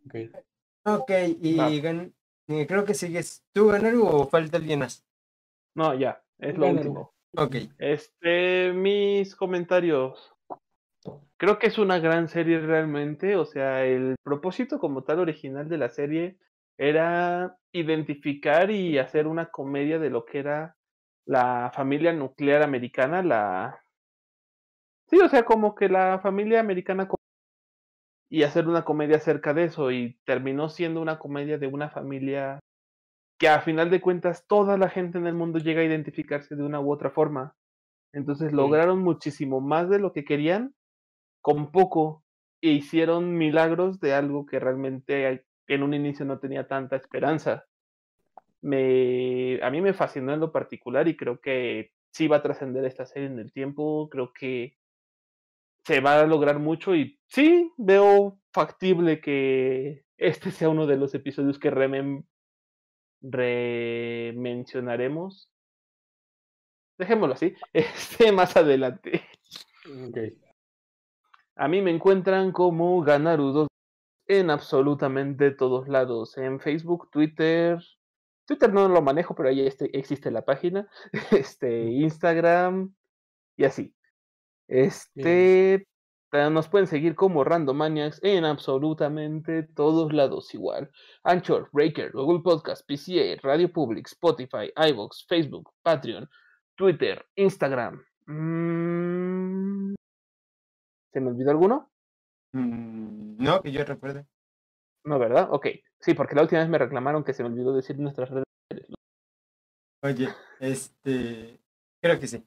Speaker 7: Ok.
Speaker 4: Ok, y
Speaker 1: Va.
Speaker 4: gan- eh, creo que sigues tú, Ganaru, o falta alguien más.
Speaker 1: No, ya, es lo
Speaker 7: Ganaru.
Speaker 1: último.
Speaker 4: Ok.
Speaker 1: Este, mis comentarios. Creo que es una gran serie realmente, o sea, el propósito como tal original de la serie era identificar y hacer una comedia de lo que era la familia nuclear americana, la... Sí, o sea, como que la familia americana co- y hacer una comedia acerca de eso y terminó siendo una comedia de una familia que a final de cuentas toda la gente en el mundo llega a identificarse de una u otra forma. Entonces
Speaker 7: Sí.
Speaker 1: lograron muchísimo más de lo que querían con poco e hicieron milagros de algo que realmente en un inicio no tenía tanta esperanza. Me, a mí me fascinó en lo particular y creo que sí va a trascender esta serie en el tiempo, creo que se va a lograr mucho y sí veo factible que este sea uno de los episodios que remem- remencionaremos. Dejémoslo así, este más adelante.
Speaker 7: Ok.
Speaker 1: A mí me encuentran como Ganaru dos en absolutamente todos lados. En Facebook, Twitter. Twitter no lo manejo, pero ahí este, existe la página. Este,
Speaker 7: Ujú.
Speaker 1: Instagram y así.
Speaker 7: Bien.
Speaker 1: Este. ta- Nos pueden seguir como Randomaniacs en absolutamente todos lados igual. Anchor, Breaker, Google Podcast, P C A, Radio Public, Spotify, iVoox, Facebook, Patreon, Twitter, Instagram. Mm, ¿Se me olvidó alguno?
Speaker 4: Mm, no, que yo recuerde.
Speaker 1: No, ¿verdad? Ok. Sí, porque la última vez me reclamaron que se me olvidó decir nuestras redes.
Speaker 4: Oye, este. Creo que sí.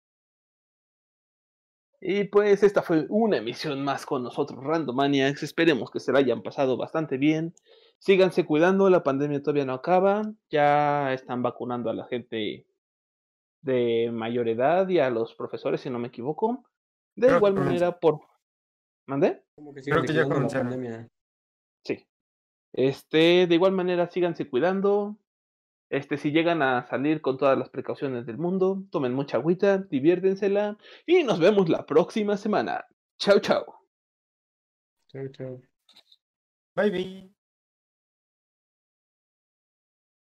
Speaker 1: Y pues esta fue una emisión más con nosotros, Randomaniacs. Esperemos que se la hayan pasado bastante bien. Síganse cuidando, la pandemia todavía no acaba. Ya están vacunando a la gente de mayor edad y a los profesores, si no me equivoco. De
Speaker 4: Creo que
Speaker 1: igual
Speaker 4: comenzó.
Speaker 1: manera, por... ¿Mandé?
Speaker 7: Como que
Speaker 4: Creo
Speaker 7: siguen
Speaker 4: que ya
Speaker 7: cuidando la
Speaker 4: comenzaron.
Speaker 7: pandemia.
Speaker 1: Sí. Este, de igual manera, síganse cuidando. Este, si llegan a salir con todas las precauciones del mundo, tomen mucha agüita, diviértensela y nos vemos la próxima semana. Chao, chao.
Speaker 7: Chau, chau.
Speaker 4: Bye, bye.